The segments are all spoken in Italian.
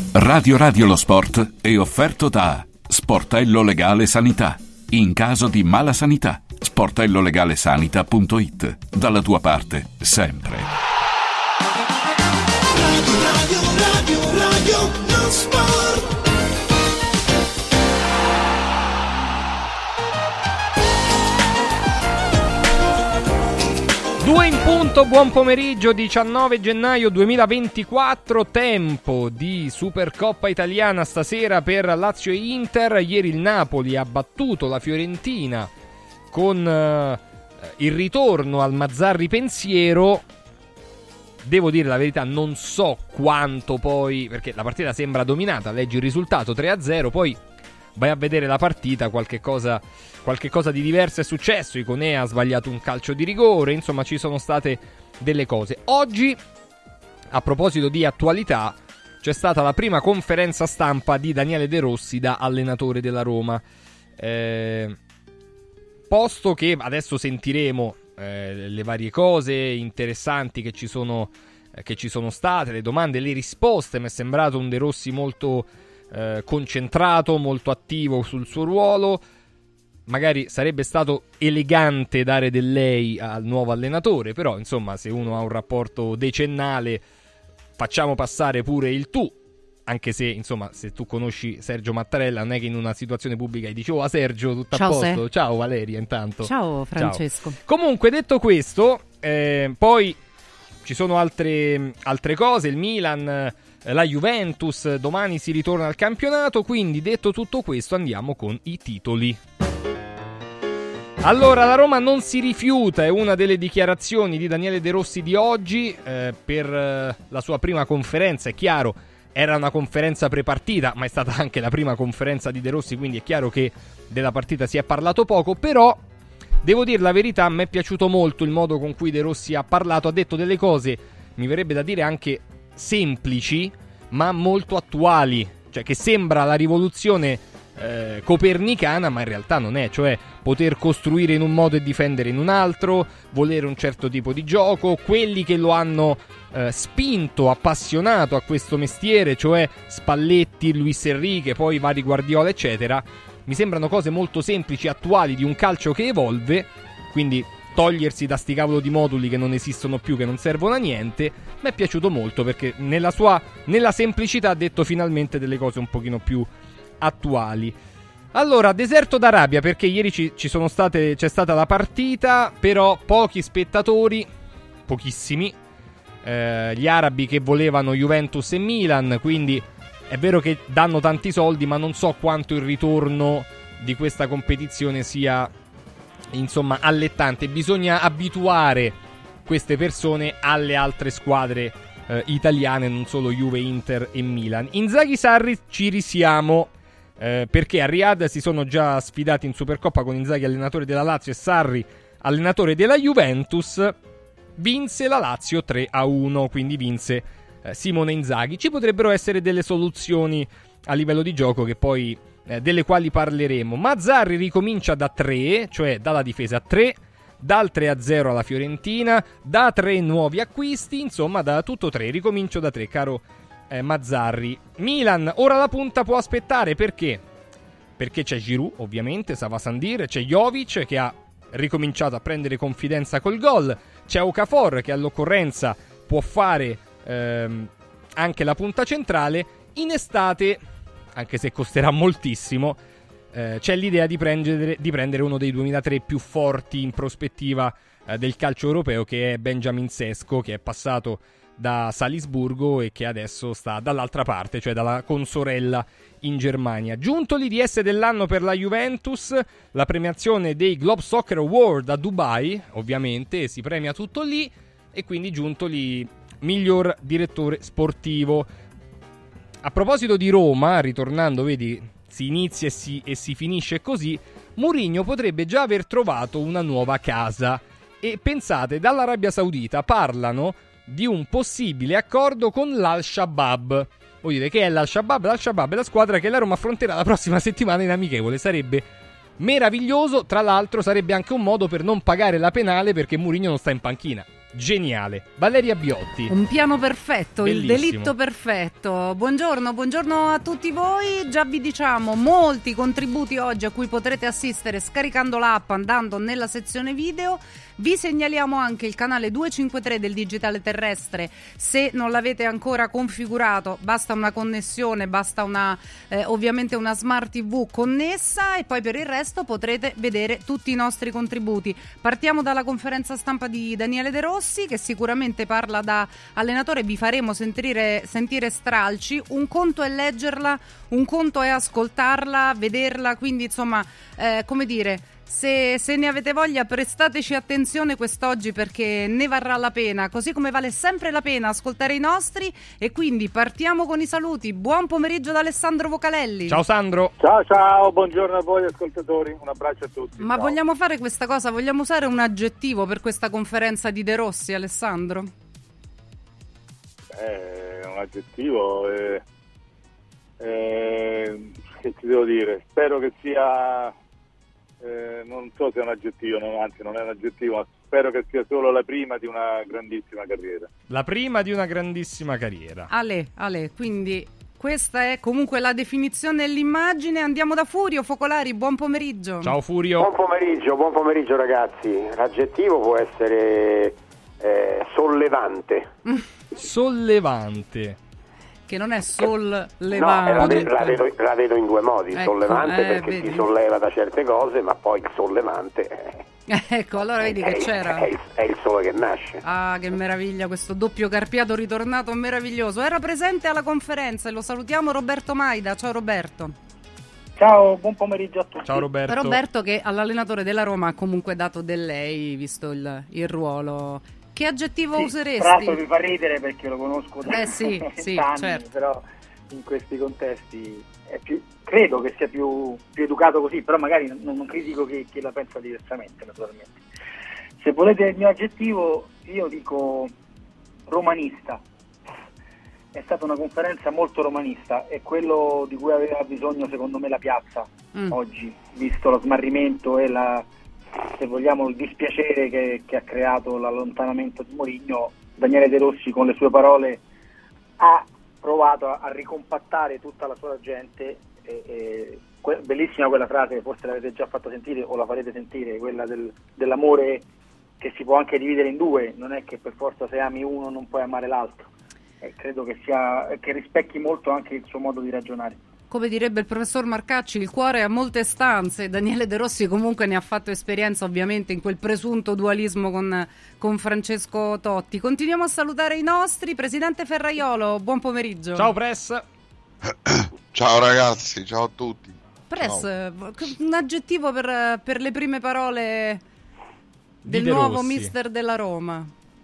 Radio lo Sport è offerto da Sportello Legale Sanità. In caso di mala sanità, sportellolegalesanita.it. Dalla tua parte, sempre. Radio lo Sport. Due in punto, buon pomeriggio, 19 gennaio 2024, tempo di Supercoppa italiana stasera per Lazio e Inter. Ieri il Napoli ha battuto la Fiorentina con il ritorno al Mazzarri pensiero. Devo dire la verità, non so quanto poi, perché la partita sembra dominata, leggi il risultato 3-0, poi vai a vedere la partita, qualche cosa di diverso è successo. Iconea ha sbagliato un calcio di rigore, insomma ci sono state delle cose. Oggi, a proposito di attualità, c'è stata la prima conferenza stampa di Daniele De Rossi da allenatore della Roma, posto che adesso sentiremo le varie cose interessanti che ci sono state, le domande, le risposte. Mi è sembrato un De Rossi molto concentrato, molto attivo sul suo ruolo. Magari sarebbe stato elegante dare del lei al nuovo allenatore, però insomma, se uno ha un rapporto decennale facciamo passare pure il tu, anche se insomma, se tu conosci Sergio Mattarella non è che in una situazione pubblica gli dici: "Oh, a Sergio, tutto a posto?" Ciao Valeria, intanto. Ciao Francesco. Ciao. Comunque, detto questo, poi ci sono altre cose. Il Milan, la Juventus, domani si ritorna al campionato. Quindi, detto tutto questo, andiamo con i titoli. Allora, la Roma non si rifiuta, è una delle dichiarazioni di Daniele De Rossi di oggi per la sua prima conferenza. È chiaro, era una conferenza prepartita, ma è stata anche la prima conferenza di De Rossi, quindi è chiaro che della partita si è parlato poco. Però, devo dire la verità, a me è piaciuto molto il modo con cui De Rossi ha parlato. Ha detto delle cose, mi verrebbe da dire anche semplici, ma molto attuali. Cioè, che sembra la rivoluzione copernicana, ma in realtà non è. Cioè, poter costruire in un modo e difendere in un altro, volere un certo tipo di gioco, quelli che lo hanno spinto, appassionato a questo mestiere, cioè Spalletti, Luis Enrique, poi vari Guardiola eccetera. Mi sembrano cose molto semplici, attuali, di un calcio che evolve. Quindi togliersi da sti cavolo di moduli che non esistono più, che non servono a niente. Mi è piaciuto molto perché nella semplicità ha detto finalmente delle cose un pochino più attuali. Allora, deserto d'Arabia, perché ieri c'è stata la partita, però pochi spettatori, pochissimi, gli arabi che volevano Juventus e Milan, quindi è vero che danno tanti soldi, ma non so quanto il ritorno di questa competizione sia, insomma, allettante. Bisogna abituare queste persone alle altre squadre italiane, non solo Juve, Inter e Milan. Inzaghi, Sarri, ci risiamo. Perché a Riyadh si sono già sfidati in Supercoppa con Inzaghi allenatore della Lazio e Sarri allenatore della Juventus. Vinse la Lazio 3-1, quindi vinse Simone Inzaghi. Ci potrebbero essere delle soluzioni a livello di gioco che poi delle quali parleremo. Mazzarri ricomincia da 3, cioè dalla difesa a 3, dal 3-0 alla Fiorentina, da 3 nuovi acquisti, insomma da tutto 3, ricomincio da 3, caro Mazzarri. Milan, ora la punta può aspettare, perché? Perché c'è Giroud, ovviamente, Sava Sandir, c'è Jovic che ha ricominciato a prendere confidenza col gol, c'è Okafor che all'occorrenza può fare anche la punta centrale. In estate, anche se costerà moltissimo, c'è l'idea di prendere uno dei 2003 più forti in prospettiva del calcio europeo, che è Benjamin Sesko, che è passato da Salisburgo e che adesso sta dall'altra parte, cioè dalla consorella in Germania. Giuntoli, DS dell'anno per la Juventus, la premiazione dei Globe Soccer Award a Dubai, ovviamente, si premia tutto lì, e quindi Giuntoli miglior direttore sportivo. A proposito di Roma, ritornando, vedi, si inizia e si finisce così, Mourinho potrebbe già aver trovato una nuova casa. E pensate, dall'Arabia Saudita parlano di un possibile accordo con l'Al-Shabaab. Vuol dire, che è l'Al-Shabaab? L'Al-Shabaab è la squadra che la Roma affronterà la prossima settimana in amichevole. Sarebbe meraviglioso. Tra l'altro sarebbe anche un modo per non pagare la penale, perché Mourinho non sta in panchina. geniale. Valeria Biotti. Un piano perfetto, bellissimo. Il delitto perfetto. Buongiorno a tutti voi. Già vi diciamo molti contributi oggi a cui potrete assistere scaricando l'app, andando nella sezione video. Vi segnaliamo anche il canale 253 del Digitale Terrestre. Se non l'avete ancora configurato, basta una connessione, basta ovviamente una Smart TV connessa, e poi per il resto potrete vedere tutti i nostri contributi. Partiamo dalla conferenza stampa di Daniele De Rossi, che sicuramente parla da allenatore. Vi faremo sentire stralci. Un conto è leggerla, un conto è ascoltarla, vederla, quindi insomma, come dire, se ne avete voglia, prestateci attenzione quest'oggi, perché ne varrà la pena, così come vale sempre la pena ascoltare i nostri. E quindi partiamo con i saluti. Buon pomeriggio da Alessandro Vocalelli. Ciao Sandro. Ciao, buongiorno a voi ascoltatori, un abbraccio a tutti. Ma ciao. Vogliamo fare questa cosa? Vogliamo usare un aggettivo per questa conferenza di De Rossi, Alessandro? Un aggettivo, che ti devo dire? Spero che sia... non so se è un aggettivo, anzi non è un aggettivo, ma spero che sia solo la prima di una grandissima carriera. La prima di una grandissima carriera. Ale, quindi questa è comunque la definizione dell'immagine. Andiamo da Furio Focolari, buon pomeriggio. Ciao Furio. Buon pomeriggio ragazzi. L'aggettivo può essere sollevante. Sollevante. Che non è sollevante. No, la vedo in due modi. Ecco, sollevante perché vedi. ti solleva da certe cose, ma poi il sollevante Ecco, allora vedi che c'era. È il sole che nasce. Ah, che meraviglia, questo doppio carpiato ritornato meraviglioso. Era presente alla conferenza e lo salutiamo, Roberto Maida. Ciao Roberto. Ciao, buon pomeriggio a tutti. Ciao Roberto. Roberto, che all'allenatore della Roma ha comunque dato del lei, visto il ruolo. Che aggettivo useresti? Tra l'altro mi fa ridere perché lo conosco da sì, anni, certo. Però in questi contesti credo che sia più educato così, però magari non critico chi la pensa diversamente, naturalmente. Se volete il mio aggettivo, io dico romanista. È stata una conferenza molto romanista, è quello di cui aveva bisogno secondo me la piazza oggi, visto lo smarrimento e se vogliamo il dispiacere che ha creato l'allontanamento di Mourinho. Daniele De Rossi con le sue parole ha provato a ricompattare tutta la sua gente, bellissima quella frase, forse l'avete già fatto sentire o la farete sentire, quella dell'amore che si può anche dividere in due, non è che per forza se ami uno non puoi amare l'altro. Credo che rispecchi molto anche il suo modo di ragionare. Come direbbe il professor Marcacci, il cuore ha molte stanze. Daniele De Rossi comunque ne ha fatto esperienza, ovviamente, in quel presunto dualismo con Francesco Totti. Continuiamo a salutare i nostri. Presidente Ferraiolo, buon pomeriggio. Ciao Press. Ciao ragazzi, ciao a tutti. Press, Ciao. un aggettivo per le prime parole del De nuovo Rossi. mister della Roma.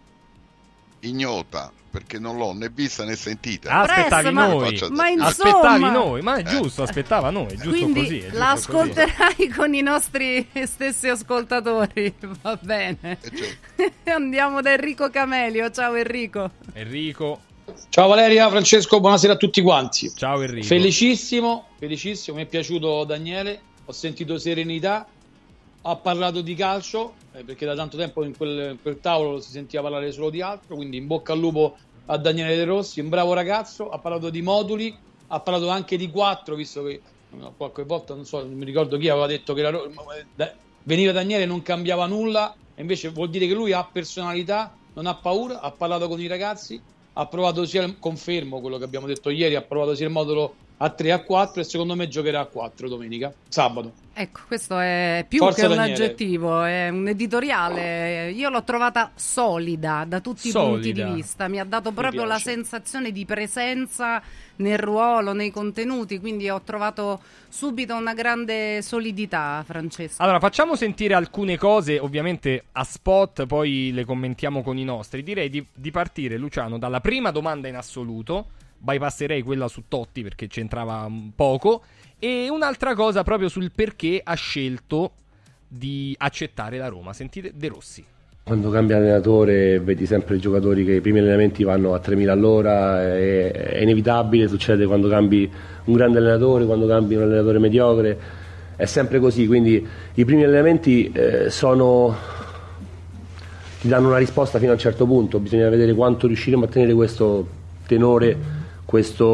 Ignota, perché non l'ho né vista né sentita. Aspettavi ma- noi. ma insomma- Aspettavi noi, ma è giusto, aspettava noi, è giusto Quindi così. È giusto la così. ascolterai con i nostri stessi ascoltatori, va bene. Andiamo da Enrico Camelio. Ciao Enrico. Enrico. Ciao Valeria, Francesco, buonasera a tutti quanti. Ciao Enrico. Felicissimo, mi è piaciuto Daniele, ho sentito serenità, ha parlato di calcio, perché da tanto tempo in quel tavolo si sentiva parlare solo di altro, quindi in bocca al lupo a Daniele De Rossi, un bravo ragazzo, ha parlato di moduli, ha parlato anche di 4, visto che qualche volta, non mi ricordo chi aveva detto che veniva Daniele e non cambiava nulla, e invece vuol dire che lui ha personalità, non ha paura, ha parlato con i ragazzi, ha provato confermo quello che abbiamo detto ieri, ha provato sia il modulo a 3 a 4 e secondo me giocherà a 4 sabato. Ecco, questo è più Forza che un Daniele. aggettivo, è un editoriale. Io l'ho trovata solida da tutti i punti di vista, mi ha dato proprio la sensazione di presenza nel ruolo, nei contenuti, quindi ho trovato subito una grande solidità, Francesco. Allora, facciamo sentire alcune cose, ovviamente a spot, poi le commentiamo con i nostri. Direi di partire, Luciano, dalla prima domanda in assoluto. Bypasserei quella su Totti perché c'entrava poco, e un'altra cosa proprio sul perché ha scelto di accettare la Roma. Sentite De Rossi. Quando cambi allenatore vedi sempre i giocatori che i primi allenamenti vanno a 3.000 all'ora, è inevitabile, succede quando cambi un grande allenatore, quando cambi un allenatore mediocre, è sempre così, quindi i primi allenamenti ti ti danno una risposta fino a un certo punto, bisogna vedere quanto riusciremo a tenere questo tenore, questa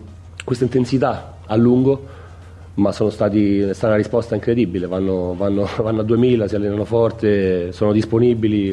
intensità a lungo, ma è stata una risposta incredibile, vanno a 2000, si allenano forte, sono disponibili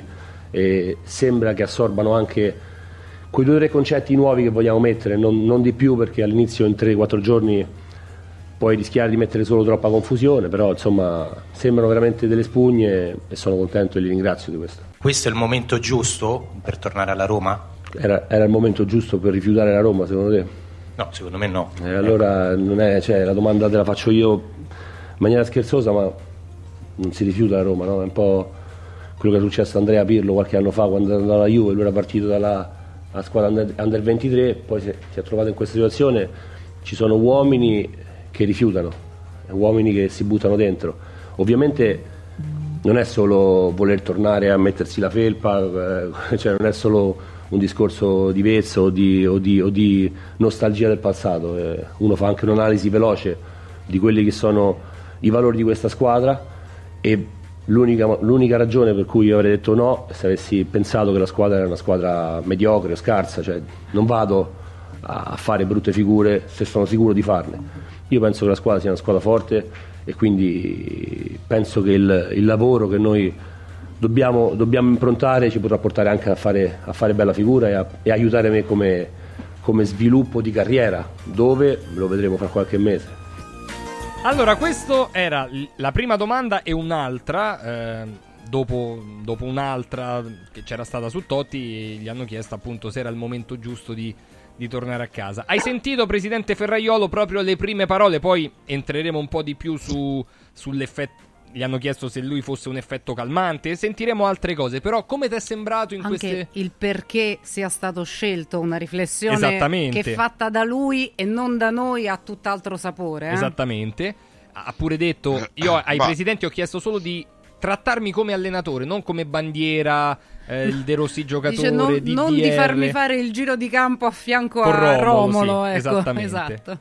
e sembra che assorbano anche quei 2 o 3 concetti nuovi che vogliamo mettere, non di più, perché all'inizio in 3-4 giorni puoi rischiare di mettere solo troppa confusione, però insomma sembrano veramente delle spugne e sono contento e li ringrazio di questo. Questo è il momento giusto per tornare alla Roma? Era il momento giusto per rifiutare la Roma, secondo te? No, secondo me no. Allora non è, la domanda te la faccio io in maniera scherzosa, ma non si rifiuta la Roma, no? È un po' quello che è successo a Andrea Pirlo qualche anno fa quando andava alla Juve, lui era partito dalla squadra under 23, poi si è trovato in questa situazione. Ci sono uomini che rifiutano, uomini che si buttano dentro. Ovviamente non è solo voler tornare a mettersi la felpa, non è solo un discorso di vezzo o di nostalgia del passato, uno fa anche un'analisi veloce di quelli che sono i valori di questa squadra e l'unica ragione per cui io avrei detto no è se avessi pensato che la squadra era una squadra mediocre o scarsa, non vado a fare brutte figure se sono sicuro di farle. Io penso che la squadra sia una squadra forte e quindi penso che il lavoro che noi dobbiamo improntare ci potrà portare anche a fare bella figura e aiutare me come sviluppo di carriera, dove lo vedremo fra qualche mese. Allora, questo era la prima domanda e un'altra, dopo un'altra che c'era stata su Totti, gli hanno chiesto appunto se era il momento giusto di tornare a casa. Hai sentito, presidente Ferraiolo, proprio le prime parole, poi entreremo un po' di più sull'effetto. Gli hanno chiesto se lui fosse un effetto calmante, sentiremo altre cose, però come ti è sembrato in anche il perché sia stato scelto, una riflessione che fatta da lui e non da noi ha tutt'altro sapore. Esattamente. Ha pure detto, io ai presidenti ho chiesto solo di trattarmi come allenatore, non come bandiera, il De Rossi giocatore, dice non di farmi fare il giro di campo a fianco a Romolo, sì, ecco, esattamente. Esatto.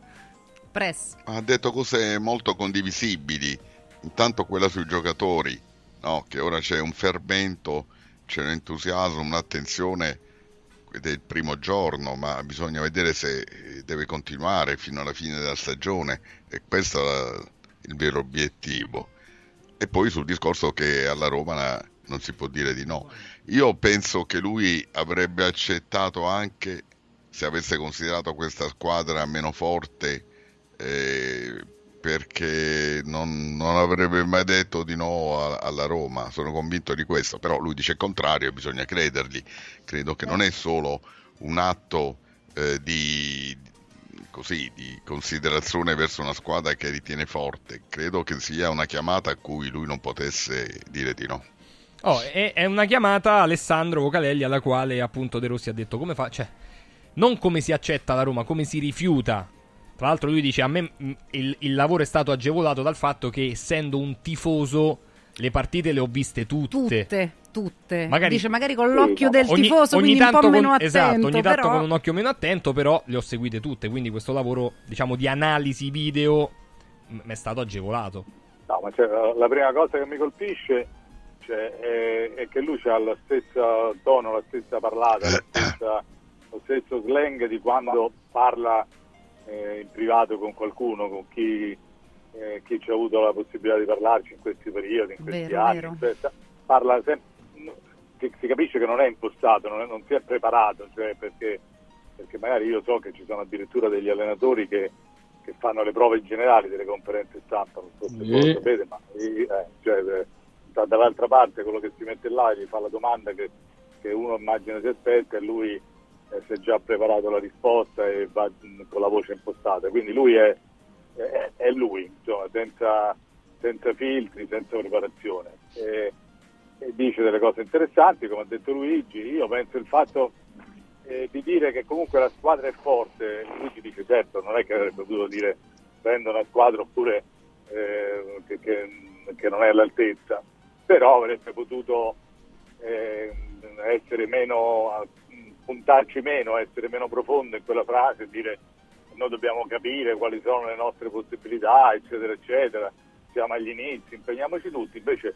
Press. Ha detto cose molto condivisibili. Intanto quella sui giocatori, no? Che ora c'è un fermento, c'è un entusiasmo, un'attenzione del primo giorno, ma bisogna vedere se deve continuare fino alla fine della stagione, e questo è il vero obiettivo. E poi sul discorso che alla Roma non si può dire di no. Io penso che lui avrebbe accettato anche se avesse considerato questa squadra meno forte, perché non avrebbe mai detto di no alla Roma, sono convinto di questo, però lui dice il contrario e bisogna credergli. Credo che non è solo un atto di considerazione verso una squadra che ritiene forte, credo che sia una chiamata a cui lui non potesse dire di no. È una chiamata, Alessandro Vocalelli, alla quale appunto De Rossi ha detto come fa, non come si accetta la Roma, come si rifiuta. Tra l'altro lui dice, a me il lavoro è stato agevolato dal fatto che essendo un tifoso le partite le ho viste tutte. Magari con l'occhio del tifoso, ogni quindi un po' meno attento. Esatto, ogni tanto con un occhio meno attento, però le ho seguite tutte, quindi questo lavoro, diciamo, di analisi video mi è stato agevolato. No, ma la prima cosa che mi colpisce è che lui ha la stessa tono, la stessa parlata, lo stesso slang di quando parla in privato con qualcuno, con chi ci ha avuto la possibilità di parlarci in questi periodi, in questi anni. Parla sempre, si capisce che non è impostato, non si è preparato, perché magari io so che ci sono addirittura degli allenatori che fanno le prove generali delle conferenze stampa, non so se voi lo sapete, ma sta dall'altra parte quello che si mette là e gli fa la domanda che uno immagina si aspetta, e lui si è già preparato la risposta e va con la voce impostata, quindi lui è lui, insomma, senza filtri, senza preparazione, e dice delle cose interessanti, come ha detto Luigi. Io penso il fatto di dire che comunque la squadra è forte, Luigi dice certo, non è che avrebbe potuto dire prendo una squadra oppure che non è all'altezza, però avrebbe potuto essere meno, puntarci meno, essere meno profondo in quella frase, dire noi dobbiamo capire quali sono le nostre possibilità, eccetera eccetera, siamo agli inizi, impegniamoci tutti. Invece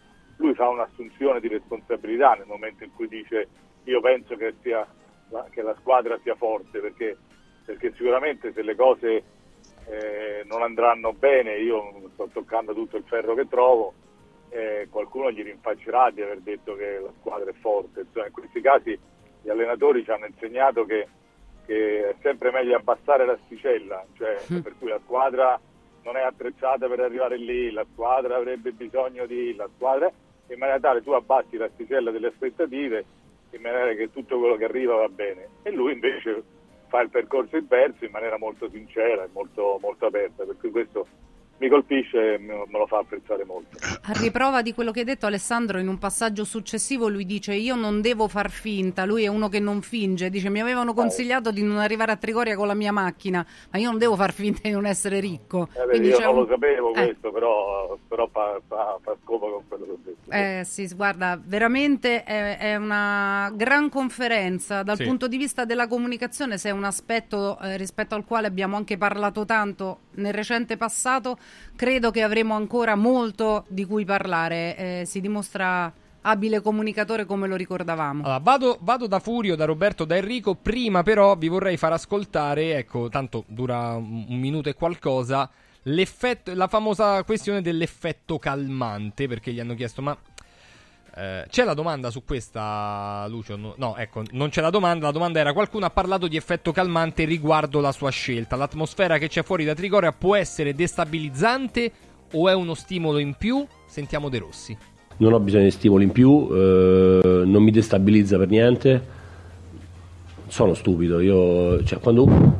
lui fa un'assunzione di responsabilità nel momento in cui dice io penso che la squadra sia forte, perché sicuramente se le cose non andranno bene, io sto toccando tutto il ferro che trovo, qualcuno gli rinfaccerà di aver detto che la squadra è forte. Insomma, in questi casi gli allenatori ci hanno insegnato che è sempre meglio abbassare l'asticella, cioè per cui la squadra non è attrezzata per arrivare lì, la squadra avrebbe bisogno in maniera tale tu abbassi l'asticella delle aspettative in maniera che tutto quello che arriva va bene, e lui invece fa il percorso inverso in maniera molto sincera e molto, molto aperta, per cui questo mi colpisce e me lo fa apprezzare molto. A riprova di quello che hai detto, Alessandro, in un passaggio successivo lui dice io non devo far finta, lui è uno che non finge, dice mi avevano consigliato di non arrivare a Trigoria con la mia macchina, ma io non devo far finta di non essere ricco. Io non lo sapevo questo, però fa scopo con quello che ho detto. Sì, guarda, veramente è una gran conferenza dal punto di vista della comunicazione, se è un aspetto rispetto al quale abbiamo anche parlato tanto nel recente passato. Credo che avremo ancora molto di cui parlare, si dimostra abile comunicatore come lo ricordavamo. Allora, vado da Furio, da Roberto, da Enrico, prima però vi vorrei far ascoltare, ecco, tanto dura un minuto e qualcosa, la famosa questione dell'effetto calmante, perché gli hanno chiesto ma c'è la domanda su questa, Lucio? No, ecco, non c'è la domanda era: qualcuno ha parlato di effetto calmante riguardo la sua scelta, l'atmosfera che c'è fuori da Trigoria può essere destabilizzante o è uno stimolo in più? Sentiamo De Rossi. Non ho bisogno di stimoli in più, non mi destabilizza per niente, sono stupido, quando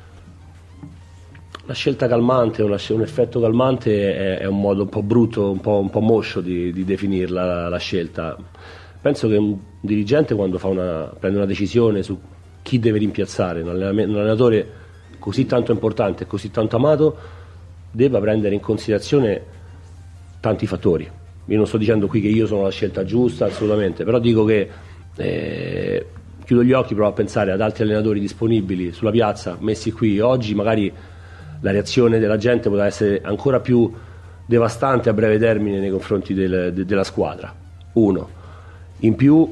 la scelta calmante o un effetto calmante è un modo un po' brutto, un po' moscio di definirla la scelta. Penso che un dirigente quando prende una decisione su chi deve rimpiazzare, un allenatore così tanto importante e così tanto amato, debba prendere in considerazione tanti fattori. Io non sto dicendo qui che io sono la scelta giusta, assolutamente, però dico che chiudo gli occhi, provo a pensare ad altri allenatori disponibili sulla piazza, messi qui oggi, magari la reazione della gente potrà essere ancora più devastante a breve termine nei confronti della squadra. Uno. In più,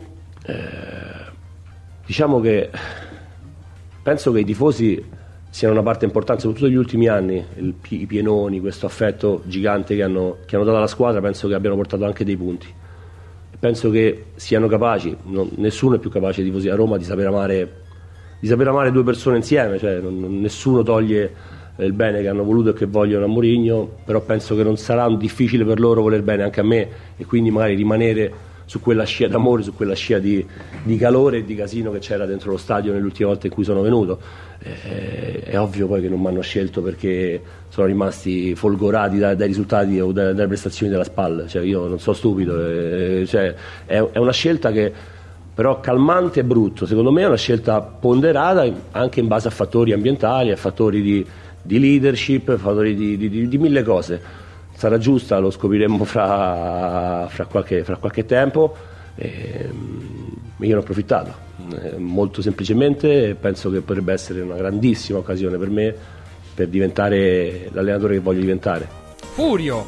diciamo che penso che i tifosi siano una parte importante, soprattutto negli ultimi anni, i pienoni, questo affetto gigante che hanno dato alla squadra, penso che abbiano portato anche dei punti. Penso che siano capaci, nessuno è più capace, i tifosi a Roma, di saper amare due persone insieme, cioè nessuno toglie il bene che hanno voluto e che vogliono a Mourinho, però penso che non sarà difficile per loro voler bene anche a me, e quindi magari rimanere su quella scia d'amore, su quella scia di calore e di casino che c'era dentro lo stadio nelle ultime volte in cui sono venuto. È ovvio poi che non mi hanno scelto perché sono rimasti folgorati dai risultati o dalle prestazioni della SPAL, cioè io non sono stupido, è una scelta che però calmante e brutto, secondo me è una scelta ponderata anche in base a fattori ambientali, a fattori di leadership, fattori di mille cose. Sarà giusta, lo scopriremo fra qualche tempo, io ne ho approfittato molto semplicemente, penso che potrebbe essere una grandissima occasione per me per diventare l'allenatore che voglio diventare. Furio.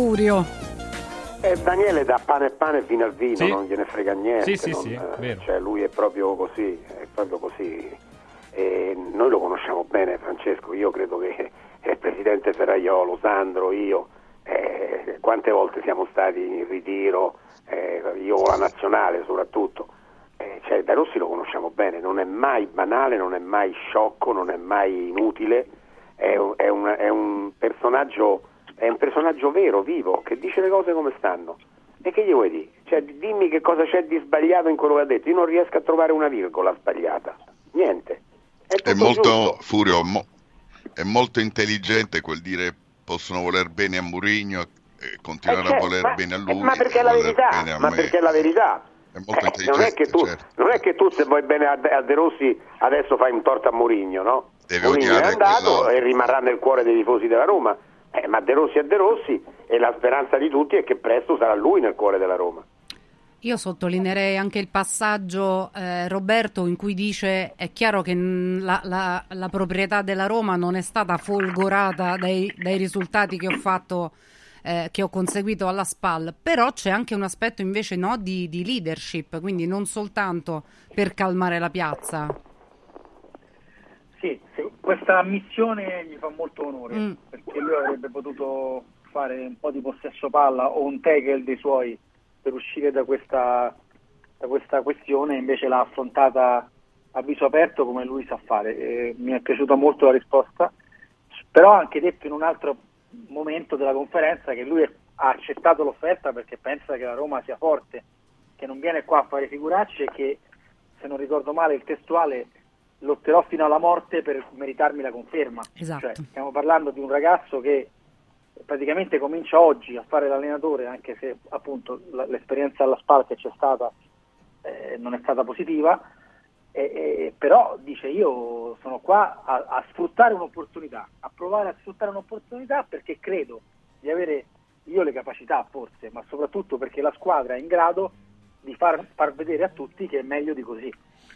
Daniele dà pane e pane fino al vino, sì. Non gliene frega niente, sì, vero. Cioè lui è proprio così. E noi lo conosciamo bene, Francesco, io credo che il presidente Ferraiolo, Sandro, io, quante volte siamo stati in ritiro, io con la nazionale soprattutto, cioè De Rossi lo conosciamo bene, non è mai banale, non è mai sciocco, non è mai inutile, è un personaggio vero, vivo, che dice le cose come stanno. E che gli vuoi dire? Cioè, dimmi che cosa c'è di sbagliato in quello che ha detto. Io non riesco a trovare una virgola sbagliata, niente. È molto, Furio, è molto intelligente quel dire possono voler bene a Mourinho e continuare a voler bene a lui. Ma perché è la verità? Perché è la verità. È molto intelligente, non è che tu se vuoi bene a De Rossi adesso fai un torto a Mourinho, no? Mourinho è andato e rimarrà nel cuore dei tifosi della Roma. Ma De Rossi è De Rossi e la speranza di tutti è che presto sarà lui nel cuore della Roma. Io sottolineerei anche il passaggio, Roberto, in cui dice è chiaro che la proprietà della Roma non è stata folgorata dai risultati che ho fatto che ho conseguito alla SPAL, però c'è anche un aspetto invece di leadership, quindi non soltanto per calmare la piazza. Sì, questa missione gli fa molto onore, perché lui avrebbe potuto fare un po' di possesso palla o un tackle dei suoi per uscire da questa questione, invece l'ha affrontata a viso aperto come lui sa fare. Mi è piaciuta molto la risposta, però ha anche detto in un altro momento della conferenza che lui ha accettato l'offerta perché pensa che la Roma sia forte, che non viene qua a fare figuracce e che, se non ricordo male il testuale, lotterò fino alla morte per meritarmi la conferma. Esatto. Cioè, stiamo parlando di un ragazzo che praticamente comincia oggi a fare l'allenatore, anche se appunto l'esperienza alla SPAL che c'è stata non è stata positiva, però dice: io sono qua a sfruttare un'opportunità, a provare a sfruttare un'opportunità, perché credo di avere io le capacità, forse, ma soprattutto perché la squadra è in grado di far vedere a tutti che è meglio di così.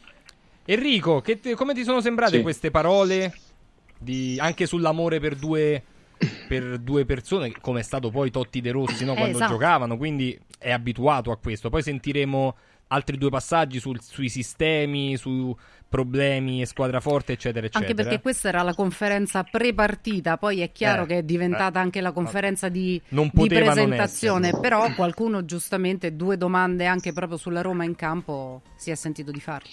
Enrico, come ti sono sembrate queste parole anche sull'amore per due persone, come è stato poi Totti De Rossi, no? Quando giocavano, quindi è abituato a questo. Poi sentiremo altri 2 passaggi sui sistemi, su problemi e squadra forte, eccetera, eccetera. Anche perché questa era la conferenza pre-partita, poi è chiaro che è diventata anche la conferenza di presentazione, però qualcuno giustamente 2 domande anche proprio sulla Roma in campo si è sentito di farle.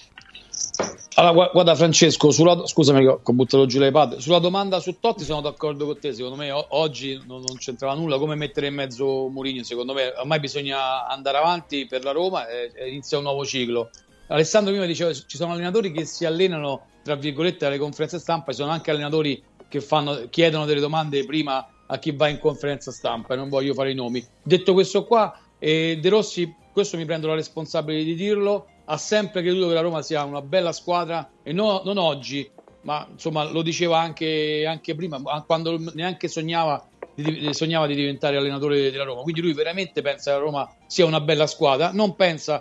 Allora, guarda Francesco, scusami che ho buttato giù le palle, sulla domanda su Totti sono d'accordo con te. Secondo me oggi non c'entrava nulla come mettere in mezzo Mourinho. Secondo me ormai bisogna andare avanti per la Roma e inizia un nuovo ciclo. Alessandro prima diceva ci sono allenatori che si allenano tra virgolette alle conferenze stampa, ci sono anche allenatori che chiedono delle domande prima a chi va in conferenza stampa, e non voglio fare i nomi. Detto questo qua, De Rossi, questo mi prendo la responsabilità di dirlo, ha sempre creduto che la Roma sia una bella squadra, e non oggi, ma insomma lo diceva anche prima, quando neanche sognava di diventare allenatore della Roma. Quindi lui veramente pensa che la Roma sia una bella squadra, non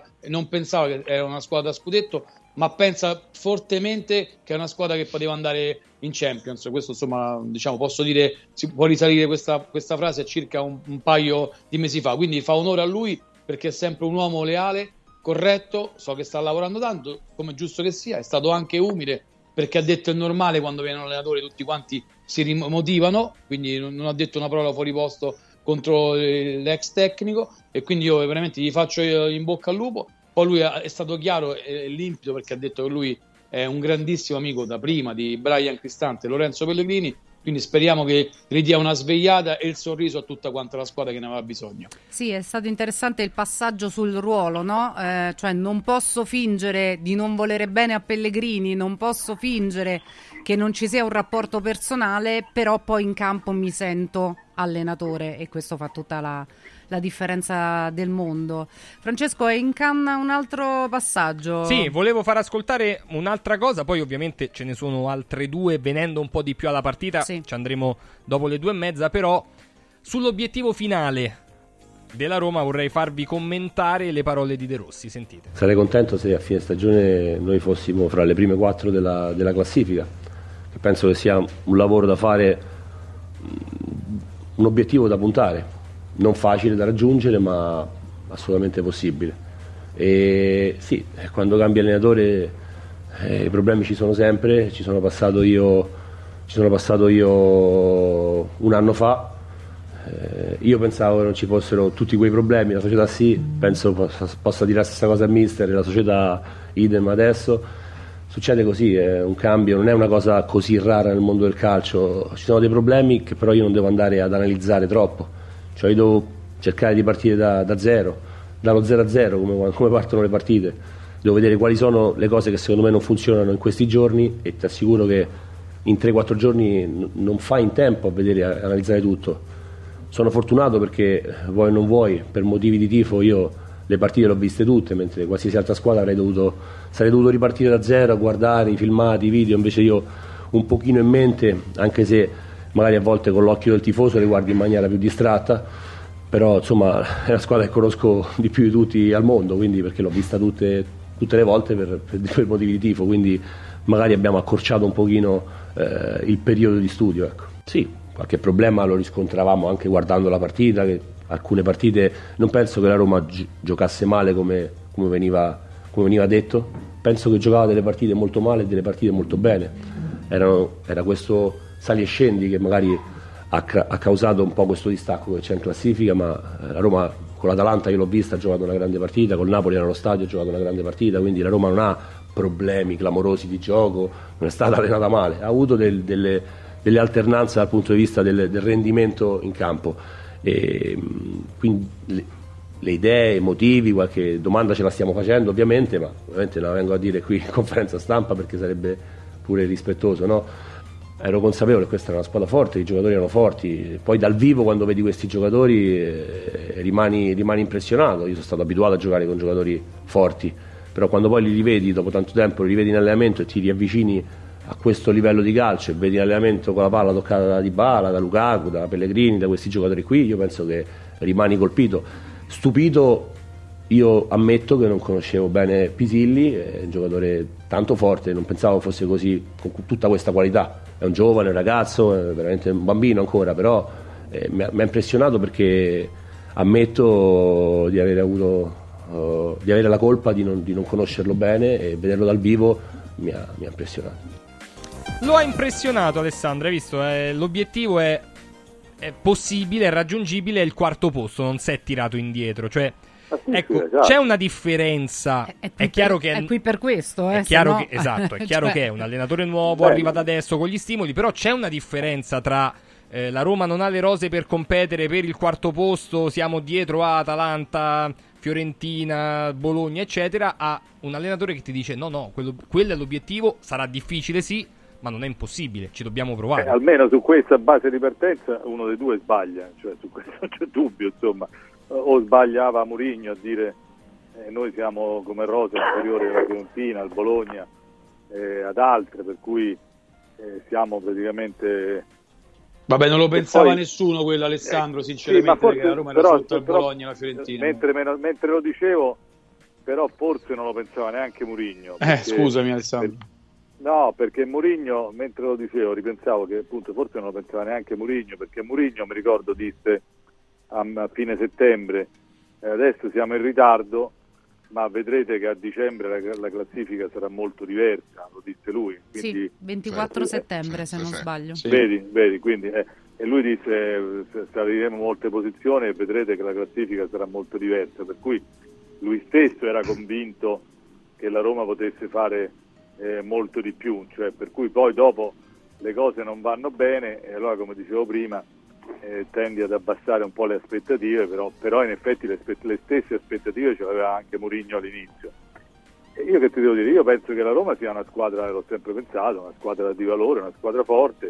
pensava che era una squadra a scudetto, ma pensa fortemente che è una squadra che poteva andare in Champions. Questo insomma, diciamo, posso dire, si può risalire questa frase a circa un paio di mesi fa, quindi fa onore a lui perché è sempre un uomo leale, corretto, so che sta lavorando tanto, come giusto che sia, è stato anche umile, perché ha detto è normale quando viene un allenatore tutti quanti si rimotivano, quindi non ha detto una parola fuori posto contro l'ex tecnico, e quindi io veramente gli faccio in bocca al lupo. Poi lui è stato chiaro e limpido, perché ha detto che lui è un grandissimo amico da prima di Bryan Cristante e Lorenzo Pellegrini, quindi speriamo che ridia una svegliata e il sorriso a tutta quanta la squadra che ne aveva bisogno. Sì, è stato interessante il passaggio sul ruolo, no? Cioè non posso fingere di non volere bene a Pellegrini, non posso fingere che non ci sia un rapporto personale, però poi in campo mi sento allenatore, e questo fa tutta la differenza del mondo. Francesco, è in canna un altro passaggio? Sì, volevo far ascoltare un'altra cosa, poi ovviamente ce ne sono altre 2, venendo un po' di più alla partita, ci andremo dopo le 2:30, però sull'obiettivo finale della Roma vorrei farvi commentare le parole di De Rossi. Sentite. Sarei contento se a fine stagione noi fossimo fra le prime 4 della classifica, che penso che sia un lavoro da fare, un obiettivo da puntare, non facile da raggiungere ma assolutamente possibile. E sì, quando cambia allenatore i problemi ci sono sempre. Ci sono passato io un anno fa, io pensavo che non ci fossero tutti quei problemi, la società sì, penso possa dire la stessa cosa al mister, la società idem adesso. Succede così, è un cambio, non è una cosa così rara nel mondo del calcio, ci sono dei problemi che però io non devo andare ad analizzare troppo, cioè io devo cercare di partire da zero, dallo 0-0 come partono le partite, devo vedere quali sono le cose che secondo me non funzionano in questi giorni, e ti assicuro che in 3-4 giorni non fai in tempo a vedere, a analizzare tutto. Sono fortunato perché vuoi o non vuoi, per motivi di tifo io le partite le ho viste tutte, mentre qualsiasi altra squadra sarei dovuto ripartire da zero, a guardare i filmati, i video. Invece io un pochino in mente, anche se magari a volte con l'occhio del tifoso le guardi in maniera più distratta, però insomma è la squadra che conosco di più di tutti al mondo, quindi perché l'ho vista tutte le volte per motivi di tifo, quindi magari abbiamo accorciato un pochino il periodo di studio, ecco. Sì, qualche problema lo riscontravamo anche guardando la partita, che alcune partite non penso che la Roma giocasse male come veniva detto, penso che giocava delle partite molto male e delle partite molto bene. Era questo sali e scendi che magari ha causato un po' questo distacco che c'è in classifica, ma la Roma con l'Atalanta, io l'ho vista, ha giocato una grande partita, col Napoli era allo stadio, ha giocato una grande partita, quindi la Roma non ha problemi clamorosi di gioco, non è stata allenata male, ha avuto delle alternanze dal punto di vista del rendimento in campo, e quindi le idee, i motivi, qualche domanda ce la stiamo facendo ovviamente, ma ovviamente non la vengo a dire qui in conferenza stampa perché sarebbe pure irrispettoso, no? Ero consapevole che questa era una squadra forte, i giocatori erano forti, poi dal vivo quando vedi questi giocatori rimani impressionato. Io sono stato abituato a giocare con giocatori forti, però quando poi li rivedi dopo tanto tempo, li rivedi in allenamento e ti riavvicini a questo livello di calcio e vedi l'allenamento con la palla toccata da Dybala, da Lukaku, da Pellegrini, da questi giocatori qui, io penso che rimani colpito, stupito. Io ammetto che non conoscevo bene Pisilli, è un giocatore tanto forte, non pensavo fosse così, con tutta questa qualità. È un giovane, un ragazzo, è veramente un bambino ancora, però mi ha impressionato perché ammetto di avere la colpa di non conoscerlo bene, e vederlo dal vivo mi ha impressionato. Lo ha impressionato Alessandro, hai visto? L'obiettivo è possibile, è raggiungibile, è il quarto posto, non si è tirato indietro, cioè ecco, c'è una differenza. È chiaro che è qui per questo, è chiaro no... che, esatto, è chiaro cioè... che è un allenatore nuovo, arriva da adesso con gli stimoli, però c'è una differenza tra la Roma non ha le rose per competere per il quarto posto, siamo dietro a Atalanta, Fiorentina, Bologna eccetera, a un allenatore che ti dice no, quello è l'obiettivo, sarà difficile sì, ma non è impossibile, ci dobbiamo provare. Almeno su questa base di partenza uno dei due sbaglia, cioè su questo non c'è dubbio, insomma. O sbagliava Mourinho a dire noi siamo come rosa inferiori alla Fiorentina, al Bologna, ad altre, per cui siamo praticamente... Vabbè, non lo pensava nessuno quello, Alessandro, sinceramente, sì, forse, che la Roma era sotto al Bologna e la Fiorentina. Mentre lo dicevo, però forse non lo pensava neanche Mourinho. Scusami Alessandro. No, perché Mourinho, mentre lo dicevo, ripensavo che appunto forse non lo pensava neanche Mourinho, perché Mourinho, mi ricordo, disse a fine settembre adesso siamo in ritardo, ma vedrete che a dicembre la classifica sarà molto diversa, lo disse lui. Quindi, sì, 24 settembre se non sbaglio. Sì. Vedi, quindi e lui disse saliremo molte posizioni e vedrete che la classifica sarà molto diversa, per cui lui stesso era convinto che la Roma potesse fare molto di più, cioè, per cui poi dopo le cose non vanno bene e allora, come dicevo prima, tendi ad abbassare un po' le aspettative, però in effetti le stesse aspettative ce l'aveva anche Mourinho all'inizio. E io che ti devo dire, io penso che la Roma sia una squadra, l'ho sempre pensato, una squadra di valore, una squadra forte,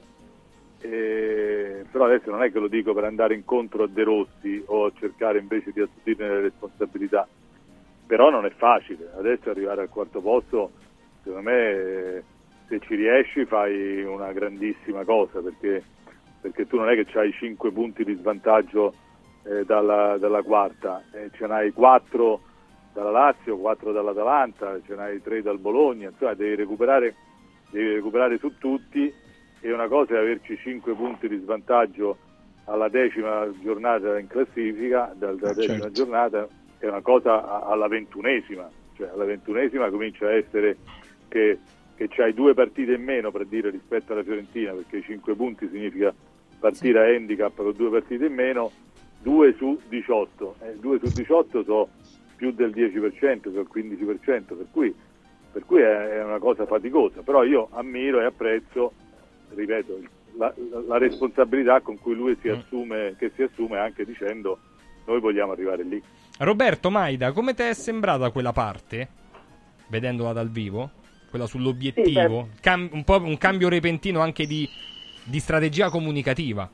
però adesso non è che lo dico per andare incontro a De Rossi o a cercare invece di assumirne le responsabilità, però non è facile, adesso arrivare al quarto posto, secondo me se ci riesci fai una grandissima cosa, perché tu non è che c'hai 5 punti di svantaggio dalla quarta, ce n'hai 4 dalla Lazio, 4 dall'Atalanta, ce n'hai 3 dal Bologna, insomma devi recuperare su tutti, e una cosa è averci 5 punti di svantaggio alla 10ª giornata in classifica, dalla 10ª giornata, è una cosa alla 21ª, cioè alla 21ª comincia a essere che c'hai 2 partite in meno, per dire, rispetto alla Fiorentina, perché 5 punti significa partire a handicap con 2 partite in meno, 2 su 18, 2 su 18 sono più del 10%, sono il 15%, per cui è una cosa faticosa, però io ammiro e apprezzo, ripeto, la responsabilità con cui lui si assume anche dicendo noi vogliamo arrivare lì. Roberto Maida, come ti è sembrata quella parte, vedendola dal vivo? Quella sull'obiettivo? Un po' un cambio repentino anche di strategia comunicativa.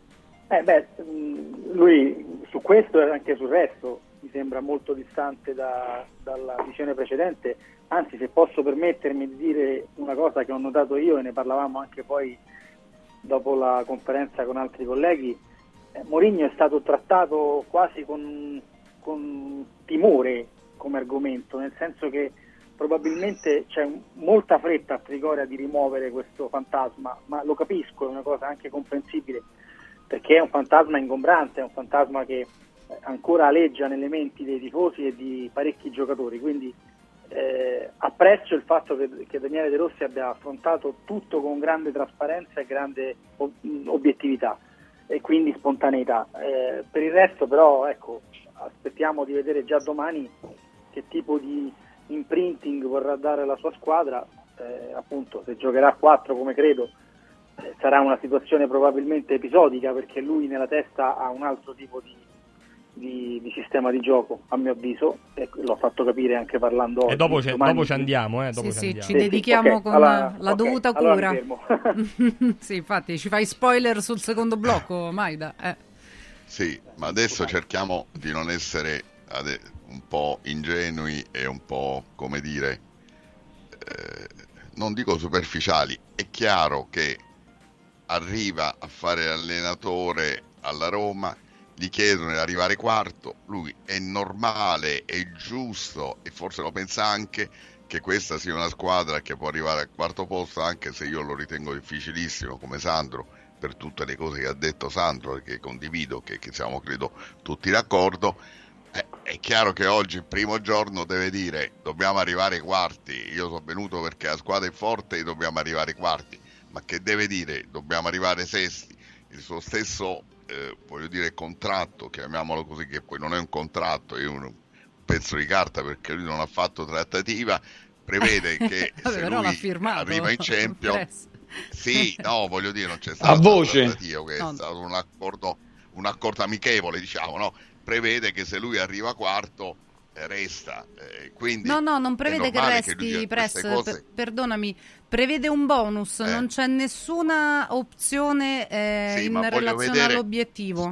Lui su questo e anche sul resto mi sembra molto distante dalla visione precedente, anzi, se posso permettermi di dire una cosa che ho notato io e ne parlavamo anche poi dopo la conferenza con altri colleghi, Mourinho è stato trattato quasi con timore come argomento, nel senso che probabilmente c'è molta fretta a Trigoria di rimuovere questo fantasma, ma lo capisco, è una cosa anche comprensibile. perché è un fantasma ingombrante, è un fantasma che ancora aleggia nelle menti dei tifosi e di parecchi giocatori, quindi apprezzo il fatto che Daniele De Rossi abbia affrontato tutto con grande trasparenza e grande obiettività e quindi spontaneità. Per il resto però, ecco, aspettiamo di vedere già domani che tipo di imprinting vorrà dare alla sua squadra. Appunto, se giocherà a 4 come credo, sarà una situazione probabilmente episodica, perché lui nella testa ha un altro tipo di sistema di gioco, a mio avviso, e l'ho fatto capire anche parlando oggi. E dopo ci andiamo, dopo ci dedichiamo okay, con la dovuta cura. Sì, infatti ci fai spoiler sul secondo blocco, Maida. Sì, ma adesso cerchiamo di non essere un po' ingenui e un po', come dire, non dico superficiali. È chiaro che arriva a fare allenatore alla Roma, gli chiedono di arrivare quarto, lui è normale, è giusto, e forse lo pensa anche, che questa sia una squadra che può arrivare al quarto posto, anche se io lo ritengo difficilissimo, come Sandro, per tutte le cose che ha detto Sandro e che condivido, che siamo credo tutti d'accordo. È chiaro che oggi, il primo giorno, deve dire dobbiamo arrivare quarti, io sono venuto perché la squadra è forte e dobbiamo arrivare quarti, ma che deve dire dobbiamo arrivare sesti? Il suo stesso voglio dire contratto, chiamiamolo così, che poi non è un contratto, è un pezzo di carta, perché lui non ha fatto trattativa, prevede che se lui arriva in Champions, sì, no, voglio dire, non c'è stata a voce trattativa, che è stato un accordo amichevole, diciamo, no? Prevede che se lui arriva quarto resta, quindi no, non prevede che resti, Press, perdonami, prevede un bonus, non c'è nessuna opzione in relazione all'obiettivo.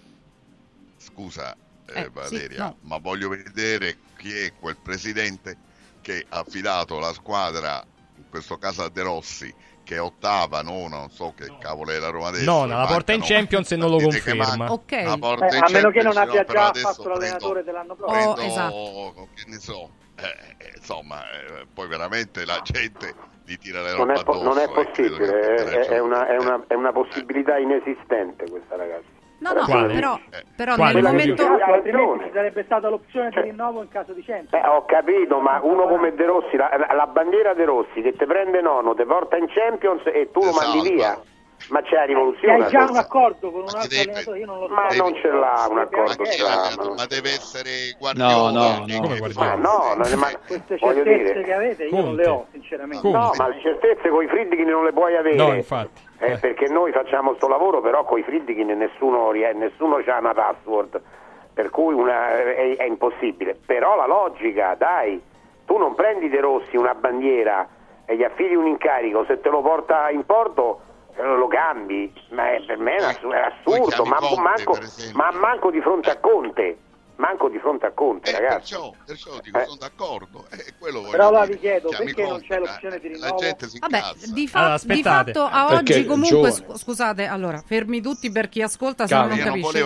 Scusa Valeria, sì, no. ma voglio vedere chi è quel presidente che ha affidato la squadra, in questo caso a De Rossi, che è ottava, non so che cavolo è la Roma adesso. No, la porta in Champions e non lo conferma. Ok. A meno che non abbia già fatto l'allenatore dell'anno prossimo. Esatto. Che ne so, insomma, poi veramente la gente gli tira le robe addosso. Non è possibile, è una possibilità inesistente questa, ragazzi. No, però nel momento, altrimenti ci sarebbe stata l'opzione di rinnovo in caso di Champions. Ho capito, ma uno come De Rossi, la bandiera De Rossi che ti prende nono, ti porta in Champions e tu lo mandi via. Ma c'è la rivoluzione. Hai già un accordo con un altro allenatore? Io non lo so. Ma non ce l'ha un accordo. Ma deve essere Guardiola. Come Guardiola? Ma queste certezze che avete io non le ho, sinceramente. No, ma le certezze con i Friedkin non le puoi avere. No, infatti. Perché noi facciamo sto lavoro, però con i Friedkin nessuno c'ha una password, per cui è impossibile. Però la logica, dai, tu non prendi De Rossi una bandiera e gli affidi un incarico, se te lo porta in porto lo cambi, ma per me è assurdo, ma manco di fronte a Conte. Manco di fronte a Conte, ragazzi. Perciò dico, sono d'accordo. Però là vi chiedo, perché non c'è l'opzione di rinnovo? La gente si incazza. Di fatto a oggi comunque, scusate, allora, fermi tutti per chi ascolta se non capisce.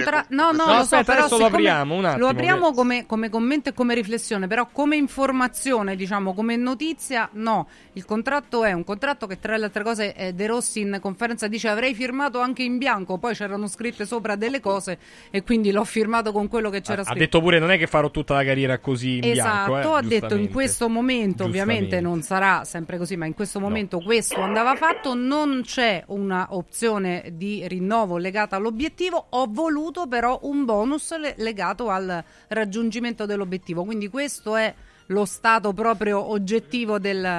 Adesso lo apriamo un attimo. Lo apriamo come commento e come riflessione, però come informazione, diciamo, come notizia, no. Il contratto è un contratto che, tra le altre cose, De Rossi in conferenza dice avrei firmato anche in bianco, poi c'erano scritte sopra delle cose e quindi l'ho firmato con quello che c'era scritto. Ha detto pure non è che farò tutta la carriera così in bianco. Esatto, ha detto in questo momento, ovviamente non sarà sempre così, ma in questo momento questo andava fatto, non c'è una opzione di rinnovo legata all'obiettivo, ho voluto però un bonus legato al raggiungimento dell'obiettivo, quindi questo è lo stato proprio oggettivo della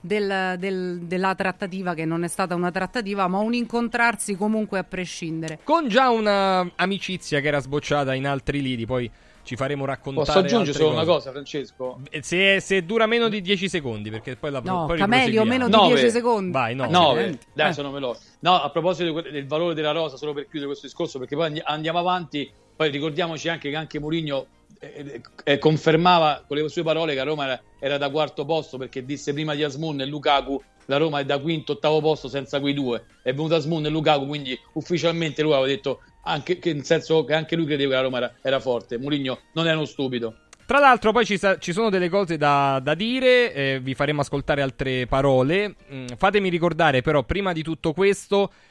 trattativa, che non è stata una trattativa ma un incontrarsi comunque a prescindere, con già una amicizia che era sbocciata in altri lidi. Poi ci faremo raccontare. Posso aggiungere solo una cosa, Francesco? Se dura meno di 10 secondi, perché poi poi Camelio, meno di 10 secondi. Vai, 9. Dai, sono veloce. No, a proposito del valore della rosa, solo per chiudere questo discorso, perché poi andiamo avanti, poi ricordiamoci anche che anche Mourinho confermava con le sue parole che a Roma era da quarto posto, perché disse prima di Asmun e Lukaku la Roma è da quinto, ottavo posto senza quei due. È venuto Asmun e Lukaku, quindi ufficialmente lui aveva detto anche che, nel senso che anche lui credeva che la Roma era forte. Mourinho non è uno stupido. Tra l'altro poi ci sono delle cose da dire, vi faremo ascoltare altre parole. Fatemi ricordare però, prima di tutto questo,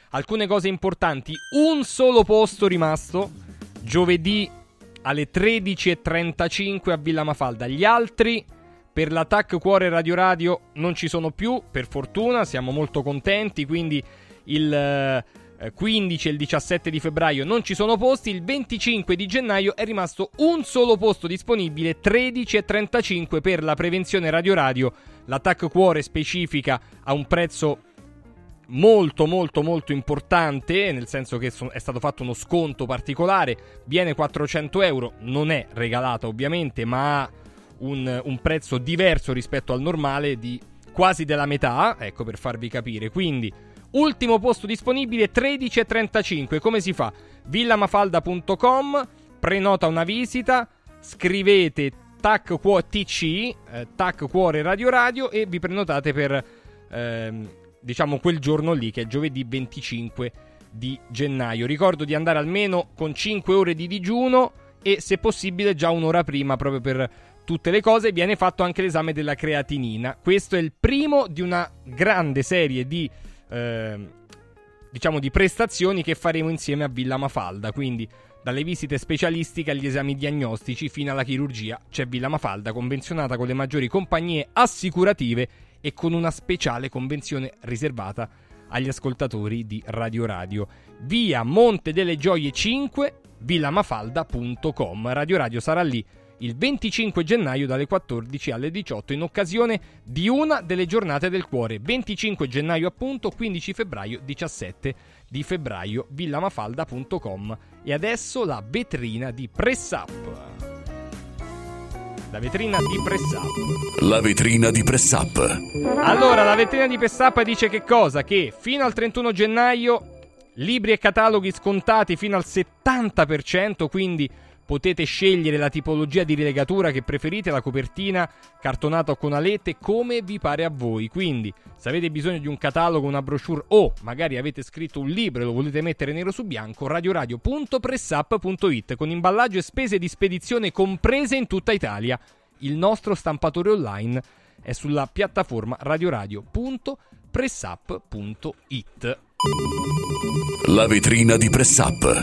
Alcune cose importanti: un solo posto rimasto giovedì alle 13.35 a Villa Mafalda. Gli altri per l'Attack Cuore Radio Radio non ci sono più, per fortuna, siamo molto contenti. Quindi il 15 e il 17 di febbraio non ci sono posti. Il 25 di gennaio è rimasto un solo posto disponibile, 13.35 per la prevenzione Radio Radio. L'Attack Cuore specifica a un prezzo molto molto molto importante, nel senso che è stato fatto uno sconto particolare, viene 400 euro, non è regalata ovviamente, ma ha un prezzo diverso rispetto al normale di quasi della metà, ecco, per farvi capire. Quindi ultimo posto disponibile, 13.35. Come si fa? villamafalda.com, prenota una visita, scrivete TAC Cuore Radio Radio e vi prenotate per diciamo quel giorno lì, che è giovedì 25 di gennaio. Ricordo di andare almeno con 5 ore di digiuno e se possibile già un'ora prima, proprio per tutte le cose. Viene fatto anche l'esame della creatinina. Questo è il primo di una grande serie di diciamo di prestazioni che faremo insieme a Villa Mafalda. Quindi dalle visite specialistiche agli esami diagnostici fino alla chirurgia c'è Villa Mafalda, convenzionata con le maggiori compagnie assicurative e con una speciale convenzione riservata agli ascoltatori di Radio Radio. Via Monte delle Gioie 5, villamafalda.com. Radio Radio sarà lì il 25 gennaio dalle 14 alle 18 in occasione di una delle giornate del cuore. 25 gennaio appunto, 15 febbraio, 17 di febbraio, villamafalda.com. E adesso la vetrina di Press Up. La vetrina di Press Up. La vetrina di Press Up. Allora, la vetrina di Press Up dice che cosa? Che fino al 31 gennaio libri e cataloghi scontati fino al 70%, quindi potete scegliere la tipologia di rilegatura che preferite, la copertina cartonata o con alette, come vi pare a voi. Quindi, se avete bisogno di un catalogo, una brochure o magari avete scritto un libro e lo volete mettere nero su bianco, radioradio.pressup.it, con imballaggio e spese di spedizione comprese in tutta Italia. Il nostro stampatore online è sulla piattaforma radioradio.pressup.it. La vetrina di Press Up.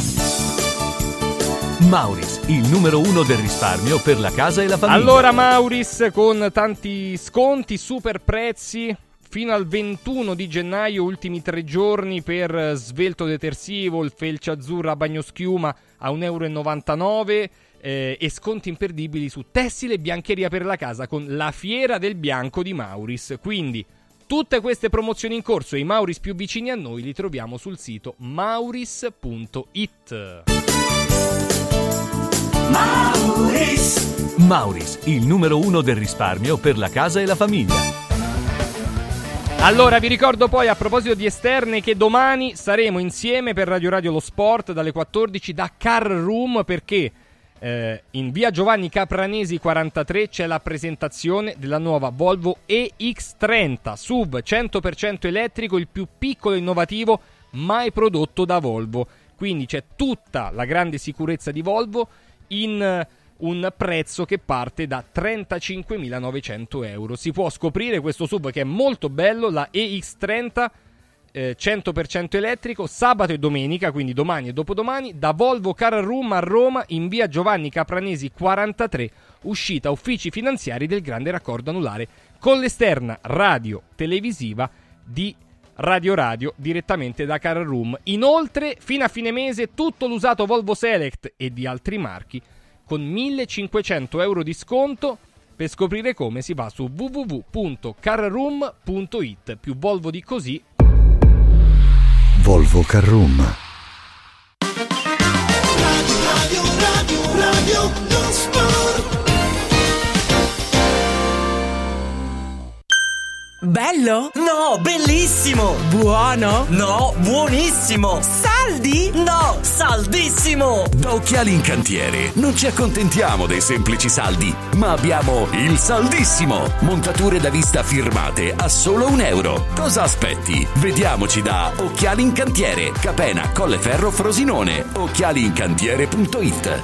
Mauris, il numero 1 del risparmio per la casa e la famiglia. Allora Mauris, con tanti sconti, super prezzi, fino al 21 di gennaio, ultimi 3 giorni, per svelto detersivo, il felce azzurra a bagnoschiuma a 1,99 euro, e sconti imperdibili su tessile e biancheria per la casa con la Fiera del Bianco di Mauris. Quindi tutte queste promozioni in corso e i Mauris più vicini a noi li troviamo sul sito mauris.it. Mauris, il numero 1 del risparmio per la casa e la famiglia. Allora vi ricordo poi, a proposito di esterne, che domani saremo insieme per Radio Radio Lo Sport dalle 14 da Car Room, perché in via Giovanni Capranesi 43 c'è la presentazione della nuova Volvo EX30 SUV 100% elettrico, il più piccolo e innovativo mai prodotto da Volvo. Quindi c'è tutta la grande sicurezza di Volvo in un prezzo che parte da 35.900 euro. Si può scoprire questo SUV che è molto bello, la EX30 100% elettrico, sabato e domenica, quindi domani e dopodomani, da Volvo Car Room a Roma, in via Giovanni Capranesi 43, uscita uffici finanziari del grande raccordo anulare, con l'esterna radio televisiva di Radio Radio direttamente da Car Room. Inoltre, fino a fine mese, tutto l'usato Volvo Select e di altri marchi con 1.500 euro di sconto. Per scoprire come si va su www.carroom.it. Più Volvo di così. Volvo Car Room. Radio Lo Sport. Bello? No, bellissimo! Buono? No, buonissimo! Saldi? No, saldissimo! Da Occhiali in Cantiere non ci accontentiamo dei semplici saldi, ma abbiamo il saldissimo! Montature da vista firmate a solo €1. Cosa aspetti? Vediamoci da Occhiali in Cantiere, Capena, Colleferro, Frosinone. Occhialiincantiere.it.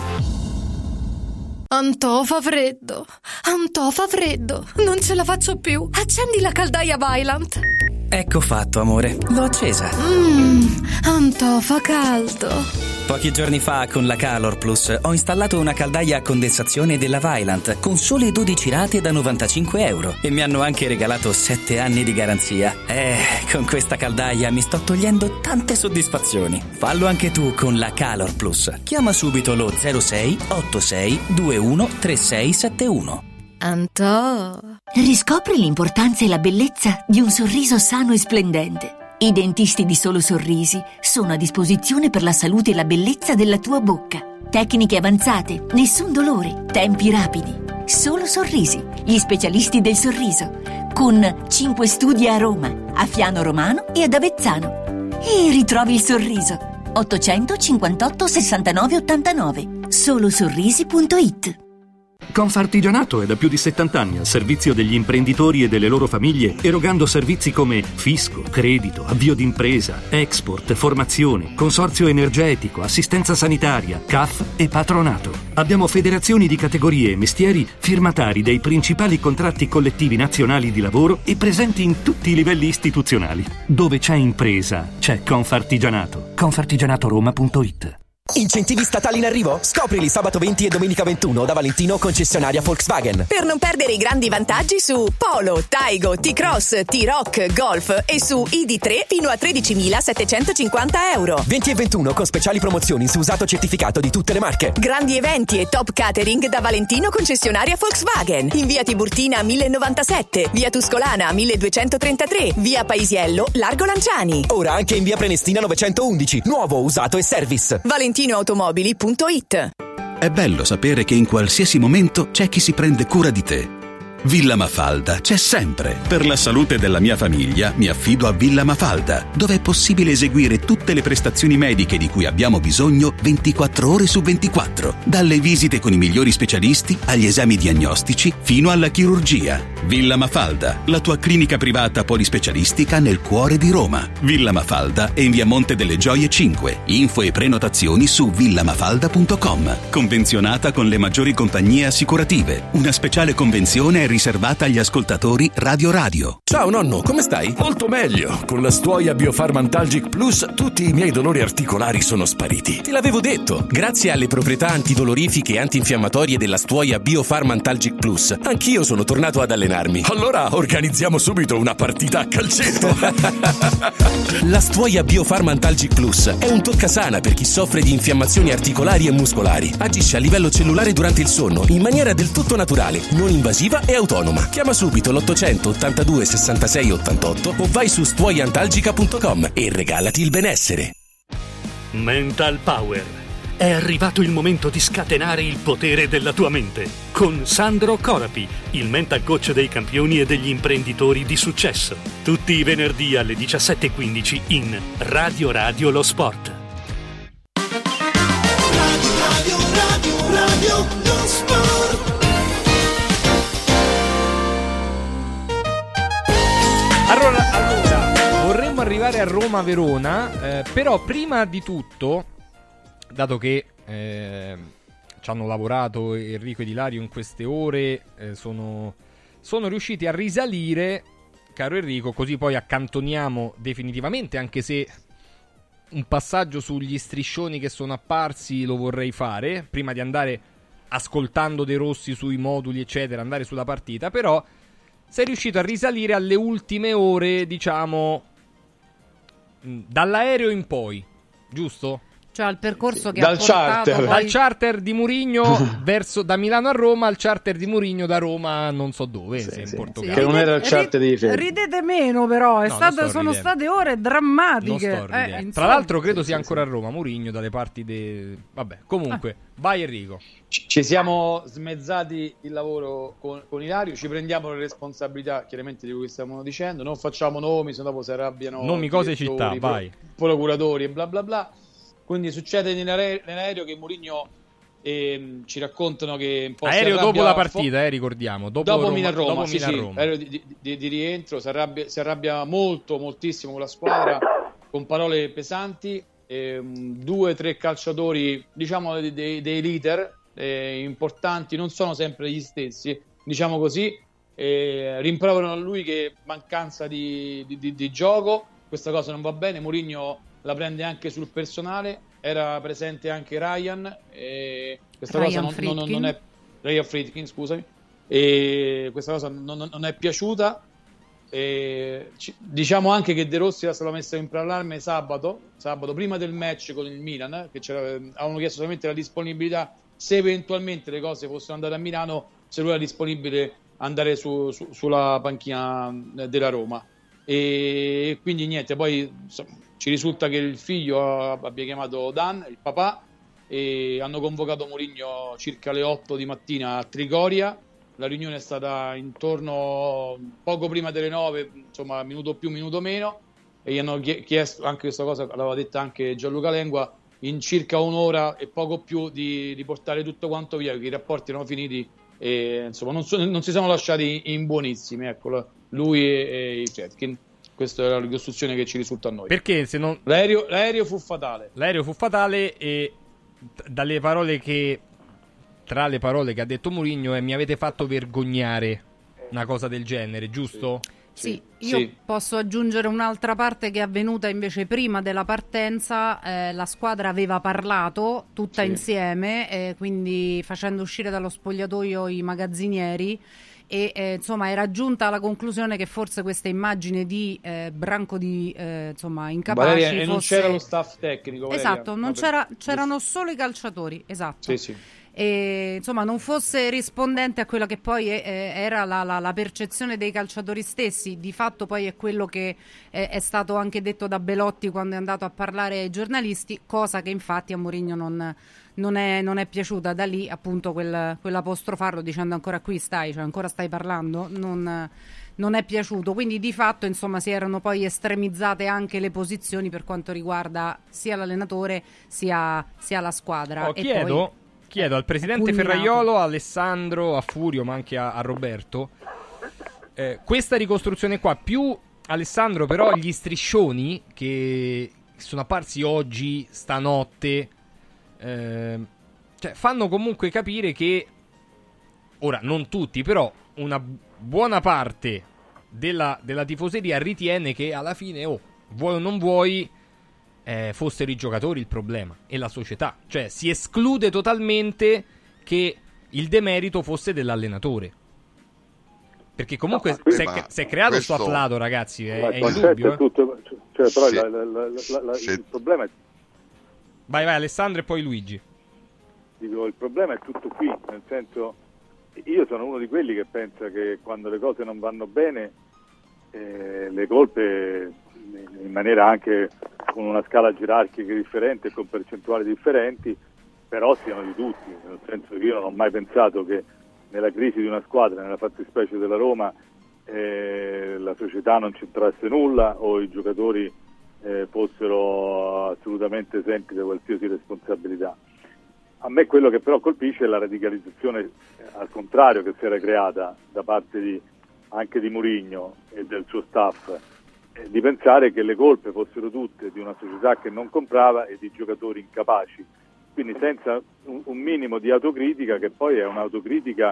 Antò fa freddo, non ce la faccio più. Accendi la caldaia Vaillant. Ecco fatto, amore. L'ho accesa. Anto, fa caldo. Pochi giorni fa con la Calor Plus ho installato una caldaia a condensazione della Vaillant con sole 12 rate da €95 e mi hanno anche regalato 7 anni di garanzia. Con questa caldaia mi sto togliendo tante soddisfazioni. Fallo anche tu con la Calor Plus. Chiama subito lo 06 86 21 3671. Antò. Riscopri l'importanza e la bellezza di un sorriso sano e splendente. I dentisti di Solo Sorrisi sono a disposizione per la salute e la bellezza della tua bocca. Tecniche avanzate, nessun dolore, tempi rapidi. Solo Sorrisi, gli specialisti del sorriso. Con 5 studi a Roma, a Fiano Romano e ad Avezzano. E ritrovi il sorriso. 858 69 89. Solosorrisi.it. Confartigianato è da più di 70 anni al servizio degli imprenditori e delle loro famiglie, erogando servizi come fisco, credito, avvio d'impresa, export, formazione, consorzio energetico, assistenza sanitaria, CAF e patronato. Abbiamo federazioni di categorie e mestieri firmatari dei principali contratti collettivi nazionali di lavoro e presenti in tutti i livelli istituzionali. Dove c'è impresa, c'è Confartigianato. Confartigianatoroma.it. Incentivi statali in arrivo? Scoprili sabato 20 e domenica 21 da Valentino, concessionaria Volkswagen. Per non perdere i grandi vantaggi su Polo, Taigo, T-Cross, T-Rock, Golf e su ID3 fino a €13.750. 20 e 21 con speciali promozioni su usato certificato di tutte le marche. Grandi eventi e top catering da Valentino, concessionaria Volkswagen. In via Tiburtina 1097, via Tuscolana 1233, via Paisiello, Largo Lanciani. Ora anche in via Prenestina 911, nuovo, usato e service. ValentinoAutomobili.it. È bello sapere che in qualsiasi momento c'è chi si prende cura di te. Villa Mafalda c'è sempre. Per la salute della mia famiglia mi affido a Villa Mafalda, dove è possibile eseguire tutte le prestazioni mediche di cui abbiamo bisogno 24 ore su 24. Dalle visite con i migliori specialisti agli esami diagnostici fino alla chirurgia. Villa Mafalda, la tua clinica privata polispecialistica nel cuore di Roma. Villa Mafalda è in via Monte delle Gioie 5. Info e prenotazioni su villamafalda.com. Convenzionata con le maggiori compagnie assicurative. Una speciale convenzione è riservata agli ascoltatori Radio. Ciao nonno, come stai? Molto meglio. Con la Stuoia Biofarmantalgic Plus tutti i miei dolori articolari sono spariti. Te l'avevo detto. Grazie alle proprietà antidolorifiche e antinfiammatorie della Stuoia Biofarmantalgic Plus, anch'io sono tornato ad allenarmi. Allora organizziamo subito una partita a calcetto. La Stuoia Biofarmantalgic Plus è un toccasana per chi soffre di infiammazioni articolari e muscolari. Agisce a livello cellulare durante il sonno in maniera del tutto naturale, non invasiva e autonoma. Chiama subito l'800 82 66 88 o vai su stuoiantalgica.com e regalati il benessere. Mental Power. È arrivato il momento di scatenare il potere della tua mente con Sandro Corapi, il mental coach dei campioni e degli imprenditori di successo. Tutti i venerdì alle 17:15 in Radio Lo Sport. Radio Lo Sport. Allora, vorremmo arrivare a Roma-Verona, però prima di tutto, dato che ci hanno lavorato Enrico ed Ilario in queste ore, sono riusciti a risalire, caro Enrico, così poi accantoniamo definitivamente, anche se un passaggio sugli striscioni che sono apparsi lo vorrei fare, prima di andare ascoltando De Rossi sui moduli eccetera, andare sulla partita, però sei riuscito a risalire alle ultime ore, diciamo, dall'aereo in poi, giusto? Cioè al percorso che dal ha portato charter. poi... Dal charter di Mourinho verso da Milano a Roma al charter di Mourinho da Roma non so dove, se in Portogallo. Che non era il charter di Fede. Ridete meno però, sono state ore drammatiche. Tra l'altro credo sia ancora a Roma Mourinho dalle parti vabbè, comunque, vai Enrico. Ci siamo smezzati il lavoro con Ilario, ci prendiamo le responsabilità chiaramente di quello che stiamo dicendo, non facciamo nomi, se no dopo si arrabbiano nomi, cose, città, vai. Procuratori e bla bla bla. Quindi succede nell'aereo che Mourinho ci raccontano che un po' aereo dopo la partita, ricordiamo, dopo Milan-Roma, sì, aereo di rientro, si arrabbia moltissimo con la squadra, con parole pesanti, 2 o 3 calciatori, diciamo dei leader importanti, non sono sempre gli stessi, diciamo così, rimproverano a lui che mancanza di gioco, questa cosa non va bene. Mourinho la prende anche sul personale, era presente anche Ryan, questa cosa non è Ryan Friedkin, scusami, e questa cosa non è piaciuta. Diciamo anche che De Rossi era stato messo in allarme sabato prima del match con il Milan, che avevano chiesto solamente la disponibilità se eventualmente le cose fossero andate a Milano, se lui era disponibile andare sulla panchina della Roma. E quindi niente, poi ci risulta che il figlio abbia chiamato Dan, il papà, e hanno convocato Mourinho circa alle 8 di mattina a Trigoria. La riunione è stata intorno poco prima delle 9, insomma minuto più, minuto meno, e gli hanno chiesto, anche questa cosa l'aveva detta anche Gianluca Lengua, in circa un'ora e poco più di portare tutto quanto via, perché i rapporti erano finiti e insomma non si sono lasciati in buonissimi, ecco, lui e i Friedkin. Questa è la ricostruzione che ci risulta a noi. Perché se non... L'aereo fu fatale. L'aereo fu fatale, e dalle parole che... Tra le parole che ha detto Mourinho mi avete fatto vergognare, una cosa del genere, giusto? Sì, io posso aggiungere un'altra parte che è avvenuta invece prima della partenza. La squadra aveva parlato tutta insieme, quindi facendo uscire dallo spogliatoio i magazzinieri, e insomma era giunta alla conclusione che forse questa immagine di branco di insomma incapaci Valeria, e non c'era lo staff tecnico, Valeria. Esatto, c'erano solo i calciatori, esatto. Sì. E insomma non fosse rispondente a quella che poi era la percezione dei calciatori stessi. Di fatto poi è quello che è stato anche detto da Belotti quando è andato a parlare ai giornalisti, cosa che infatti a Mourinho non è piaciuta. Da lì appunto quell'apostrofarlo dicendo ancora qui stai, cioè ancora stai parlando, non è piaciuto. Quindi di fatto insomma si erano poi estremizzate anche le posizioni per quanto riguarda sia l'allenatore sia la squadra. Chiedo al presidente Ferraiolo, a Alessandro, a Furio, ma anche a Roberto, questa ricostruzione qua, più Alessandro però gli striscioni che sono apparsi oggi, stanotte, cioè fanno comunque capire che, ora non tutti, però una buona parte della tifoseria ritiene che alla fine, vuoi o non vuoi, fossero i giocatori il problema e la società, cioè si esclude totalmente che il demerito fosse dell'allenatore, perché comunque si è creato questo afflato, ragazzi, è indubbio. È tutto, cioè, però il problema è... Vai Alessandro e poi Luigi. Dico, il problema è tutto qui, nel senso, io sono uno di quelli che pensa che quando le cose non vanno bene le colpe, in maniera anche con una scala gerarchica differente e con percentuali differenti, però siano di tutti, nel senso che io non ho mai pensato che nella crisi di una squadra, nella fattispecie della Roma, la società non c'entrasse nulla o i giocatori fossero assolutamente esenti da qualsiasi responsabilità. A me quello che però colpisce è la radicalizzazione al contrario che si era creata da parte anche di Mourinho e del suo staff, di pensare che le colpe fossero tutte di una società che non comprava e di giocatori incapaci, quindi senza un minimo di autocritica, che poi è un'autocritica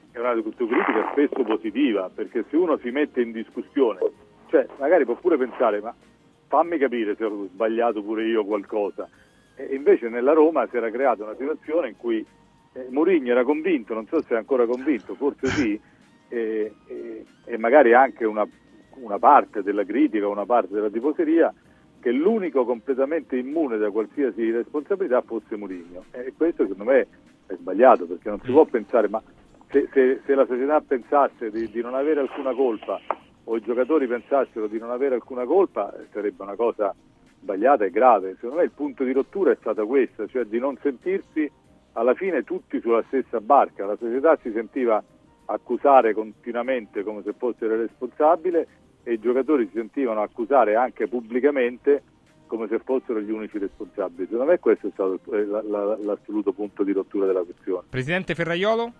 spesso positiva, perché se uno si mette in discussione, cioè magari può pure pensare ma fammi capire se ho sbagliato pure io qualcosa, e invece nella Roma si era creata una situazione in cui Mourinho era convinto, non so se è ancora convinto, forse sì, e magari anche una parte della critica, una parte della tifoseria, che l'unico completamente immune da qualsiasi responsabilità fosse Mourinho, e questo secondo me è sbagliato, perché non si può pensare, ma se la società pensasse di non avere alcuna colpa o i giocatori pensassero di non avere alcuna colpa, sarebbe una cosa sbagliata e grave. Secondo me il punto di rottura è stata questa, cioè di non sentirsi alla fine tutti sulla stessa barca. La società si sentiva accusare continuamente come se fosse responsabile e i giocatori si sentivano accusare anche pubblicamente come se fossero gli unici responsabili. Secondo me questo è stato l'assoluto punto di rottura della questione. Presidente Ferraiolo?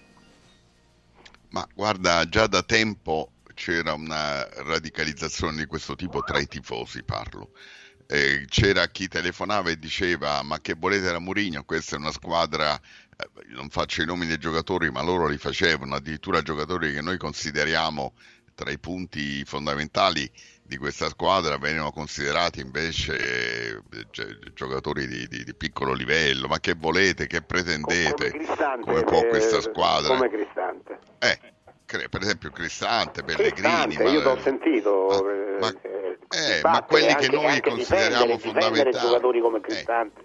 Ma guarda, già da tempo c'era una radicalizzazione di questo tipo tra i tifosi, parlo. C'era chi telefonava e diceva ma che volete da Mourinho, questa è una squadra non faccio i nomi dei giocatori, ma loro li facevano, addirittura giocatori che noi consideriamo tra i punti fondamentali di questa squadra venivano considerati invece giocatori di piccolo livello. Ma che volete, che pretendete? Come può questa squadra? Come Cristante. Per esempio Cristante, Pellegrini. Io t'ho sentito. Ma quelli che noi consideriamo fondamentali. Giocatori come Cristante.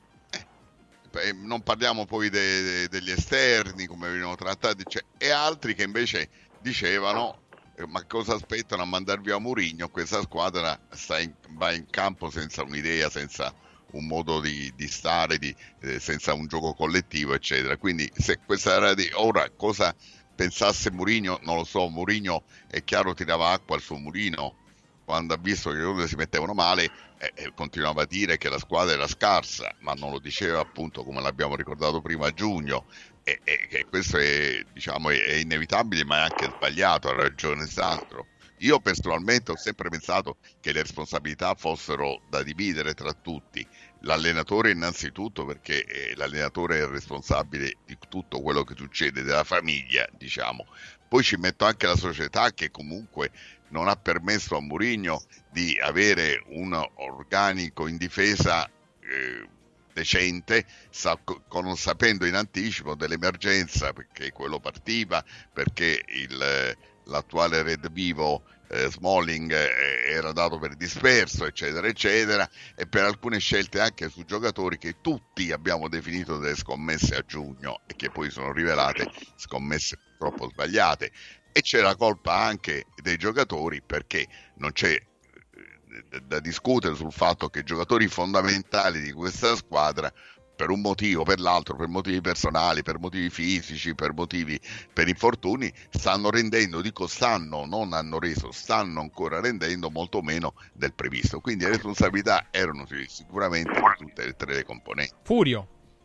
Non parliamo poi degli esterni, come venivano trattati, e altri che invece dicevano: ma cosa aspettano a mandar via Mourinho? Questa squadra va in campo senza un'idea, senza un modo di stare, senza un gioco collettivo, eccetera. Quindi se questa era ora cosa pensasse Mourinho, non lo so. Mourinho, è chiaro, tirava acqua al suo mulino quando ha visto che le cose si mettevano male, continuava a dire che la squadra era scarsa, ma non lo diceva, appunto, come l'abbiamo ricordato prima, a giugno. E questo è inevitabile, ma è anche sbagliato. Ha ragione Sandro. Io personalmente ho sempre pensato che le responsabilità fossero da dividere tra tutti. L'allenatore innanzitutto, perché l'allenatore è responsabile di tutto quello che succede, della famiglia, diciamo. Poi ci metto anche la società, che comunque non ha permesso a Mourinho di avere un organico in difesa decente, sapendo in anticipo dell'emergenza, perché quello partiva, perché l'attuale Red Vivo Smalling era dato per disperso, eccetera eccetera, e per alcune scelte anche su giocatori che tutti abbiamo definito delle scommesse a giugno e che poi sono rivelate scommesse troppo sbagliate. E c'è la colpa anche dei giocatori, perché non c'è da discutere sul fatto che i giocatori fondamentali di questa squadra, per un motivo o per l'altro, per motivi personali, per motivi fisici, per infortuni, stanno rendendo, stanno ancora rendendo molto meno del previsto. Quindi le responsabilità erano sicuramente di tutte e tre le componenti. Furio.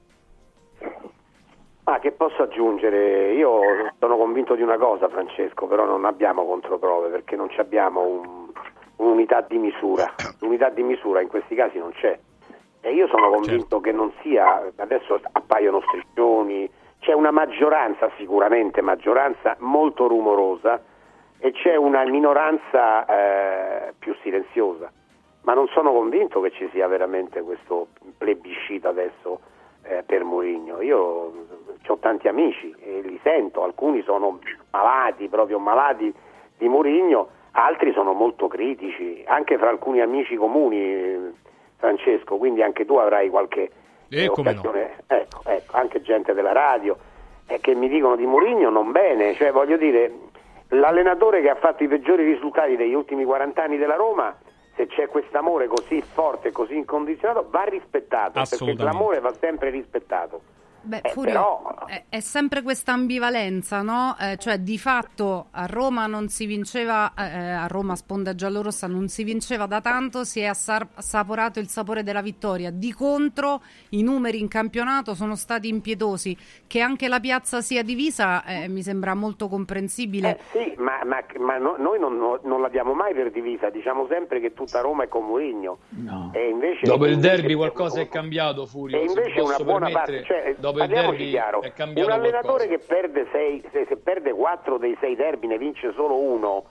Ma che posso aggiungere? Io sono convinto di una cosa, Francesco, però non abbiamo controprove, perché non abbiamo un'unità di misura. L'unità di misura in questi casi non c'è. E io sono convinto che non sia, adesso appaiono striscioni, c'è una maggioranza, sicuramente maggioranza molto rumorosa, e c'è una minoranza più silenziosa. Ma non sono convinto che ci sia veramente questo plebiscito adesso per Mourinho. Io ho tanti amici e li sento, alcuni sono proprio malati di Mourinho, altri sono molto critici, anche fra alcuni amici comuni, Francesco, quindi anche tu avrai qualche occasione, no. Ecco, anche gente della radio che mi dicono di Mourinho non bene, cioè voglio dire, l'allenatore che ha fatto i peggiori risultati degli ultimi 40 anni della Roma, se c'è quest'amore così forte e così incondizionato, va rispettato, perché l'amore va sempre rispettato. Beh, Furio, è sempre questa ambivalenza, no? Cioè di fatto a Roma non si vinceva, a Roma sponda giallorossa non si vinceva da tanto, si è assaporato il sapore della vittoria. Di contro i numeri in campionato sono stati impietosi. Che anche la piazza sia divisa mi sembra molto comprensibile. Sì, ma noi non l'abbiamo mai per divisa, diciamo sempre che tutta Roma è con Mourinho. No. E invece, dopo il derby qualcosa è cambiato, Furio. E invece una buona parte, cioè, parliamoci chiaro, un allenatore che perde se perde 4 dei 6 derby ne vince solo uno,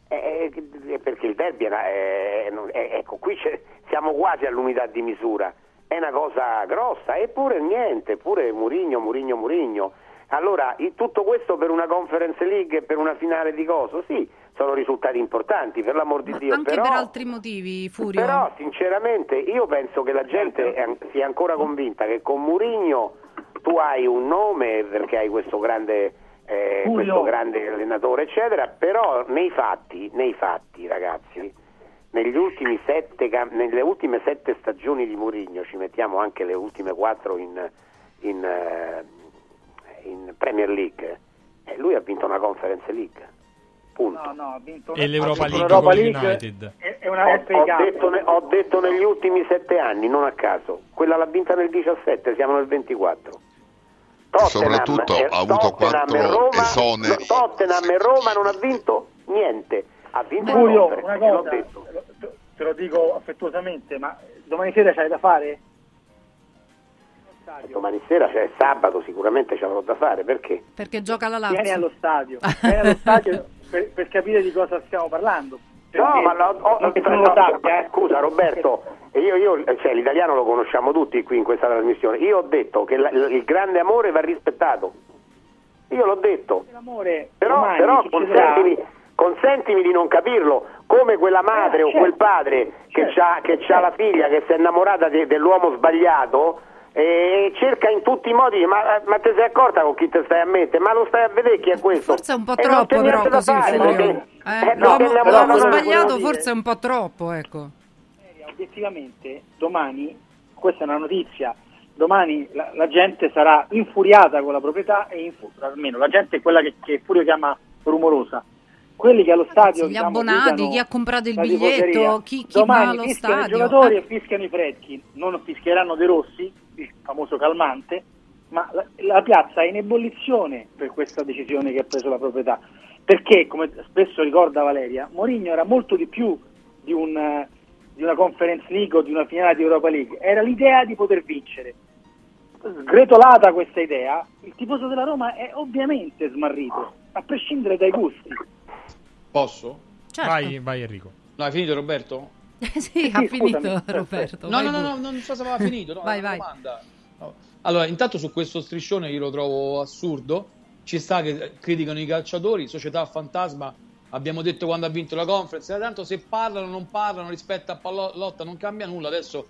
perché il derby ecco, qui siamo quasi all'unità di misura, è una cosa grossa, eppure niente, pure Mourinho. Allora, tutto questo per una Conference League e per una finale di coso, sì, sono risultati importanti, per l'amor di Dio. Anche però, per altri motivi, Furio. Però, sinceramente, io penso che la gente sia ancora convinta che con Mourinho tu hai un nome, perché hai questo grande allenatore, eccetera, però nei fatti, ragazzi, nelle ultime 7 stagioni di Mourinho, ci mettiamo anche le ultime 4 in Premier League, lui ha vinto una Conference League, punto. No, ha vinto e l'Europa League con United. È una ho detto negli ultimi 7 anni, non a caso. Quella l'ha vinta nel 17, siamo nel 24. Soprattutto ha avuto 4 esoneri. Tottenham e Roma non ha vinto niente. Ha vinto Furio, una cosa, te lo dico affettuosamente, ma domani sera c'hai da fare? Domani sera, cioè sabato, sicuramente ce l'avrò da fare, perché? Perché gioca la Lazio. Vieni allo stadio per capire di cosa stiamo parlando. No, ma scusa Roberto, io cioè, l'italiano lo conosciamo tutti qui in questa trasmissione. Io ho detto che il grande amore va rispettato. Io l'ho detto. Però consentimi di non capirlo, come quella madre o quel padre che c'ha la figlia che si è innamorata dell'uomo sbagliato e cerca in tutti i modi, ma te sei accorta con chi te stai a mettere? Ma lo stai a vedere chi è questo? Forse è un po' troppo però così, l'uomo sbagliato forse è un po' troppo, ecco. Obiettivamente domani, questa è una notizia, domani la gente sarà infuriata con la proprietà e almeno la gente è quella che Furio chiama rumorosa. Quelli che allo stadio, gli abbonati, chi ha comprato il biglietto, chi va allo stadio. I giocatori e fischiano i fredchi, non fischieranno De Rossi, il famoso calmante, ma la piazza è in ebollizione per questa decisione che ha preso la proprietà, perché, come spesso ricorda Valeria, Mourinho era molto di più di una Conference League o di una finale di Europa League, era l'idea di poter vincere. Sgretolata questa idea, il tifoso della Roma è ovviamente smarrito, a prescindere dai gusti. Posso? Certo. Vai Enrico. No, hai finito Roberto? Sì, ha finito Roberto. No, non so se aveva finito. No, vai. Domanda. No. Allora, intanto su questo striscione io lo trovo assurdo. Ci sta che criticano i calciatori, società fantasma. Abbiamo detto quando ha vinto la Conference, tanto se parlano o non parlano rispetto a Pallotta non cambia nulla. Adesso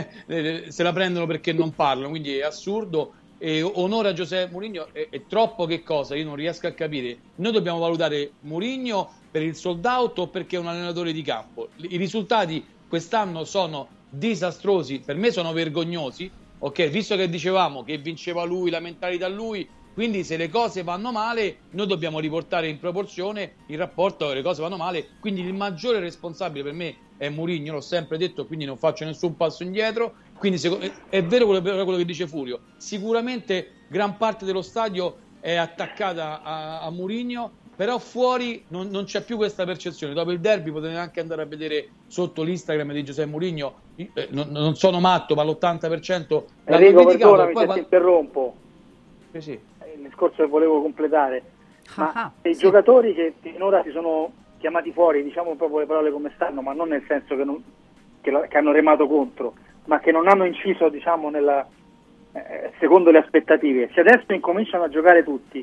se la prendono perché non parlano, quindi è assurdo. E onore a José Mourinho è troppo, che cosa? Io non riesco a capire. Noi dobbiamo valutare Mourinho per il sold out o perché è un allenatore di campo? I risultati quest'anno sono disastrosi, per me sono vergognosi, ok? Visto che dicevamo che vinceva lui, la mentalità lui, quindi se le cose vanno male noi dobbiamo riportare in proporzione il rapporto, le cose vanno male, quindi il maggiore responsabile per me è Mourinho, l'ho sempre detto, quindi non faccio nessun passo indietro. Quindi è vero quello che dice Furio, sicuramente gran parte dello stadio è attaccata a Mourinho, però fuori non c'è più questa percezione. Dopo il derby potete anche andare a vedere sotto l'Instagram di José Mourinho, non sono matto, ma l'80% Enrico, perdonami se ti interrompo. Sì. Il discorso che volevo completare, ma i giocatori che finora si sono chiamati fuori, diciamo proprio le parole come stanno, ma non nel senso che hanno remato contro, ma che non hanno inciso, diciamo, secondo le aspettative. Se adesso incominciano a giocare tutti,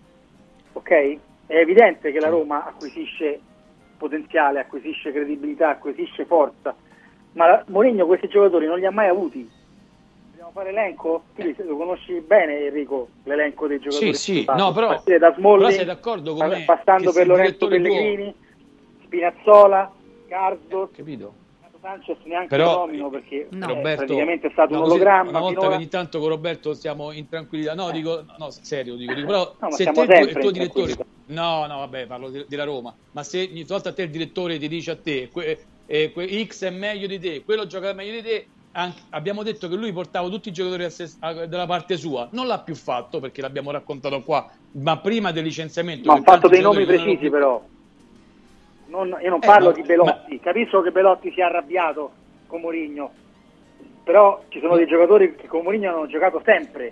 ok? È evidente che la Roma acquisisce potenziale, acquisisce credibilità, acquisisce forza, ma Mourinho questi giocatori non li ha mai avuti. Dobbiamo fare elenco? Tu lo conosci bene, Enrico, l'elenco dei giocatori? Sì, no, però da Smalling, però sei d'accordo con me passando per Lorenzo Pellegrini, Spinazzola, Cardo, capito? Sanchez neanche lo nomino perché Roberto, praticamente è stato un ologramma. Una volta finora. che ogni tanto con Roberto stiamo in tranquillità. No, dico, no, serio, dico però no, se te il tuo direttore, no, vabbè, parlo della Roma, ma se ogni volta a te il direttore ti dice a te X è meglio di te, quello gioca meglio di te, abbiamo detto che lui portava tutti i giocatori dalla parte sua, non l'ha più fatto perché l'abbiamo raccontato qua, ma prima del licenziamento. Ma ha fatto dei nomi precisi però. Io non parlo di Belotti, capisco che Belotti sia arrabbiato con Mourinho, però ci sono dei giocatori che con Mourinho hanno giocato sempre.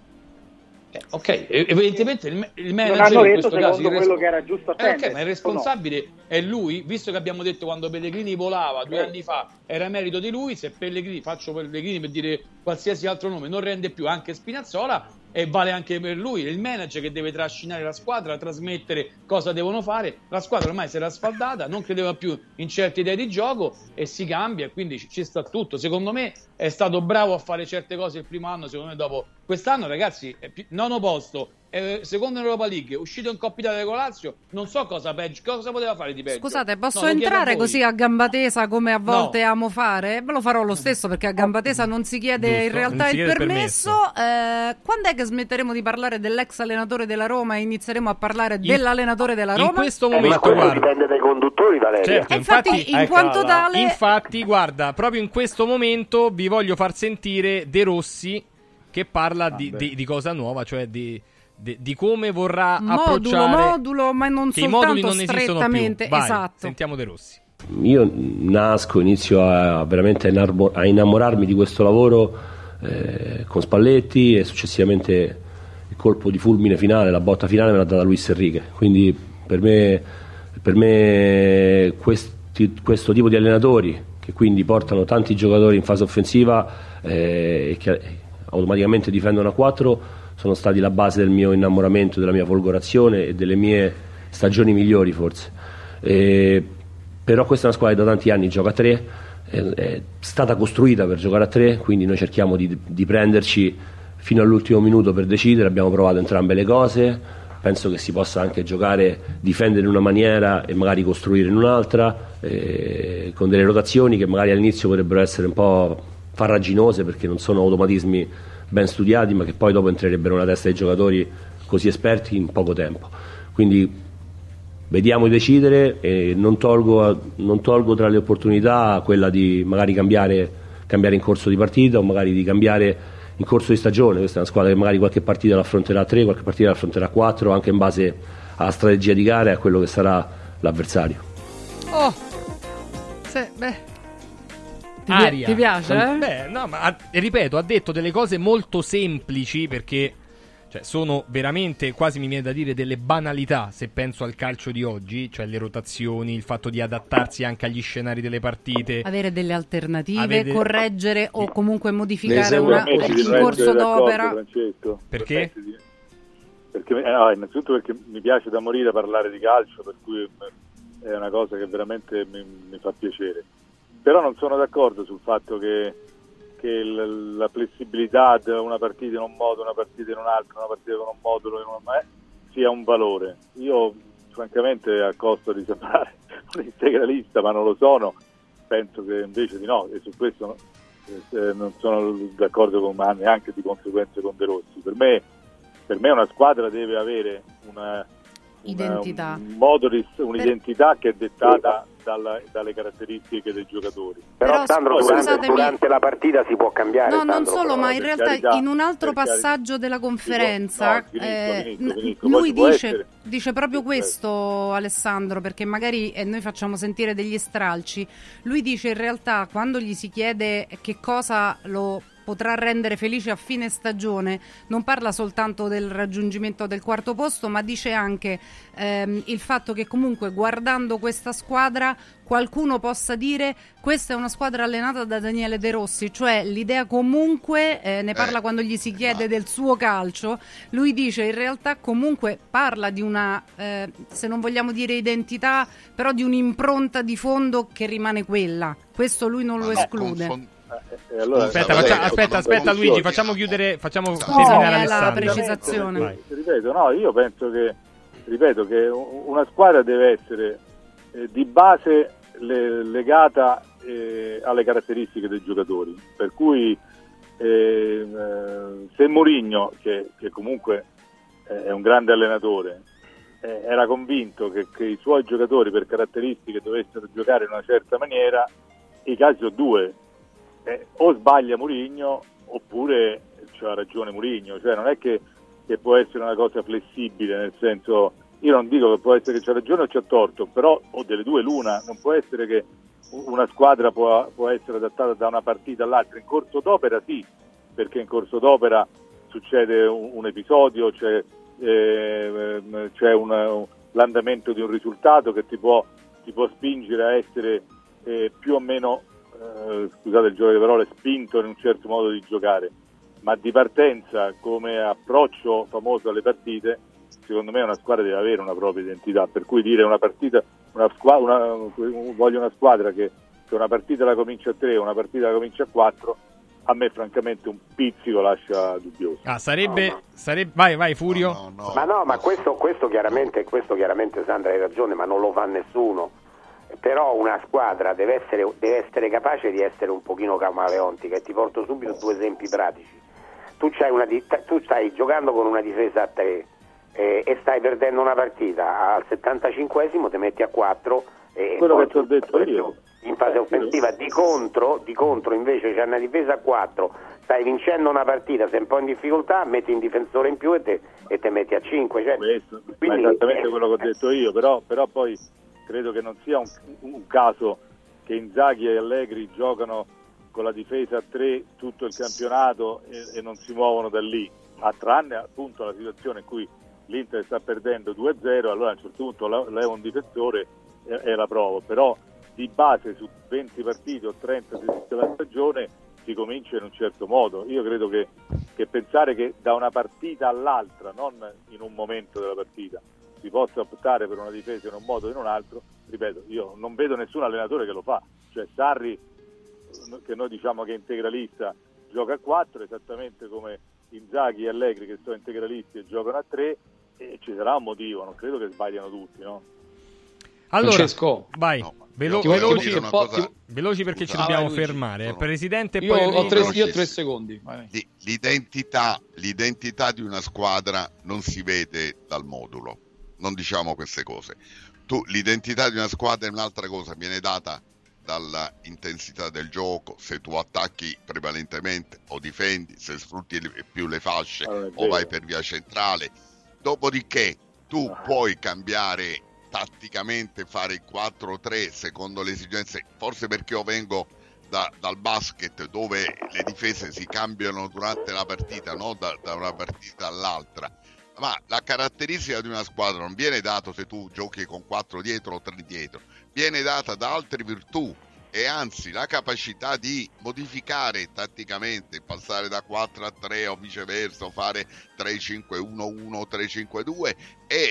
Ok, evidentemente il manager non hanno in detto questo caso quello che era giusto attendere. Okay, ma il responsabile è lui, visto che abbiamo detto quando Pellegrini volava 2 anni fa era merito di lui. Se Pellegrini, faccio Pellegrini per dire qualsiasi altro nome, non rende più anche Spinazzola, e vale anche per lui, il manager che deve trascinare la squadra, trasmettere cosa devono fare. La squadra ormai si era sfaldata, non credeva più in certe idee di gioco e si cambia, e quindi ci sta tutto. Secondo me è stato bravo a fare certe cose il primo anno, secondo me dopo quest'anno, ragazzi, nono posto, secondo in Europa League, uscito in Coppa Italia con Lazio, non so cosa poteva fare di peggio. Scusate, posso entrare così a gamba tesa come a volte amo fare? Ve lo farò lo stesso perché a gamba tesa non si chiede in realtà il permesso. Quando è che smetteremo di parlare dell'ex allenatore della Roma e inizieremo a parlare dell'allenatore della Roma? In questo momento, ma dipende dai conduttori, Valeria. Certo, infatti in quanto tale... Infatti, guarda, proprio in questo momento vi voglio far sentire De Rossi che parla di cosa nuova, cioè di come vorrà approcciare modulo, ma non che i moduli soltanto non esistono strettamente più. Vai, esatto. Sentiamo De Rossi. Io inizio veramente a innamorarmi di questo lavoro con Spalletti, e successivamente il colpo di fulmine finale, la botta finale me l'ha data Luis Enrique. Quindi per me questo tipo di allenatori, che quindi portano tanti giocatori in fase offensiva e che automaticamente difendono a 4, sono stati la base del mio innamoramento, della mia folgorazione e delle mie stagioni migliori forse. Però questa è una squadra che da tanti anni gioca a 3, è stata costruita per giocare a 3, quindi noi cerchiamo di prenderci fino all'ultimo minuto per decidere. Abbiamo provato entrambe le cose, penso che si possa anche giocare, difendere in una maniera e magari costruire in un'altra, con delle rotazioni che magari all'inizio potrebbero essere un po' farraginose perché non sono automatismi ben studiati, ma che poi dopo entrerebbero nella testa dei giocatori così esperti in poco tempo. Quindi vediamo di decidere, e non tolgo tra le opportunità quella di magari cambiare in corso di partita, o magari di cambiare in corso di stagione. Questa è una squadra che magari qualche partita l'affronterà a 3, qualche partita l'affronterà a 4, anche in base alla strategia di gara e a quello che sarà l'avversario. Ti piace? Beh, no, ma ripeto, ha detto delle cose molto semplici, perché sono veramente, quasi mi viene da dire, delle banalità se penso al calcio di oggi, cioè le rotazioni, il fatto di adattarsi anche agli scenari delle partite, avere delle alternative, correggere o comunque modificare in corso d'opera. Francesco, perché? Perché innanzitutto perché mi piace da morire parlare di calcio, per cui è una cosa che veramente mi fa piacere. Però non sono d'accordo sul fatto che la flessibilità di una partita in un modo, una partita in un altro, una partita con un modulo sia un valore. Io francamente, a costo di sembrare un integralista, ma non lo sono, penso che invece di no, e su questo non sono d'accordo ma neanche di conseguenza con De Rossi. Per me una squadra deve avere un'identità che è dettata dalle caratteristiche dei giocatori. Però Sandro, durante la partita si può cambiare. No, non solo, ma in realtà in un altro passaggio della conferenza lui dice proprio questo, Alessandro, perché magari noi facciamo sentire degli stralci. Lui dice in realtà, quando gli si chiede che cosa lo potrà rendere felice a fine stagione, non parla soltanto del raggiungimento del 4º posto, ma dice anche il fatto che comunque guardando questa squadra qualcuno possa dire: questa è una squadra allenata da Daniele De Rossi, cioè l'idea comunque, ne parla quando gli si chiede del suo calcio. Lui dice in realtà comunque parla di una, se non vogliamo dire identità, però di un'impronta di fondo che rimane quella. Questo lui non lo esclude. Allora, aspetta Luigi, facciamo terminare Alessandro. La precisazione. Io penso che una squadra deve essere di base legata alle caratteristiche dei giocatori, per cui se Mourinho, che comunque è un grande allenatore, era convinto che i suoi giocatori per caratteristiche dovessero giocare in una certa maniera, i casi sono due: o sbaglia Mourinho oppure c'ha ragione Mourinho. Cioè non è che può essere una cosa flessibile, nel senso, io non dico che può essere che c'ha ragione o c'ha torto, però o delle due l'una. Non può essere che una squadra può essere adattata da una partita all'altra. In corso d'opera sì, perché in corso d'opera succede un episodio, c'è l'andamento di un risultato che ti può spingere a essere più o meno, scusate il gioco di parole, spinto in un certo modo di giocare, ma di partenza, come approccio famoso alle partite, secondo me una squadra deve avere una propria identità, per cui dire voglio una squadra che una partita la comincia a 3 o una partita la comincia a 4, a me francamente un pizzico lascia dubbioso. Sarebbe vai Furio. Ma questo chiaramente Sandra hai ragione, ma non lo fa nessuno. Però una squadra deve essere capace di essere un pochino camaleontica, e ti porto subito due esempi pratici. Tu stai giocando con una difesa a 3 e stai perdendo una partita, al 75esimo ti metti a 4 e quello che ti ho detto io in fase offensiva. Di contro invece c'è una difesa a 4, stai vincendo una partita, sei un po' in difficoltà, metti un difensore in più e te metti a 5. Quindi, è esattamente quello che ho detto io, però poi credo che non sia un caso che Inzaghi e Allegri giocano con la difesa a 3 tutto il campionato e non si muovono da lì, a tranne appunto la situazione in cui l'Inter sta perdendo 2-0, allora a un certo punto leva un difensore e la provo, però di base su 20 partite o 30 della stagione si comincia in un certo modo. Io credo che pensare che da una partita all'altra, non in un momento della partita, si possa optare per una difesa in un modo o in un altro, ripeto, io non vedo nessun allenatore che lo fa, cioè Sarri, che noi diciamo che è integralista, gioca a 4 esattamente come Inzaghi e Allegri che sono integralisti e giocano a 3, e ci sarà un motivo, non credo che sbagliano tutti, no? Allora, Francesco, vai, veloci perché ci dobbiamo fermare. Presidente, io poi ho 3 secondi. L'identità di una squadra non si vede dal modulo, non diciamo queste cose. L'identità di una squadra è un'altra cosa, viene data dalla intensità del gioco, se tu attacchi prevalentemente o difendi, se sfrutti più le fasce o vai per via centrale. Dopodiché tu puoi cambiare tatticamente, fare il 4-3 secondo le esigenze, forse perché io vengo dal basket dove le difese si cambiano durante la partita, no? Da una partita all'altra, ma la caratteristica di una squadra non viene data se tu giochi con 4 dietro o 3 dietro, viene data da altre virtù, e anzi la capacità di modificare tatticamente, passare da 4 a 3 o viceversa, o fare 3-5-1-1, 3-5-2 è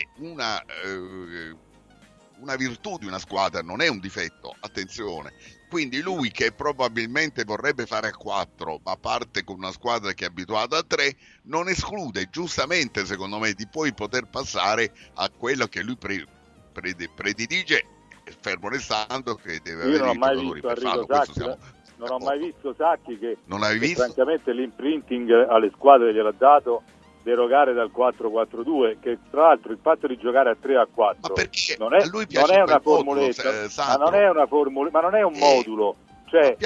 una virtù di una squadra, non è un difetto, attenzione. Quindi lui, che probabilmente vorrebbe fare a 4 ma parte con una squadra che è abituata a 3, non esclude, giustamente secondo me, di poi poter passare a quello che lui predilige, fermo restando che deve avere i giocatori per farlo. Non ho mai visto Sacchi che francamente l'imprinting alle squadre gliel'ha dato derogare dal 4-4-2, che tra l'altro il fatto di giocare a 3 a 4 non è una formuletta, ma non è un modulo, cioè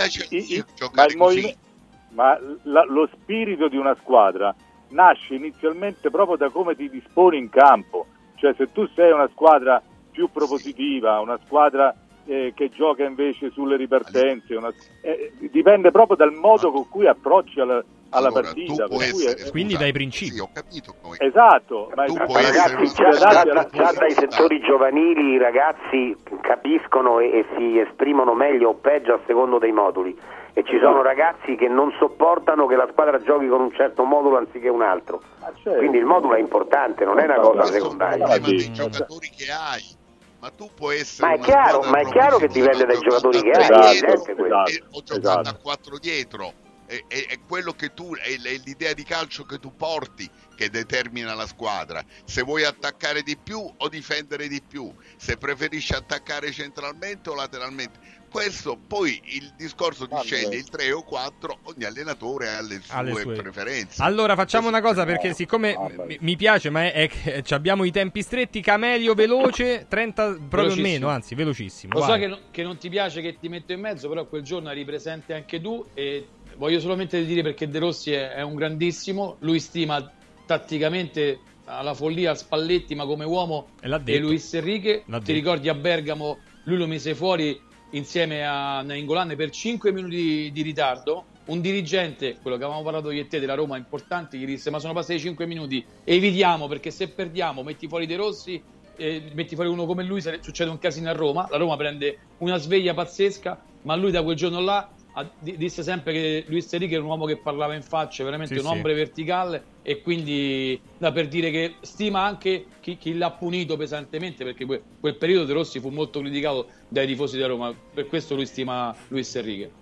lo spirito di una squadra nasce inizialmente proprio da come ti disponi in campo, cioè se tu sei una squadra più propositiva, una squadra che gioca invece sulle ripartenze, dipende proprio dal modo con cui approcci alla partita, quindi dai principi. Sì, ho capito come. Esatto, ma ragazzi, già dai settori giovanili i ragazzi capiscono e si esprimono meglio o peggio a secondo dei moduli, e ci sono ragazzi che non sopportano che la squadra giochi con un certo modulo anziché un altro, quindi il modulo è importante, non è una cosa secondaria. Dei giocatori che hai. Ma tu puoi essere ma è chiaro che dipende dai giocatori che hai, o giocando a 4 dietro, è quello che tu, è l'idea di calcio che tu porti che determina la squadra, se vuoi attaccare di più o difendere di più, se preferisci attaccare centralmente o lateralmente. Questo poi il discorso di scegliere il 3 o 4, ogni allenatore ha le sue preferenze. Allora facciamo una cosa, perché siccome mi piace, ma abbiamo i tempi stretti. Camelio, veloce, 30 proprio meno, anzi velocissimo. Lo so che non ti piace che ti metto in mezzo, però quel giorno eri presente anche tu, e voglio solamente dire, perché De Rossi è un grandissimo, lui stima tatticamente alla follia Spalletti, ma come uomo e Luis Enrique. Ti ricordi a Bergamo lui lo mise fuori insieme a Nainggolan per 5 minuti di ritardo. Un dirigente, quello che avevamo parlato io e te della Roma, importante, gli disse: ma sono passati 5 minuti, evitiamo, perché se perdiamo metti fuori De Rossi, metti fuori uno come lui, succede un casino a Roma, la Roma prende una sveglia pazzesca. Ma lui da quel giorno là disse sempre che Luis Enrique era un uomo che parlava in faccia, veramente un ombre verticale, e quindi per dire che stima anche chi l'ha punito pesantemente, perché quel periodo De Rossi fu molto criticato dai tifosi della Roma, per questo lui stima Luis Enrique.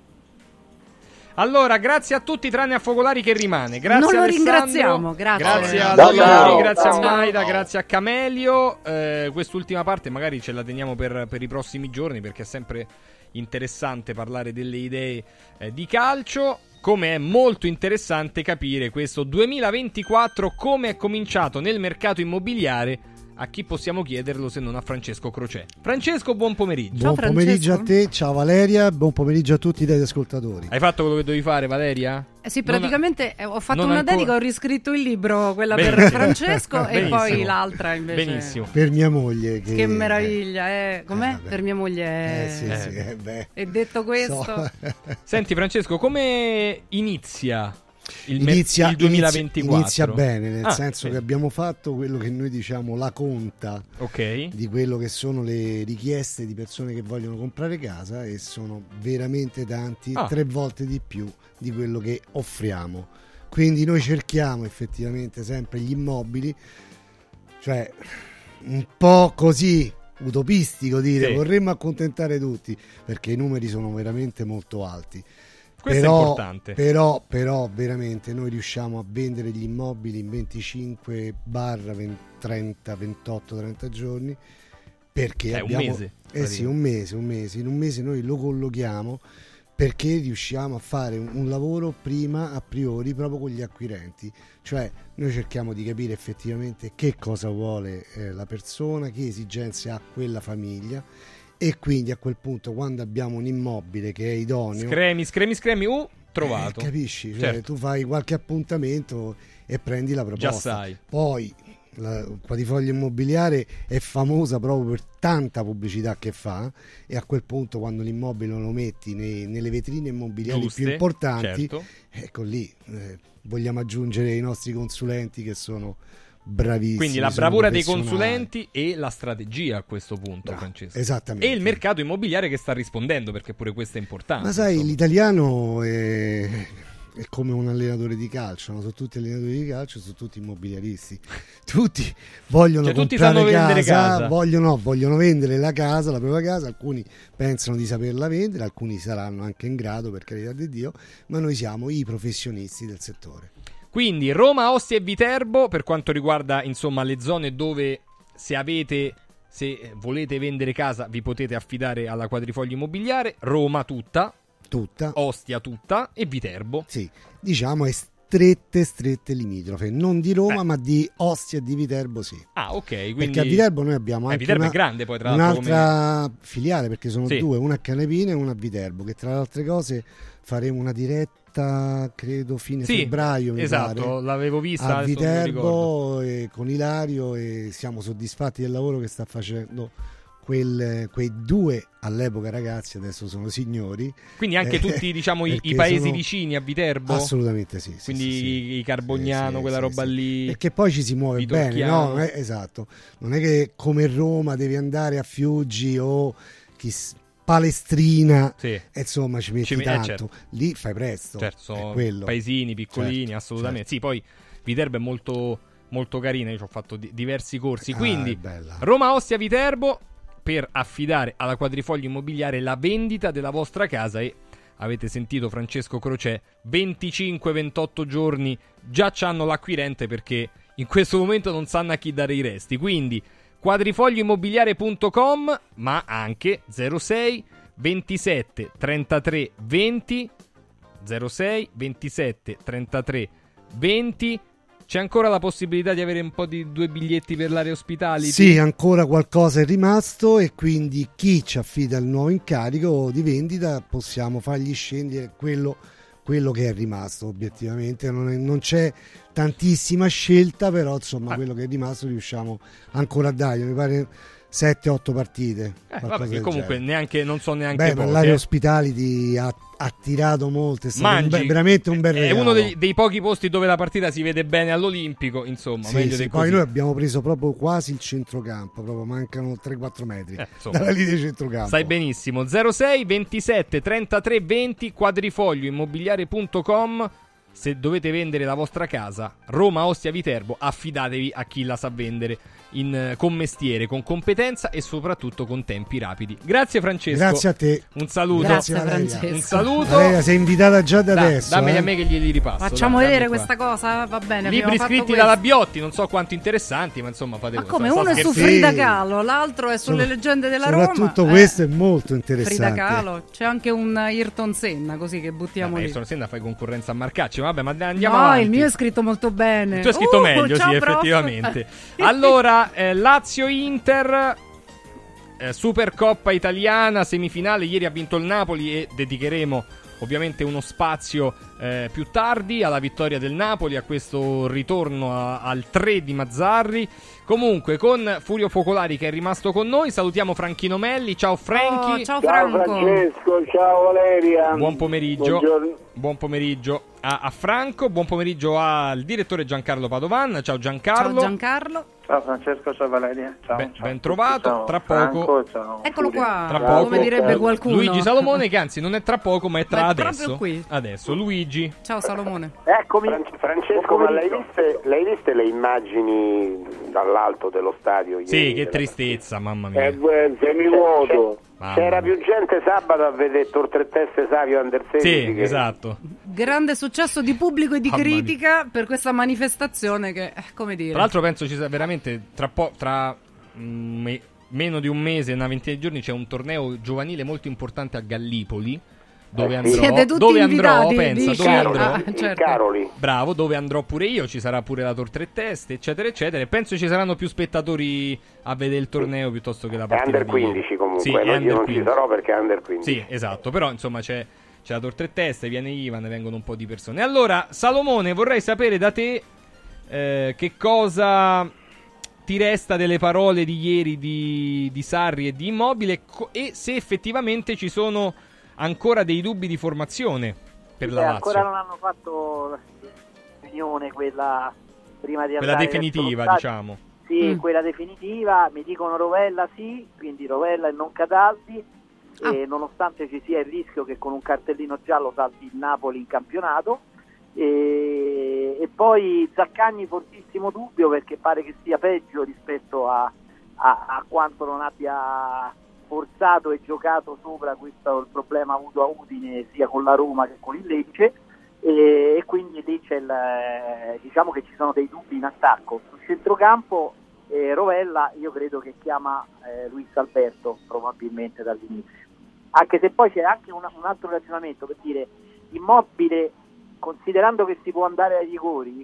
Allora, grazie a tutti tranne a Focolari che rimane. Grazie non lo Alessandro, ringraziamo, grazie a Lori, grazie a Maida, grazie a Camelio. Quest'ultima parte magari ce la teniamo per i prossimi giorni, perché è sempre interessante parlare delle idee di calcio, come è molto interessante capire questo 2024 come è cominciato nel mercato immobiliare a chi possiamo chiederlo se non a Francesco Crocè. Francesco, buon pomeriggio. Buon pomeriggio a te, ciao Valeria, buon pomeriggio a tutti i ascoltatori. Hai fatto quello che dovevi fare, Valeria? Sì, praticamente ho fatto non una ancora. dedica, ho riscritto il libro, quella per Francesco e poi l'altra invece. Benissimo. Per mia moglie. Che meraviglia, com'è? Per mia moglie. E detto questo... Senti Francesco, come inizia il 2024? Inizia bene, nel senso che abbiamo fatto quello che noi diciamo la conta di quello che sono le richieste di persone che vogliono comprare casa, e sono veramente tanti, 3 volte di più di quello che offriamo. Quindi noi cerchiamo effettivamente sempre gli immobili, cioè un po' così utopistico dire vorremmo accontentare tutti, perché i numeri sono veramente molto alti. Questo è importante. Però veramente noi riusciamo a vendere gli immobili in 25 30, 28, 30 giorni, perché abbiamo un mese. Un mese. In un mese noi lo collochiamo, perché riusciamo a fare un lavoro prima a priori proprio con gli acquirenti. Cioè noi cerchiamo di capire effettivamente che cosa vuole la persona, che esigenze ha quella famiglia, e quindi a quel punto, quando abbiamo un immobile che è idoneo, scremi, trovato. Capisci? Cioè, tu fai qualche appuntamento e prendi la proposta. Già sai. Poi la Quadrifoglio Immobiliare è famosa proprio per tanta pubblicità che fa, e a quel punto, quando l'immobile lo metti nelle vetrine immobiliari più importanti, ecco lì vogliamo aggiungere i nostri consulenti, che sono bravissimi. Quindi la bravura dei consulenti e la strategia a questo punto, Francesco. Esattamente. E il mercato immobiliare che sta rispondendo, perché pure questo è importante. Ma sai, l'italiano è come un allenatore di calcio, no? Sono tutti allenatori di calcio, sono tutti immobiliaristi. Tutti vogliono comprare casa, vogliono vendere la casa, la propria casa. Alcuni pensano di saperla vendere, alcuni saranno anche in grado, per carità di Dio, ma noi siamo i professionisti del settore. Quindi Roma, Ostia e Viterbo, per quanto riguarda insomma le zone dove se volete vendere casa vi potete affidare alla Quadrifoglio Immobiliare. Roma tutta, Ostia tutta e Viterbo. Sì, diciamo è strette limitrofe, non di Roma ma di Ostia e di Viterbo, sì. Ah, ok. Quindi... Perché a Viterbo noi abbiamo anche Viterbo è grande, poi, tra l'altro, un'altra filiale, perché sono due, una a Canepine e una a Viterbo, che tra le altre cose faremo una diretta, credo fine febbraio, mi pare, l'avevo vista a Viterbo con Ilario, e siamo soddisfatti del lavoro che sta facendo quei 2 all'epoca ragazzi, adesso sono signori. Quindi anche tutti diciamo i paesi vicini a Viterbo? Assolutamente sì. Quindi i Carbognano, quella roba lì. Perché poi ci si muove bene, no? Esatto. Non è che come Roma devi andare a Fiuggi o Palestrina, insomma ci metti tanto. Certo. Lì fai presto. Certo, sono paesini piccolini, assolutamente. Sì, poi Viterbo è molto, molto carina, io ci ho fatto diversi corsi. Quindi Roma, Ostia, Viterbo, per affidare alla Quadrifoglio Immobiliare la vendita della vostra casa. E avete sentito Francesco Crocè, 25-28 giorni già c'hanno l'acquirente, perché in questo momento non sanno a chi dare i resti. Quindi quadrifoglioimmobiliare.com, ma anche 06 27 33 20 06 27 33 20. C'è ancora la possibilità di avere un po' di 2 biglietti per l'area ospitality? Sì, ancora qualcosa è rimasto, e quindi chi ci affida il nuovo incarico di vendita possiamo fargli scendere quello che è rimasto. Obiettivamente non c'è tantissima scelta, però insomma quello che è rimasto riusciamo ancora a dargli, mi pare 7-8 partite. Vabbè, comunque non so neanche ma l'area ospitality ha tirato molto, è stato veramente un bel regalo. È uno dei pochi posti dove la partita si vede bene all'Olimpico, insomma, meglio di poi così. Noi abbiamo preso proprio quasi il centrocampo, proprio mancano 3-4 metri dalla linea di centrocampo. Sai benissimo. 06 27 33 20 quadrifoglioimmobiliare.com. Se dovete vendere la vostra casa, Roma, Ostia, Viterbo, affidatevi a chi la sa vendere con mestiere, con competenza e soprattutto con tempi rapidi. Grazie Francesco. Grazie a te. Un saluto. Grazie Francesco. Un saluto. Valeria, sei invitata già da adesso. Dammeli a me che glieli ripasso. Facciamo vedere questa cosa, va bene. Libri scritti dalla Biotti, non so quanto interessanti, ma insomma fate. Ma come? Uno è su Frida Kahlo, l'altro è sulle leggende della Roma. Soprattutto questo è molto interessante. Frida Kahlo, c'è anche un Ayrton Senna, così che buttiamo lì. Ayrton Senna fai concorrenza a Marcaccia. bellissimo. Vabbè, ma andiamo no, avanti. Il mio è scritto molto bene. Tu hai scritto meglio, ciao, sì, prof. effettivamente. Allora, Lazio-Inter, Supercoppa italiana, semifinale. Ieri ha vinto il Napoli e dedicheremo ovviamente uno spazio più tardi alla vittoria del Napoli, a questo ritorno al 3 di Mazzarri. Comunque, con Furio Focolari che è rimasto con noi, salutiamo Franchino Melli. Ciao Franchi. Ciao Franco. Francesco, ciao Valeria. Buon pomeriggio. Buongiorno. Buon pomeriggio a Franco, buon pomeriggio al direttore Giancarlo Padovan. Ciao Giancarlo. Ciao Giancarlo. Ciao Francesco, ciao Valeria. Ciao. Ciao. Ben trovato. Ciao, tra poco. ciao. Eccolo qua. Tra poco. Come direbbe qualcuno. Luigi Salomone, che anzi non è tra poco, ma è tra Ma è adesso. proprio qui. Adesso Luigi. Ciao Salomone. Eccomi. Francesco, ma l'hai viste le immagini dall'alto dello stadio ieri? Sì, che tristezza, mamma mia. Semivuoto. C'era più gente sabato a vedere Tor Tre Teste Savio Under 16. Sì, esatto. Grande successo di pubblico e di critica per questa manifestazione che, come dire. Tra l'altro penso ci sia veramente tra meno di un mese, una ventina di giorni, c'è un torneo giovanile molto importante a Gallipoli. Dove andrò, siete tutti dove invitati, andrò, pensa, dici? dove andrò. Certo. Caroli. Bravo, dove andrò pure io, ci sarà pure la Tor Tre Teste, eccetera, eccetera. E penso ci saranno più spettatori a vedere il torneo piuttosto che la partita. È Under 15 comunque, sì, io non 15. ci sarò perché è Under 15. Sì, esatto, però insomma c'è la Tor Tre Teste, viene Ivan, vengono un po' di persone. Allora, Salomone, vorrei sapere da te che cosa ti resta delle parole di ieri di Sarri e di Immobile e se effettivamente ci sono ancora dei dubbi di formazione per la Lazio. Ancora non hanno fatto la riunione, quella prima di quella andare definitiva, verso lo diciamo. Sì, quella definitiva. Mi dicono Rovella sì, quindi Rovella e non Cataldi. E nonostante ci sia il rischio che con un cartellino giallo salti il Napoli in campionato. E poi Zaccagni fortissimo dubbio, perché pare che sia peggio rispetto a quanto non abbia forzato e giocato sopra questo il problema avuto a Udine sia con la Roma che con il Lecce, e quindi lì c'è diciamo che ci sono dei dubbi in attacco. Sul centrocampo Rovella io credo che chiama Luis Alberto probabilmente dall'inizio, anche se poi c'è anche un altro ragionamento, per dire Immobile, considerando che si può andare ai rigori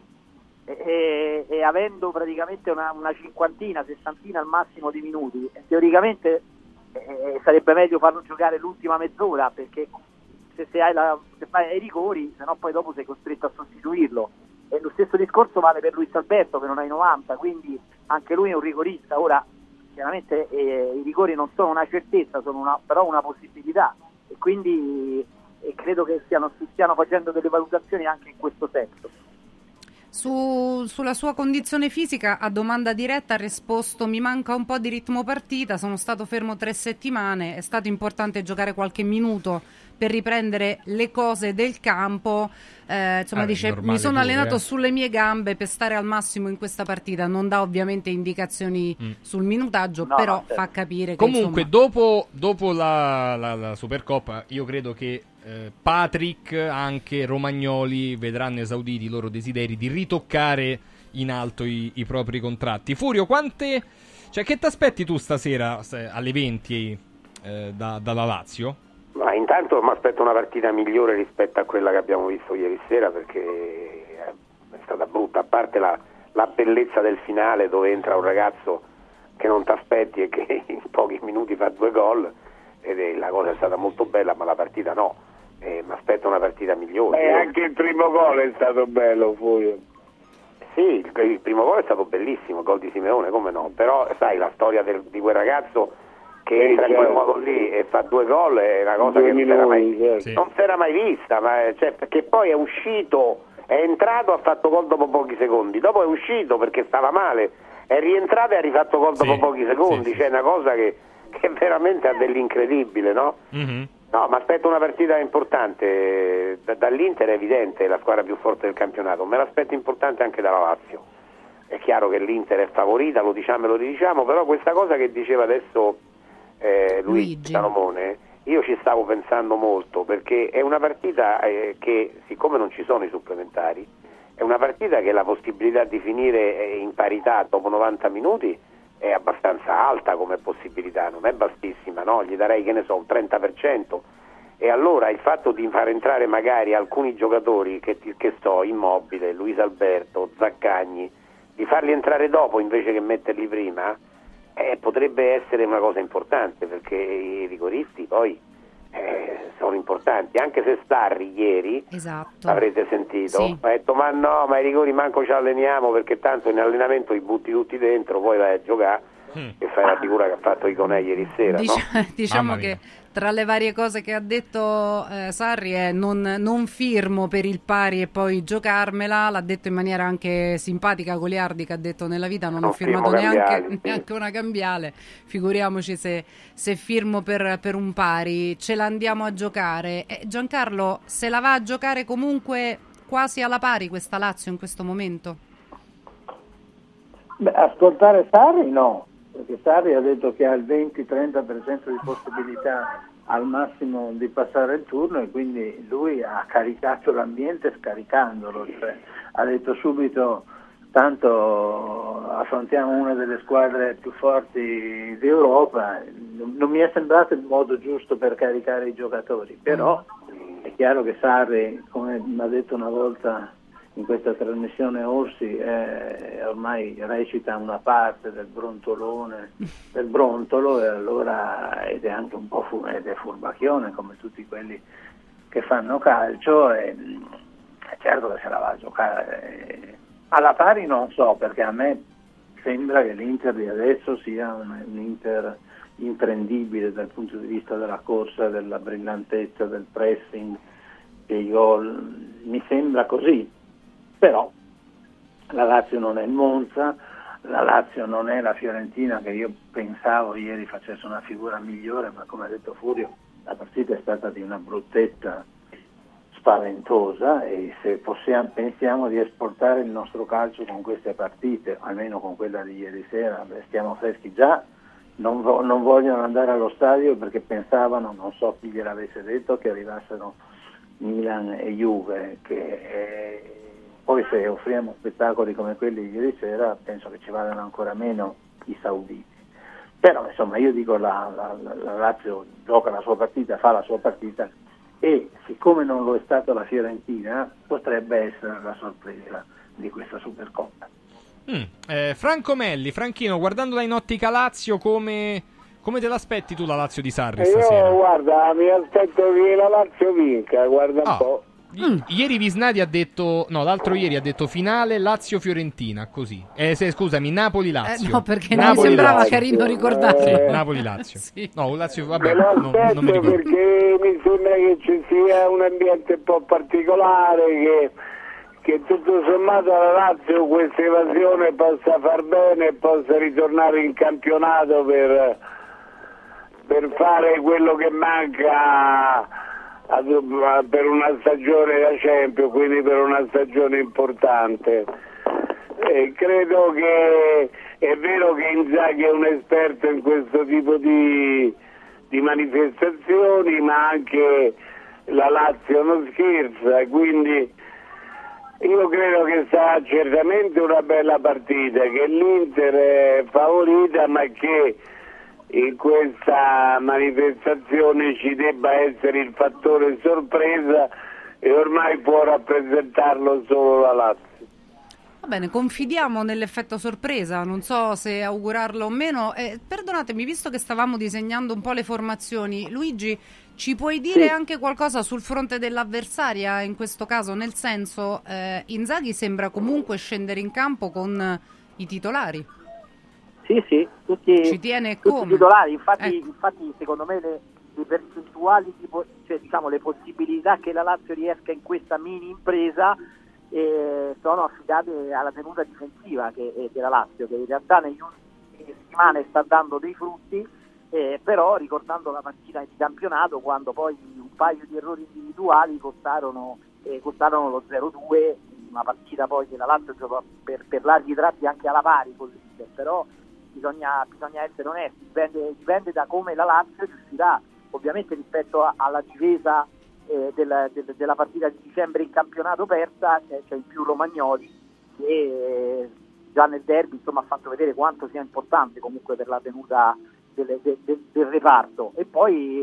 e avendo praticamente una cinquantina, sessantina al massimo di minuti, teoricamente sarebbe meglio farlo giocare l'ultima mezz'ora, perché se fai ai rigori, sennò poi dopo sei costretto a sostituirlo. E lo stesso discorso vale per Luis Alberto, che non ha i 90, quindi anche lui è un rigorista. Ora chiaramente i rigori non sono una certezza, sono però una possibilità, e quindi credo che stiano facendo delle valutazioni anche in questo senso. Sulla sua condizione fisica, a domanda diretta ha risposto: mi manca un po' di ritmo partita, sono stato fermo 3 settimane, è stato importante giocare qualche minuto per riprendere le cose del campo, dice mi sono allenato sulle mie gambe per stare al massimo in questa partita. Non dà ovviamente indicazioni sul minutaggio, però certo, fa capire che comunque insomma... dopo la Supercoppa io credo che Patrick, anche Romagnoli vedranno esauditi i loro desideri di ritoccare in alto i propri contratti. Furio, che ti aspetti tu stasera alle 20 dalla Lazio? Ma intanto mi aspetto una partita migliore rispetto a quella che abbiamo visto ieri sera, perché è stata brutta, a parte la bellezza del finale dove entra un ragazzo che non ti aspetti e che in pochi minuti fa 2 gol, e la cosa è stata molto bella, ma la partita no. Mi aspetto una partita migliore. Anche il primo gol è stato bello, Furio. Sì, il primo gol è stato bellissimo, il gol di Simeone, come no, però sai, la storia di quel ragazzo che entra in quel modo lì e fa 2 gol è una cosa che non si era mai vista, perché poi è uscito, è entrato, ha fatto gol dopo pochi secondi, dopo è uscito perché stava male, è rientrato e ha rifatto gol dopo pochi secondi, c'è una cosa che veramente ha dell'incredibile, no? Mm-hmm. No, ma aspetto una partita importante. Dall'Inter è evidente, è la squadra più forte del campionato, me l'aspetto importante anche dalla Lazio. È chiaro che l'Inter è favorita, lo diciamo e lo ridiciamo, però questa cosa che diceva adesso Luigi Salomone, io ci stavo pensando molto, perché è una partita che, siccome non ci sono i supplementari, è una partita che la possibilità di finire in parità dopo 90 minuti è abbastanza alta come possibilità, non è bassissima, no? Gli darei, che ne so, un 30%, E allora il fatto di far entrare magari alcuni giocatori che Immobile, Luis Alberto, Zaccagni, di farli entrare dopo invece che metterli prima, potrebbe essere una cosa importante, perché i rigoristi poi sono importanti, anche se Starri ieri, esatto, avrete sentito, sì, ha detto ma no, ma i rigori manco ci alleniamo, perché tanto in allenamento li butti tutti dentro, poi vai a giocare e fai la figura che ha fatto Iconè ieri sera. Diciamo che tra le varie cose che ha detto Sarri è non firmo per il pari e poi giocarmela, l'ha detto in maniera anche simpatica. Goliardi, che ha detto nella vita non ho firmato neanche una cambiale, figuriamoci se firmo per un pari, ce l'andiamo a giocare. Giancarlo, se la va a giocare comunque quasi alla pari questa Lazio in questo momento? Beh, ascoltare Sarri no, perché Sarri ha detto che ha il 20-30% di possibilità al massimo di passare il turno, e quindi lui ha caricato l'ambiente scaricandolo, cioè ha detto subito tanto affrontiamo una delle squadre più forti d'Europa. Non mi è sembrato il modo giusto per caricare i giocatori, però è chiaro che Sarri, come mi ha detto una volta in questa trasmissione Orsi, ormai recita una parte del brontolone, del brontolo, e allora ed è anche un po' ed è furbacchione come tutti quelli che fanno calcio, e è certo che se la va a giocare alla pari non so, perché a me sembra che l'Inter di adesso sia un Inter imprendibile dal punto di vista della corsa, della brillantezza, del pressing, dei gol, mi sembra così. Però la Lazio non è il Monza, la Lazio non è la Fiorentina, che io pensavo ieri facesse una figura migliore, ma come ha detto Furio, la partita è stata di una bruttezza spaventosa, e se pensiamo di esportare il nostro calcio con queste partite, almeno con quella di ieri sera, stiamo freschi già, non vogliono andare allo stadio perché pensavano, non so chi gliel'avesse detto, che arrivassero Milan e Juve, poi se offriamo spettacoli come quelli di ieri sera penso che ci vadano ancora meno i sauditi. Però insomma io dico la Lazio gioca la sua partita, fa la sua partita, e siccome non lo è stata la Fiorentina potrebbe essere la sorpresa di questa Supercoppa. Franco Melli, Franchino, guardandola in ottica Lazio, come te l'aspetti tu la Lazio di Sarri stasera? Io guarda, mi aspetto che la Lazio vinca, guarda un po'. Ieri Visnadi ha detto, no, l'altro ieri ha detto finale Lazio-Fiorentina, così. Scusami, Napoli-Lazio. No, perché non mi sembrava carino ricordarlo. Sì, Napoli-Lazio. Sì. No, Lazio, vabbè, me lo aspetto, non mi ricordo. perché mi sembra che ci sia un ambiente un po' particolare, che tutto sommato la Lazio questa evasione possa far bene e possa ritornare in campionato per fare quello che manca per una stagione da Champions, quindi per una stagione importante. Credo che è vero che Inzaghi è un esperto in questo tipo di manifestazioni, ma anche la Lazio non scherza, e quindi io credo che sarà certamente una bella partita, che l'Inter è favorita, ma che in questa manifestazione ci debba essere il fattore sorpresa, e ormai può rappresentarlo solo la Lazio. Va bene, confidiamo nell'effetto sorpresa, non so se augurarlo o meno. Perdonatemi, visto che stavamo disegnando un po' le formazioni, Luigi, ci puoi dire anche qualcosa sul fronte dell'avversaria in questo caso? Nel senso, Inzaghi sembra comunque scendere in campo con i titolari. Sì, tutti, ci tiene tutti come? Titolari, infatti secondo me le percentuali, cioè diciamo le possibilità che la Lazio riesca in questa mini impresa sono affidate alla tenuta difensiva della Lazio, che in realtà negli ultimi settimane sta dando dei frutti, però ricordando la partita di campionato, quando poi un paio di errori individuali costarono lo 0-2, una partita poi che la Lazio giocò per larghi tratti anche alla pari con l'Inter, però bisogna essere onesti, dipende da come la Lazio riuscirà, ovviamente rispetto alla difesa della partita di dicembre in campionato persa, c'è in più Romagnoli, che già nel derby insomma ha fatto vedere quanto sia importante comunque per la tenuta del reparto, e poi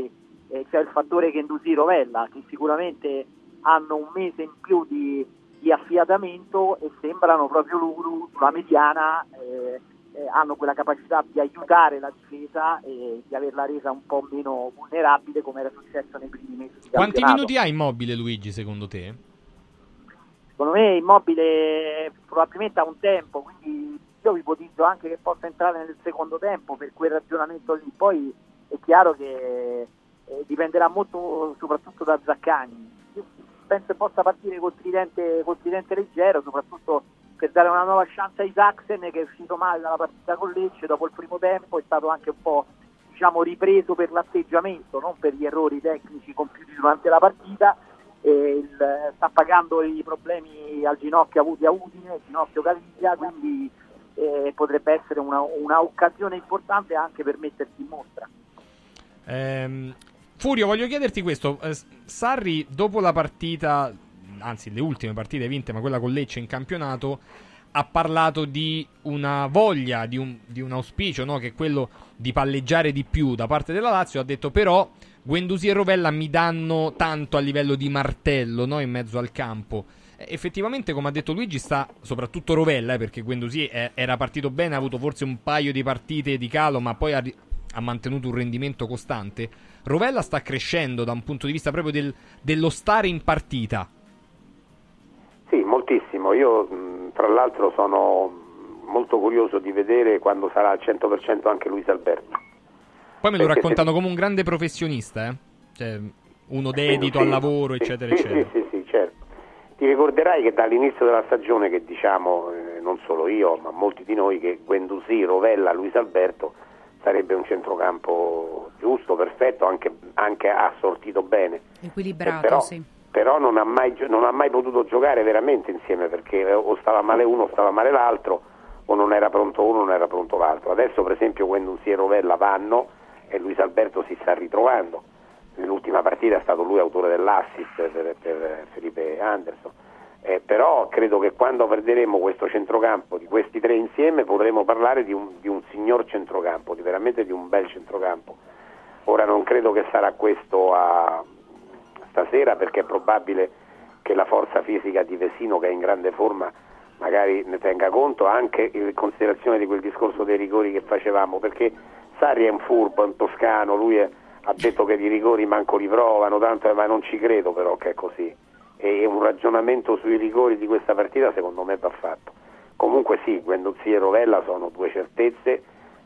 c'è il fattore Guendouzi Rovella, che sicuramente hanno un mese in più di affiatamento e sembrano proprio loro sulla mediana, hanno quella capacità di aiutare la difesa e di averla resa un po' meno vulnerabile, come era successo nei primi mesi di campionato. Quanti minuti ha Immobile, Luigi, secondo te? Secondo me Immobile probabilmente ha un tempo, quindi io ipotizzo anche che possa entrare nel secondo tempo per quel ragionamento lì. Poi è chiaro che dipenderà molto soprattutto da Zaccagni. Io penso che possa partire col tridente leggero, soprattutto per dare una nuova chance a Isaacsen, che è uscito male dalla partita con Lecce dopo il primo tempo, è stato anche un po' ripreso per l'atteggiamento, non per gli errori tecnici compiuti durante la partita. Sta pagando i problemi al ginocchio avuti a Udine, ginocchio caviglia, quindi potrebbe essere una occasione importante anche per mettersi in mostra. Furio, voglio chiederti questo. Sarri, dopo la partita, anzi le ultime partite vinte, ma quella con Lecce in campionato, ha parlato di una voglia, di un auspicio, no? Che è quello di palleggiare di più da parte della Lazio. Ha detto però Guendouzi e Rovella mi danno tanto a livello di martello, no? In mezzo al campo. Effettivamente, come ha detto Luigi, sta soprattutto Rovella, perché Guendouzi era partito bene, ha avuto forse un paio di partite di calo, ma poi ha mantenuto un rendimento costante. Rovella sta crescendo da un punto di vista proprio dello stare in partita. Sì, moltissimo. Io tra l'altro sono molto curioso di vedere quando sarà al 100% anche Luis Alberto. Poi me lo raccontano come un grande professionista, cioè uno dedito al lavoro, eccetera, eccetera. Sì, certo. Ti ricorderai che dall'inizio della stagione che diciamo, non solo io, ma molti di noi, che Guendouzi, Rovella, Luis Alberto sarebbe un centrocampo giusto, perfetto, anche assortito bene. Equilibrato, sì. Però non ha mai potuto giocare veramente insieme, perché o stava male uno o stava male l'altro, o non era pronto uno o non era pronto l'altro. Adesso per esempio Guendouzi e Rovella vanno e Luis Alberto si sta ritrovando. Nell'ultima partita è stato lui autore dell'assist per Felipe Anderson. Però credo che quando perderemo questo centrocampo di questi tre insieme potremo parlare di un signor centrocampo, veramente di un bel centrocampo. Ora non credo che sarà questo stasera, perché è probabile che la forza fisica di Vesino, che è in grande forma, magari ne tenga conto, anche in considerazione di quel discorso dei rigori che facevamo, perché Sarri è un furbo, è un toscano, lui ha detto che i rigori manco li provano, tanto, ma non ci credo però che è così. E un ragionamento sui rigori di questa partita secondo me va fatto. Comunque sì, Guendouzi e Rovella sono due certezze,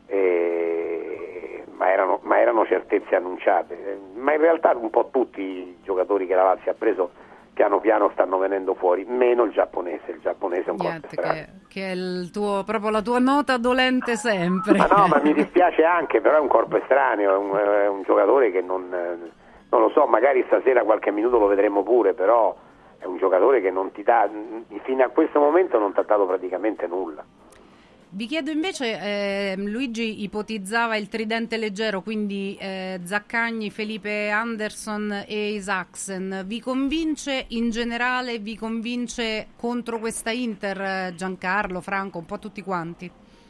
ma erano certezze annunciate. Ma in realtà un po' tutti i giocatori che la Lazio ha preso piano piano stanno venendo fuori, meno il giapponese è un corpo strano. Che è proprio la tua nota dolente sempre. Ma no, ma mi dispiace anche, però è un corpo estraneo, è un giocatore che non lo so, magari stasera qualche minuto lo vedremo pure, però è un giocatore che non ti dà, fino a questo momento non ti ha dato praticamente nulla. Vi chiedo invece, Luigi ipotizzava il tridente leggero, quindi Zaccagni, Felipe Anderson e Isaacsen. Vi convince in generale, vi convince contro questa Inter, Giancarlo, Franco, un po' tutti quanti?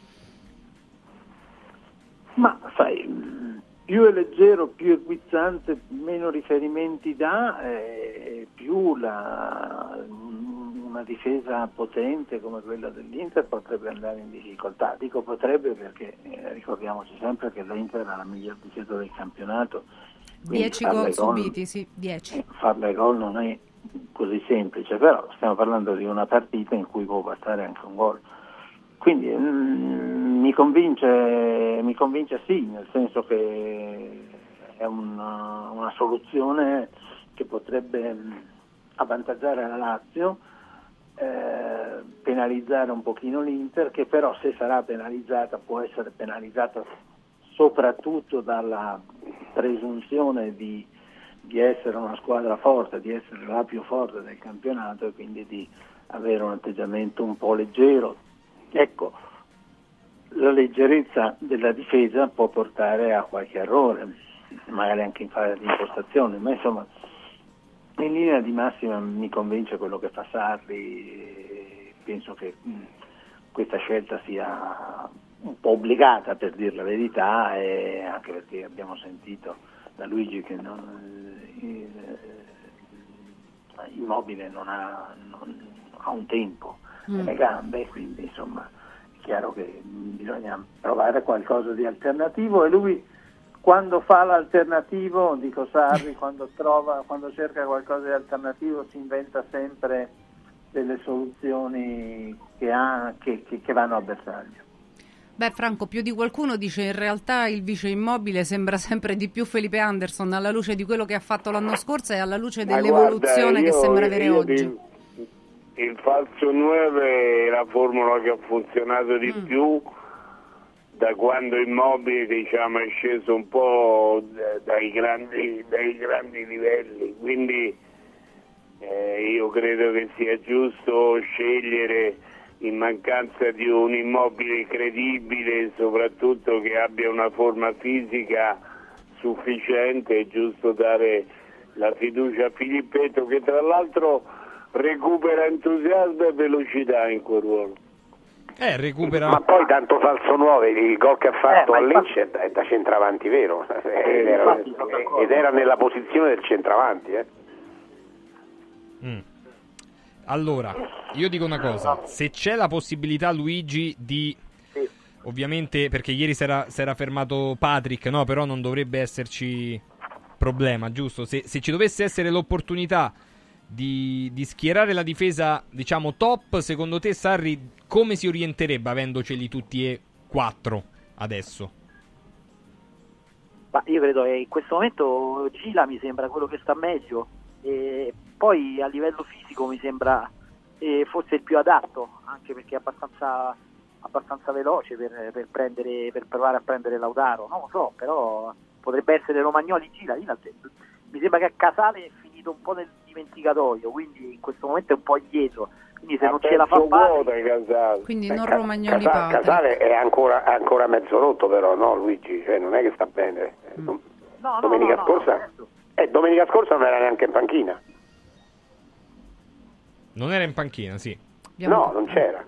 Ma sai, più è leggero, più è guizzante, meno riferimenti dà, più una difesa potente come quella dell'Inter potrebbe andare in difficoltà. Dico potrebbe perché ricordiamoci sempre che l'Inter ha la miglior difesa del campionato. 10 gol subiti, sì, 10. Farle gol non è così semplice, però stiamo parlando di una partita in cui può bastare anche un gol. Quindi mi convince sì, nel senso che è una soluzione che potrebbe avvantaggiare la Lazio, penalizzare un pochino l'Inter, che però se sarà penalizzata può essere penalizzata soprattutto dalla presunzione di essere una squadra forte, di essere la più forte del campionato e quindi di avere un atteggiamento un po' leggero. Ecco, la leggerezza della difesa può portare a qualche errore, magari anche in fase di impostazione, ma insomma in linea di massima mi convince quello che fa Sarri. Penso che questa scelta sia un po' obbligata, per dire la verità, e anche perché abbiamo sentito da Luigi che Immobile non ha un tempo nelle gambe, quindi insomma è chiaro che bisogna provare qualcosa di alternativo, e lui quando fa l'alternativo, dico Sarri, quando cerca qualcosa di alternativo si inventa sempre delle soluzioni che vanno a bersaglio. Beh, Franco, più di qualcuno dice in realtà il vice Immobile sembra sempre di più Felipe Anderson, alla luce di quello che ha fatto l'anno scorso e alla luce dell'evoluzione che sembra avere oggi. Il falso 9 è la formula che ha funzionato di più da quando Immobile, diciamo, è sceso un po' dai grandi livelli, quindi io credo che sia giusto scegliere, in mancanza di un Immobile credibile, soprattutto che abbia una forma fisica sufficiente, è giusto dare la fiducia a Filippetto, che tra l'altro recupera entusiasmo e velocità in quel ruolo. Recupera. Ma poi tanto falso 9, il gol che ha fatto a Lecce è da centravanti vero, ed era nella posizione del centravanti. Allora, io dico una cosa, se c'è la possibilità, Luigi, di ovviamente, perché ieri si era fermato Patrick, no, però non dovrebbe esserci problema, giusto? Se ci dovesse essere l'opportunità di schierare la difesa, diciamo, top, secondo te Sarri come si orienterebbe avendoceli tutti e 4 adesso? Ma io credo che in questo momento Gila mi sembra quello che sta meglio, e poi a livello fisico mi sembra forse il più adatto, anche perché è abbastanza veloce per provare a prendere Lautaro, non lo so, però potrebbe essere Romagnoli Gila. Mi sembra che Casale è finito un po' nel dimenticatoio, quindi in questo momento è un po' indietro, quindi se non ce la fa Patrick, quindi non Romagnoli Patrick. Casale è ancora mezzo rotto, però, no, Luigi, cioè non è che sta bene. Domenica scorsa non era neanche in panchina. Non era in panchina, sì. No, non c'era.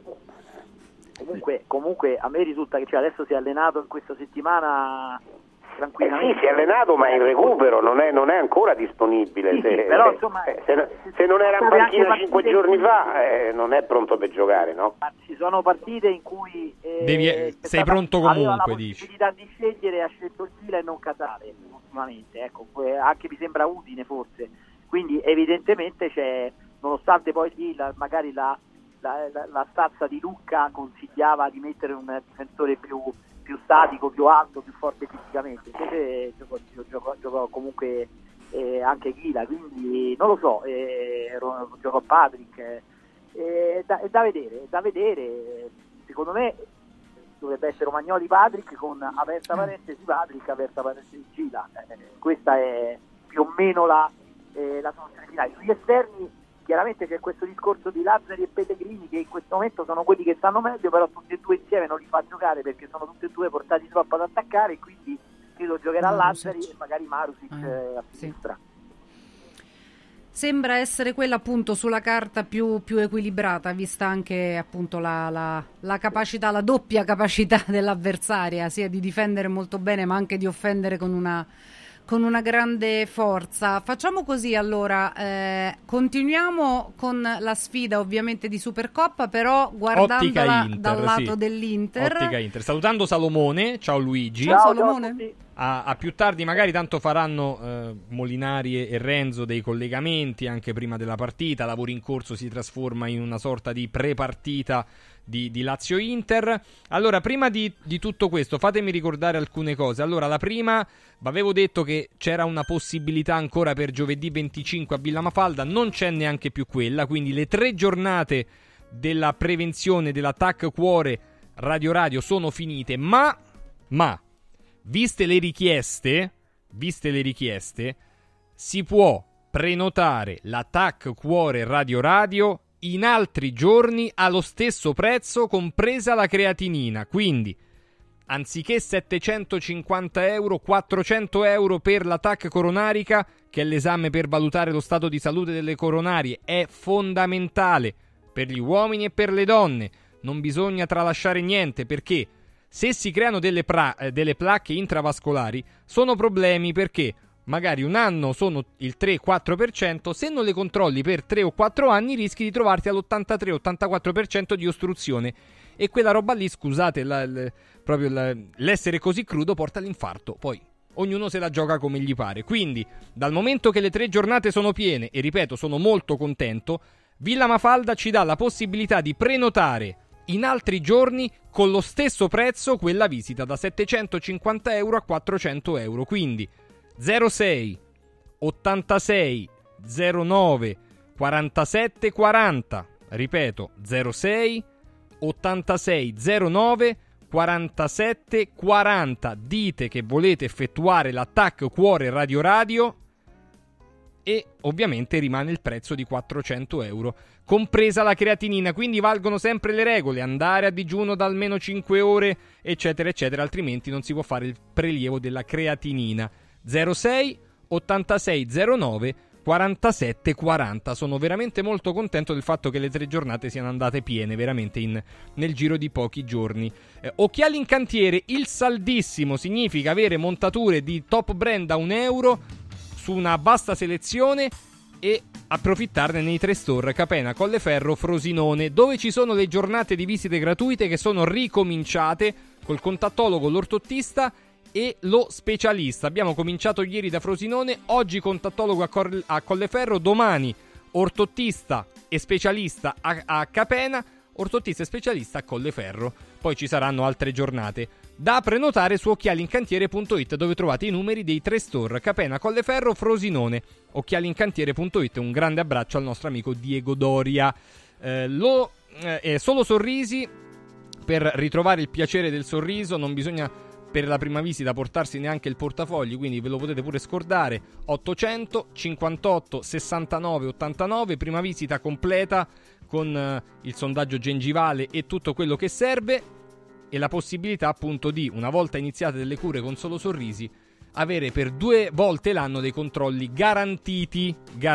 Comunque a me risulta che adesso si è allenato in questa settimana tranquillamente. Sì, si è allenato, ma in recupero non è ancora disponibile. Sì, però insomma, se non era in panchina 5 giorni fa, non è pronto per giocare, no? Ma ci sono partite in cui sei pronto comunque, aveva la dici. possibilità di scegliere, ha scelto il Gila e non Casale ultimamente, ecco, anche mi sembra Udine forse, quindi evidentemente c'è, nonostante poi lì magari la stazza di Lucca consigliava di mettere un difensore più statico, più alto, più forte fisicamente, invece giocò comunque anche Ghila, quindi non lo so, giocò Patrick, è da vedere, secondo me dovrebbe essere Romagnoli Patrick con aperta parentesi Patrick, aperta parentesi Ghila, questa è più o meno la soluzione finale. Sugli esterni chiaramente c'è questo discorso di Lazzari e Pellegrini, che in questo momento sono quelli che stanno meglio, però tutti e due insieme non li fa giocare perché sono tutti e due portati troppo ad attaccare, e quindi credo giocherà Lazzari e magari Marusic a sinistra. Sembra essere quella appunto sulla carta più equilibrata, vista anche appunto la capacità, la doppia capacità dell'avversaria, sia di difendere molto bene ma anche di offendere con una grande forza. Facciamo così allora, continuiamo con la sfida ovviamente di Supercoppa, però guardandola dal lato dell'Inter. Ottica Inter. Salutando Salomone, ciao Luigi. Ciao Salomone. A più tardi magari, tanto faranno Molinari e Renzo dei collegamenti anche prima della partita, lavoro in corso si trasforma in una sorta di pre-partita di Lazio-Inter. Allora, prima di tutto questo, fatemi ricordare alcune cose. Allora, la prima, vi avevo detto che c'era una possibilità ancora per giovedì 25 a Villa Mafalda, non c'è neanche più quella, quindi le 3 giornate della prevenzione dell'attacco cuore Radio sono finite, ma viste le richieste, si può prenotare l'attacco cuore Radio in altri giorni allo stesso prezzo, compresa la creatinina. Quindi, anziché 750 euro, 400 euro per l'attacco coronarica, che è l'esame per valutare lo stato di salute delle coronarie, è fondamentale per gli uomini e per le donne. Non bisogna tralasciare niente, perché se si creano delle placche intravascolari sono problemi, perché magari un anno sono il 3-4%, se non le controlli per 3 o 4 anni rischi di trovarti all'83-84% di ostruzione. E quella roba lì, scusate, l'essere così crudo porta all'infarto. Poi ognuno se la gioca come gli pare. Quindi, dal momento che le 3 giornate sono piene, e ripeto, sono molto contento, Villa Mafalda ci dà la possibilità di prenotare in altri giorni con lo stesso prezzo quella visita, da 750 euro a 400 euro. Quindi 06 86 09 47 40, ripeto 06 86 09 47 40, dite che volete effettuare l'attacco cuore radio e ovviamente rimane il prezzo di 400 euro, compresa la creatinina. Quindi valgono sempre le regole: andare a digiuno da almeno 5 ore, eccetera eccetera, altrimenti non si può fare il prelievo della creatinina. 06 86 09 47 40. Sono veramente molto contento del fatto che le 3 giornate siano andate piene veramente nel giro di pochi giorni. Occhiali in cantiere, il saldissimo significa avere montature di top brand a €1 su una vasta selezione e approfittarne nei 3 store Capena, Colleferro, Frosinone, dove ci sono le giornate di visite gratuite che sono ricominciate col contattologo, l'ortottista e lo specialista. Abbiamo cominciato ieri da Frosinone, oggi contattologo a Colleferro, domani ortottista e specialista a Capena, ortottista e specialista a Colleferro. Poi ci saranno altre giornate da prenotare su occhialincantiere.it, dove trovate i numeri dei 3 store Capena, Colleferro, Frosinone. Occhialincantiere.it. Un grande abbraccio al nostro amico Diego Doria. Solo sorrisi. Per ritrovare il piacere del sorriso non bisogna per la prima visita portarsi neanche il portafogli, quindi ve lo potete pure scordare. 800 58 69 89, prima visita completa con il sondaggio gengivale e tutto quello che serve, e la possibilità appunto di, una volta iniziate delle cure con solo sorrisi, avere per 2 volte l'anno dei controlli garantiti.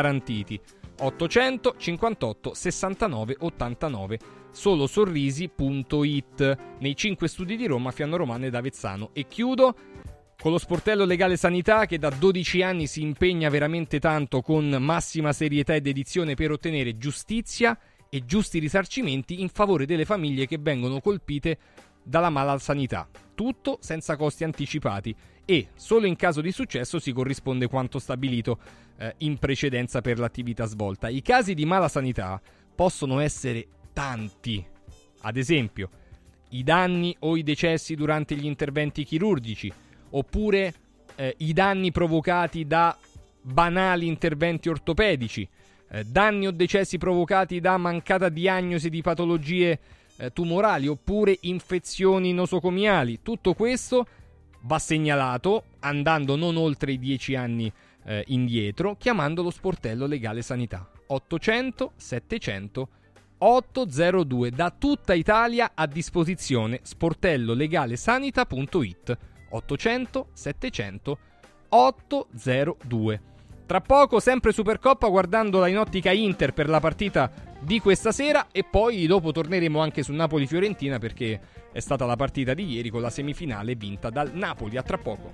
800 58 69 89, solosorrisi.it, nei 5 studi di Roma, Fiano Romano ed Avezzano. E chiudo con lo sportello Legale Sanità, che da 12 anni si impegna veramente tanto con massima serietà e dedizione per ottenere giustizia e giusti risarcimenti in favore delle famiglie che vengono colpite dalla malasanità, tutto senza costi anticipati, e solo in caso di successo si corrisponde quanto stabilito in precedenza per l'attività svolta. I casi di malasanità possono essere tanti, ad esempio i danni o i decessi durante gli interventi chirurgici, oppure i danni provocati da banali interventi ortopedici, danni o decessi provocati da mancata diagnosi di patologie tumorali, oppure infezioni nosocomiali. Tutto questo va segnalato andando non oltre i 10 anni indietro, chiamando lo sportello Legale Sanità 800 700 802, da tutta Italia a disposizione, sportellolegalesanita.it, 800 700 802. Tra poco sempre Supercoppa, guardandola in ottica Inter per la partita di questa sera, e poi dopo torneremo anche su Napoli-Fiorentina, perché è stata la partita di ieri con la semifinale vinta dal Napoli. A tra poco.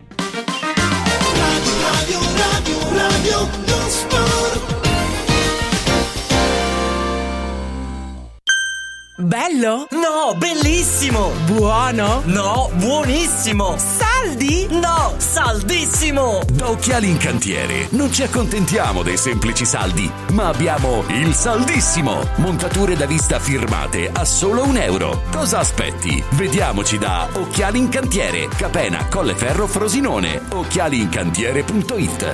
Radio lo sport. Bello? No, bellissimo! Buono? No, buonissimo! Saldi? No, saldissimo! Da Occhiali in Cantiere non ci accontentiamo dei semplici saldi, ma abbiamo il saldissimo! Montature da vista firmate a solo €1. Cosa aspetti? Vediamoci da Occhiali in Cantiere, Capena, Colleferro, Frosinone. Occhialincantiere.it.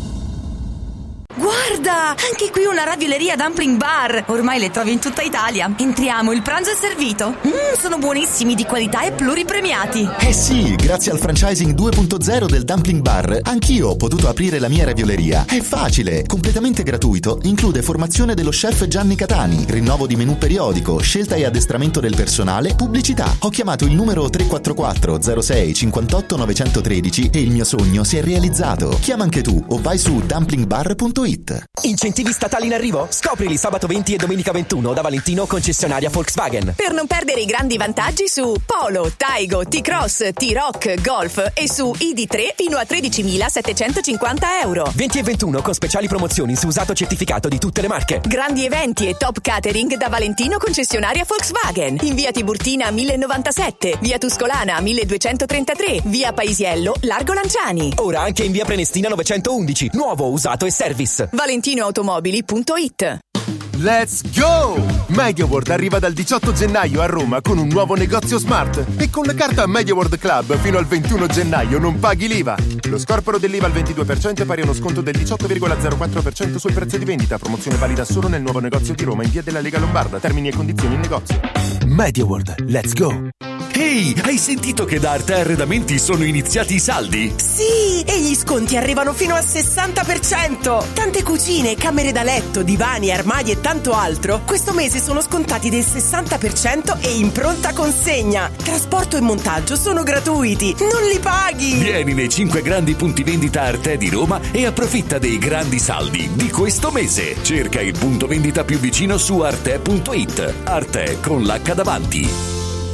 Guarda, anche qui una ravioleria Dumpling Bar. Ormai le trovi in tutta Italia. Entriamo, il pranzo è servito. Sono buonissimi, di qualità e pluripremiati. Eh sì, grazie al franchising 2.0 del Dumpling Bar, anch'io ho potuto aprire la mia ravioleria. È facile, completamente gratuito, include formazione dello chef Gianni Catani, rinnovo di menù periodico, scelta e addestramento del personale, pubblicità. Ho chiamato il numero 344 06 58 913 e il mio sogno si è realizzato. Chiama anche tu o vai su dumplingbar.it. Incentivi statali in arrivo? Scoprili sabato 20 e domenica 21 da Valentino, concessionaria Volkswagen. Per non perdere i grandi vantaggi su Polo, Taigo, T-Cross, T-Rock, Golf e su ID3 fino a 13.750 euro. 20 e 21 con speciali promozioni su usato certificato di tutte le marche. Grandi eventi e top catering da Valentino, concessionaria Volkswagen. In via Tiburtina 1097, via Tuscolana 1233, via Paisiello, largo Lanciani. Ora anche in via Prenestina 911, nuovo, usato e service. ValentinoAutomobili.it. Let's go! MediaWorld arriva dal 18 gennaio a Roma con un nuovo negozio smart e con la carta MediaWorld Club fino al 21 gennaio non paghi l'IVA. Lo scorporo dell'IVA al 22% è pari a uno sconto del 18,04% sul prezzo di vendita. Promozione valida solo nel nuovo negozio di Roma in via della Lega Lombarda. Termini e condizioni in negozio. MediaWorld, let's go! Ehi, hai sentito che da Arte Arredamenti sono iniziati i saldi? Sì, e gli sconti arrivano fino al 60%. Tante cucine, camere da letto, divani, armadi e tanto altro questo mese sono scontati del 60% e in pronta consegna. Trasporto e montaggio sono gratuiti, non li paghi. Vieni nei 5 grandi punti vendita Arte di Roma e approfitta dei grandi saldi di questo mese. Cerca il punto vendita più vicino su arte.it. Arte con l'H davanti.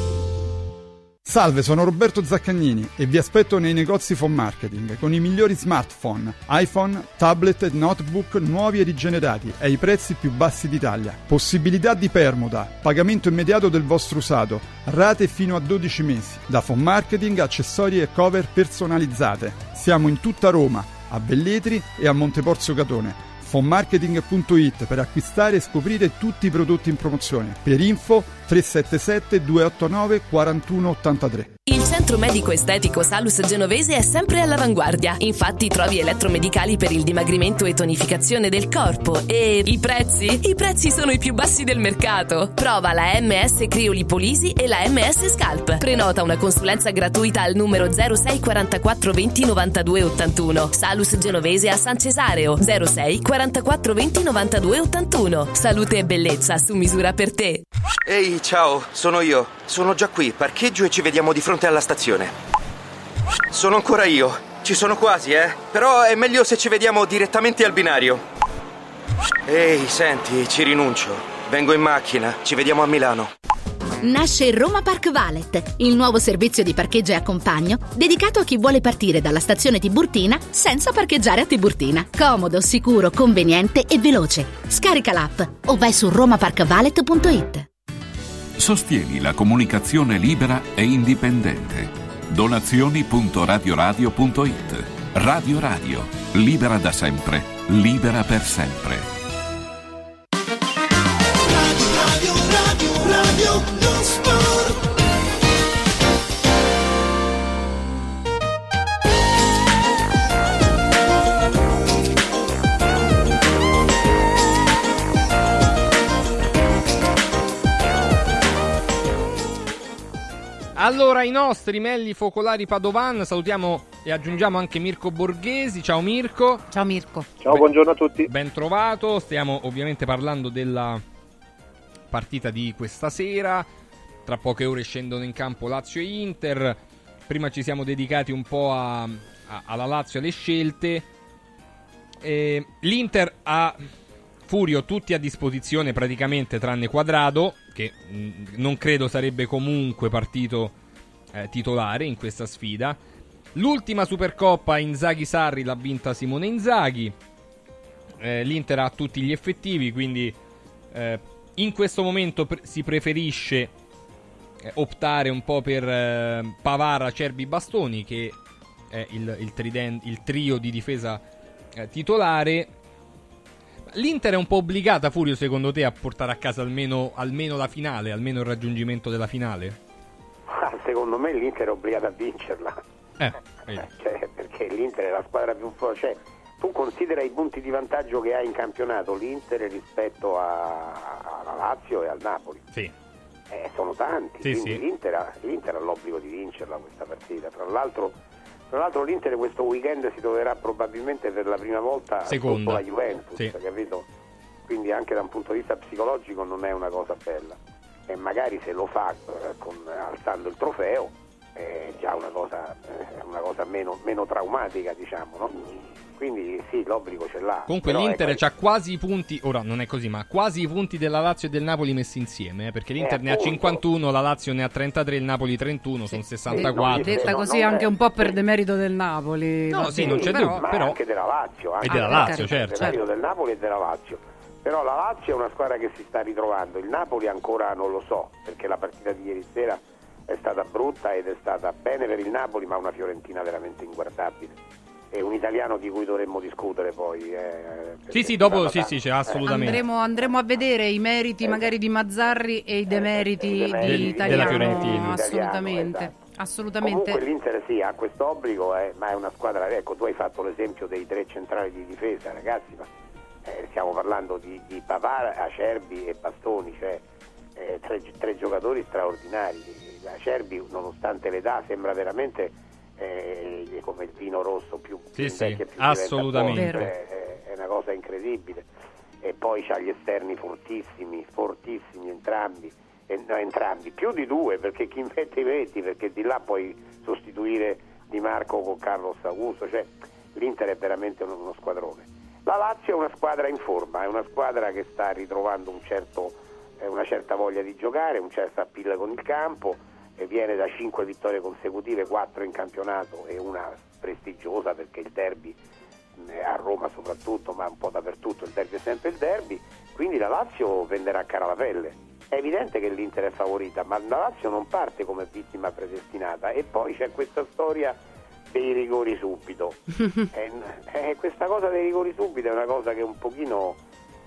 Salve, sono Roberto Zaccagnini e vi aspetto nei negozi Phone Marketing con i migliori smartphone, iPhone, tablet e notebook nuovi e rigenerati ai prezzi più bassi d'Italia. Possibilità di permuta, pagamento immediato del vostro usato, rate fino a 12 mesi. Da Phone Marketing, accessori e cover personalizzate. Siamo in tutta Roma, a Velletri e a Monteporzio Catone. Fonmarketing.it per acquistare e scoprire tutti i prodotti in promozione. Per info 377 289 4183. Il centro medico estetico Salus Genovese è sempre all'avanguardia. Infatti trovi elettromedicali per il dimagrimento e tonificazione del corpo. E i prezzi? I prezzi sono i più bassi del mercato. Prova la MS Criolipolisi e la MS Scalp. Prenota una consulenza gratuita al numero 06 44 20 92 81. Salus Genovese a San Cesareo 06 44 20 92 81. Salute e bellezza su misura per te. Ehi, ciao, sono io. Sono già qui, parcheggio e ci vediamo di fronte alla stazione. Sono ancora io. Ci sono quasi, Però è meglio se ci vediamo direttamente al binario. Ehi, senti, ci rinuncio. Vengo in macchina, ci vediamo a Milano. Nasce Roma Park Valet, il nuovo servizio di parcheggio e accompagno dedicato a chi vuole partire dalla stazione Tiburtina senza parcheggiare a Tiburtina. Comodo, sicuro, conveniente e veloce. Scarica l'app o vai su romaparkvalet.it. Sostieni la comunicazione libera e indipendente. Donazioni.radioradio.it. Radio Radio, libera da sempre, libera per sempre. Radio non sport. Allora, i nostri Melli Focolari Padovan, salutiamo e aggiungiamo anche Mirko Borghesi. Ciao Mirko. Ciao Mirko. Ciao, buongiorno a tutti. Ben trovato. Stiamo ovviamente parlando della partita di questa sera. Tra poche ore scendono in campo Lazio e Inter. Prima ci siamo dedicati un po' alla Lazio, alle scelte. L'Inter ha Furio tutti a disposizione praticamente, tranne Quadrado, che non credo sarebbe comunque partito titolare in questa sfida. L'ultima Supercoppa Inzaghi-Sarri l'ha vinta Simone Inzaghi. L'Inter ha tutti gli effettivi, quindi in questo momento si preferisce optare un po' per Pavara, Cerbi, Bastoni, che è il trio di difesa titolare. L'Inter è un po' obbligata, Furio, secondo te, a portare a casa almeno la finale, almeno il raggiungimento della finale? Secondo me l'Inter è obbligata a vincerla. Perché l'Inter è la squadra più forte. Tu considera i punti di vantaggio che ha in campionato l'Inter rispetto alla Lazio e al Napoli. Sì. Sono tanti, sì, quindi sì. L'Inter ha l'obbligo di vincerla questa partita. Tra l'altro l'Inter questo weekend si troverà probabilmente per la prima volta sotto la Juventus, sì. Capito? Quindi anche da un punto di vista psicologico non è una cosa bella. E magari se lo fa alzando il trofeo, è già una cosa meno traumatica, diciamo, no? Quindi sì, l'obbligo ce l'ha. Comunque però l'Inter c'ha quasi i punti, ora non è così, ma quasi i punti della Lazio e del Napoli messi insieme, perché l'Inter ne ha 51, la Lazio ne ha 33, il Napoli 31, sono 64. Detta così anche un po' per demerito del Napoli. No, sì, non c'è dubbio, però anche della Lazio, e della Lazio, certo. Demerito del Napoli e della Lazio. Però la Lazio è una squadra che si sta ritrovando, il Napoli ancora non lo so, perché la partita di ieri sera è stata brutta ed è stata bene per il Napoli, ma una Fiorentina veramente inguardabile. È un italiano di cui dovremmo discutere poi. Sì, dopo sì, assolutamente. Andremo a vedere i meriti magari di Mazzarri e i demeriti di Italiano. Della Fiorentina. Assolutamente. Esatto. Assolutamente. Comunque l'Inter sì, ha questo obbligo, ma è una squadra, ecco, tu hai fatto l'esempio dei 3 centrali di difesa, ragazzi, ma stiamo parlando di Pavard, Acerbi e Bastoni, cioè tre giocatori straordinari. Acerbi, nonostante l'età, sembra veramente come il vino rosso più vecchio, più assolutamente forte, è una cosa incredibile. E poi c'ha gli esterni fortissimi entrambi, più di 2, perché chi mette i metti, perché di là puoi sostituire Di Marco con Carlos Augusto, cioè l'Inter è veramente uno squadrone. La Lazio è una squadra in forma, è una squadra che sta ritrovando una certa voglia di giocare, un certo appeal con il campo, e viene da 5 vittorie consecutive, 4 in campionato e una prestigiosa, perché il derby a Roma soprattutto, ma un po' dappertutto il derby è sempre il derby, quindi la Lazio venderà cara la pelle. È evidente che l'Inter è favorita, ma la Lazio non parte come vittima predestinata. E poi c'è questa storia dei rigori subito. Questa cosa dei rigori subito è una cosa che un pochino,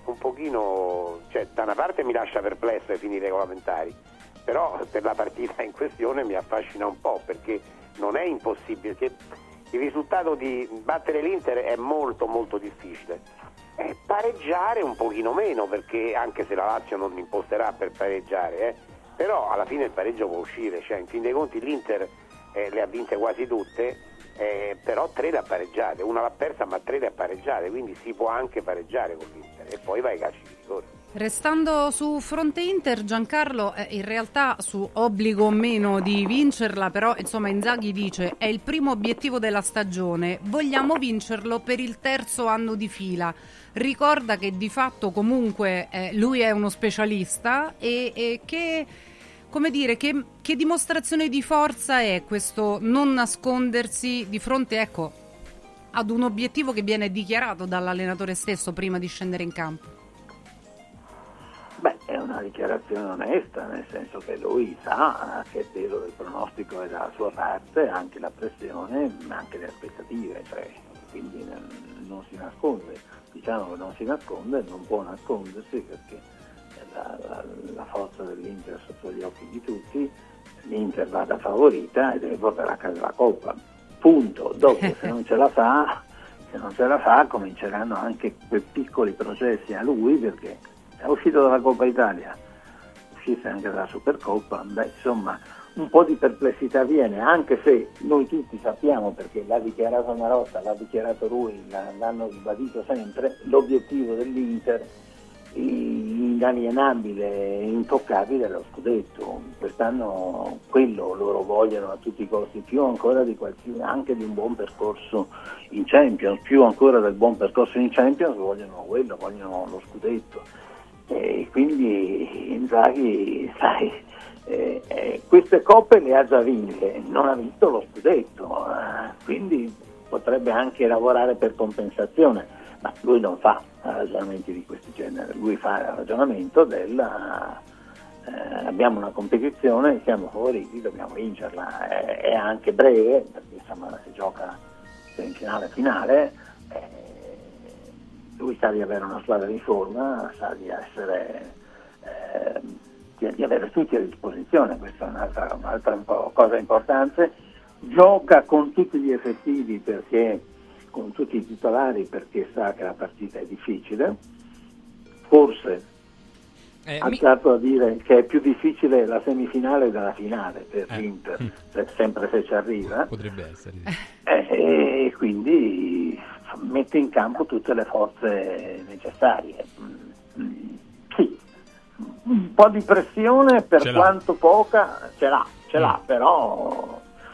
cioè, da una parte mi lascia perplesso ai fini regolamentari, però per la partita in questione mi affascina un po', perché non è impossibile, che il risultato di battere l'Inter è molto molto difficile, pareggiare un pochino meno, perché anche se la Lazio non imposterà per pareggiare, però alla fine il pareggio può uscire, cioè in fin dei conti l'Inter le ha vinte quasi tutte, però 3 le ha pareggiate, una l'ha persa ma 3 le ha pareggiate, quindi si può anche pareggiare con l'Inter e poi vai ai calci di rigore. Restando su fronte Inter, Giancarlo, in realtà su obbligo o meno di vincerla, però insomma Inzaghi dice è il primo obiettivo della stagione, vogliamo vincerlo per il 3° anno di fila. Ricorda che di fatto comunque lui è uno specialista e che, come dire, che dimostrazione di forza è questo non nascondersi di fronte, ecco, ad un obiettivo che viene dichiarato dall'allenatore stesso prima di scendere in campo. Beh, è una dichiarazione onesta, nel senso che lui sa che il peso del pronostico è dalla sua parte, anche la pressione, ma anche le aspettative, cioè, quindi non si nasconde. Diciamo che non si nasconde, non può nascondersi, perché la forza dell'Inter è sotto gli occhi di tutti, l'Inter va da favorita e deve portare a casa la Coppa. Punto. Dopo, se non ce la fa, cominceranno anche quei piccoli processi a lui, perché è uscito dalla Coppa Italia, uscisse anche dalla Supercoppa, insomma un po' di perplessità viene, anche se noi tutti sappiamo, perché l'ha dichiarato Marotta, l'ha dichiarato lui, l'hanno ribadito sempre, l'obiettivo dell'Inter inalienabile, intoccabile è lo scudetto. Quest'anno quello loro vogliono a tutti i costi, più ancora anche di un buon percorso in Champions, più ancora del buon percorso in Champions vogliono lo scudetto. E quindi Inzaghi, sai, queste coppe le ha già vinte, non ha vinto lo scudetto, quindi potrebbe anche lavorare per compensazione, ma lui non fa ragionamenti di questo genere, lui fa il ragionamento abbiamo una competizione, siamo favoriti, dobbiamo vincerla, è anche breve, perché insomma si gioca semifinale, lui sa di avere una squadra in forma, sa di essere di avere tutti a disposizione, questa è un'altra cosa importante. Gioca con tutti gli effettivi, perché con tutti i titolari, perché sa che la partita è difficile. Forse ha dato a dire che è più difficile la semifinale della finale per l'Inter, sempre se ci arriva. Potrebbe essere. E quindi mette in campo tutte le forze necessarie. Sì, un po' di pressione, per quanto poca, ce l'ha, però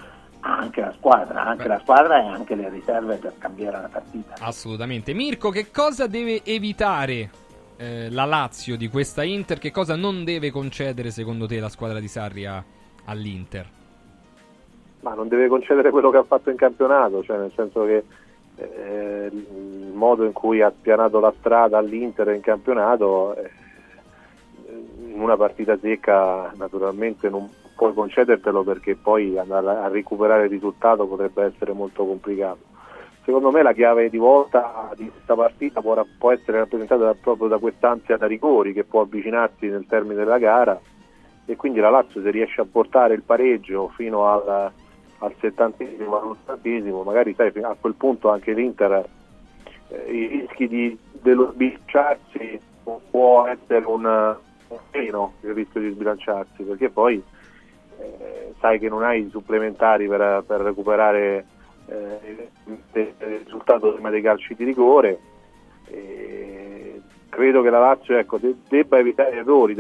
anche la squadra e anche le riserve per cambiare la partita. Assolutamente. Mirko, che cosa deve evitare la Lazio di questa Inter? Che cosa non deve concedere secondo te la squadra di Sarri all'Inter? Ma non deve concedere quello che ha fatto in campionato, cioè nel senso che il modo in cui ha spianato la strada all'Inter in campionato, in una partita secca naturalmente non puoi concedertelo, perché poi andare a recuperare il risultato potrebbe essere molto complicato. Secondo me la chiave di volta di questa partita può essere rappresentata proprio da quest'ansia da rigori che può avvicinarsi nel termine della gara, e quindi la Lazio, se riesce a portare il pareggio fino al 70esimo, all'80esimo, magari sai, a quel punto anche l'Inter i rischi dello sbilanciarsi può essere un meno, il rischio di sbilanciarsi, perché poi sai che non hai i supplementari per recuperare il risultato prima dei calci di rigore. Credo che la Lazio debba evitare errori,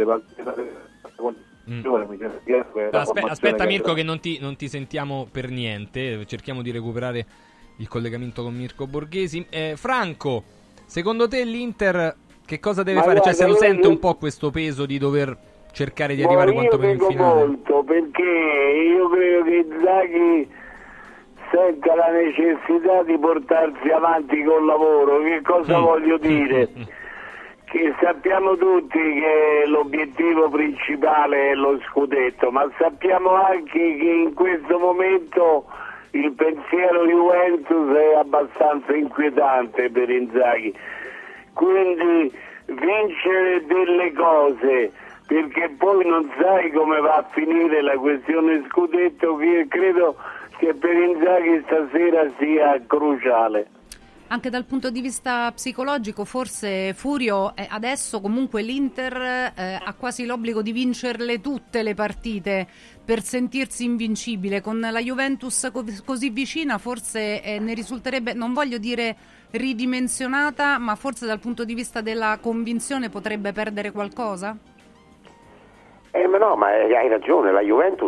Aspetta Mirko, che non ti sentiamo per niente, cerchiamo di recuperare il collegamento con Mirko Borghesi. Franco, secondo te l'Inter che cosa deve fare? Guarda, se lo sente un po' questo peso di dover cercare di arrivare quanto meno in finale? Molto, perché io credo che Inzaghi senta la necessità di portarsi avanti col lavoro. Che cosa voglio dire? Che sappiamo tutti che l'obiettivo principale è lo scudetto, ma sappiamo anche che in questo momento il pensiero Juventus è abbastanza inquietante per Inzaghi, quindi vincere delle cose, perché poi non sai come va a finire la questione scudetto, che credo che per Inzaghi stasera sia cruciale. Anche dal punto di vista psicologico, forse Furio, adesso comunque l'Inter ha quasi l'obbligo di vincerle tutte le partite per sentirsi invincibile. Con la Juventus così vicina forse ne risulterebbe, non voglio dire ridimensionata, ma forse dal punto di vista della convinzione potrebbe perdere qualcosa? Ma hai ragione, la Juventus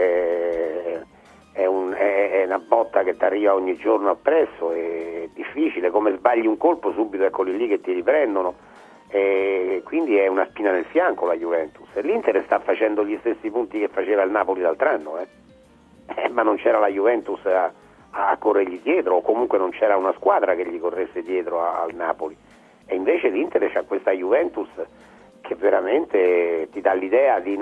è una botta che ti arriva ogni giorno appresso, è difficile, come sbagli un colpo subito eccoli lì che ti riprendono, quindi è una spina nel fianco la Juventus. L'Inter sta facendo gli stessi punti che faceva il Napoli l'altro anno, ma non c'era la Juventus a corrergli dietro, o comunque non c'era una squadra che gli corresse dietro al Napoli, e invece l'Inter c'ha questa Juventus che veramente ti dà l'idea di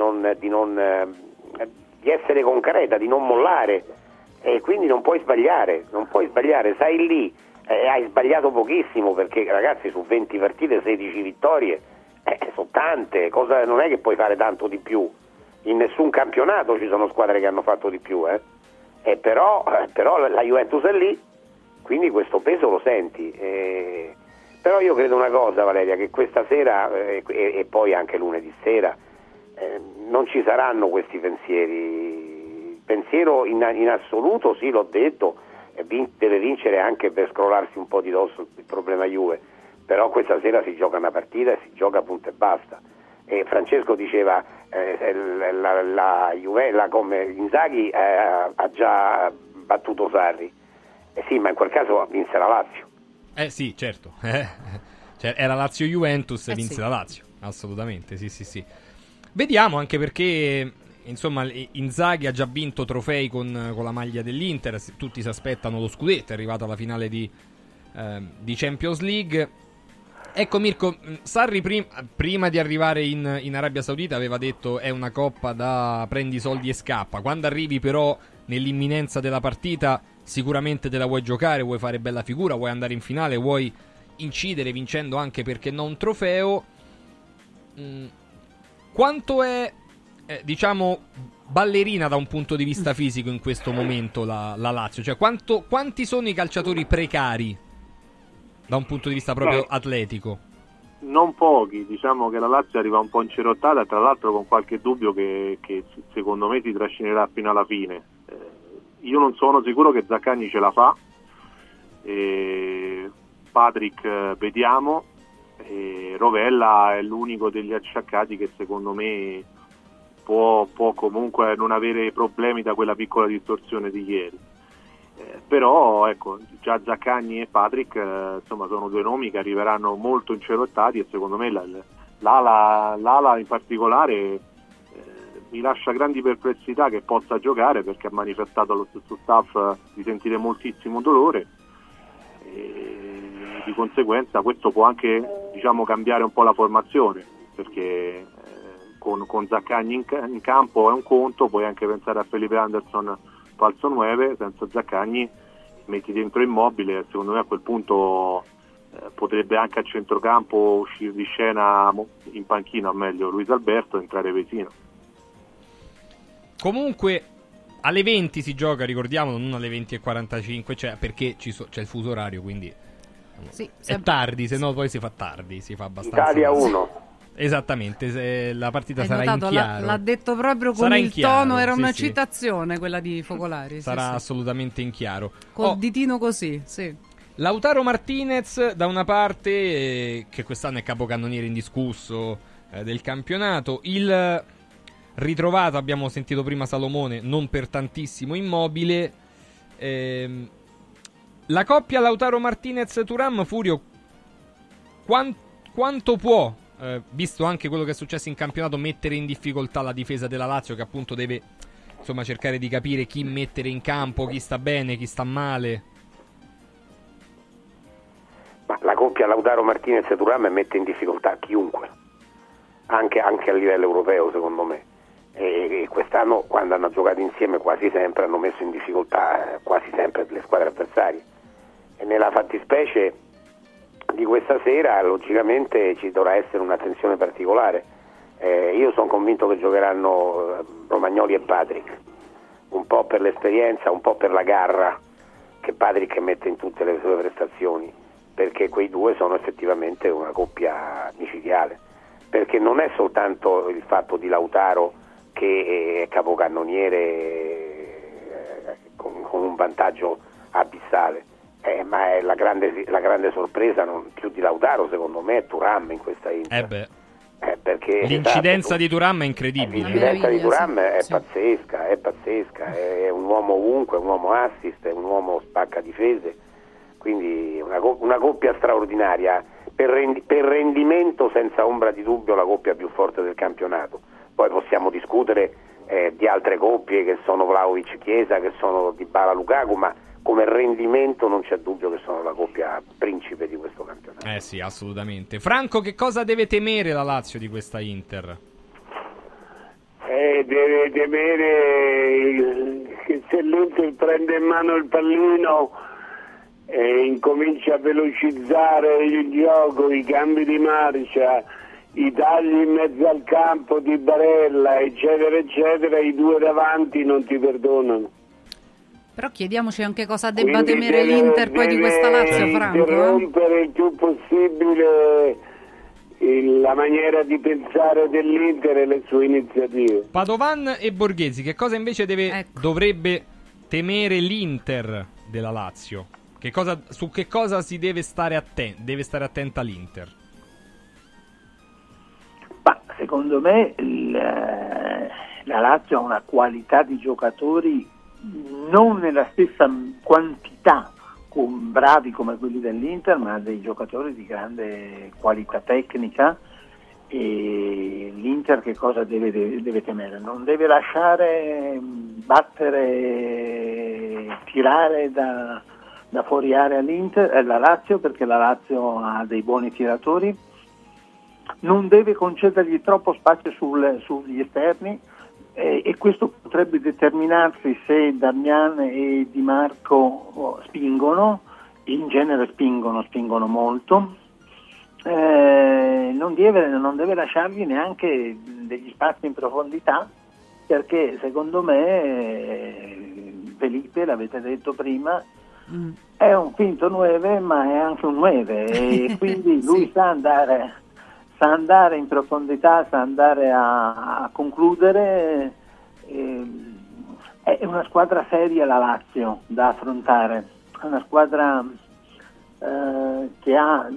essere concreta, di non mollare, e quindi non puoi sbagliare, sai lì, hai sbagliato pochissimo, perché ragazzi su 20 partite 16 vittorie sono tante, non è che puoi fare tanto di più, in nessun campionato ci sono squadre che hanno fatto di più, però la Juventus è lì, quindi questo peso lo senti, però io credo una cosa, Valeria, che questa sera e poi anche lunedì sera non ci saranno questi pensieri. Il pensiero in assoluto, sì, l'ho detto, deve vincere anche per scrollarsi un po' di dosso il problema Juve, però questa sera si gioca una partita e si gioca punto e basta. E Francesco diceva come Inzaghi ha già battuto Sarri, sì, ma in quel caso vinse la Lazio. Sì, certo. Era Lazio-Juventus e vinse sì. la Lazio, assolutamente, sì. Vediamo, anche perché insomma Inzaghi ha già vinto trofei con la maglia dell'Inter, tutti si aspettano lo scudetto, è arrivato alla finale di Champions League. Ecco Mirko, Sarri prima di arrivare in Arabia Saudita aveva detto è una coppa da prendi soldi e scappa. Quando arrivi però nell'imminenza della partita sicuramente te la vuoi giocare, vuoi fare bella figura, vuoi andare in finale, vuoi incidere vincendo anche, perché no, un trofeo. Quanto è ballerina da un punto di vista fisico in questo momento la Lazio? Cioè quanti sono i calciatori precari da un punto di vista proprio atletico? Non pochi, diciamo che la Lazio arriva un po' incerottata, tra l'altro con qualche dubbio che secondo me si trascinerà fino alla fine. Io non sono sicuro che Zaccagni ce la fa, Patrick vediamo, Rovella è l'unico degli acciaccati che secondo me può comunque non avere problemi da quella piccola distorsione di ieri. Però ecco, già Zaccagni e Patrick insomma sono due nomi che arriveranno molto incerottati, e secondo me l'ala in particolare mi lascia grandi perplessità che possa giocare, perché ha manifestato allo stesso staff di sentire moltissimo dolore, e di conseguenza questo può anche, diciamo, cambiare un po' la formazione, perché con Zaccagni in campo è un conto, puoi anche pensare a Felipe Anderson falso 9, senza Zaccagni metti dentro Immobile, secondo me a quel punto potrebbe anche a centrocampo uscire di scena in panchina, o meglio Luis Alberto, e entrare Vesino. Comunque alle 20 si gioca, ricordiamo, non alle 20:45, cioè perché c'è il fuso orario, quindi sì, è tardi, se no poi si fa tardi, si fa abbastanza. Italia 1. Esattamente, la partita Hai sarà notato, in chiaro. l'ha detto proprio con sarà il tono, era sì, una sì. citazione quella di Focolari. Sarà sì. assolutamente in chiaro. Col ditino così, sì. Lautaro Martinez da una parte, che quest'anno è capocannoniere indiscusso del campionato, il ritrovato, abbiamo sentito prima Salomone, non per tantissimo Immobile. La coppia Lautaro Martinez-Thuram, Furio, quanto può, visto anche quello che è successo in campionato, mettere in difficoltà la difesa della Lazio, che appunto deve insomma cercare di capire chi mettere in campo, chi sta bene, chi sta male? Ma la coppia Lautaro Martinez e Thuram mette in difficoltà chiunque, anche a livello europeo, secondo me. E quest'anno, quando hanno giocato insieme, quasi sempre hanno messo in difficoltà quasi sempre le squadre avversarie, e nella fattispecie di questa sera logicamente ci dovrà essere un'attenzione particolare. Io sono convinto che giocheranno Romagnoli e Patrick, un po' per l'esperienza, un po' per la garra che Patrick mette in tutte le sue prestazioni, perché quei due sono effettivamente una coppia micidiale, perché non è soltanto il fatto di Lautaro che è capocannoniere con un vantaggio abissale, ma è la grande sorpresa, non più di Lautaro secondo me, è Thuram in questa Inter. Perché l'incidenza di Thuram è incredibile. L'incidenza di Thuram è sì. pazzesca, è un uomo ovunque, è un uomo assist, è un uomo spacca difese, quindi una coppia straordinaria, per rendimento senza ombra di dubbio la coppia più forte del campionato. Poi possiamo discutere di altre coppie che sono Vlahovic-Chiesa, che sono Dybala Lukaku, ma come rendimento non c'è dubbio che sono la coppia principe di questo campionato. Sì, assolutamente. Franco, che cosa deve temere la Lazio di questa Inter? Deve temere che se l'Inter prende in mano il pallino e incomincia a velocizzare il gioco, i cambi di marcia, i tagli in mezzo al campo di Barella, eccetera eccetera, i due davanti non ti perdonano. Però chiediamoci anche cosa debba temere l'Inter poi di questa Lazio, Franco. Interrompere il più possibile la maniera di pensare dell'Inter e le sue iniziative. Padovan e Borghesi, che cosa invece dovrebbe temere l'Inter della Lazio? Su che cosa si deve stare attenta l'Inter? Ma secondo me la Lazio ha una qualità di giocatori non nella stessa quantità bravi come quelli dell'Inter, ma dei giocatori di grande qualità tecnica, e l'Inter che cosa deve temere? Non deve lasciare battere, tirare da fuori area la Lazio, perché la Lazio ha dei buoni tiratori, non deve concedergli troppo spazio sugli esterni, e questo potrebbe determinarsi se Darmian e Di Marco spingono, in genere spingono molto. Non deve lasciargli neanche degli spazi in profondità, perché secondo me Felipe, l'avete detto prima, è un finto 9 ma è anche un 9 e quindi lui sa andare in profondità, sa andare a concludere. È una squadra seria la Lazio da affrontare, è una squadra che ha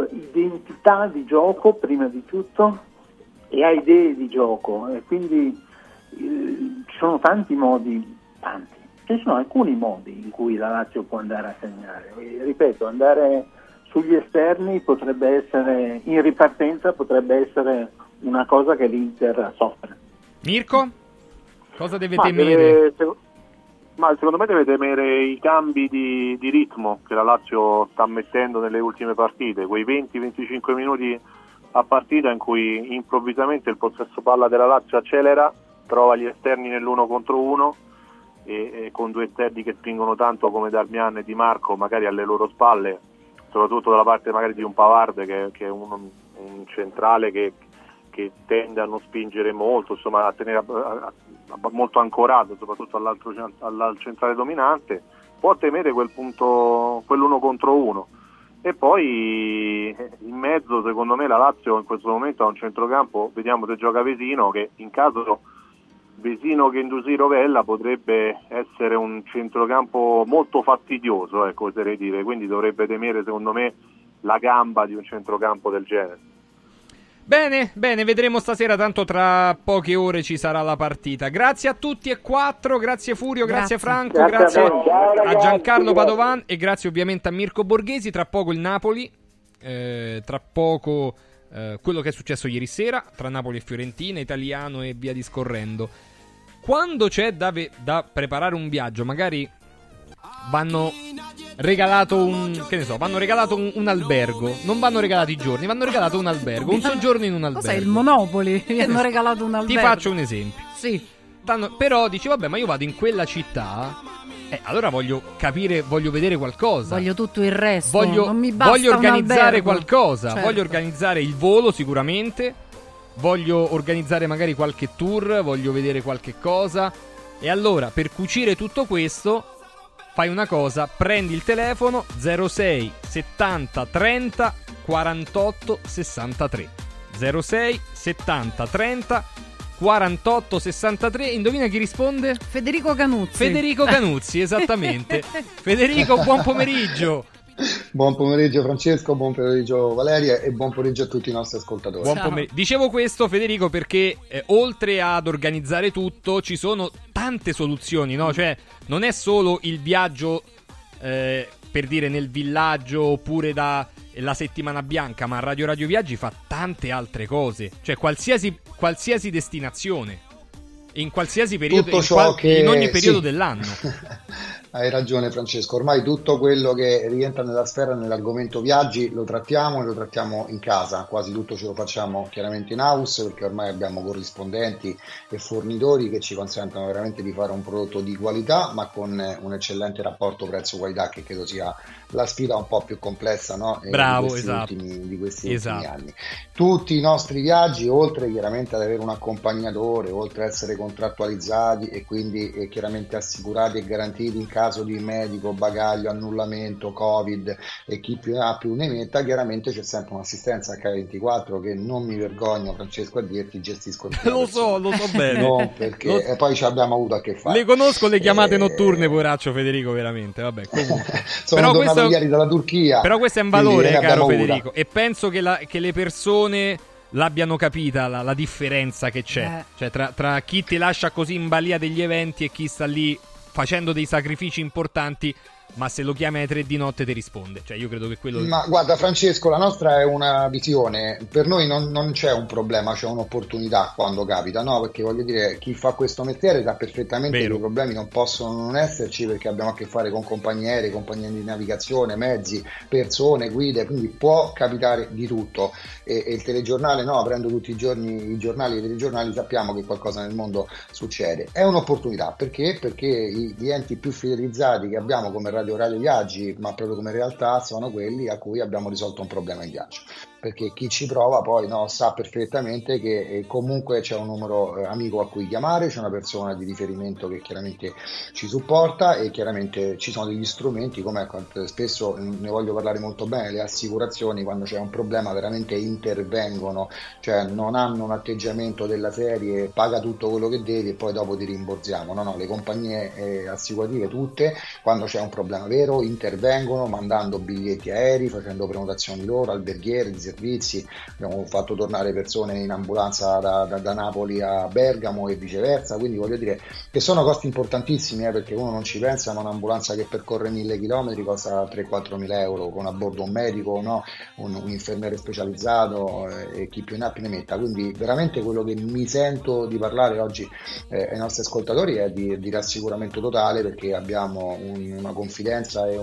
identità di gioco prima di tutto e ha idee di gioco, e quindi ci sono tanti modi, ci sono alcuni modi in cui la Lazio può andare a segnare. Ripeto, andare sugli esterni potrebbe essere, in ripartenza potrebbe essere una cosa che l'Inter soffre. Mirko? Cosa deve temere? Secondo me deve temere i cambi di ritmo che la Lazio sta mettendo nelle ultime partite, quei 20-25 minuti a partita in cui improvvisamente il possesso palla della Lazio accelera, trova gli esterni nell'1 contro 1 e con due esterni che spingono tanto come Darmian e Di Marco magari alle loro spalle, soprattutto dalla parte magari di un Pavard che è un centrale che tende a non spingere molto, insomma a tenere molto ancorato soprattutto al centrale dominante, può temere quell'1 contro 1. E poi in mezzo secondo me la Lazio in questo momento ha un centrocampo, vediamo se gioca Vesino, che in caso Vesino che indusì Rovella potrebbe essere un centrocampo molto fastidioso, oserei dire, quindi dovrebbe temere secondo me la gamba di un centrocampo del genere. Bene, vedremo stasera, tanto tra poche ore ci sarà la partita. Grazie a tutti e quattro, grazie Furio, grazie Franco, grazie a Giancarlo Padovan e grazie ovviamente a Mirko Borghesi. Tra poco il Napoli, tra poco quello che è successo ieri sera tra Napoli e Fiorentina, Italiano e via discorrendo. Quando c'è da preparare un viaggio, magari vanno regalato un albergo, non vanno regalati i giorni, vanno regalato un albergo, un soggiorno in un albergo. Cos'è il Monopoli? Mi hanno regalato un albergo. Ti faccio un esempio. Sì. Però dici vabbè, ma io vado in quella città, allora voglio capire, voglio vedere qualcosa. Voglio tutto il resto. Voglio organizzare qualcosa. Certo. Voglio organizzare il volo sicuramente. Voglio organizzare magari qualche tour, voglio vedere qualche cosa. E allora, per cucire tutto questo, fai una cosa, prendi il telefono 06 70 30 48 63 06 70 30 48 63. Indovina chi risponde? Federico Canuzzi, esattamente. Federico, buon pomeriggio. Buon pomeriggio Francesco, buon pomeriggio Valeria e buon pomeriggio a tutti i nostri ascoltatori. Dicevo questo, Federico, perché oltre ad organizzare tutto ci sono tante soluzioni, no? Cioè non è solo il viaggio per dire nel villaggio oppure la settimana bianca, ma Radio Viaggi fa tante altre cose, cioè qualsiasi destinazione in qualsiasi periodo, in ogni periodo dell'anno. Hai ragione Francesco, ormai tutto quello che rientra nella sfera, nell'argomento viaggi lo trattiamo in casa, quasi tutto ce lo facciamo chiaramente in house, perché ormai abbiamo corrispondenti e fornitori che ci consentono veramente di fare un prodotto di qualità, ma con un eccellente rapporto prezzo-qualità, che credo sia la sfida un po' più complessa, no? Bravo, di questi ultimi anni. Tutti i nostri viaggi, oltre chiaramente ad avere un accompagnatore, oltre ad essere contrattualizzati e quindi chiaramente assicurati e garantiti in caso di medico, bagaglio, annullamento, Covid e chi più ha più ne metta, chiaramente c'è sempre un'assistenza H24 che non mi vergogno Francesco a dirti gestisco lo so bene, no, perché poi ci abbiamo avuto a che fare. Le conosco le chiamate notturne, poraccio Federico, veramente, vabbè, comunque. Sono tornato ieri dalla Turchia, però questo è un valore, caro Federico, e penso che le persone l'abbiano capita la differenza che c'è, cioè tra chi ti lascia così in balia degli eventi e chi sta lì facendo dei sacrifici importanti, ma se lo chiami alle 3 di notte ti risponde. Cioè io credo che quello... Ma guarda Francesco, la nostra è una visione, per noi non c'è un problema, c'è un'opportunità quando capita, no? Perché voglio dire, chi fa questo mestiere sa perfettamente che i problemi non possono non esserci, perché abbiamo a che fare con compagnie aeree, compagnie di navigazione, mezzi, persone, guide, quindi può capitare di tutto. E il telegiornale, no, aprendo tutti i giorni i giornali e i telegiornali sappiamo che qualcosa nel mondo succede. È un'opportunità, perché i clienti più fidelizzati che abbiamo come Radio Viaggi, ma proprio come realtà, sono quelli a cui abbiamo risolto un problema in viaggio, perché chi ci prova poi sa perfettamente che comunque c'è un numero amico a cui chiamare, c'è una persona di riferimento che chiaramente ci supporta e chiaramente ci sono degli strumenti come spesso ne voglio parlare molto bene, le assicurazioni quando c'è un problema veramente intervengono, cioè non hanno un atteggiamento della serie paga tutto quello che devi e poi dopo ti rimborsiamo, no, le compagnie assicurative tutte quando c'è un problema problema vero, intervengono mandando biglietti aerei, facendo prenotazioni loro, alberghiere, di servizi. Abbiamo fatto tornare persone in ambulanza da Napoli a Bergamo e viceversa, quindi voglio dire che sono costi importantissimi, perché uno non ci pensa, ma un'ambulanza che percorre 1000 km costa 3-4 mila euro, con a bordo un medico, no? un infermiere specializzato e chi più ne ha più ne metta. Quindi veramente quello che mi sento di parlare oggi ai nostri ascoltatori è di rassicuramento totale, perché abbiamo una confidenza e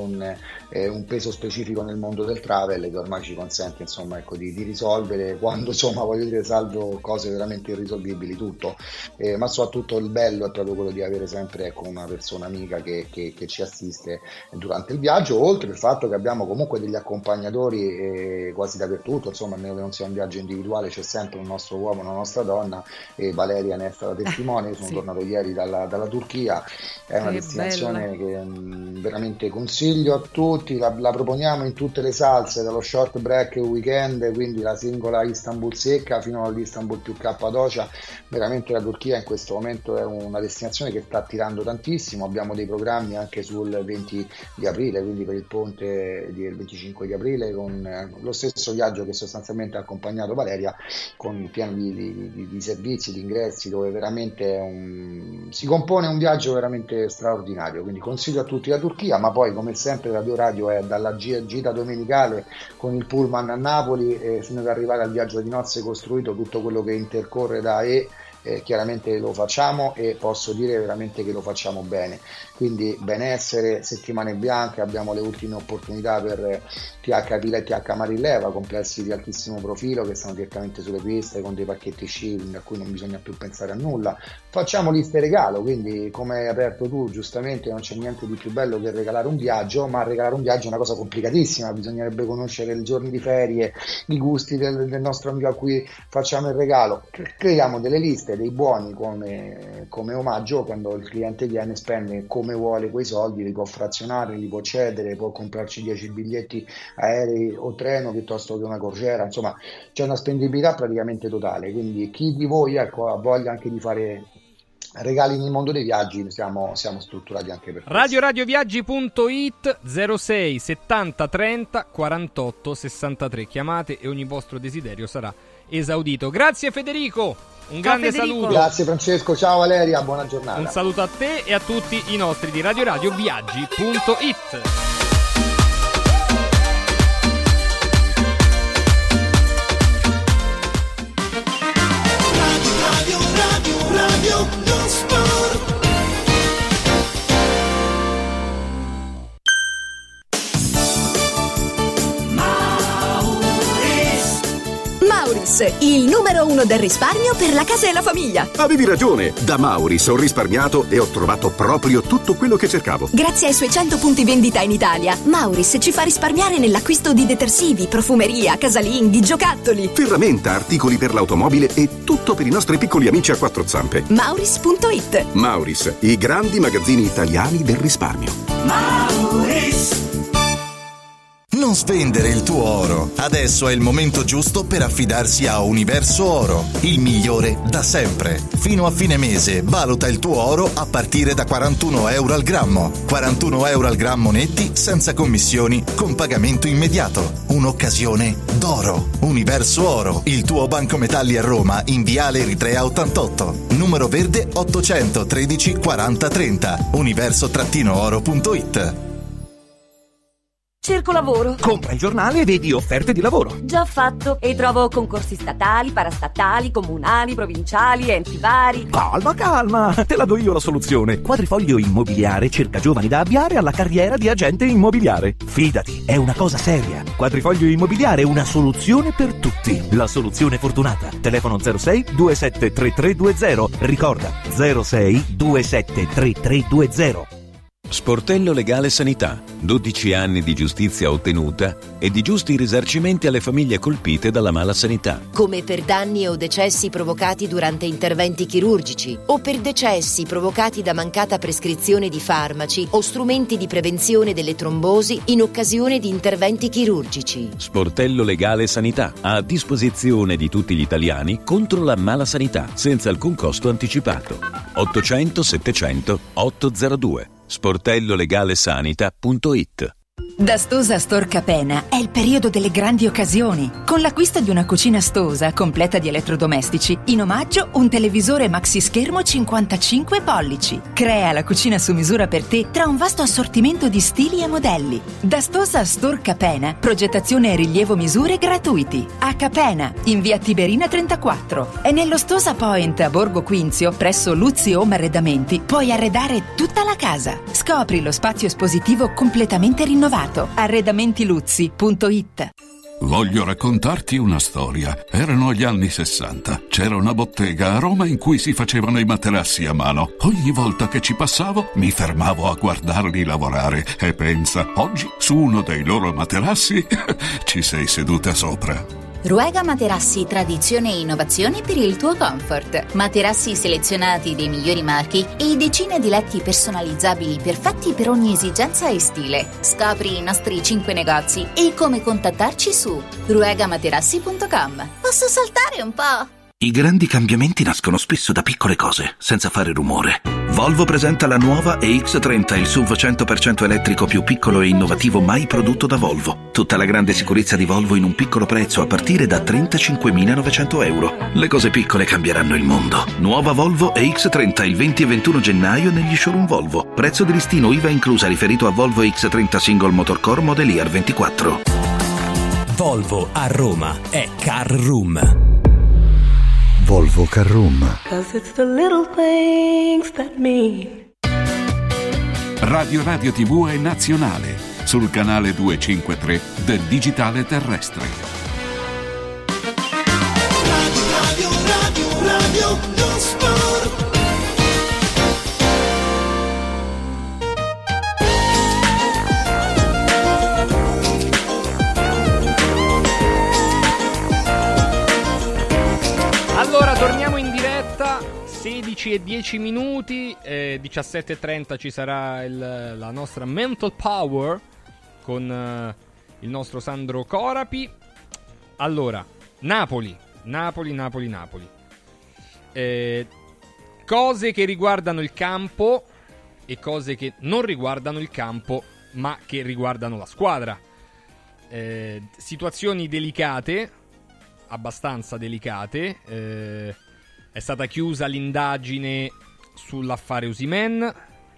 un peso specifico nel mondo del travel che ormai ci consente, insomma, ecco, di risolvere, quando, insomma, voglio dire, salvo cose veramente irrisolvibili, tutto, ma soprattutto il bello è proprio quello di avere sempre, ecco, una persona amica che ci assiste durante il viaggio, oltre il fatto che abbiamo comunque degli accompagnatori quasi dappertutto, insomma, a meno che non sia un viaggio individuale c'è sempre un nostro uomo, una nostra donna, e Valeria ne è stata testimone. Io sono tornato ieri dalla Turchia, è una destinazione che veramente consiglio a tutti, la proponiamo in tutte le salse, dallo short break weekend, quindi la singola Istanbul secca fino all'Istanbul più Cappadocia. Veramente la Turchia in questo momento è una destinazione che sta attirando tantissimo. Abbiamo dei programmi anche sul 20 di aprile, quindi per il ponte del 25 di aprile, con lo stesso viaggio che sostanzialmente ha accompagnato Valeria, con pieno di servizi, di ingressi, dove veramente si compone un viaggio veramente straordinario. Quindi consiglio a tutti la Turchia, ma poi come sempre Radio Radio è dalla gita domenicale con il pullman a Napoli fino ad arrivare al viaggio di nozze costruito, tutto quello che intercorre da chiaramente lo facciamo, e posso dire veramente che lo facciamo bene. Quindi benessere, settimane bianche, abbiamo le ultime opportunità per TH Pila e TH Marilleva, complessi di altissimo profilo che stanno direttamente sulle piste con dei pacchetti shipping a cui non bisogna più pensare a nulla. Facciamo liste regalo, quindi come hai aperto tu giustamente, non c'è niente di più bello che regalare un viaggio, ma regalare un viaggio è una cosa complicatissima, bisognerebbe conoscere i giorni di ferie, i gusti del nostro amico a cui facciamo il regalo. Creiamo delle liste, dei buoni come omaggio, quando il cliente viene spende come vuole quei soldi, li può frazionare, li può cedere, può comprarci 10 biglietti aerei o treno piuttosto che una crociera, insomma c'è una spendibilità praticamente totale. Quindi chi di voi, ecco, ha voglia anche di fare regali nel mondo dei viaggi, siamo strutturati anche per questo. radioviaggi.it 06 70 30 48 63, chiamate e ogni vostro desiderio sarà esaudito. Grazie Federico, un grande saluto. Grazie Francesco, ciao Valeria, buona giornata. Un saluto a te e a tutti i nostri di radioviaggi.it. Radio lo sport. Mauris, il numero 1 del risparmio per la casa e la famiglia. Avevi ragione, da Mauris ho risparmiato e ho trovato proprio tutto quello che cercavo. Grazie ai suoi 100 punti vendita in Italia, Mauris ci fa risparmiare nell'acquisto di detersivi, profumeria, casalinghi, giocattoli, ferramenta, articoli per l'automobile e tutto per i nostri piccoli amici a quattro zampe. Mauris.it. Mauris, i grandi magazzini italiani del risparmio. Mauris. Non spendere il tuo oro. Adesso è il momento giusto per affidarsi a Universo Oro, il migliore da sempre. Fino a fine mese valuta il tuo oro a partire da 41 euro al grammo. 41 euro al grammo netti, senza commissioni, con pagamento immediato. Un'occasione d'oro. Universo Oro, il tuo banco metalli a Roma, in viale Eritrea 88. Numero verde 813 40 30. Universo-oro.it. Cerco lavoro. Compra il giornale e vedi offerte di lavoro. Già fatto. E trovo concorsi statali, parastatali, comunali, provinciali, enti vari. Calma, te la do io la soluzione. Quadrifoglio Immobiliare cerca giovani da avviare alla carriera di agente immobiliare. Fidati, è una cosa seria. Quadrifoglio Immobiliare è una soluzione per tutti. La soluzione fortunata. Telefono 06 27 3320. Ricorda, 06 27 3320. Sportello Legale Sanità, 12 anni di giustizia ottenuta e di giusti risarcimenti alle famiglie colpite dalla mala sanità. Come per danni o decessi provocati durante interventi chirurgici o per decessi provocati da mancata prescrizione di farmaci o strumenti di prevenzione delle trombosi in occasione di interventi chirurgici. Sportello Legale Sanità, a disposizione di tutti gli italiani contro la mala sanità, senza alcun costo anticipato. 800 700 802. sportellolegalesanita.it. Da Stosa Store Capena è il periodo delle grandi occasioni. Con l'acquisto di una cucina Stosa completa di elettrodomestici, in omaggio un televisore maxi schermo 55 pollici. Crea la cucina su misura per te tra un vasto assortimento di stili e modelli. Da Stosa Store Capena, progettazione e rilievo misure gratuiti. A Capena, in via Tiberina 34. E nello Stosa Point a Borgo Quinzio, presso Luzzi Home Arredamenti, puoi arredare tutta la casa. Scopri lo spazio espositivo completamente rinnovato. Arredamentiluzzi.it. Voglio raccontarti una storia. Erano gli anni 60. C'era una bottega a Roma in cui si facevano i materassi a mano. Ogni volta che ci passavo mi fermavo a guardarli lavorare e pensa, oggi su uno dei loro materassi ci sei seduta sopra. Ruega Materassi, tradizione e innovazione per il tuo comfort. Materassi selezionati dei migliori marchi e decine di letti personalizzabili perfetti per ogni esigenza e stile. Scopri i nostri 5 negozi e come contattarci su ruegamaterassi.com. Posso saltare un po'? I grandi cambiamenti nascono spesso da piccole cose, senza fare rumore. Volvo presenta la nuova EX30, il SUV 100% elettrico più piccolo e innovativo mai prodotto da Volvo. Tutta la grande sicurezza di Volvo in un piccolo prezzo a partire da 35.900 euro. Le cose piccole cambieranno il mondo. Nuova Volvo EX30 il 20 e 21 gennaio negli showroom Volvo. Prezzo di listino IVA inclusa riferito a Volvo EX30 Single Motor Core Model Year 24. Volvo a Roma è Car Room. Volvo Car Room. 'Cause it's the little things that mean. Radio TV è nazionale sul canale 253 del digitale terrestre. Radio lo sport. Allora, torniamo in diretta, 16 e 10 minuti, 17.30 ci sarà la nostra Mental Power con il nostro Sandro Corapi. Allora, Napoli. Cose che riguardano il campo e cose che non riguardano il campo, ma che riguardano la squadra. Situazioni delicate, abbastanza delicate. È stata chiusa l'indagine sull'affare Osimhen.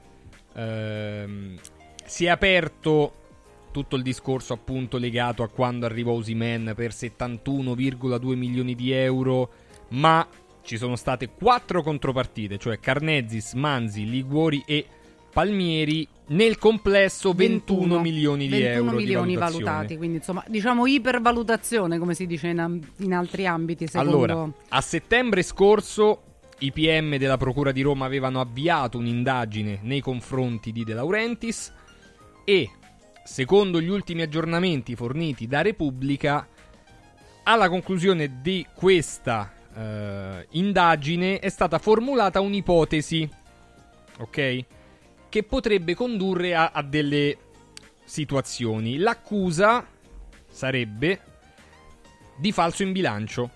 Si è aperto tutto il discorso appunto legato a quando arrivò Osimhen per 71,2 milioni di euro, ma ci sono state 4 contropartite, cioè Karnezis, Manzi, Liguori e Palmieri. Nel complesso 21 milioni di euro 21 milioni di valutati, quindi insomma diciamo ipervalutazione, come si dice in altri ambiti, secondo... Allora, a settembre scorso i PM della Procura di Roma avevano avviato un'indagine nei confronti di De Laurentiis e, secondo gli ultimi aggiornamenti forniti da Repubblica, alla conclusione di questa indagine è stata formulata un'ipotesi, ok? Che potrebbe condurre a delle situazioni. L'accusa sarebbe di falso in bilancio.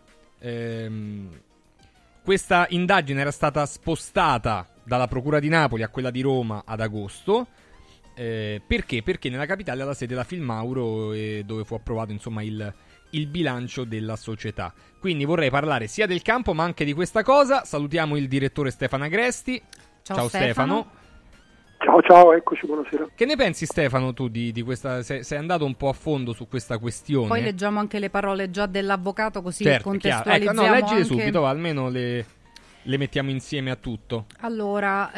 Questa indagine era stata spostata dalla Procura di Napoli a quella di Roma ad agosto. Perché? Perché nella capitale ha la sede la Filmauro, dove fu approvato insomma il bilancio della società. Quindi vorrei parlare sia del campo ma anche di questa cosa. Salutiamo il direttore Stefano Agresti. Ciao Stefano. Ciao, eccoci, buonasera. Che ne pensi, Stefano, tu di questa... Sei andato un po' a fondo su questa questione? Poi leggiamo anche le parole già dell'avvocato, così certo, contestualizziamo. Ecco, no, leggile anche... subito, almeno le mettiamo insieme a tutto. Allora,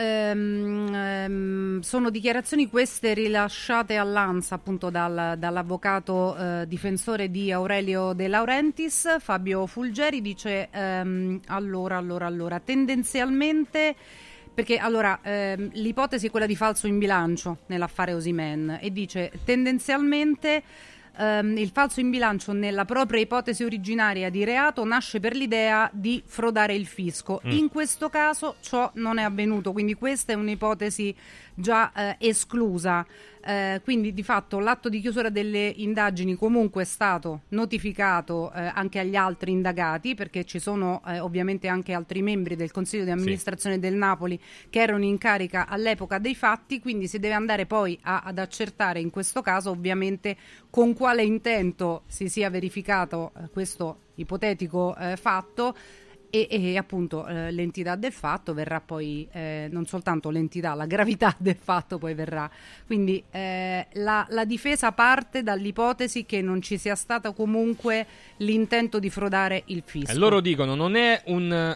sono dichiarazioni queste rilasciate all'ANSA appunto dall'avvocato difensore di Aurelio De Laurentiis, Fabio Fulgeri. Dice allora, tendenzialmente... Perché allora l'ipotesi è quella di falso in bilancio nell'affare Osimhen e dice tendenzialmente il falso in bilancio nella propria ipotesi originaria di reato nasce per l'idea di frodare il fisco. In questo caso ciò non è avvenuto, quindi questa è un'ipotesi già esclusa. Quindi di fatto l'atto di chiusura delle indagini comunque è stato notificato anche agli altri indagati, perché ci sono ovviamente anche altri membri del Consiglio di amministrazione del Napoli che erano in carica all'epoca dei fatti, quindi si deve andare poi ad accertare in questo caso ovviamente con quale intento si sia verificato questo ipotetico fatto. E appunto l'entità del fatto verrà poi, non soltanto l'entità, la gravità del fatto poi verrà. Quindi la difesa parte dall'ipotesi che non ci sia stato comunque l'intento di frodare il fisco. Loro dicono non è un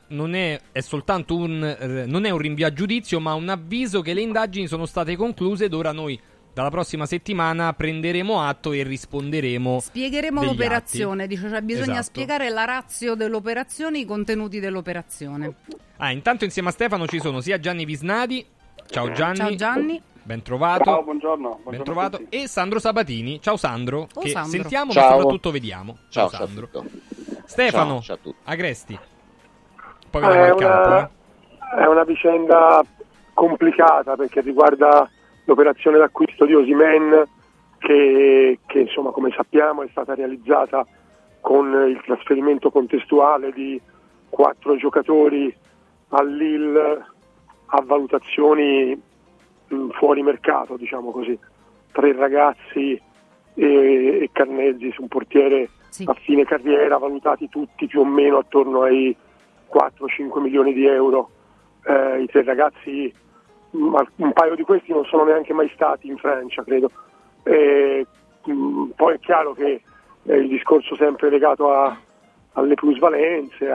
rinvio a giudizio, ma un avviso che le indagini sono state concluse ed ora noi dalla prossima settimana prenderemo atto e risponderemo. Spiegheremo l'operazione, atti. Cioè bisogna spiegare la ratio dell'operazione, i contenuti dell'operazione. Intanto insieme a Stefano ci sono sia Gianni Visnadi. Ciao Gianni. Ciao Gianni. Ben trovato. Ciao, buongiorno. Ben trovato. E Sandro Sabatini. Ciao Sandro. Che Sandro. sentiamo Ciao. ma soprattutto vediamo. Ciao Sandro. Stefano, ciao a tutti. Agresti. Poi vediamo al campo. È una vicenda complicata perché riguarda l'operazione d'acquisto di Osimhen che insomma, come sappiamo, è stata realizzata con il trasferimento contestuale di 4 giocatori al Lille a valutazioni fuori mercato, diciamo così, 3 ragazzi e Carnezis, un portiere a fine carriera, valutati tutti più o meno attorno ai 4-5 milioni di euro. I 3 ragazzi, un paio di questi non sono neanche mai stati in Francia, credo. Poi è chiaro che il discorso sempre legato alle plusvalenze,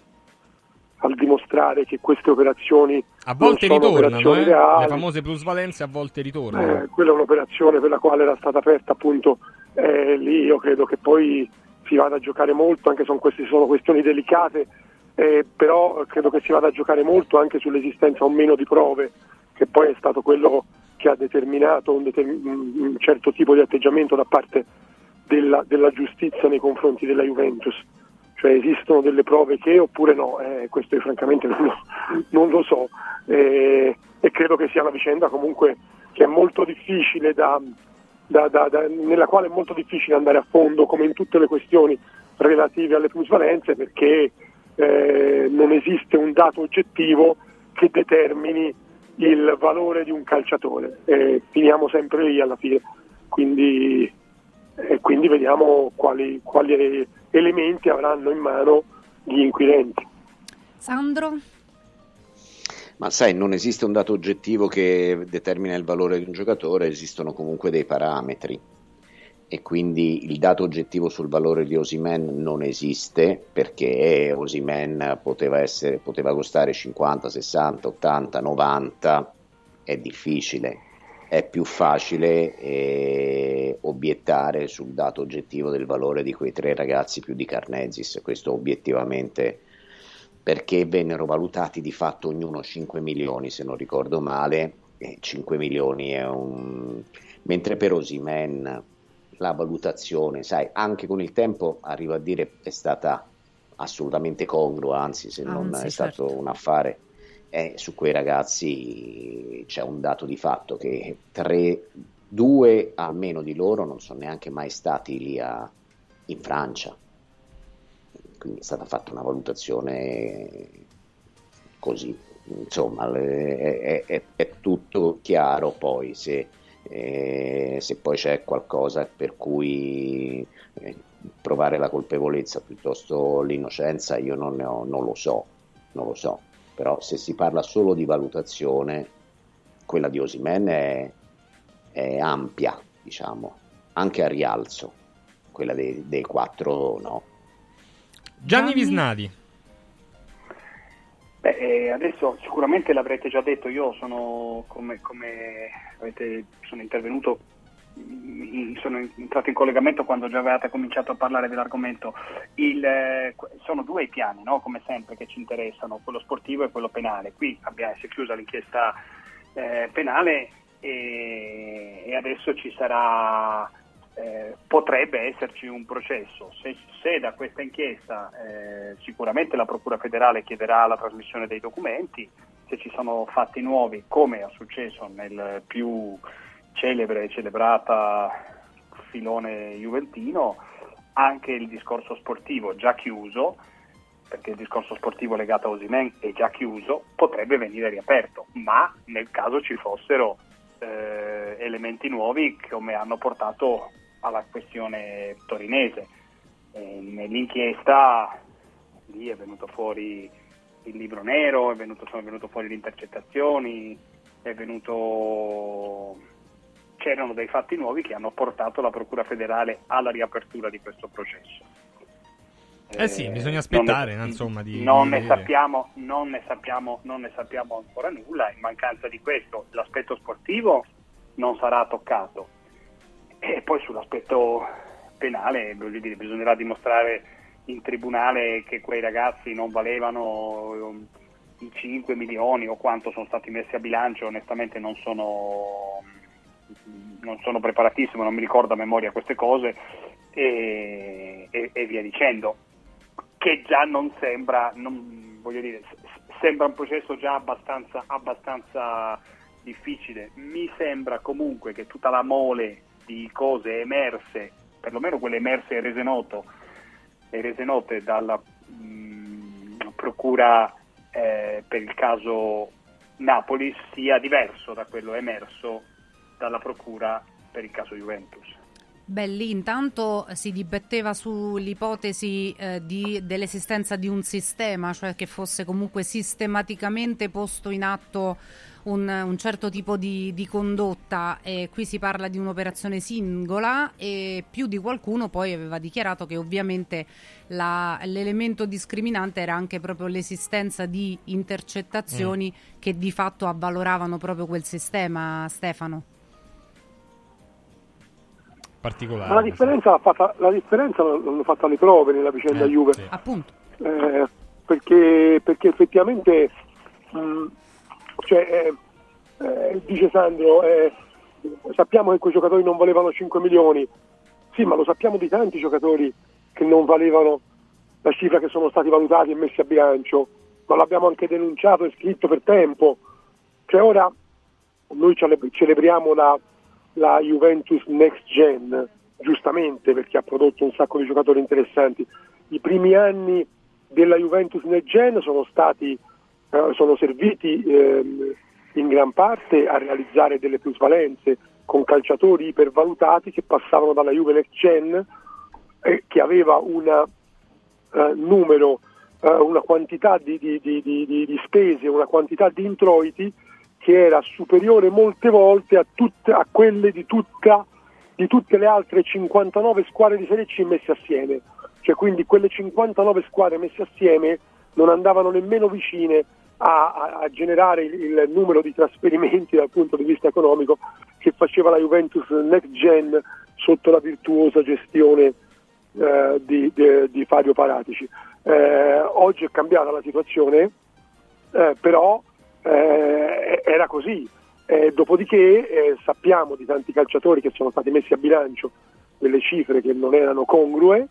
al dimostrare che queste operazioni a volte non sono ritornano, reali. Le famose plusvalenze a volte ritornano. Quella è un'operazione per la quale era stata aperta appunto lì. Io credo che poi si vada a giocare molto, anche se queste sono questioni delicate, però credo che si vada a giocare molto anche sull'esistenza o meno di prove, che poi è stato quello che ha determinato un certo tipo di atteggiamento da parte della giustizia nei confronti della Juventus. Cioè esistono delle prove che oppure no, questo io francamente non lo so, e credo che sia una vicenda comunque che è molto difficile nella quale è molto difficile andare a fondo, come in tutte le questioni relative alle plusvalenze, perché non esiste un dato oggettivo che determini il valore di un calciatore, finiamo sempre lì alla fine, quindi vediamo quali elementi avranno in mano gli inquirenti. Sandro? Ma sai, non esiste un dato oggettivo che determina il valore di un giocatore, esistono comunque dei parametri e quindi il dato oggettivo sul valore di Osimhen non esiste, perché Osimhen poteva costare 50, 60, 80, 90, è difficile. È più facile obiettare sul dato oggettivo del valore di quei 3 ragazzi più di Carnezis, questo obiettivamente, perché vennero valutati di fatto ognuno 5 milioni se non ricordo male, 5 milioni è mentre per Osimhen la valutazione, sai, anche con il tempo arrivo a dire è stata assolutamente congrua, anzi se non è stato un affare. Su quei ragazzi c'è un dato di fatto che 2 almeno di loro non sono neanche mai stati lì in Francia, quindi è stata fatta una valutazione così, insomma è tutto chiaro. Poi se poi c'è qualcosa per cui provare la colpevolezza piuttosto l'innocenza, io non lo so. Però se si parla solo di valutazione, quella di Osimhen è ampia, diciamo, anche a rialzo, quella dei 4 no. Gianni Visnadi. Adesso sicuramente l'avrete già detto, io sono sono intervenuto, sono entrato in collegamento quando già avevate cominciato a parlare dell'argomento. Sono 2 i piani, no? Come sempre, che ci interessano, quello sportivo e quello penale. Qui si è chiusa l'inchiesta penale e adesso ci sarà, potrebbe esserci un processo. Se da questa inchiesta sicuramente la Procura federale chiederà la trasmissione dei documenti, se ci sono fatti nuovi, come è successo nel più celebrata filone juventino, anche il discorso sportivo già chiuso, perché il discorso sportivo legato a Osimhen è già chiuso, potrebbe venire riaperto, ma nel caso ci fossero elementi nuovi come hanno portato alla questione torinese. Nell'inchiesta lì è venuto fuori il libro nero, sono venute fuori le intercettazioni, c'erano dei fatti nuovi che hanno portato la Procura federale alla riapertura di questo processo. Sì, bisogna aspettare, non ne sappiamo ancora nulla. In mancanza di questo, l'aspetto sportivo non sarà toccato, e poi sull'aspetto penale, voglio dire, bisognerà dimostrare in tribunale che quei ragazzi non valevano i 5 milioni o quanto sono stati messi a bilancio. Onestamente non sono preparatissimo, non mi ricordo a memoria queste cose, e via dicendo, che già non sembra, voglio dire, sembra un processo già abbastanza difficile. Mi sembra comunque che tutta la mole di cose emerse, perlomeno quelle emerse e rese note dalla procura per il caso Napoli, sia diverso da quello emerso dalla procura per il caso Juventus. Beh, lì intanto si dibatteva sull'ipotesi dell'esistenza di un sistema, cioè che fosse comunque sistematicamente posto in atto un certo tipo di condotta, e qui si parla di un'operazione singola, e più di qualcuno poi aveva dichiarato che ovviamente l'elemento discriminante era anche proprio l'esistenza di intercettazioni che di fatto avvaloravano proprio quel sistema, Stefano. Particolare. Ma la differenza l'hanno fatta le prove nella vicenda Juve. Sì. Appunto. Perché effettivamente dice Sandro, sappiamo che quei giocatori non valevano 5 milioni. Sì, ma lo sappiamo di tanti giocatori che non valevano la cifra che sono stati valutati e messi a bilancio. Ma l'abbiamo anche denunciato e scritto per tempo. Cioè ora noi celebriamo la Juventus Next Gen, giustamente, perché ha prodotto un sacco di giocatori interessanti. I primi anni della Juventus Next Gen sono serviti in gran parte a realizzare delle plusvalenze con calciatori ipervalutati che passavano dalla Juve Next Gen, che aveva una quantità di spese, una quantità di introiti che era superiore molte volte a quelle di tutte le altre 59 squadre di Serie C messe assieme. Cioè, quindi quelle 59 squadre messe assieme non andavano nemmeno vicine a generare il numero di trasferimenti dal punto di vista economico che faceva la Juventus Next Gen sotto la virtuosa gestione di Fabio Paratici. Oggi è cambiata la situazione, però era così. Dopodiché sappiamo di tanti calciatori che sono stati messi a bilancio delle cifre che non erano congrue,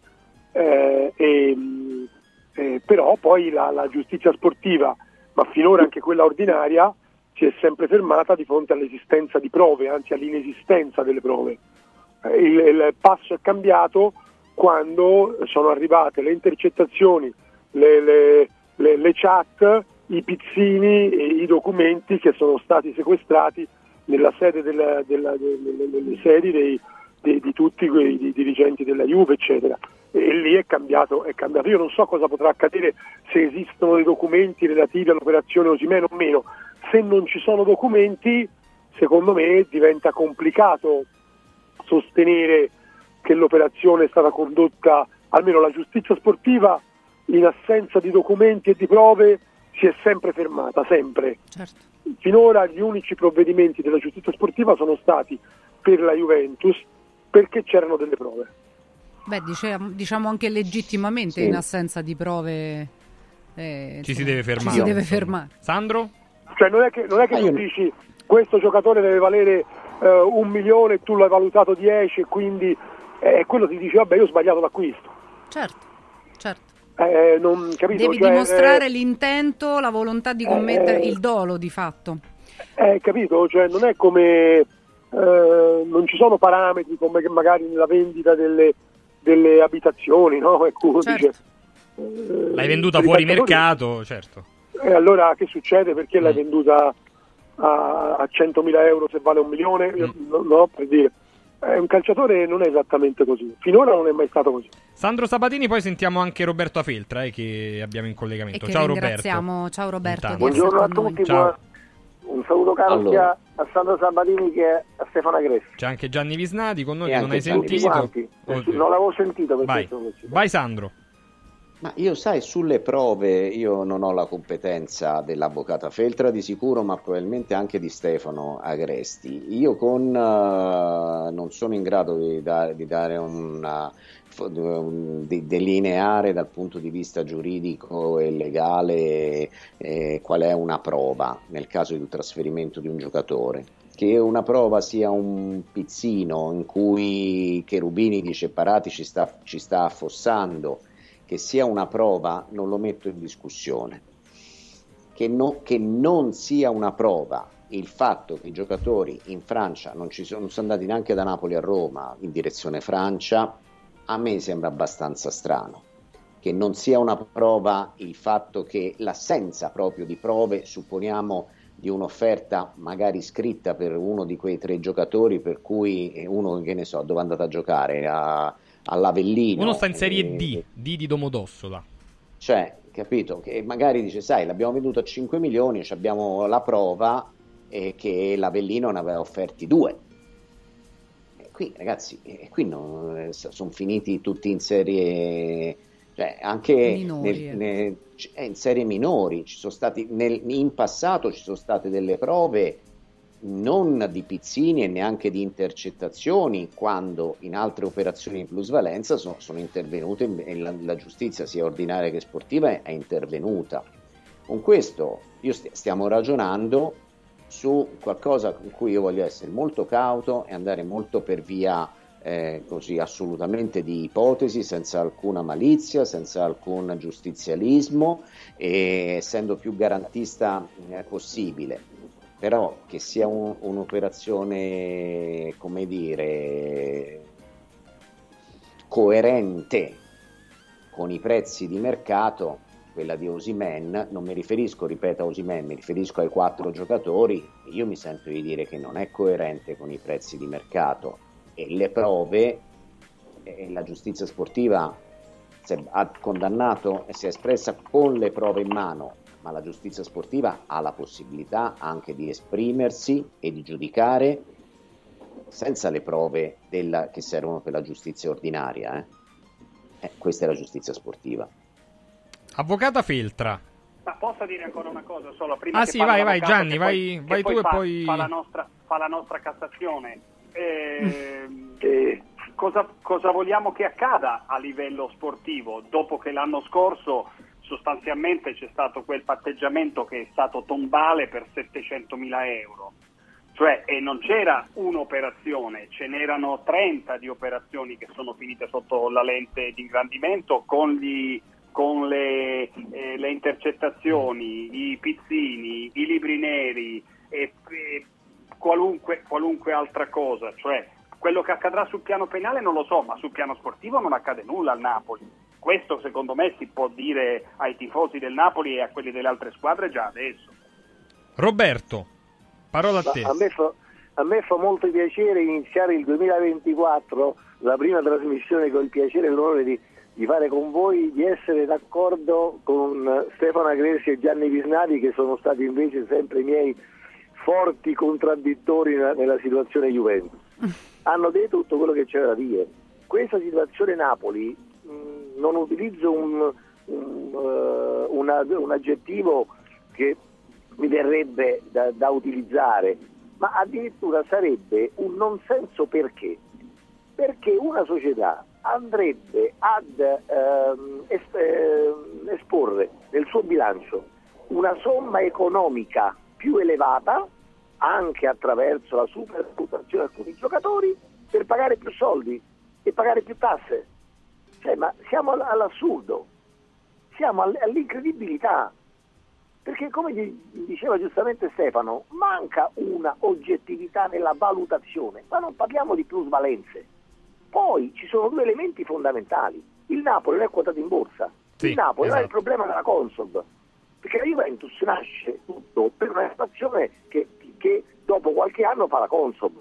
però poi la giustizia sportiva, ma finora anche quella ordinaria, si è sempre fermata di fronte all'esistenza di prove, anzi all'inesistenza delle prove. Il passo è cambiato quando sono arrivate le intercettazioni, le chat, i pizzini e i documenti che sono stati sequestrati nella sede delle sedi di tutti quei dirigenti della Juve, eccetera. E lì è cambiato. Io non so cosa potrà accadere, se esistono dei documenti relativi all'operazione Osimhen o meno. Se non ci sono documenti, secondo me diventa complicato sostenere che l'operazione è stata condotta, almeno la giustizia sportiva, in assenza di documenti e di prove, si è sempre fermata, sempre. Certo. Finora gli unici provvedimenti della giustizia sportiva sono stati per la Juventus, perché c'erano delle prove. Beh, diciamo anche legittimamente, sì. In assenza di prove ci si deve fermare. Sandro? Cioè non è che tu dici questo giocatore deve valere 1 milione e tu l'hai valutato 10 e quindi quello ti dice vabbè, io ho sbagliato l'acquisto. Certo. Non capito, devi dimostrare l'intento, la volontà di commettere il dolo di fatto. Capito? Cioè non è come non ci sono parametri come che magari nella vendita delle abitazioni, no? Certo. L'hai venduta fuori mercato, certo. E allora che succede? Perché l'hai venduta a 100.000 euro se vale 1 milione? No, per dire. Un calciatore non è esattamente così. Finora non è mai stato così. Sandro Sabatini, poi sentiamo anche Roberto Afeltra, che abbiamo in collegamento. Ciao Roberto. Ciao Roberto. Buongiorno a tutti. Un saluto caro sia a Sandro Sabatini che a Stefano Agresti. C'è anche Gianni Visnati con noi, che non hai sentito. Non l'avevo sentito. Vai Sandro. Ma io sulle prove io non ho la competenza dell'avvocato Feltra di sicuro, ma probabilmente anche di Stefano Agresti. Io non sono in grado di dare di delineare dal punto di vista giuridico e legale qual è una prova nel caso di un trasferimento di un giocatore. Che una prova sia un pizzino in cui Cherubini dice Parati ci sta affossando, che sia una prova non lo metto in discussione. Che non sia una prova il fatto che i giocatori in Francia non sono andati neanche da Napoli a Roma in direzione Francia, a me sembra abbastanza strano. Che non sia una prova il fatto che l'assenza proprio di prove, supponiamo, di un'offerta magari scritta per uno di quei 3 giocatori, per cui uno, che ne so, dove è andato a giocare, all'Avellino. Uno sta in serie D di Domodossola. Cioè, capito, che magari dice, l'abbiamo venduto a 5 milioni, abbiamo la prova che l'Avellino ne aveva offerti 2. Qui ragazzi, sono finiti tutti in serie, cioè anche in serie minori. Ci sono stati in passato ci sono state delle prove non di pizzini e neanche di intercettazioni, quando in altre operazioni di plusvalenza sono intervenute e la giustizia sia ordinaria che sportiva è intervenuta. Con questo stiamo ragionando su qualcosa con cui io voglio essere molto cauto e andare molto per via così assolutamente di ipotesi, senza alcuna malizia, senza alcun giustizialismo e essendo più garantista possibile. Però che sia un'operazione, come dire, coerente con i prezzi di mercato, quella di Osimhen, non mi riferisco, ripeto, a Osimhen, mi riferisco ai 4 giocatori, io mi sento di dire che non è coerente con i prezzi di mercato e le prove, la giustizia sportiva ha condannato e si è espressa con le prove in mano, ma la giustizia sportiva ha la possibilità anche di esprimersi e di giudicare senza le prove che servono per la giustizia ordinaria. Questa è la giustizia sportiva. Avvocata Feltra. Ma posso dire ancora una cosa solo prima? Ah sì, vai Gianni, vai tu e poi fa la nostra Cassazione. Cosa vogliamo che accada a livello sportivo dopo che l'anno scorso sostanzialmente c'è stato quel patteggiamento che è stato tombale per 700.000 euro, cioè, e non c'era un'operazione, ce n'erano 30 di operazioni che sono finite sotto la lente di ingrandimento con le intercettazioni, i pizzini, i libri neri e qualunque altra cosa. Cioè, quello che accadrà sul piano penale non lo so, ma sul piano sportivo non accade nulla al Napoli. Questo secondo me si può dire ai tifosi del Napoli e a quelli delle altre squadre già adesso. Roberto, parola a te. A me fa molto piacere iniziare il 2024, la prima trasmissione, con il piacere e l'onore di fare con voi, di essere d'accordo con Stefano Agresti e Gianni Visnati, che sono stati invece sempre i miei forti contraddittori nella situazione Juventus. Hanno detto tutto quello che c'era da dire. Questa situazione Napoli, non utilizzo un aggettivo che mi verrebbe da utilizzare, ma addirittura sarebbe un non senso. Perché una società andrebbe ad esporre nel suo bilancio una somma economica più elevata, anche attraverso la supervalutazione di alcuni giocatori, per pagare più soldi e pagare più tasse. Cioè, ma siamo all'assurdo, siamo all'incredibilità. Perché come diceva giustamente Stefano, manca una oggettività nella valutazione, ma non parliamo di plusvalenze. Poi ci sono due elementi fondamentali. Il Napoli non è quotato in borsa, il Napoli non è il problema della Consob, perché la Juventus nasce tutto per una situazione che dopo qualche anno fa la Consob.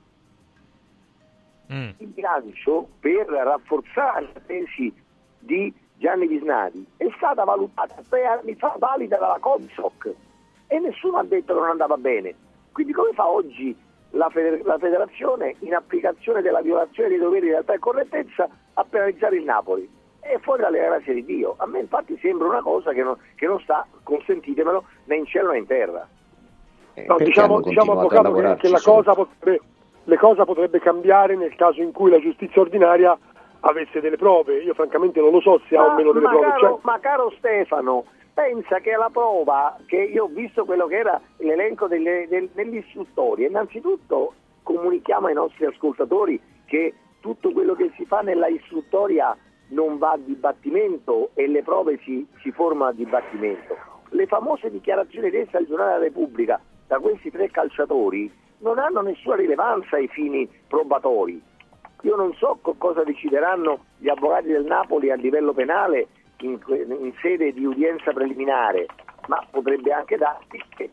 Il bilancio per rafforzare la tesi di Gianni Visnati è stata valutata 3 anni fa, valida dalla Consoc, e nessuno ha detto che non andava bene. Quindi come fa oggi la federazione, in applicazione della violazione dei doveri di lealtà e correttezza, a penalizzare il Napoli? È fuori dalle grazie di Dio. A me infatti sembra una cosa che non sta, consentitemelo, né in cielo né in terra. No, diciamo avvocato, che la cosa potrebbe cambiare nel caso in cui la giustizia ordinaria avesse delle prove. Io francamente non lo so se ha o meno delle prove. Ma caro Stefano, pensa che la prova, che io ho visto quello che era l'elenco dell'istruttoria, innanzitutto comunichiamo ai nostri ascoltatori che tutto quello che si fa nella istruttoria non va a dibattimento e le prove si formano a dibattimento. Le famose dichiarazioni rese al giornale della Repubblica da questi 3 calciatori non hanno nessuna rilevanza ai fini probatori. Io non so cosa decideranno gli avvocati del Napoli a livello penale in sede di udienza preliminare, ma potrebbe anche darsi che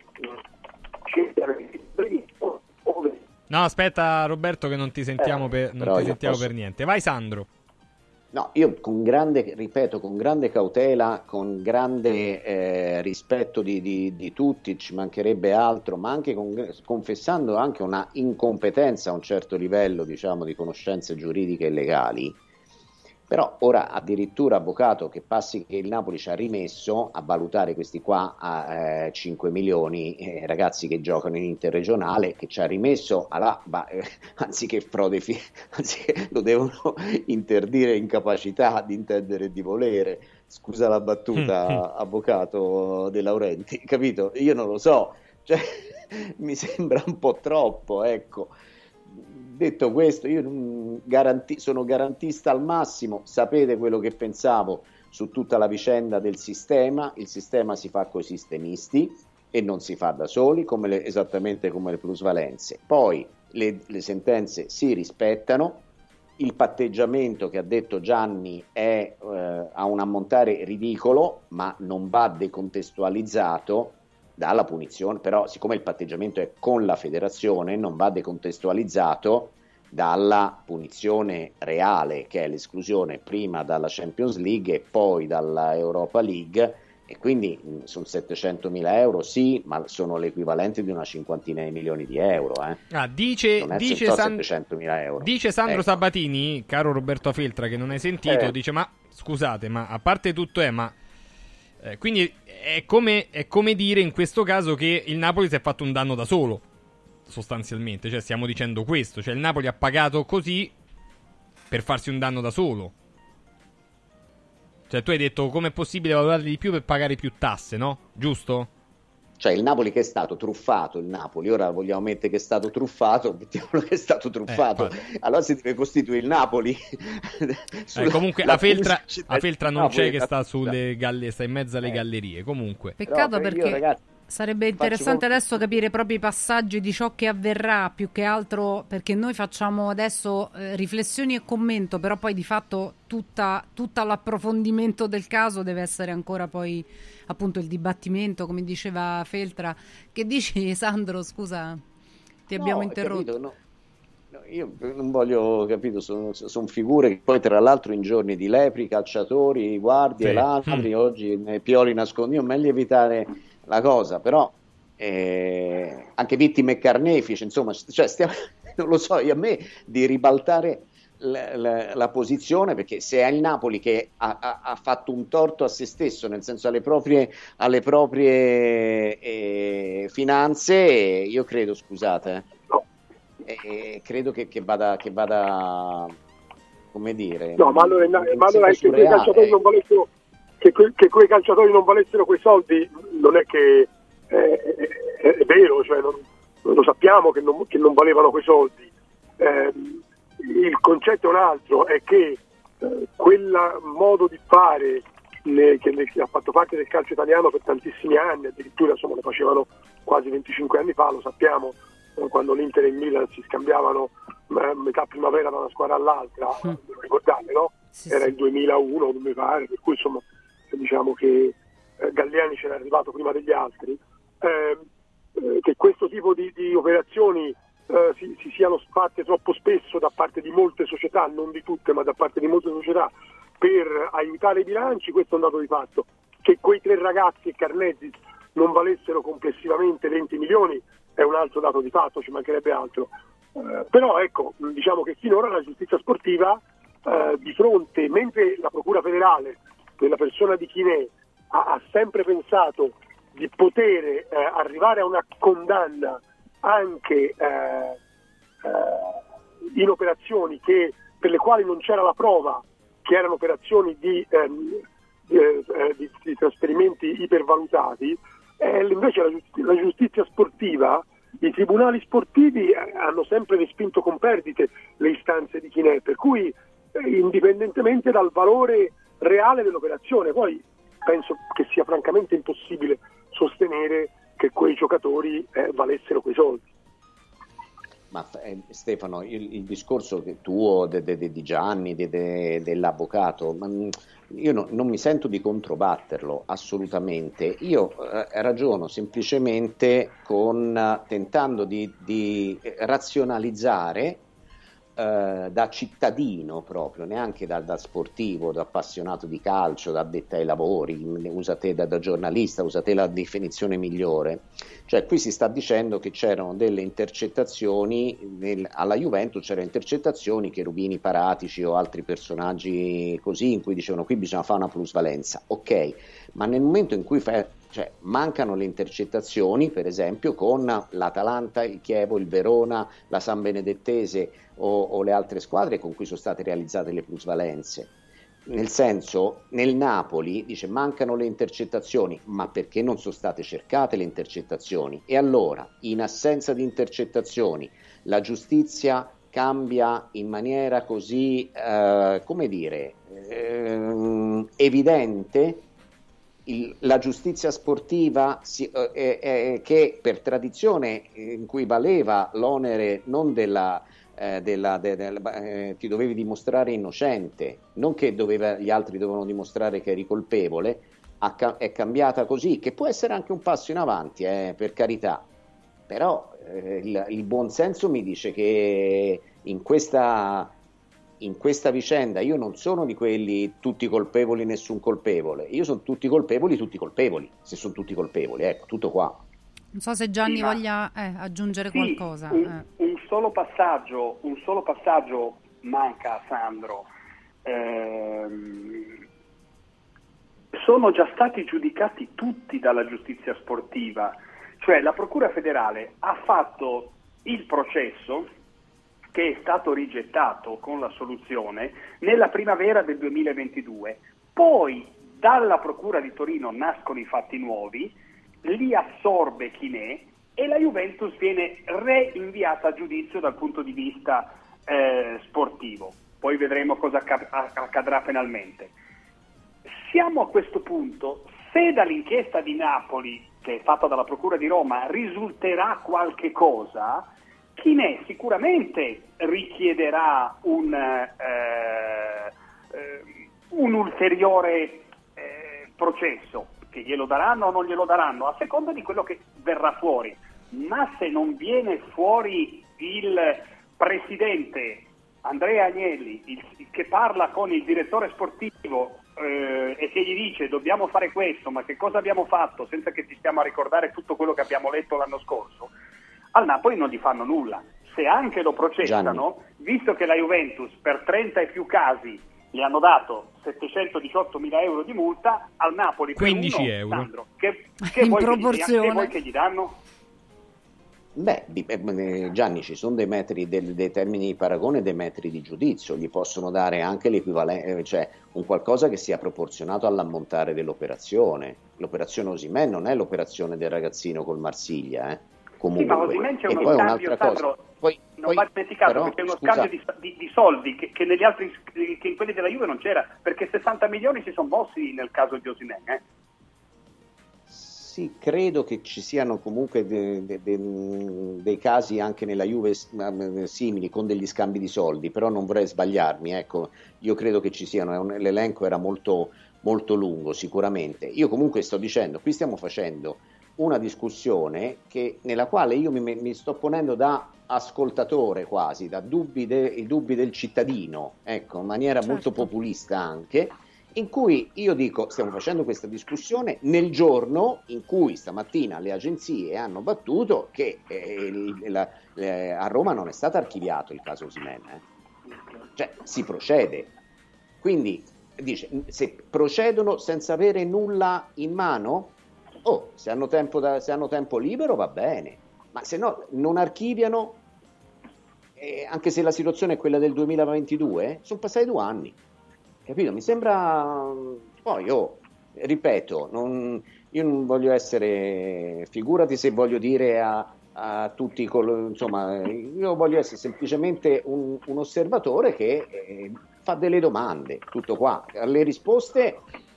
No, aspetta Roberto, che non ti sentiamo per niente. Vai Sandro. No, io con grande cautela, con grande rispetto di tutti, ci mancherebbe altro, ma anche confessando anche una incompetenza a un certo livello, diciamo, di conoscenze giuridiche e legali. Però ora addirittura, avvocato, che passi che il Napoli ci ha rimesso a valutare questi qua a 5 milioni, ragazzi che giocano in interregionale, che ci ha rimesso anziché anziché lo devono interdire incapacità di intendere e di volere. Scusa la battuta, avvocato De Laurenti, capito? Io non lo so, cioè, mi sembra un po' troppo, ecco. Detto questo, io sono garantista al massimo, sapete quello che pensavo su tutta la vicenda del sistema. Il sistema si fa coi sistemisti e non si fa da soli, esattamente come le plusvalenze. Poi le sentenze si rispettano, il patteggiamento che ha detto Gianni ha un ammontare ridicolo, ma non va decontestualizzato dalla punizione, però siccome il patteggiamento è con la federazione non va decontestualizzato dalla punizione reale, che è l'esclusione prima dalla Champions League e poi dalla Europa League, e quindi sono 700.000 euro, sì, ma sono l'equivalente di una cinquantina di milioni di euro. Dice 700.000 euro. Dice Sandro Sabatini, caro Roberto Feltra, che non hai sentito, dice: ma scusate, ma a parte tutto quindi è come dire in questo caso che il Napoli si è fatto un danno da solo, sostanzialmente, cioè stiamo dicendo questo, cioè il Napoli ha pagato così per farsi un danno da solo. Cioè tu hai detto com'è possibile valutare di più per pagare più tasse, no? Giusto? Cioè il Napoli che è stato truffato, il Napoli, ora vogliamo mettere che è stato truffato, mettiamolo che è stato truffato, allora si deve costituire il Napoli. Comunque a Feltra non c'è, che sta sulle sta in mezzo alle gallerie, comunque. Peccato, perché ragazzi, sarebbe interessante adesso capire proprio i passaggi di ciò che avverrà, più che altro perché noi facciamo adesso riflessioni e commento, però poi di fatto tutta l'approfondimento del caso deve essere ancora poi appunto il dibattimento, come diceva Feltra. Che dici, Sandro? Scusa, ti abbiamo interrotto. No, io non voglio, capito, sono figure che poi tra l'altro in giorni di lepri, calciatori, guardie, ladri, oggi Pioli nascondi, io meglio evitare la cosa, però anche vittime e carnefici, insomma, cioè non lo so, a me di ribaltare la posizione, perché se è il Napoli che ha fatto un torto a se stesso, nel senso alle proprie finanze, io credo, scusate, credo che vada come dire, no, ma allora che quei calciatori non volessero che quei calciatori non valessero quei soldi non è che è vero, cioè non lo sappiamo che non valevano quei soldi. Il concetto è un altro, è che quel modo di fare che ha fatto parte del calcio italiano per tantissimi anni, addirittura insomma lo facevano quasi 25 anni fa, lo sappiamo, quando l'Inter e il Milan si scambiavano metà primavera da una squadra all'altra, lo ricordate, no? Sì, era sì. il 2001, mi pare, per cui insomma diciamo che Galliani c'era arrivato prima degli altri, che questo tipo di operazioni si siano fatte troppo spesso da parte di molte società, non di tutte, ma da parte di molte società, per aiutare i bilanci. Questo è un dato di fatto. Che quei 3 ragazzi e Karnezis non valessero complessivamente 20 milioni è un altro dato di fatto, ci mancherebbe altro. Però ecco, diciamo che finora la giustizia sportiva di fronte, mentre la Procura federale, nella persona di Chinè, ha sempre pensato di poter arrivare a una condanna anche in operazioni per le quali non c'era la prova che erano operazioni di trasferimenti ipervalutati, invece la giustizia sportiva, i tribunali sportivi hanno sempre respinto con perdite le istanze di Chinè, per cui indipendentemente dal valore reale dell'operazione, poi penso che sia francamente impossibile sostenere che quei giocatori valessero quei soldi. Ma Stefano, il discorso tuo di Gianni, dell'avvocato, io non mi sento di controbatterlo assolutamente. Io ragiono semplicemente tentando di razionalizzare da cittadino proprio, neanche da sportivo, da appassionato di calcio, da addetto ai lavori, usa te da giornalista, usa te la definizione migliore. Cioè qui si sta dicendo che c'erano delle intercettazioni alla Juventus, c'erano intercettazioni che Rubini, Paratici o altri personaggi così, in cui dicevano qui bisogna fare una plusvalenza, ok, ma nel momento in cui mancano le intercettazioni, per esempio con l'Atalanta, il Chievo, il Verona, la San Benedettese o le altre squadre con cui sono state realizzate le plusvalenze. Nel senso, nel Napoli dice mancano le intercettazioni, ma perché non sono state cercate le intercettazioni? E allora, in assenza di intercettazioni, la giustizia cambia in maniera così, evidente. La giustizia sportiva che per tradizione in cui valeva l'onere non ti dovevi dimostrare innocente, non che gli altri dovevano dimostrare che eri colpevole, è cambiata così, che può essere anche un passo in avanti, per carità, però il buon senso mi dice che in questa vicenda io non sono di quelli tutti colpevoli, nessun colpevole, io sono tutti colpevoli, se sono tutti colpevoli, ecco, tutto qua. Non so se Gianni voglia aggiungere qualcosa. Un solo passaggio manca a Sandro. Sono già stati giudicati tutti dalla giustizia sportiva, cioè la Procura federale ha fatto il processo che è stato rigettato con la soluzione nella primavera del 2022. Poi dalla Procura di Torino nascono i fatti nuovi, li assorbe Chinè e la Juventus viene reinviata a giudizio dal punto di vista sportivo. Poi vedremo cosa accadrà penalmente. Siamo a questo punto, se dall'inchiesta di Napoli, che è fatta dalla Procura di Roma, risulterà qualche cosa, Chinè sicuramente richiederà un ulteriore processo, che glielo daranno o non glielo daranno, a seconda di quello che verrà fuori. Ma se non viene fuori il presidente Andrea Agnelli, che parla con il direttore sportivo e che gli dice dobbiamo fare questo, ma che cosa abbiamo fatto, senza che ci stiamo a ricordare tutto quello che abbiamo letto l'anno scorso, al Napoli non gli fanno nulla. Se anche lo processano, visto che la Juventus per 30 e più casi gli hanno dato 718.000 euro di multa, al Napoli per 15 uno, euro. Sandro, che In vuoi proporzione. che vuoi che gli danno? Gianni, ci sono dei termini di paragone e dei metri di giudizio, gli possono dare anche l'equivalente, cioè un qualcosa che sia proporzionato all'ammontare dell'operazione. L'operazione Osimhen non è l'operazione del ragazzino col Marsiglia, comunque. Sì, ma Osimhen c'è e uno poi scambio, un'altra cosa. Sandro, non va dimenticato però, che c'è uno scambio di soldi che negli altri, che in quelli della Juve non c'era, perché 60 milioni si sono mossi nel caso di Osimhen. Sì, credo che ci siano comunque dei casi anche nella Juve simili, con degli scambi di soldi, però non vorrei sbagliarmi, ecco, io credo che ci siano, l'elenco era molto, molto lungo sicuramente. Io comunque sto dicendo, qui stiamo facendo una discussione nella quale io mi sto ponendo da ascoltatore quasi, da i dubbi del cittadino, ecco, in maniera molto populista anche, in cui io dico, stiamo facendo questa discussione nel giorno in cui stamattina le agenzie hanno battuto che a Roma non è stato archiviato il caso Osimhen, cioè si procede, quindi dice, se procedono senza avere nulla in mano, se hanno tempo libero va bene, ma se no non archiviano, anche se la situazione è quella del 2022, sono passati 2 anni. Capito? Mi sembra, poi ripeto, io non voglio essere, figurati se voglio dire a tutti, insomma, io voglio essere semplicemente un osservatore che fa delle domande, tutto qua. Le risposte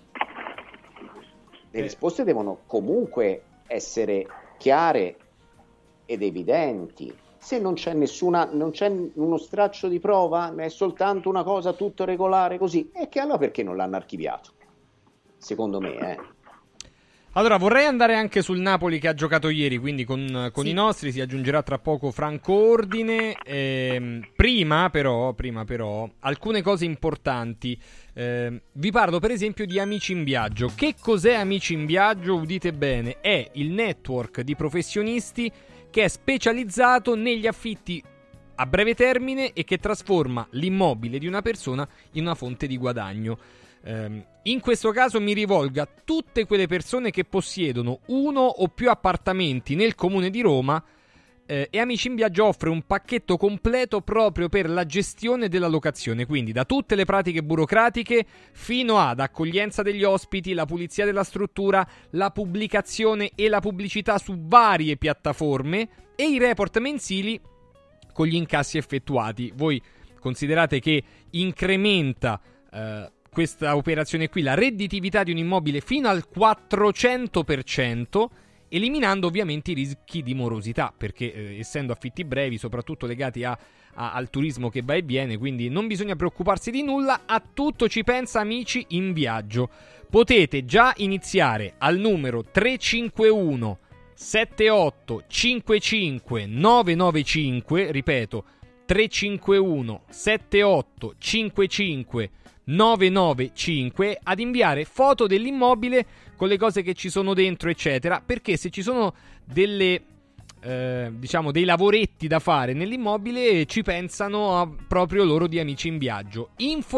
devono comunque essere chiare ed evidenti. Se non c'è non c'è uno straccio di prova, è soltanto una cosa tutto regolare così, e che allora perché non l'hanno archiviato? Secondo me, Allora, vorrei andare anche sul Napoli che ha giocato ieri, quindi con i nostri si aggiungerà tra poco Franco Ordine. Prima però, alcune cose importanti. Vi parlo per esempio di Amici in Viaggio. Che cos'è Amici in Viaggio? Udite bene, è il network di professionisti che è specializzato negli affitti a breve termine e che trasforma l'immobile di una persona in una fonte di guadagno. In questo caso mi rivolgo a tutte quelle persone che possiedono 1 o più appartamenti nel comune di Roma, e Amici in Viaggio offre un pacchetto completo proprio per la gestione della locazione, quindi da tutte le pratiche burocratiche fino ad accoglienza degli ospiti, la pulizia della struttura, la pubblicazione e la pubblicità su varie piattaforme e i report mensili con gli incassi effettuati. Voi considerate che incrementa questa operazione qui la redditività di un immobile fino al 400%, eliminando ovviamente i rischi di morosità, perché essendo affitti brevi, soprattutto legati al turismo che va e viene, quindi non bisogna preoccuparsi di nulla, a tutto ci pensa Amici in Viaggio. Potete già iniziare al numero 351 78 55 995, ripeto 351 78 55 995, ad inviare foto dell'immobile con le cose che ci sono dentro eccetera, perché se ci sono dei lavoretti da fare nell'immobile ci pensano proprio loro di Amici in Viaggio.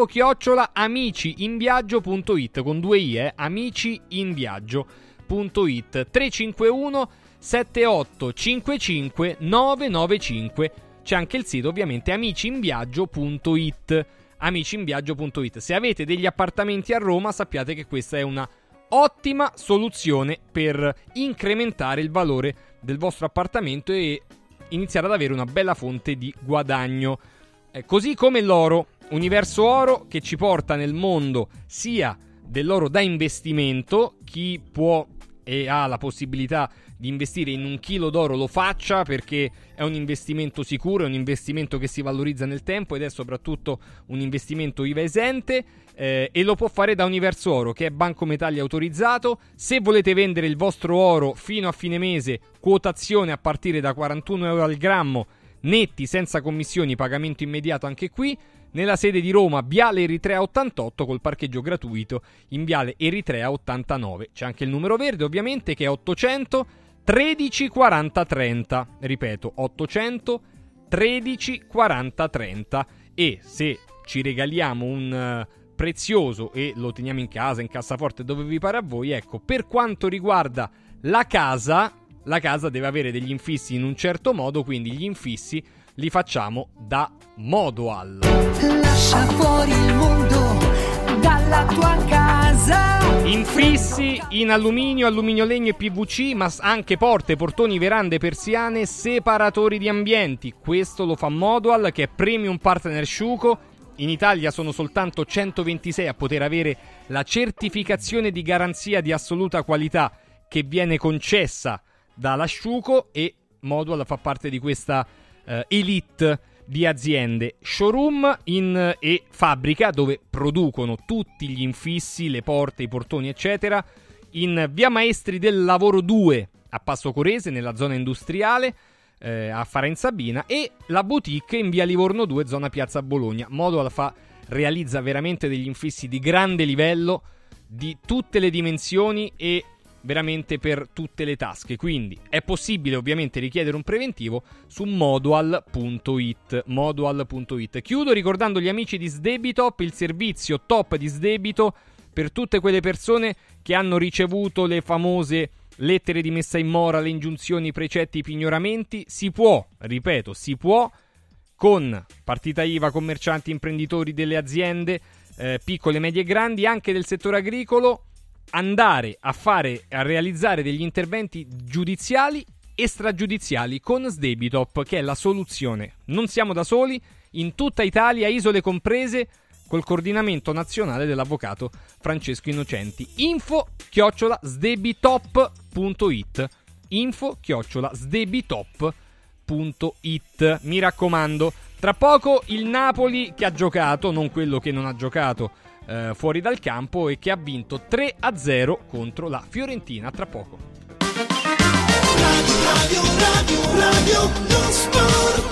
info@amiciinviaggio.it con 2 i, amiciinviaggio.it, 351 78 55 995. C'è anche il sito ovviamente amiciinviaggio.it. amiciinviaggio.it. Se avete degli appartamenti a Roma, sappiate che questa è una ottima soluzione per incrementare il valore del vostro appartamento e iniziare ad avere una bella fonte di guadagno. Così come l'oro, Universo Oro, che ci porta nel mondo sia dell'oro da investimento. Chi può e ha la possibilità di investire in 1 chilo d'oro lo faccia, perché è un investimento sicuro, è un investimento che si valorizza nel tempo ed è soprattutto un investimento IVA esente, e lo può fare da Universo Oro, che è Banco Metalli autorizzato. Se volete vendere il vostro oro fino a fine mese, quotazione a partire da 41 euro al grammo netti, senza commissioni, pagamento immediato anche qui. Nella sede di Roma, Viale Eritrea 88, col parcheggio gratuito in Viale Eritrea 89. C'è anche il numero verde ovviamente, che è 800 13 40 30, ripeto 800 13 40 30. E se ci regaliamo un prezioso e lo teniamo in casa, in cassaforte, dove vi pare a voi, ecco, per quanto riguarda la casa deve avere degli infissi in un certo modo, quindi gli infissi li facciamo da Modoal. Lascia fuori il mondo dalla tua casa. Infissi infissi in alluminio, alluminio legno e PVC, ma anche porte, portoni, verande, persiane, separatori di ambienti. Questo lo fa Modoal, che è premium partner Sciuco. In Italia sono soltanto 126 a poter avere la certificazione di garanzia di assoluta qualità che viene concessa dalla Sciuco, e Modoal fa parte di questa elite di aziende, showroom e fabbrica dove producono tutti gli infissi, le porte, i portoni eccetera, in via Maestri del Lavoro 2 a Passo Corese, nella zona industriale, a Farenzabina, e la boutique in via Livorno 2, zona Piazza Bologna. Modoal realizza veramente degli infissi di grande livello, di tutte le dimensioni e veramente per tutte le tasche, quindi è possibile ovviamente richiedere un preventivo su modoal.it. Chiudo ricordando gli amici di Sdebitop, il servizio top di Sdebito per tutte quelle persone che hanno ricevuto le famose lettere di messa in mora, le ingiunzioni, i precetti, i pignoramenti. Si può, ripeto, con partita IVA, commercianti, imprenditori delle aziende piccole, medie e grandi, anche del settore agricolo, andare a realizzare degli interventi giudiziali e stragiudiziali con Sdebitop, che è la soluzione. Non siamo da soli, in tutta Italia, isole comprese, col coordinamento nazionale dell'avvocato Francesco Innocenti. info@sdebitop.it. Mi raccomando, tra poco il Napoli, che ha giocato, non quello che non ha giocato fuori dal campo, e che ha vinto 3-0 contro la Fiorentina. Tra poco. Radio lo sport.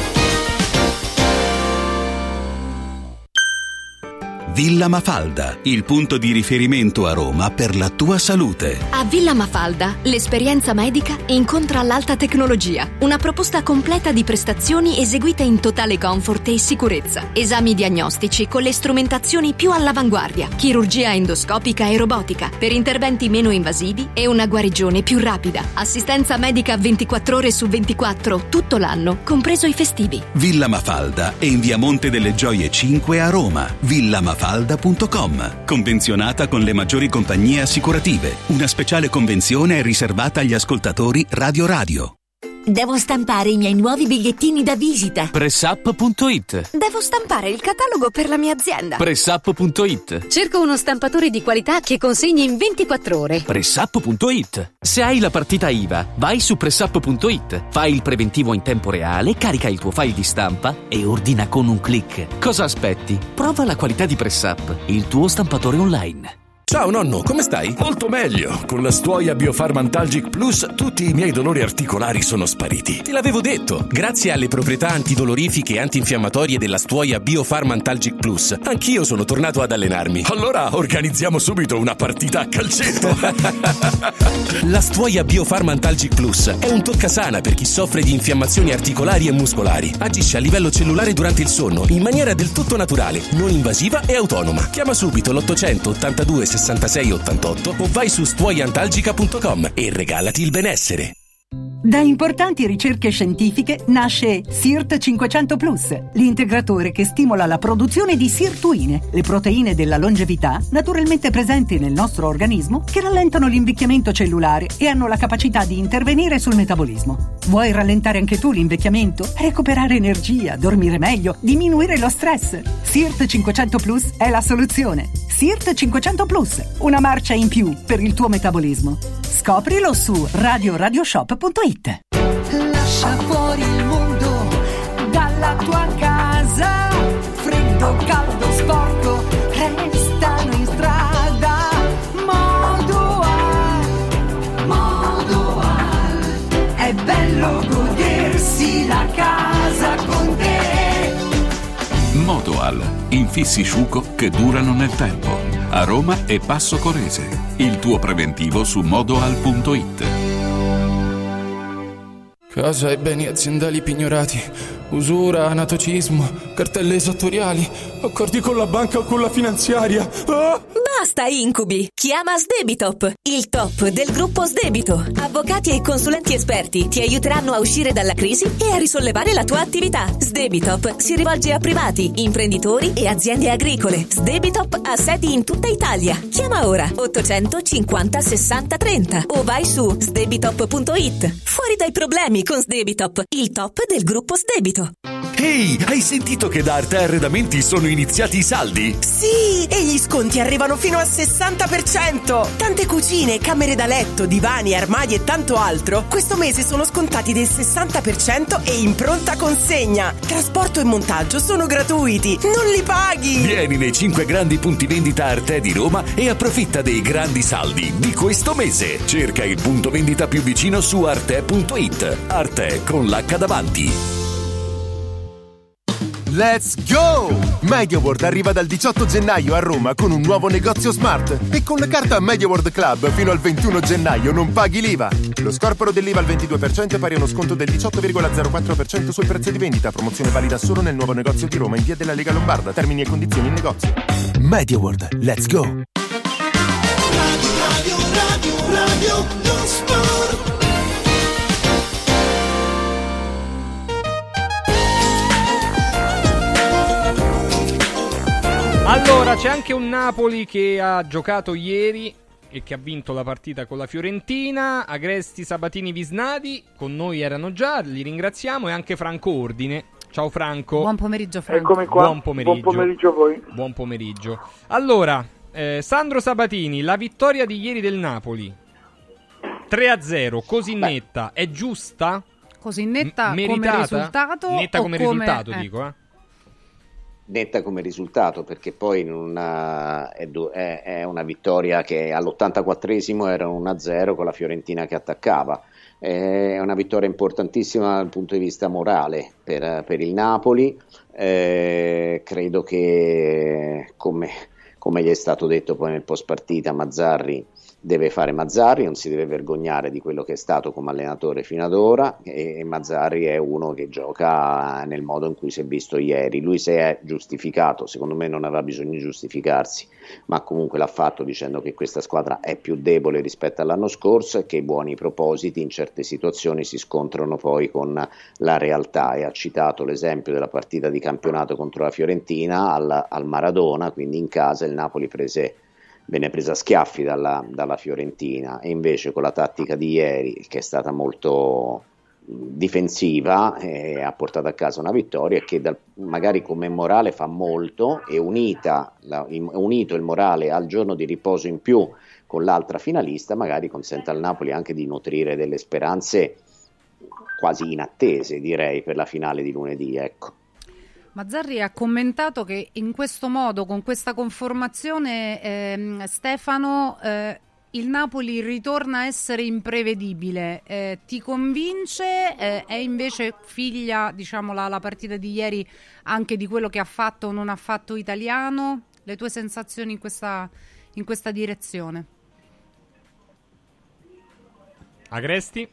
Villa Mafalda, il punto di riferimento a Roma per la tua salute. A Villa Mafalda l'esperienza medica incontra l'alta tecnologia. Una proposta completa di prestazioni eseguite in totale comfort e sicurezza. Esami diagnostici con le strumentazioni più all'avanguardia. Chirurgia endoscopica e robotica per interventi meno invasivi e una guarigione più rapida. Assistenza medica 24 ore su 24 tutto l'anno, compreso i festivi. Villa Mafalda è in via Monte delle Gioie 5 a Roma. villamafalda.com. Convenzionata con le maggiori compagnie assicurative. Una speciale convenzione è riservata agli ascoltatori Radio. Devo stampare i miei nuovi bigliettini da visita. Pressup.it. Devo stampare il catalogo per la mia azienda. Pressup.it. Cerco uno stampatore di qualità che consegni in 24 ore. Pressup.it. Se hai la partita IVA, vai su Pressup.it, fai il preventivo in tempo reale, carica il tuo file di stampa e ordina con un click. Cosa aspetti? Prova la qualità di Pressup, il tuo stampatore online. Ciao nonno, come stai? Molto meglio. Con la Stuoia Biofarmantalgic Plus tutti i miei dolori articolari sono spariti. Te l'avevo detto. Grazie alle proprietà antidolorifiche e antinfiammatorie della Stuoia Biofarmantalgic Plus, anch'io sono tornato ad allenarmi. Allora organizziamo subito una partita a calcetto. La Stuoia Biofarmantalgic Plus è un toccasana per chi soffre di infiammazioni articolari e muscolari. Agisce a livello cellulare durante il sonno in maniera del tutto naturale, non invasiva e autonoma. Chiama subito l'882 66 88 o vai su stuoiantalgica.com e regalati il benessere. Da importanti ricerche scientifiche nasce SIRT 500 Plus, l'integratore che stimola la produzione di sirtuine, le proteine della longevità naturalmente presenti nel nostro organismo che rallentano l'invecchiamento cellulare e hanno la capacità di intervenire sul metabolismo. Vuoi rallentare anche tu l'invecchiamento? Recuperare energia, dormire meglio, diminuire lo stress? SIRT 500 Plus è la soluzione. SIRT 500 Plus, una marcia in più per il tuo metabolismo. Scoprilo su radioshop.it. Lascia fuori il mondo dalla tua casa. Freddo, caldo, sporco, restano in strada. Modoal, è bello godersi la casa con te. Modoal, infissi Sciuco che durano nel tempo. A Roma e Passo Corese. Il tuo preventivo su modoal.it. Casa e beni aziendali pignorati, usura, anatocismo, cartelle esattoriali, accordi con la banca o con la finanziaria. Ah! Basta incubi! Chiama Sdebitop, il top del gruppo Sdebito. Avvocati e consulenti esperti ti aiuteranno a uscire dalla crisi e a risollevare la tua attività. Sdebitop si rivolge a privati, imprenditori e aziende agricole. Sdebitop ha sedi in tutta Italia. Chiama ora 850 60 30 o vai su sdebitop.it. Fuori dai problemi con Sdebitop, il top del gruppo Sdebito. Ehi, hai sentito che da Arte Arredamenti sono iniziati i saldi? Sì, e gli sconti arrivano fino al 60%. Tante cucine, camere da letto, divani, armadi e tanto altro questo mese sono scontati del 60% e in pronta consegna. Trasporto e montaggio sono gratuiti, non li paghi. Vieni nei 5 grandi punti vendita Arte di Roma e approfitta dei grandi saldi di questo mese. Cerca il punto vendita più vicino su arte.it. Arte con l'H davanti. Let's go! MediaWorld arriva dal 18 gennaio a Roma con un nuovo negozio smart e con la carta MediaWorld Club fino al 21 gennaio non paghi l'IVA. Lo scorporo dell'IVA al 22% è pari a uno sconto del 18,04% sul prezzo di vendita. Promozione valida solo nel nuovo negozio di Roma in via della Lega Lombarda. Termini e condizioni in negozio. MediaWorld, let's go! Radio lo sport. Allora, c'è anche un Napoli che ha giocato ieri e che ha vinto la partita con la Fiorentina. Agresti, Sabatini, Visnadi con noi erano già, li ringraziamo, e anche Franco Ordine. Ciao Franco. Buon pomeriggio Franco. Eccomi qua. Buon pomeriggio. Buon pomeriggio a voi. Buon pomeriggio. Allora, Sandro Sabatini, la vittoria di ieri del Napoli 3-0, così netta, è giusta? Così netta meritata? Come risultato? Netta come risultato, dico, Netta come risultato, perché poi è una vittoria che all'84esimo era 1-0 con la Fiorentina che attaccava. È una vittoria importantissima dal punto di vista morale per il Napoli. Credo che, come gli è stato detto poi nel post partita, Mazzarri deve fare Mazzarri, non si deve vergognare di quello che è stato come allenatore fino ad ora, e Mazzarri è uno che gioca nel modo in cui si è visto ieri. Lui si è giustificato, secondo me non aveva bisogno di giustificarsi, ma comunque l'ha fatto dicendo che questa squadra è più debole rispetto all'anno scorso e che i buoni propositi in certe situazioni si scontrano poi con la realtà, e ha citato l'esempio della partita di campionato contro la Fiorentina al Maradona, quindi in casa il Napoli venne presa a schiaffi dalla Fiorentina, e invece con la tattica di ieri, che è stata molto difensiva, ha portato a casa una vittoria che magari come morale fa molto, e unito il morale al giorno di riposo in più con l'altra finalista, magari consente al Napoli anche di nutrire delle speranze quasi inattese, direi, per la finale di lunedì, ecco. Mazzarri ha commentato che in questo modo, con questa conformazione, Stefano, il Napoli ritorna a essere imprevedibile. Ti convince? È invece figlia, diciamo, la partita di ieri anche di quello che ha fatto o non ha fatto Italiano? Le tue sensazioni in questa direzione? Agresti?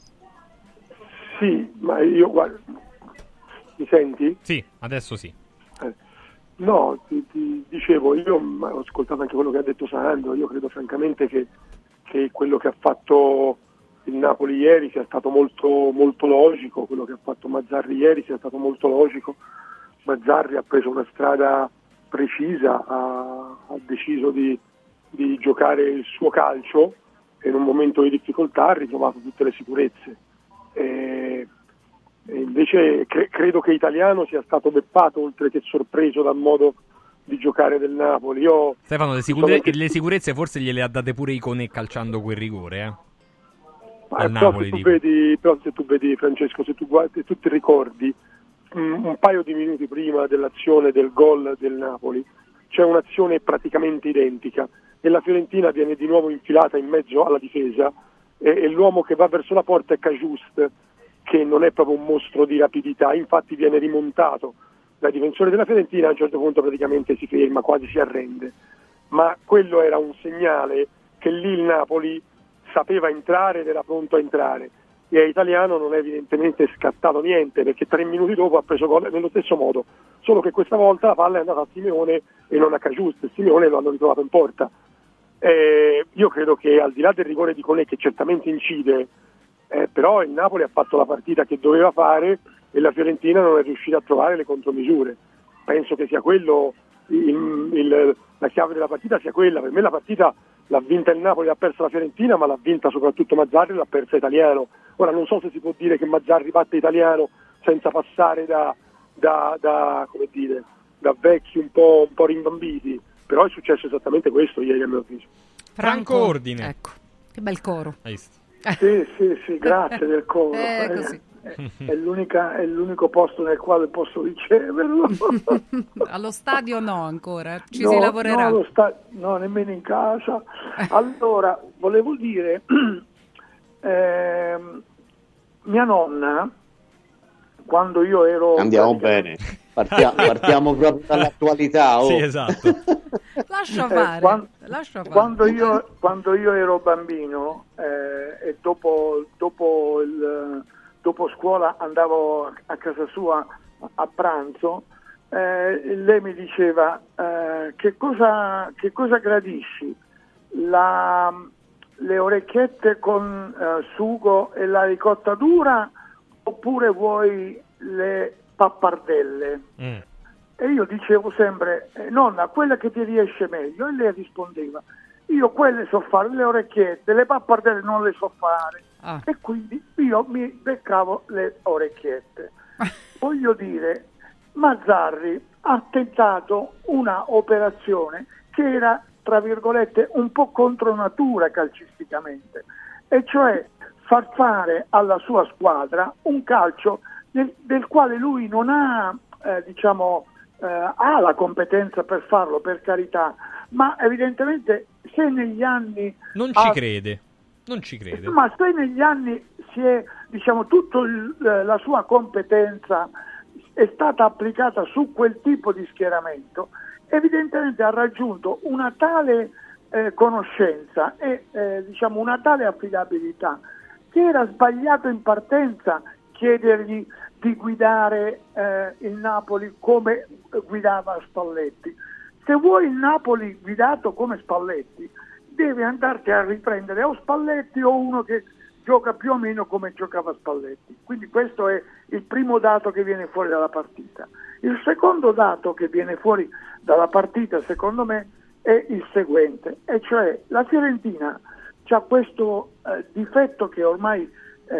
Sì, ma io guardo. Mi senti? Sì, adesso sì. No, ti dicevo, io ho ascoltato anche quello che ha detto Sandro. Io credo francamente che quello che ha fatto il Napoli ieri sia stato molto, molto logico, quello che ha fatto Mazzarri ieri sia stato molto logico. Mazzarri ha preso una strada precisa, ha deciso di giocare il suo calcio, e in un momento di difficoltà ha ritrovato tutte le sicurezze. E invece credo che Italiano sia stato beppato, oltre che sorpreso dal modo di giocare del Napoli. Stefano, le sicurezze forse gliele ha date pure Iconè calciando quel rigore, al Napoli, però se tu vedi, Francesco, se tu ti ricordi un paio di minuti prima dell'azione del gol del Napoli c'è un'azione praticamente identica e la Fiorentina viene di nuovo infilata in mezzo alla difesa, e l'uomo che va verso la porta è Cajuste, che non è proprio un mostro di rapidità, infatti viene rimontato dai difensori della Fiorentina, a un certo punto praticamente si ferma, quasi si arrende, ma quello era un segnale che lì il Napoli sapeva entrare ed era pronto a entrare, e a Italiano non è evidentemente scattato niente, perché 3 minuti dopo ha preso gol nello stesso modo, solo che questa volta la palla è andata a Simeone e non a Cajust, Simeone lo hanno ritrovato in porta. Io credo che al di là del rigore di Koné, che certamente incide, però il Napoli ha fatto la partita che doveva fare e la Fiorentina non è riuscita a trovare le contromisure. Penso che sia quello la chiave della partita, sia quella. Per me la partita l'ha vinta il Napoli, l'ha persa la Fiorentina, ma l'ha vinta soprattutto Mazzarri, l'ha persa Italiano. Ora non so se si può dire che Mazzarri batte Italiano senza passare da vecchi un po' rimbambiti, però è successo esattamente questo ieri a mio avviso. Franco Ordine. Ecco, che bel coro. Sì, grazie del coro. Così. È l'unico posto nel quale posso riceverlo. Allo stadio no ancora, ci si lavorerà. No, nemmeno in casa. Allora, volevo dire, mia nonna, quando io ero... Andiamo bene, partiamo proprio dall'attualità. Sì, esatto. Lascia fare. Quando io ero bambino e dopo scuola andavo a casa sua a pranzo, lei mi diceva che cosa gradisci? Le orecchiette con sugo e la ricotta dura oppure vuoi le pappardelle? E io dicevo sempre, nonna, quella che ti riesce meglio, e lei rispondeva, io quelle so fare, le orecchiette, le pappardelle non le so fare. E quindi io mi beccavo le orecchiette. Voglio dire, Mazzarri ha tentato una operazione che era, tra virgolette, un po' contro natura calcisticamente, e cioè far fare alla sua squadra un calcio del quale lui non ha, ha la competenza per farlo, per carità, ma evidentemente se negli anni... Non ci crede. Ma se negli anni si è, tutta la sua competenza è stata applicata su quel tipo di schieramento, evidentemente ha raggiunto una tale conoscenza e una tale affidabilità che era sbagliato in partenza chiedergli di guidare il Napoli come guidava Spalletti. Se vuoi il Napoli guidato come Spalletti, devi andarti a riprendere o Spalletti o uno che gioca più o meno come giocava Spalletti. Quindi questo è il primo dato che viene fuori dalla partita. Il secondo dato che viene fuori dalla partita, secondo me, è il seguente, e cioè la Fiorentina c'ha questo difetto che ormai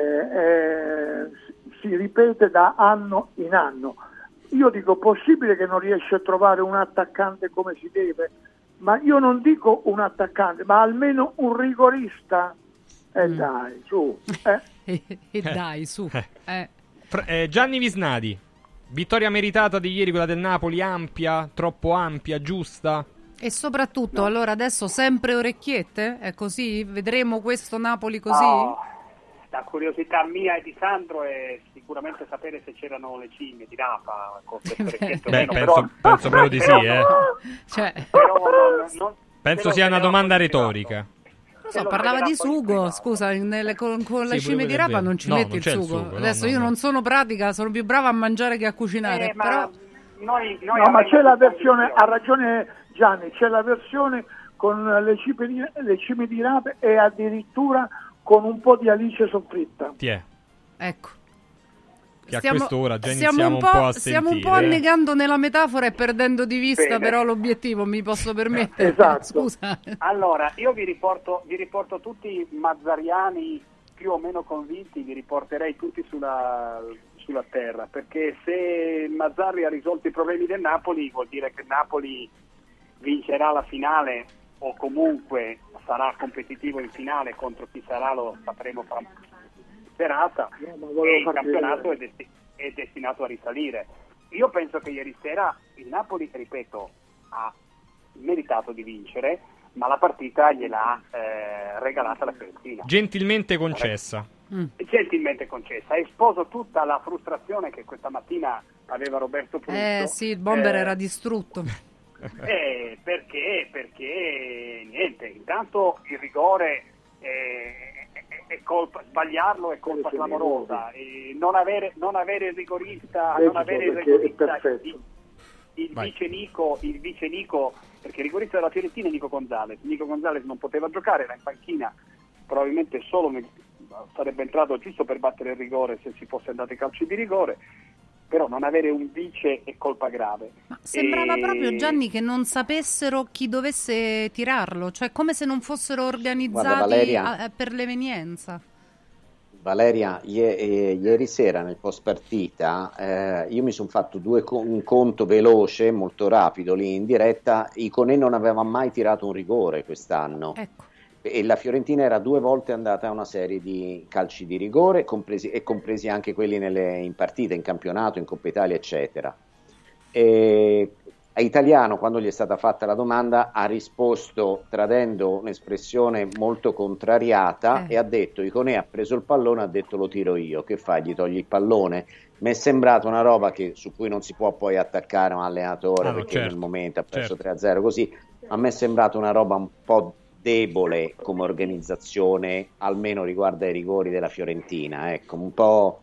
si ripete da anno in anno. Io dico, possibile che non riesce a trovare un attaccante come si deve? Ma io non dico un attaccante, ma almeno un rigorista. Dai, su. Dai, su. Gianni Visnadi, vittoria meritata di ieri, quella del Napoli, ampia, troppo ampia, giusta? E soprattutto, allora adesso sempre orecchiette? È così? Vedremo questo Napoli così? No, la curiosità mia e di Sandro è sicuramente sapere se c'erano le cimmie di Napa con queste orecchiette o meno. Penso proprio di sì, Però, penso sia una domanda retorica. Non so, parlava di sugo, scusa, con le scimmie di Rapa non ci metti il sugo. Adesso io non sono pratica, sono più brava a mangiare che a cucinare, però... ma c'è la versione, ha ragione Gianni, c'è la versione con le cime di rape e addirittura con un po' di alice soffritta. Ecco. Che a quest'ora già iniziamo un po' a sentire. Stiamo un po' annegando nella metafora e perdendo di vista però l'obiettivo, mi posso permettere. Esatto. Scusa. Allora, io vi riporto tutti mazzariani più o meno convinti, vi riporterei tutti sulla terra, perché se Mazzarri ha risolto i problemi del Napoli vuol dire che il Napoli vincerà la finale o comunque sarà competitivo in finale. Contro chi sarà lo sapremo fra serata, e il campionato è destinato a risalire. Io penso che ieri sera il Napoli, ripeto, ha meritato di vincere, ma la partita gliel'ha regalata la Fiorentina. Gentilmente concessa. Gentilmente concessa. E sposo tutta la frustrazione che questa mattina aveva Roberto Pulito. Sì, il bomber era distrutto. Perché niente, intanto il rigore è colpa, sbagliarlo è colpa clamorosa, e non avere il rigorista, il vice Nico, perché il rigorista della Fiorentina è Nico Gonzalez non poteva giocare, era in panchina, probabilmente sarebbe entrato giusto per battere il rigore se si fosse andato ai calci di rigore, però non avere un vice è colpa grave. Ma sembrava proprio, Gianni, che non sapessero chi dovesse tirarlo, cioè come se non fossero organizzati. Guarda, Valeria, per l'evenienza. Valeria, ieri sera nel post partita io mi sono fatto un conto veloce, molto rapido lì in diretta. Iconè non aveva mai tirato un rigore quest'anno. Ecco. E la Fiorentina era 2 volte andata a una serie di calci di rigore, compresi anche quelli in partita, in campionato, in Coppa Italia, eccetera. E a Italiano, quando gli è stata fatta la domanda, ha risposto tradendo un'espressione molto contrariata e ha detto: Iconè ha preso il pallone, ha detto lo tiro io, che fai, gli togli il pallone? Mi è sembrata una roba su cui non si può poi attaccare un allenatore, perché nel momento ha perso 3-0 così. A me è sembrata una roba un po' debole come organizzazione, almeno riguardo ai rigori della Fiorentina, ecco, un po'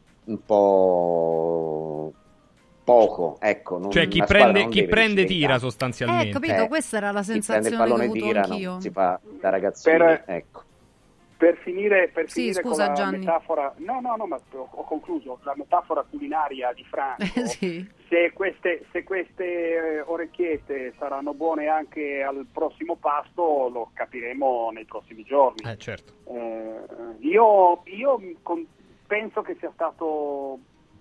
poco, ecco. Cioè chi prende tira sostanzialmente. Capito, questa era la sensazione che ho avuto anch'io. Non si fa da ragazzini, ecco. Per finire scusa, con la Gianni. metafora, no, ma ho concluso, la metafora culinaria di Franco. Sì. Se queste orecchiette saranno buone anche al prossimo pasto, lo capiremo nei prossimi giorni. Certo. Io penso che sia stato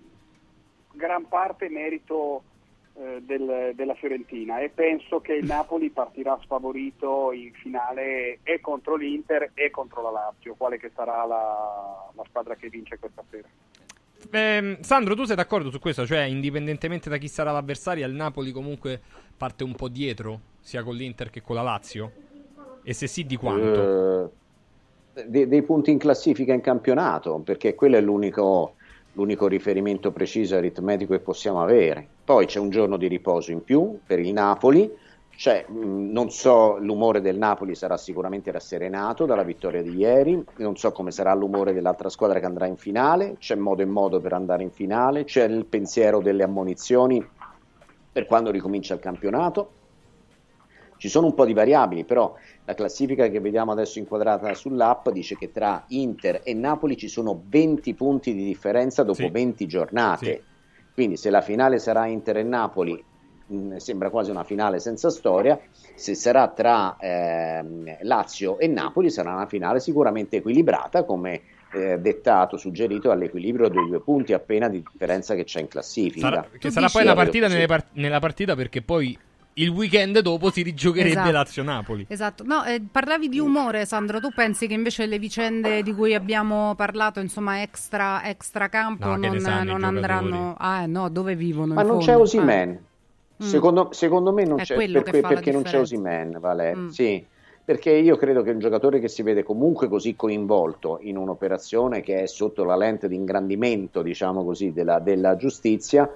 gran parte merito della Fiorentina, e penso che il Napoli partirà sfavorito in finale e contro l'Inter e contro la Lazio, quale che sarà la squadra che vince questa sera. Sandro, tu sei d'accordo su questo? Cioè, indipendentemente da chi sarà l'avversaria, il Napoli comunque parte un po' dietro, sia con l'Inter che con la Lazio? E se sì, di quanto? Dei punti in classifica in campionato, perché quello è l'unico riferimento preciso aritmetico che possiamo avere. Poi c'è un giorno di riposo in più per il Napoli, non so, l'umore del Napoli sarà sicuramente rasserenato dalla vittoria di ieri, non so come sarà l'umore dell'altra squadra che andrà in finale, c'è modo e modo per andare in finale, c'è il pensiero delle ammonizioni per quando ricomincia il campionato. Ci sono un po' di variabili, però la classifica che vediamo adesso inquadrata sull'app dice che tra Inter e Napoli ci sono 20 punti di differenza dopo 20 giornate. Sì. Quindi se la finale sarà Inter e Napoli, sembra quasi una finale senza storia. Se sarà tra Lazio e Napoli, sarà una finale sicuramente equilibrata, come dettato, suggerito all'equilibrio dei 2 punti appena di differenza che c'è in classifica. Sarà poi una partita nella partita, perché poi il weekend dopo si rigiocherebbe Lazio-Napoli. Esatto. No, parlavi di umore, Sandro. Tu pensi che invece le vicende di cui abbiamo parlato, insomma, extra campo, non andranno... no, dove vivono? Ma non c'è Osimhen. Secondo me non c'è, perché non c'è Osimhen, Vale. Sì, perché io credo che un giocatore che si vede comunque così coinvolto in un'operazione che è sotto la lente di ingrandimento, diciamo così, della giustizia,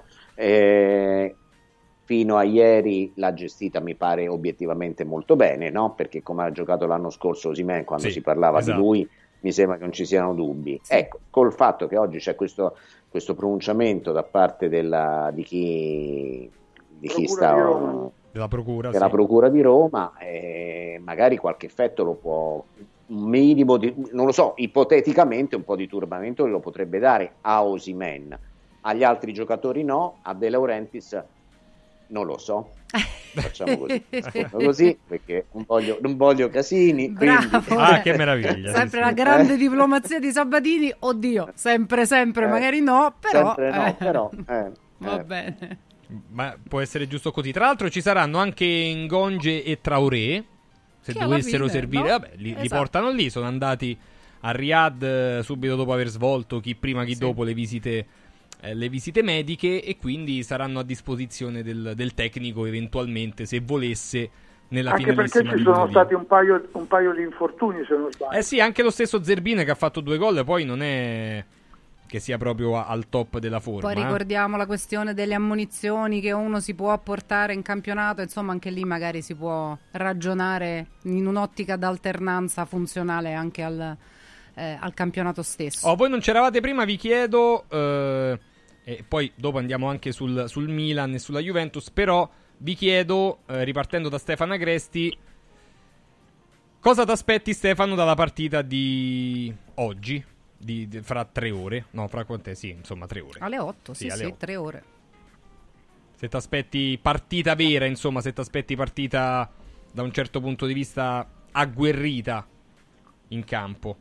fino a ieri l'ha gestita, mi pare, obiettivamente molto bene, no? Perché come ha giocato l'anno scorso Osimhen, quando si parlava di lui, mi sembra che non ci siano dubbi. Sì. Ecco, col fatto che oggi c'è questo pronunciamento da parte di chi sta della procura, della Procura di Roma, magari qualche effetto lo può, un minimo di, non lo so, ipoteticamente un po' di turbamento lo potrebbe dare a Osimhen. Agli altri giocatori no, a De Laurentiis non lo so, facciamo così perché non voglio casini. Bravo, quindi... che meraviglia! Sempre la grande diplomazia di Sabatini. Oddio, sempre, magari no, però. Va bene. Ma può essere giusto così. Tra l'altro ci saranno anche Ngonge e Traoré, se dovessero servire, no? Vabbè, li portano lì. Sono andati a Riyadh subito dopo aver svolto, chi prima chi dopo, le visite mediche, e quindi saranno a disposizione del tecnico eventualmente, se volesse, nella finalissima. Anche perché ci sono stati un paio di infortuni, se non sbaglio. Sì, anche lo stesso Zerbin, che ha fatto 2 gol, poi non è che sia proprio al top della forma. Poi ricordiamo la questione delle ammonizioni che uno si può apportare in campionato, insomma anche lì magari si può ragionare in un'ottica d'alternanza funzionale anche al campionato stesso. Voi non c'eravate prima, vi chiedo, e poi dopo andiamo anche sul Milan e sulla Juventus, però vi chiedo, ripartendo da Stefano Agresti, cosa ti aspetti, Stefano, dalla partita di oggi, fra 3 ore? No, fra quant'è? Sì, insomma 3 ore. Alle 8, sì, alle 8. 3 ore. Se ti aspetti partita vera, insomma, se ti aspetti partita da un certo punto di vista agguerrita in campo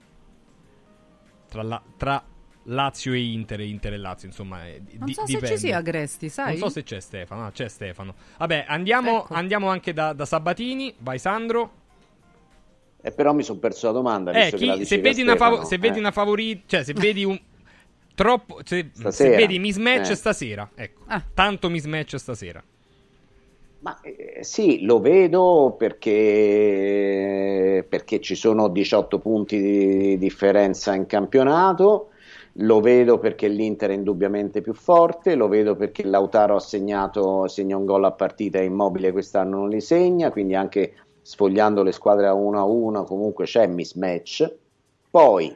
tra Lazio e Inter e Lazio, insomma, non so dipende. se ci sia Agresti, sai? Non so se c'è Stefano. C'è Stefano. Vabbè, andiamo anche da Sabatini. Vai, Sandro. Però mi sono perso la domanda. Se vedi una favorita, cioè se vedi un troppo, se vedi mismatch stasera, ecco. Tanto mismatch stasera. Ma sì, lo vedo perché ci sono 18 punti di differenza in campionato, lo vedo perché l'Inter è indubbiamente più forte, lo vedo perché Lautaro segna un gol a partita e Immobile quest'anno non li segna, quindi anche sfogliando le squadre a 1-1 comunque c'è mismatch. Poi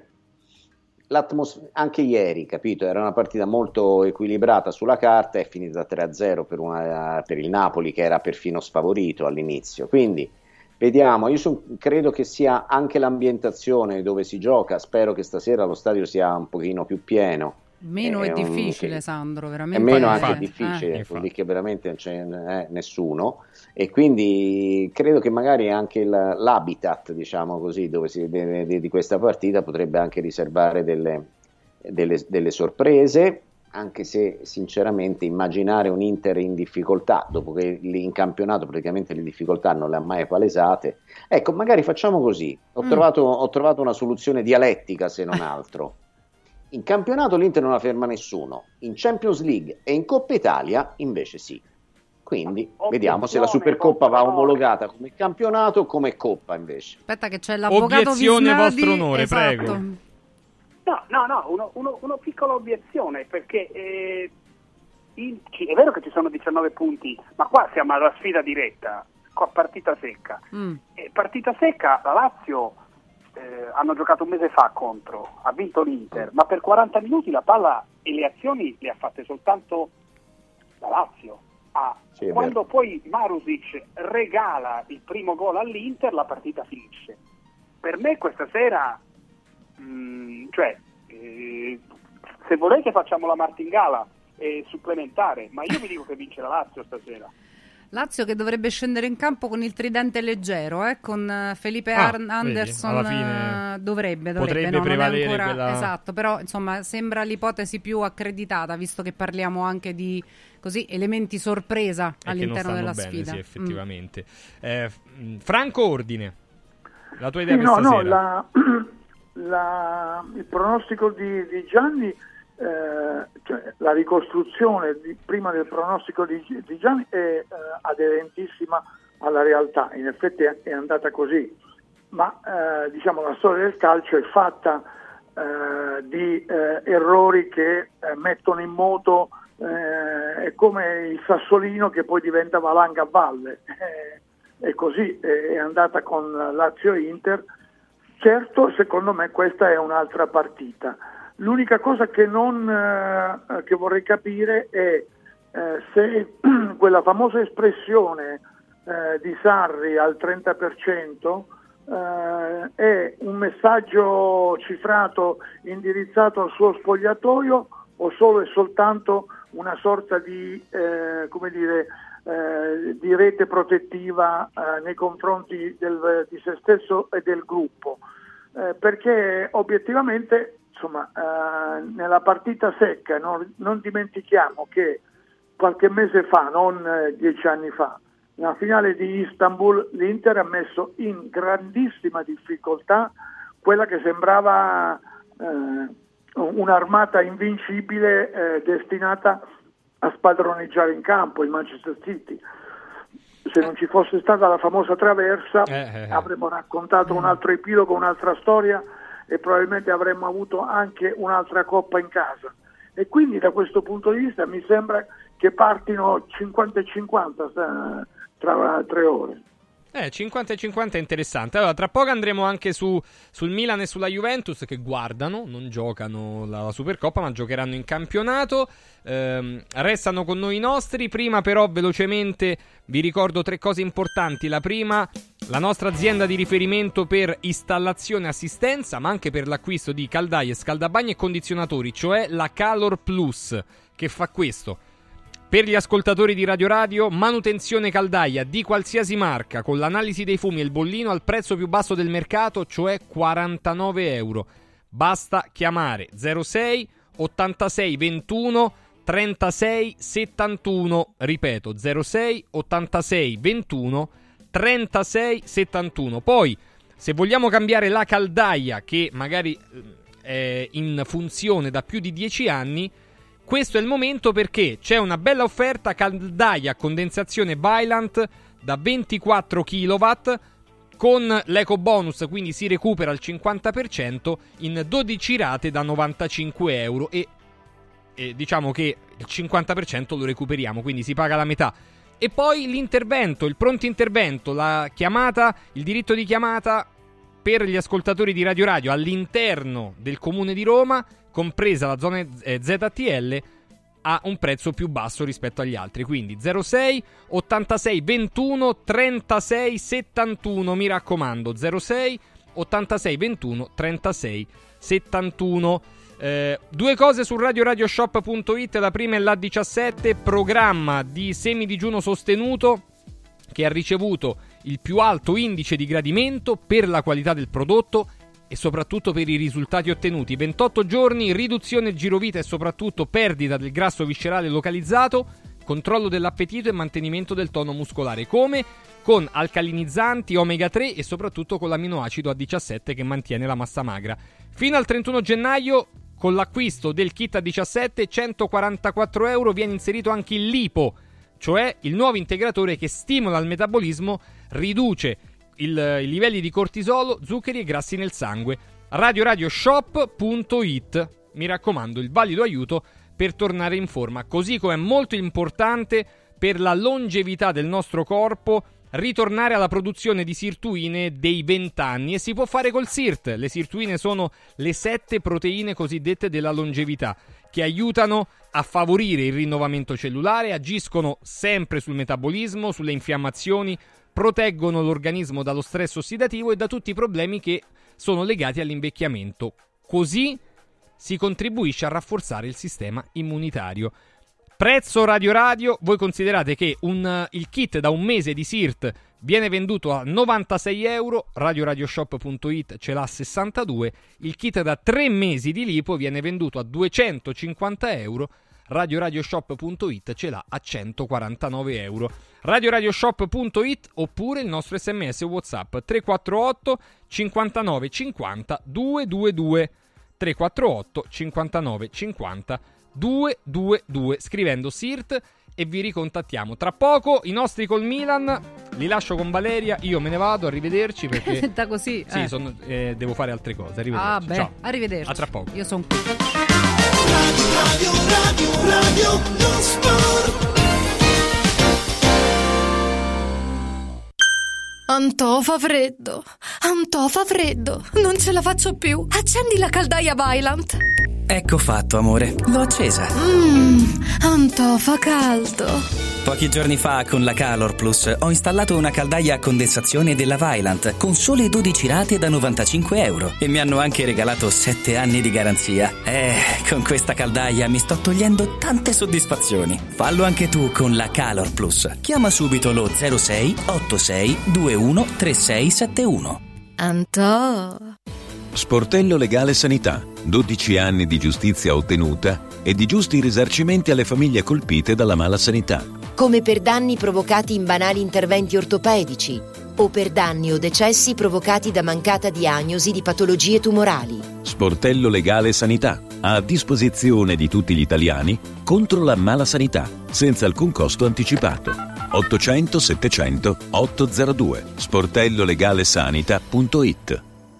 anche ieri, capito, era una partita molto equilibrata sulla carta, è finita 3-0 per il Napoli, che era perfino sfavorito all'inizio, quindi vediamo. Credo che sia anche l'ambientazione dove si gioca, spero che stasera lo stadio sia un pochino più pieno. Meno è difficile, Sandro, veramente. È meno anche difficile, vuol dire che veramente non c'è nessuno, e quindi credo che magari anche l'habitat, diciamo così, dove di questa partita potrebbe anche riservare delle sorprese, anche se sinceramente immaginare un Inter in difficoltà, dopo che in campionato praticamente le difficoltà non le ha mai palesate, ecco, magari facciamo così, ho trovato una soluzione dialettica, se non altro. In campionato l'Inter non la ferma nessuno, in Champions League e in Coppa Italia invece sì. Quindi vediamo se la Supercoppa va omologata come campionato o come Coppa invece. Aspetta che c'è l'avvocato Obiezione, Visnadi. vostro onore, Esatto. prego. No, una piccola obiezione, perché è vero che ci sono 19 punti, ma qua siamo alla sfida diretta, qua partita secca. Partita secca, la Lazio hanno giocato un mese fa contro, ha vinto l'Inter, ma per 40 minuti la palla e le azioni le ha fatte soltanto la Lazio. Quando poi Marusic regala il primo gol all'Inter, la partita finisce. Per me questa sera, se volete facciamo la martingala supplementare, ma io vi dico che vince la Lazio stasera. Lazio che dovrebbe scendere in campo con il tridente leggero, con Felipe Anderson, alla fine dovrebbe prevalere non è ancora, quella... esatto, però insomma sembra l'ipotesi più accreditata, visto che parliamo anche di elementi sorpresa all'interno della sfida. Sì, effettivamente. Franco Ordine, la tua idea per stasera? Il pronostico di Gianni, la ricostruzione prima del pronostico di Gianni è aderentissima alla realtà, in effetti è andata così, ma la storia del calcio è fatta di errori che mettono in moto, è come il sassolino che poi diventa valanga a valle, e così è andata con Lazio-Inter. Certo, secondo me questa è un'altra partita. L'unica cosa che vorrei capire è se quella famosa espressione di Sarri al 30% è un messaggio cifrato indirizzato al suo spogliatoio o solo è soltanto una sorta di rete protettiva nei confronti di se stesso e del gruppo, perché obiettivamente nella partita secca non dimentichiamo che qualche mese fa, non 10 anni fa, nella finale di Istanbul l'Inter ha messo in grandissima difficoltà quella che sembrava un'armata invincibile destinata a spadroneggiare in campo il Manchester City. Se non ci fosse stata la famosa traversa avremmo raccontato un altro epilogo, un'altra storia, e probabilmente avremmo avuto anche un'altra coppa in casa. E quindi da questo punto di vista mi sembra che partino 50 e 50 tra 3 ore. 50-50 è interessante. Allora, tra poco andremo anche sul Milan e sulla Juventus, che guardano, non giocano la Supercoppa, ma giocheranno in campionato. Restano con noi i nostri. Prima però velocemente vi ricordo 3 cose importanti. La prima, la nostra azienda di riferimento per installazione e assistenza, ma anche per l'acquisto di caldaie, scaldabagni e condizionatori, cioè la Calor Plus, che fa questo. Per gli ascoltatori di Radio Radio, manutenzione caldaia di qualsiasi marca con l'analisi dei fumi e il bollino al prezzo più basso del mercato, cioè 49 euro. Basta chiamare 06 86 21 36 71. Ripeto, 06 86 21 36 71. Poi, se vogliamo cambiare la caldaia, che magari è in funzione da più di 10 anni, questo è il momento, perché c'è una bella offerta caldaia a condensazione Vaillant da 24 kW con l'eco bonus, quindi si recupera il 50% in 12 rate da 95 euro e diciamo che il 50% lo recuperiamo, quindi si paga la metà. E poi l'intervento, il pronto intervento, la chiamata, il diritto di chiamata per gli ascoltatori di Radio Radio all'interno del Comune di Roma, compresa la zona ZTL, a un prezzo più basso rispetto agli altri. Quindi 06 86 21 36 71, mi raccomando, 06 86 21 36 71. 2 cose su radioradioshop.it. La prima è l'A17, programma di semidigiuno sostenuto, che ha ricevuto il più alto indice di gradimento per la qualità del prodotto e soprattutto per i risultati ottenuti. 28 giorni, riduzione girovita e soprattutto perdita del grasso viscerale localizzato, controllo dell'appetito e mantenimento del tono muscolare. Come? Con alcalinizzanti, omega 3 e soprattutto con l'aminoacido A17 che mantiene la massa magra. Fino al 31 gennaio, con l'acquisto del kit A17, 144 euro, viene inserito anche il lipo, cioè il nuovo integratore che stimola il metabolismo, riduce i livelli di cortisolo, zuccheri e grassi nel sangue. radioradioshop.it. Mi raccomando, il valido aiuto per tornare in forma, così come è molto importante per la longevità del nostro corpo ritornare alla produzione di sirtuine dei 20 anni, e si può fare col SIRT. Le sirtuine sono le 7 proteine cosiddette della longevità, che aiutano a favorire il rinnovamento cellulare, agiscono sempre sul metabolismo, sulle infiammazioni, proteggono l'organismo dallo stress ossidativo e da tutti i problemi che sono legati all'invecchiamento. Così si contribuisce a rafforzare il sistema immunitario. Prezzo Radio Radio, voi considerate che il kit da un mese di SIRT viene venduto a 96 euro, radioradioshop.it ce l'ha a 62, il kit da 3 mesi di lipo viene venduto a 250 euro, radioradioshop.it ce l'ha a 149 euro. radioradioshop.it oppure il nostro sms o WhatsApp 348 59 50 222 348 59 50 222, scrivendo SIRT, e vi ricontattiamo. Tra poco i nostri col Milan li lascio con Valeria, io me ne vado, arrivederci perché da così sì, devo fare altre cose. Arrivederci. Ciao. Arrivederci. A tra poco. Io sono qui. Radio lo sport. Antò fa freddo, non ce la faccio più. Accendi la caldaia Vaillant. Ecco fatto, amore, l'ho accesa. Antò fa caldo. Pochi giorni fa con la Calor Plus ho installato una caldaia a condensazione della Vaillant con sole 12 rate da 95 euro e mi hanno anche regalato 7 anni di garanzia. Con questa caldaia mi sto togliendo tante soddisfazioni. Fallo anche tu con la Calor Plus. Chiama subito lo 06 86 21 3671. Antò. Sportello Legale Sanità. 12 anni di giustizia ottenuta e di giusti risarcimenti alle famiglie colpite dalla mala sanità. Come per danni provocati in banali interventi ortopedici o per danni o decessi provocati da mancata diagnosi di patologie tumorali. Sportello Legale Sanità. A disposizione di tutti gli italiani contro la mala sanità, senza alcun costo anticipato. 800 700 802. sportellolegalesanita.it.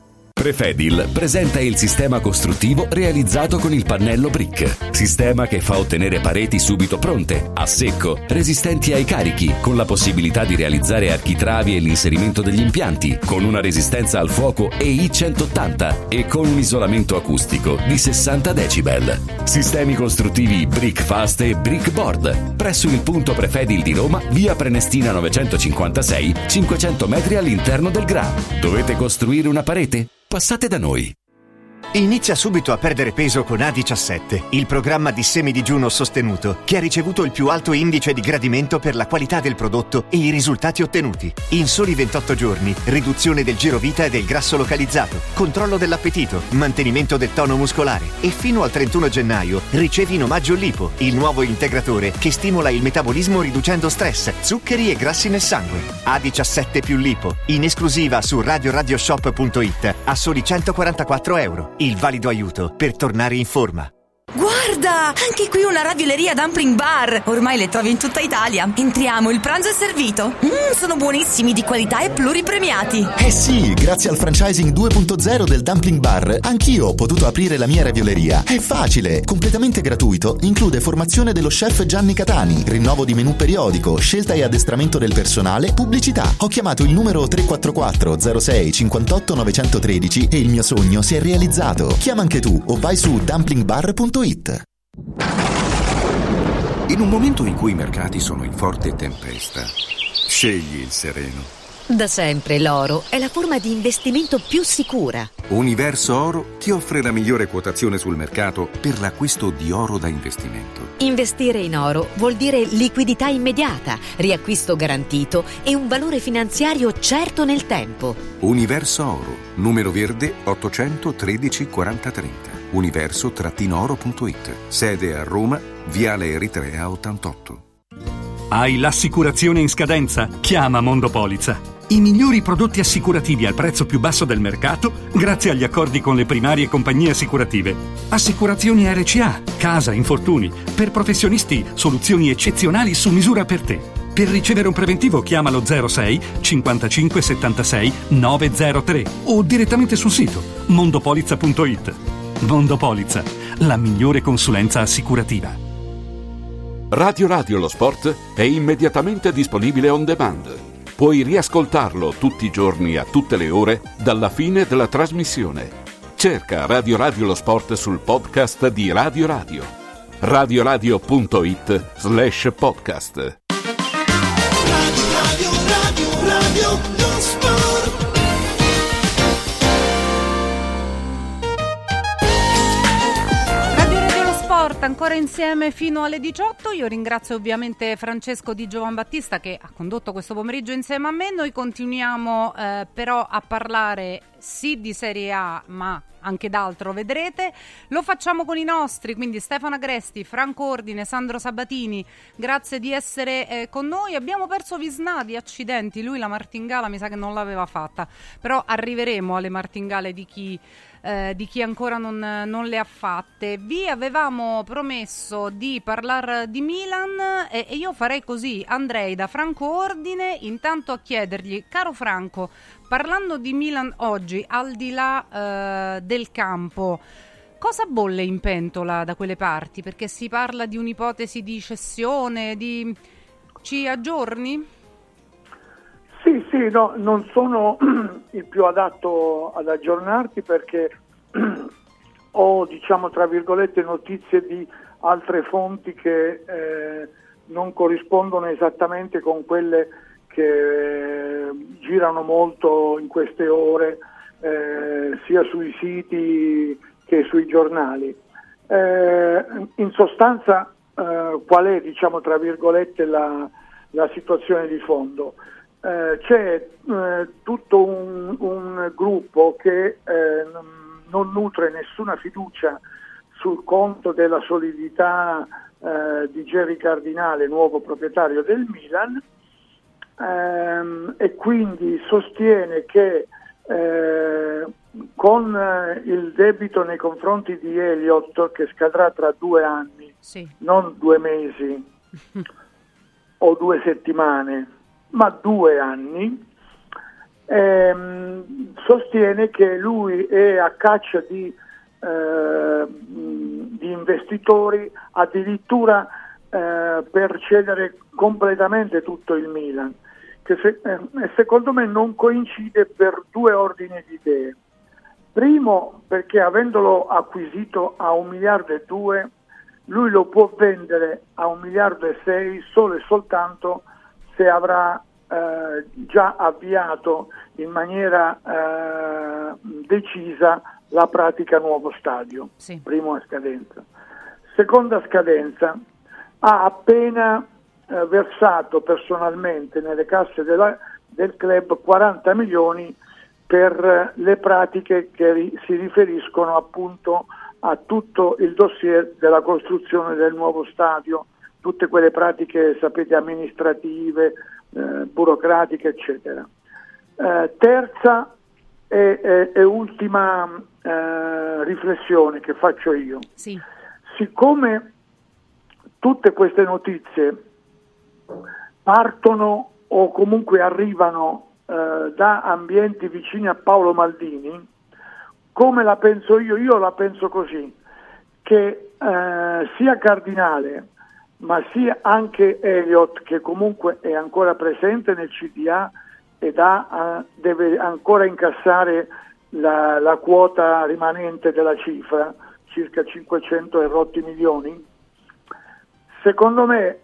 Prefedil presenta il sistema costruttivo realizzato con il pannello brick. Sistema che fa ottenere pareti subito pronte, a secco, resistenti ai carichi, con la possibilità di realizzare architravi e l'inserimento degli impianti, con una resistenza al fuoco EI 180 e con un isolamento acustico di 60 decibel. Sistemi costruttivi Brick Fast e Brick Board. Presso il punto Prefedil di Roma, via Prenestina 956, 500 metri all'interno del GRA. Dovete costruire una parete? Passate da noi. Inizia subito a perdere peso con A17, il programma di semidigiuno sostenuto che ha ricevuto il più alto indice di gradimento per la qualità del prodotto e i risultati ottenuti. In soli 28 giorni, riduzione del girovita e del grasso localizzato, controllo dell'appetito, mantenimento del tono muscolare e fino al 31 gennaio ricevi in omaggio Lipo, il nuovo integratore che stimola il metabolismo riducendo stress, zuccheri e grassi nel sangue. A17 più Lipo, in esclusiva su radioradioshop.it a soli €144. Il valido aiuto per tornare in forma. Guarda, anche qui una ravioleria dumpling bar. Ormai le trovi in tutta Italia. Entriamo, il pranzo è servito. Sono buonissimi, di qualità e pluripremiati. Eh sì, grazie al franchising 2.0 del dumpling bar, anch'io ho potuto aprire la mia ravioleria. È facile, completamente gratuito, include formazione dello chef Gianni Catani, rinnovo di menù periodico, scelta e addestramento del personale, pubblicità. Ho chiamato il numero 344 06 58 913 e il mio sogno si è realizzato. Chiama anche tu o vai su dumplingbar.it. In un momento in cui i mercati sono in forte tempesta, scegli il sereno. Da sempre l'oro è la forma di investimento più sicura. Universo Oro ti offre la migliore quotazione sul mercato per l'acquisto di oro da investimento. Investire in oro vuol dire liquidità immediata, riacquisto garantito e un valore finanziario certo nel tempo. Universo Oro, numero verde 813 4030. Universo-oro.it. Sede a Roma, Viale Eritrea 88. Hai l'assicurazione in scadenza? Chiama Mondopolizza. I migliori prodotti assicurativi al prezzo più basso del mercato grazie agli accordi con le primarie compagnie assicurative. Assicurazioni RCA, casa, infortuni. Per professionisti, soluzioni eccezionali su misura per te. Per ricevere un preventivo chiamalo 06 55 76 903 o direttamente sul sito mondopolizza.it. Mondopolizza, la migliore consulenza assicurativa. Radio Radio lo sport è immediatamente disponibile on demand. Puoi riascoltarlo tutti i giorni a tutte le ore dalla fine della trasmissione. Cerca Radio Radio lo sport sul podcast di Radio Radio. radioradio.it/podcast. Radio lo sport. Ancora insieme fino alle 18. Io ringrazio ovviamente Francesco Di Giovanbattista che ha condotto questo pomeriggio insieme a me. Noi continuiamo però a parlare sì di Serie A, ma anche d'altro vedrete. Lo facciamo con i nostri, quindi Stefano Agresti, Franco Ordine, Sandro Sabatini, grazie di essere con noi. Abbiamo perso Visnadi, accidenti, lui la martingala mi sa che non l'aveva fatta, però arriveremo alle martingale di chi ancora non le ha fatte. Vi avevamo promesso di parlare di Milan e io farei così, andrei da Franco Ordine intanto a chiedergli, caro Franco, parlando di Milan oggi, al di là del campo, cosa bolle in pentola da quelle parti? Perché si parla di un'ipotesi di cessione, ci aggiorni? Sì, no, non sono il più adatto ad aggiornarti perché ho, diciamo, tra virgolette, notizie di altre fonti che non corrispondono esattamente con quelle che girano molto in queste ore sia sui siti che sui giornali. In sostanza qual è, diciamo, tra virgolette, la situazione di fondo? C'è tutto un gruppo che non nutre nessuna fiducia sul conto della solidità di Gerry Cardinale, nuovo proprietario del Milan, e quindi sostiene che con il debito nei confronti di Elliott, che scadrà tra 2 anni, sì, non 2 mesi o 2 settimane, ma 2 anni, sostiene che lui è a caccia di investitori addirittura per cedere completamente tutto il Milan, che secondo me non coincide per due ordini di idee. Primo, perché avendolo acquisito a 1,2 miliardi, lui lo può vendere a 1,6 miliardi solo e soltanto se avrà già avviato in maniera decisa la pratica nuovo stadio, sì. Primo a scadenza. Seconda scadenza, ha appena versato personalmente nelle casse del club 40 milioni per le pratiche che si riferiscono appunto a tutto il dossier della costruzione del nuovo stadio, tutte quelle pratiche, sapete, amministrative, burocratiche, eccetera. Terza e ultima riflessione che faccio io. Sì. Siccome tutte queste notizie partono o comunque arrivano da ambienti vicini a Paolo Maldini, come la penso io la penso così, che sia Cardinale ma sia anche Elliott, che comunque è ancora presente nel CDA ed deve ancora incassare la quota rimanente della cifra, circa 500 e rotti milioni, secondo me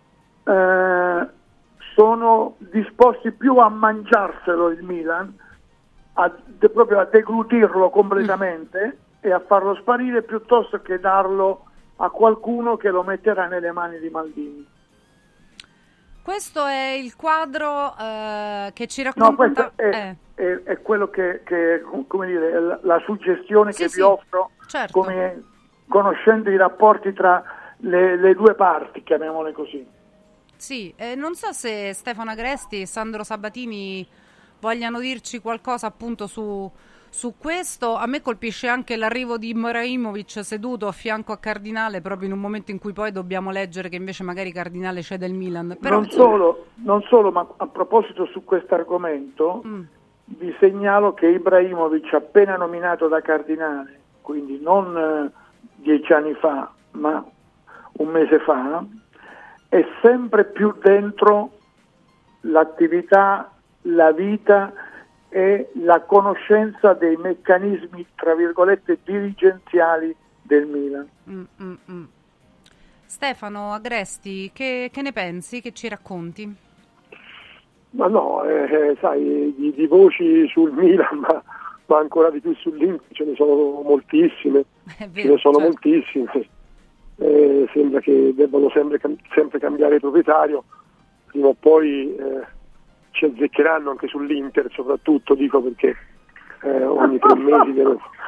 sono disposti più a mangiarselo il Milan, proprio a deglutirlo completamente e a farlo sparire, piuttosto che darlo a qualcuno che lo metterà nelle mani di Maldini. Questo è il quadro che ci racconta. No, questo è quello che come dire, la suggestione che vi offro, certo. Come conoscendo i rapporti tra le due parti, chiamiamole così. Sì, non so se Stefano Agresti e Sandro Sabatini vogliano dirci qualcosa appunto su questo. A me colpisce anche l'arrivo di Ibrahimovic seduto a fianco a Cardinale, proprio in un momento in cui poi dobbiamo leggere che invece magari Cardinale cede il Milan. Però, non solo, ma a proposito su questo argomento vi segnalo che Ibrahimovic, appena nominato da Cardinale, quindi non 10 anni fa ma un mese fa, è sempre più dentro l'attività, la vita e la conoscenza dei meccanismi, tra virgolette, dirigenziali del Milan. Stefano Agresti, che ne pensi? Che ci racconti? Ma no, sai, di voci sul Milan, ma ancora di più sull'Inter ce ne sono moltissime. Moltissime. Sembra che debbano sempre cambiare il proprietario, prima o poi ci azzeccheranno anche sull'Inter, soprattutto dico perché ogni 3 mesi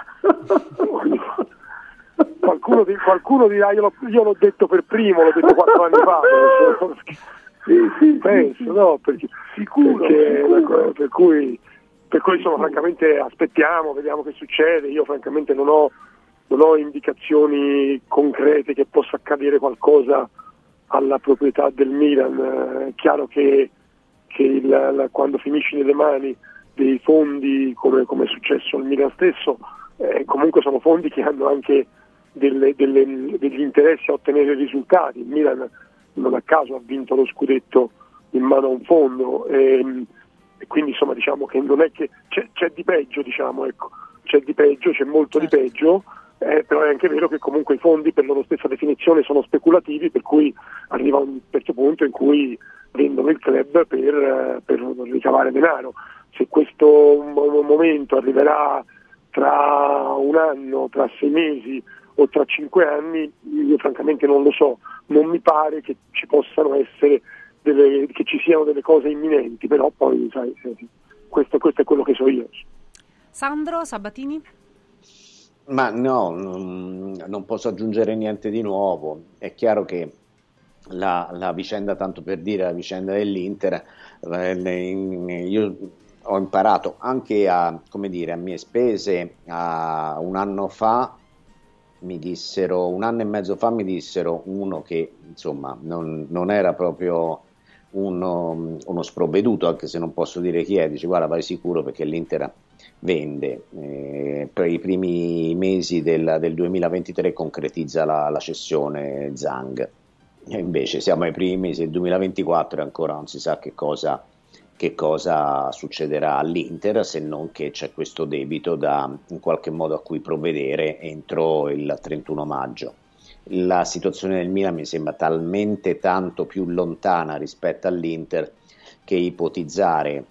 qualcuno dirà io l'ho detto per primo, l'ho detto 4 anni fa. Sì, penso, no, perché sicuro. Per cui insomma, francamente aspettiamo, vediamo che succede. Io francamente non ho indicazioni concrete che possa accadere qualcosa alla proprietà del Milan. È chiaro che quando finisci nelle mani dei fondi come è successo al Milan stesso, comunque sono fondi che hanno anche degli interessi a ottenere risultati. Il Milan non a caso ha vinto lo scudetto in mano a un fondo e quindi insomma diciamo che non è che c'è di peggio, diciamo, ecco, c'è molto di peggio. Però è anche vero che comunque i fondi per loro stessa definizione sono speculativi, per cui arriva a un certo punto in cui vendono il club per ricavare denaro. Se questo momento arriverà tra un anno, tra 6 mesi o tra 5 anni, io francamente non lo so. Non mi pare che ci possano essere che ci siano delle cose imminenti, però poi sai, questo è quello che so io. Sandro Sabatini? Ma no, non posso aggiungere niente di nuovo. È chiaro che la vicenda, tanto per dire, la vicenda dell'Inter, io ho imparato anche a mie spese, un anno e mezzo fa mi dissero uno che insomma non era proprio uno sprovveduto, anche se non posso dire chi è, dice guarda vai sicuro perché l'Inter vende, per i primi mesi del 2023 concretizza la cessione Zhang, e invece siamo ai primi mesi del 2024 e ancora non si sa che cosa succederà all'Inter, se non che c'è questo debito da in qualche modo a cui provvedere entro il 31 maggio. La situazione del Milan mi sembra talmente tanto più lontana rispetto all'Inter che ipotizzare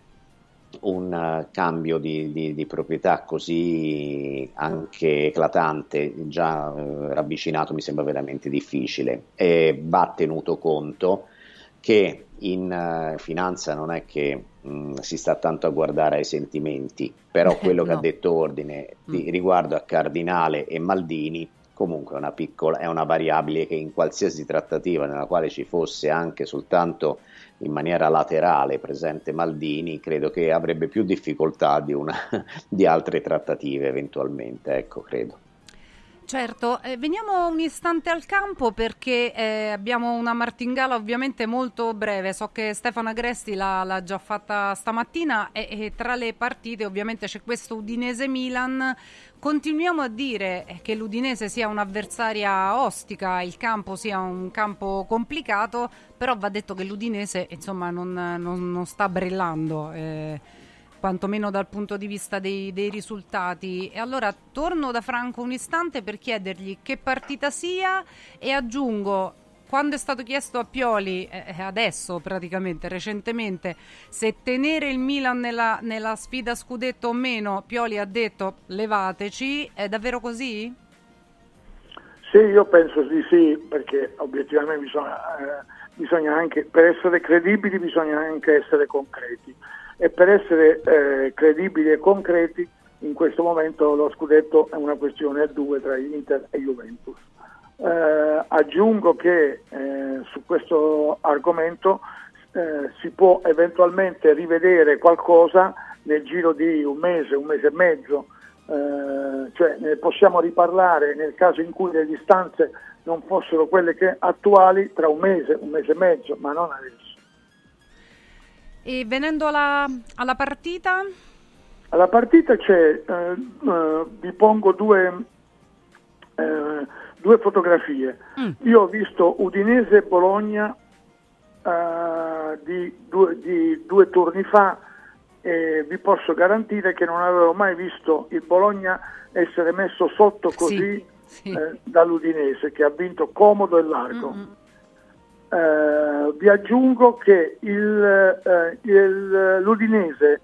un cambio di proprietà così anche eclatante, già ravvicinato, mi sembra veramente difficile. E va tenuto conto che in finanza non è che si sta tanto a guardare ai sentimenti, però quello che ha detto Ordine riguardo a Cardinale e Maldini comunque è una variabile che in qualsiasi trattativa nella quale ci fosse anche soltanto in maniera laterale presente Maldini, credo che avrebbe più difficoltà di altre trattative eventualmente, ecco, credo. Certo, veniamo un istante al campo perché abbiamo una martingala ovviamente molto breve. So che Stefano Agresti l'ha già fatta stamattina e tra le partite ovviamente c'è questo Udinese-Milan. Continuiamo a dire che l'Udinese sia un'avversaria ostica, il campo sia un campo complicato, però va detto che l'Udinese insomma non sta brillando. Quantomeno dal punto di vista dei risultati. E allora torno da Franco un istante per chiedergli che partita sia e aggiungo, quando è stato chiesto a Pioli, adesso praticamente, recentemente, se tenere il Milan nella sfida scudetto o meno, Pioli ha detto levateci, è davvero così? Sì, io penso di sì, perché obiettivamente bisogna anche, per essere credibili bisogna anche essere concreti. E per essere credibili e concreti in questo momento lo scudetto è una questione a due tra Inter e Juventus. Aggiungo che su questo argomento si può eventualmente rivedere qualcosa nel giro di un mese e mezzo, cioè ne possiamo riparlare nel caso in cui le distanze non fossero quelle attuali tra un mese e mezzo, ma non adesso. E venendo alla partita? Alla partita vi pongo due fotografie. Io ho visto Udinese-Bologna di due turni fa e vi posso garantire che non avevo mai visto il Bologna essere messo sotto così dall'Udinese, che ha vinto comodo e largo. Vi aggiungo che l'Udinese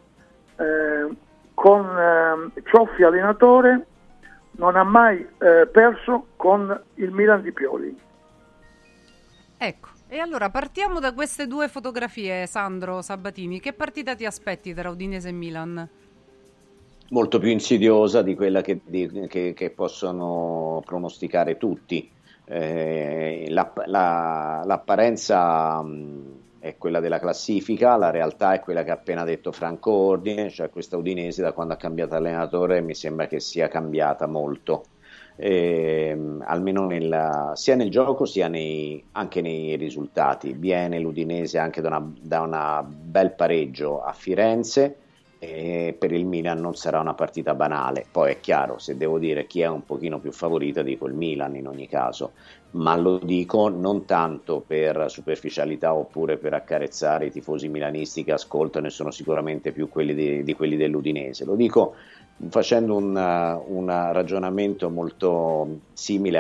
con Cioffi allenatore non ha mai perso con il Milan di Pioli. Ecco, e allora partiamo da queste due fotografie, Sandro Sabatini. Che partita ti aspetti tra Udinese e Milan? Molto più insidiosa di quella che possono pronosticare tutti. L'apparenza è quella della classifica, la realtà è quella che ha appena detto Franco Ordine, cioè questa Udinese da quando ha cambiato allenatore mi sembra che sia cambiata molto, almeno sia nel gioco sia anche nei risultati. Viene l'Udinese anche da una bel pareggio a Firenze, e per il Milan non sarà una partita banale. Poi è chiaro, se devo dire chi è un pochino più favorita dico il Milan in ogni caso, ma lo dico non tanto per superficialità oppure per accarezzare i tifosi milanisti che ascoltano e sono sicuramente più quelli di quelli dell'Udinese, lo dico facendo un ragionamento molto simile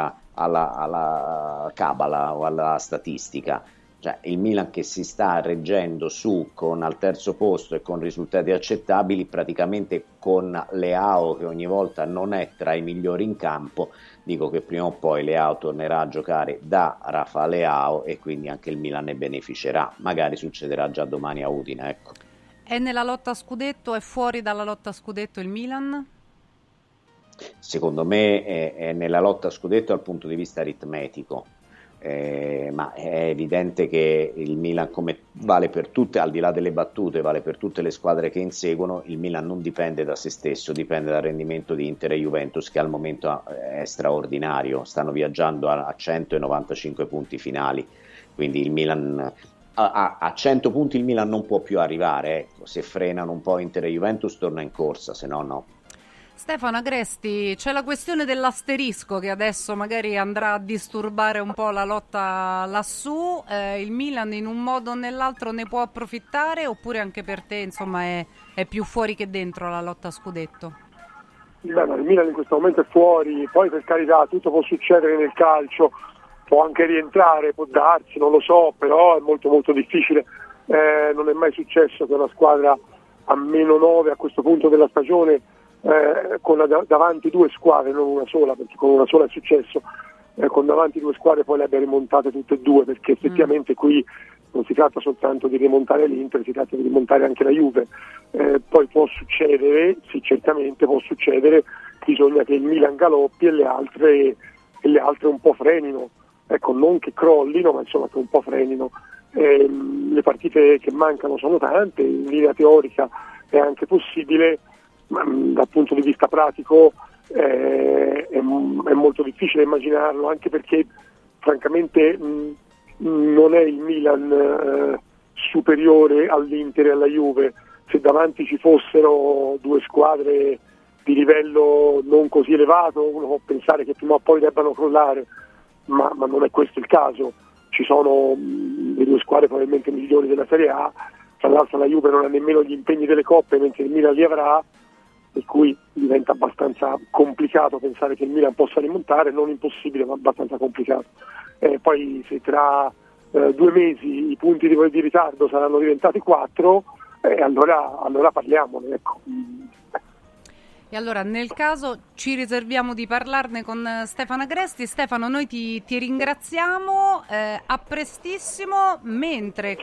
alla cabala o alla statistica. Cioè, il Milan che si sta reggendo su al terzo posto e con risultati accettabili, praticamente con Leao che ogni volta non è tra i migliori in campo, dico che prima o poi Leao tornerà a giocare da Rafa Leao e quindi anche il Milan ne beneficerà. Magari succederà già domani a Udine, ecco. È nella lotta a scudetto, è fuori dalla lotta a scudetto il Milan? Secondo me è nella lotta a scudetto dal punto di vista aritmetico. Ma è evidente che il Milan, come vale per tutte, al di là delle battute, vale per tutte le squadre che inseguono, il Milan non dipende da se stesso, dipende dal rendimento di Inter e Juventus, che al momento è straordinario, stanno viaggiando a 195 punti finali, quindi il Milan a 100 punti il Milan non può più arrivare, ecco. Se frenano un po' Inter e Juventus torna in corsa, se no no. Stefano Agresti, c'è la questione dell'asterisco che adesso magari andrà a disturbare un po' la lotta lassù. Il Milan in un modo o nell'altro ne può approfittare, oppure anche per te insomma è più fuori che dentro la lotta a scudetto? Beh, il Milan in questo momento è fuori, poi per carità tutto può succedere nel calcio, può anche rientrare, può darsi, non lo so, però è molto molto difficile. Non è mai successo che una squadra a -9 a questo punto della stagione, con davanti due squadre, non una sola, perché con una sola è successo, con davanti due squadre poi le abbia rimontate tutte e due, perché effettivamente qui non si tratta soltanto di rimontare l'Inter, si tratta di rimontare anche la Juve. Poi può succedere, sì, certamente può succedere, bisogna che il Milan galoppi e le altre un po' frenino, ecco, non che crollino, ma insomma che un po' frenino. Le partite che mancano sono tante, in linea teorica è anche possibile, ma dal punto di vista pratico è molto difficile immaginarlo, anche perché francamente non è il Milan superiore all'Inter e alla Juve. Se davanti ci fossero due squadre di livello non così elevato, uno può pensare che prima o poi debbano crollare, ma non è questo il caso. Ci sono le due squadre probabilmente migliori della Serie A, tra l'altro la Juve non ha nemmeno gli impegni delle coppe, mentre il Milan li avrà, per cui diventa abbastanza complicato pensare che il Milan possa rimontare, non impossibile ma abbastanza complicato. Poi se tra 2 mesi i punti di ritardo saranno diventati 4, allora parliamone, ecco. E allora nel caso ci riserviamo di parlarne con Stefano Agresti. Stefano, noi ti ringraziamo, a prestissimo, mentre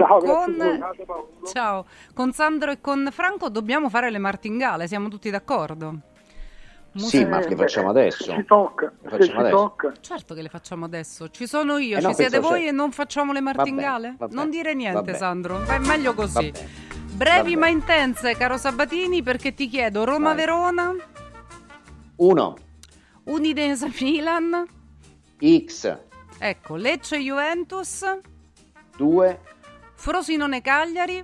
con Sandro e con Franco dobbiamo fare le martingale, siamo tutti d'accordo? Sì, ma le facciamo adesso. Ci tocca. Certo che le facciamo adesso. Ci sono io, ci siete voi e non facciamo le martingale? Vabbè, non dire niente, vabbè. Sandro, è meglio così. Brevi ma intense, caro Sabatini, perché ti chiedo Roma-Verona 1, Udinese-Milan X, ecco, Lecce-Juventus 2, Frosinone-Cagliari.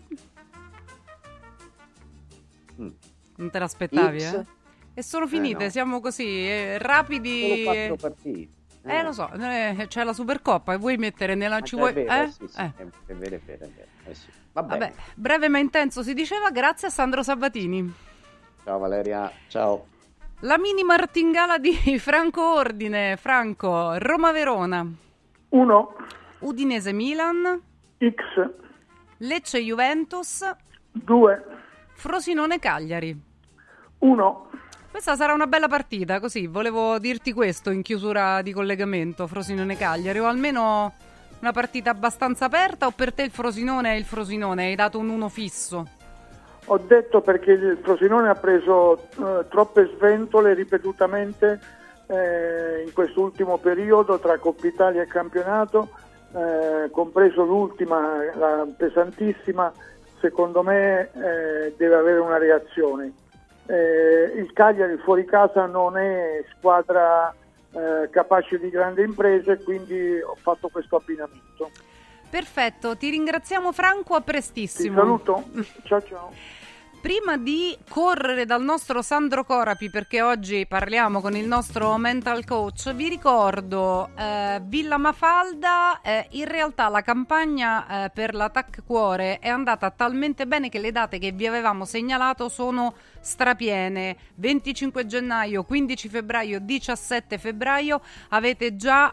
Non te l'aspettavi, X. E sono finite, no. Siamo così, rapidi. Solo 4 partite. Lo so, c'è la Supercoppa e vuoi mettere nella... Ci vuoi... Sì, è vero. Sì. Vabbè, breve ma intenso si diceva, grazie a Sandro Sabatini. Ciao Valeria, ciao. La mini martingala di Franco Ordine. Franco, Roma-Verona 1, Udinese-Milan X, Lecce-Juventus 2, Frosinone-Cagliari 1. Questa sarà una bella partita, così volevo dirti questo in chiusura di collegamento, Frosinone-Cagliari, o almeno una partita abbastanza aperta, o per te il Frosinone è il Frosinone, hai dato un 1 fisso? Ho detto perché il Frosinone ha preso troppe sventole ripetutamente in quest'ultimo periodo tra Coppa Italia e campionato, compreso l'ultima, la pesantissima. Secondo me deve avere una reazione. Il Cagliari fuori casa non è squadra capace di grandi imprese, quindi ho fatto questo abbinamento. Perfetto, ti ringraziamo Franco, a prestissimo. Ti saluto, ciao. Prima di correre dal nostro Sandro Corapi, perché oggi parliamo con il nostro mental coach, vi ricordo Villa Mafalda, in realtà la campagna per l'Attack Cuore è andata talmente bene che le date che vi avevamo segnalato sono strapiene. 25 gennaio, 15 febbraio, 17 febbraio avete già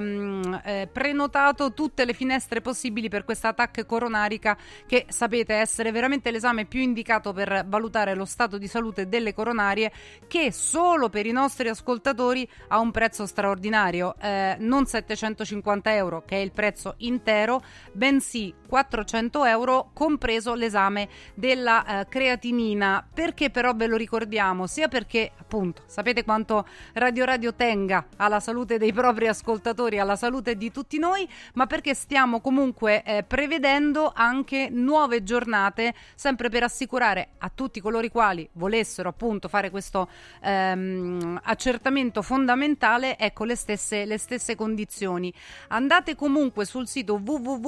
prenotato tutte le finestre possibili per questa Attack coronarica, che sapete essere veramente l'esame più indicato per valutare lo stato di salute delle coronarie, che solo per i nostri ascoltatori ha un prezzo straordinario, non 750 euro che è il prezzo intero, bensì 400 euro compreso l'esame della creatinina. Perché però però ve lo ricordiamo, sia perché appunto sapete quanto Radio tenga alla salute dei propri ascoltatori, alla salute di tutti noi, ma perché stiamo comunque prevedendo anche nuove giornate, sempre per assicurare a tutti coloro i quali volessero appunto fare questo accertamento fondamentale, ecco, le stesse condizioni. Andate comunque sul sito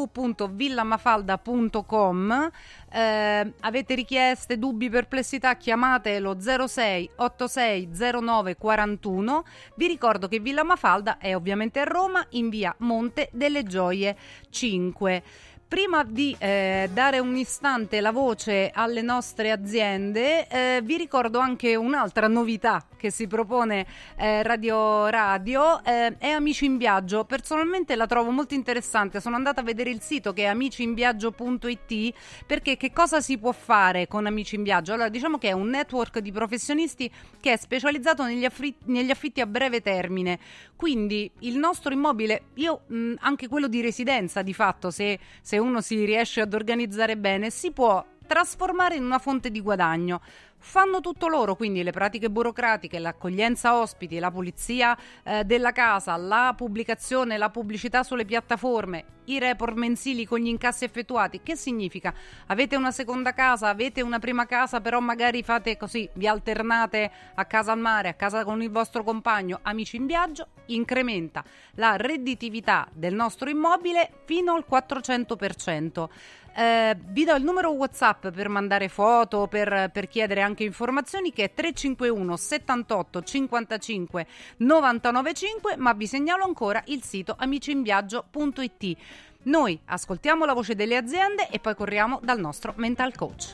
www.villamafalda.com. Avete richieste, dubbi, perplessità, chiamatelo 06 86 09 41. Vi ricordo che Villa Mafalda è ovviamente a Roma, in via Monte delle Gioie 5. Prima di dare un istante la voce alle nostre aziende, vi ricordo anche un'altra novità che si propone Radio, è Amici in Viaggio. Personalmente la trovo molto interessante, sono andata a vedere il sito che è amiciinviaggio.it, perché che cosa si può fare con Amici in Viaggio? Allora, diciamo che è un network di professionisti che è specializzato negli affitti a breve termine, quindi il nostro immobile, anche quello di residenza di fatto, se uno si riesce ad organizzare bene, si può trasformare in una fonte di guadagno. Fanno tutto loro, quindi le pratiche burocratiche, l'accoglienza ospiti, la pulizia della casa, la pubblicazione, la pubblicità sulle piattaforme, i report mensili con gli incassi effettuati. Che significa? Avete una seconda casa, avete una prima casa, però magari fate così, vi alternate a casa al mare, a casa con il vostro compagno. Amici in Viaggio incrementa la redditività del nostro immobile fino al 400%. Vi do il numero WhatsApp per mandare foto, per chiedere anche informazioni, che è 351 78 55 995, ma vi segnalo ancora il sito amiciinviaggio.it. Noi ascoltiamo la voce delle aziende e poi corriamo dal nostro mental coach.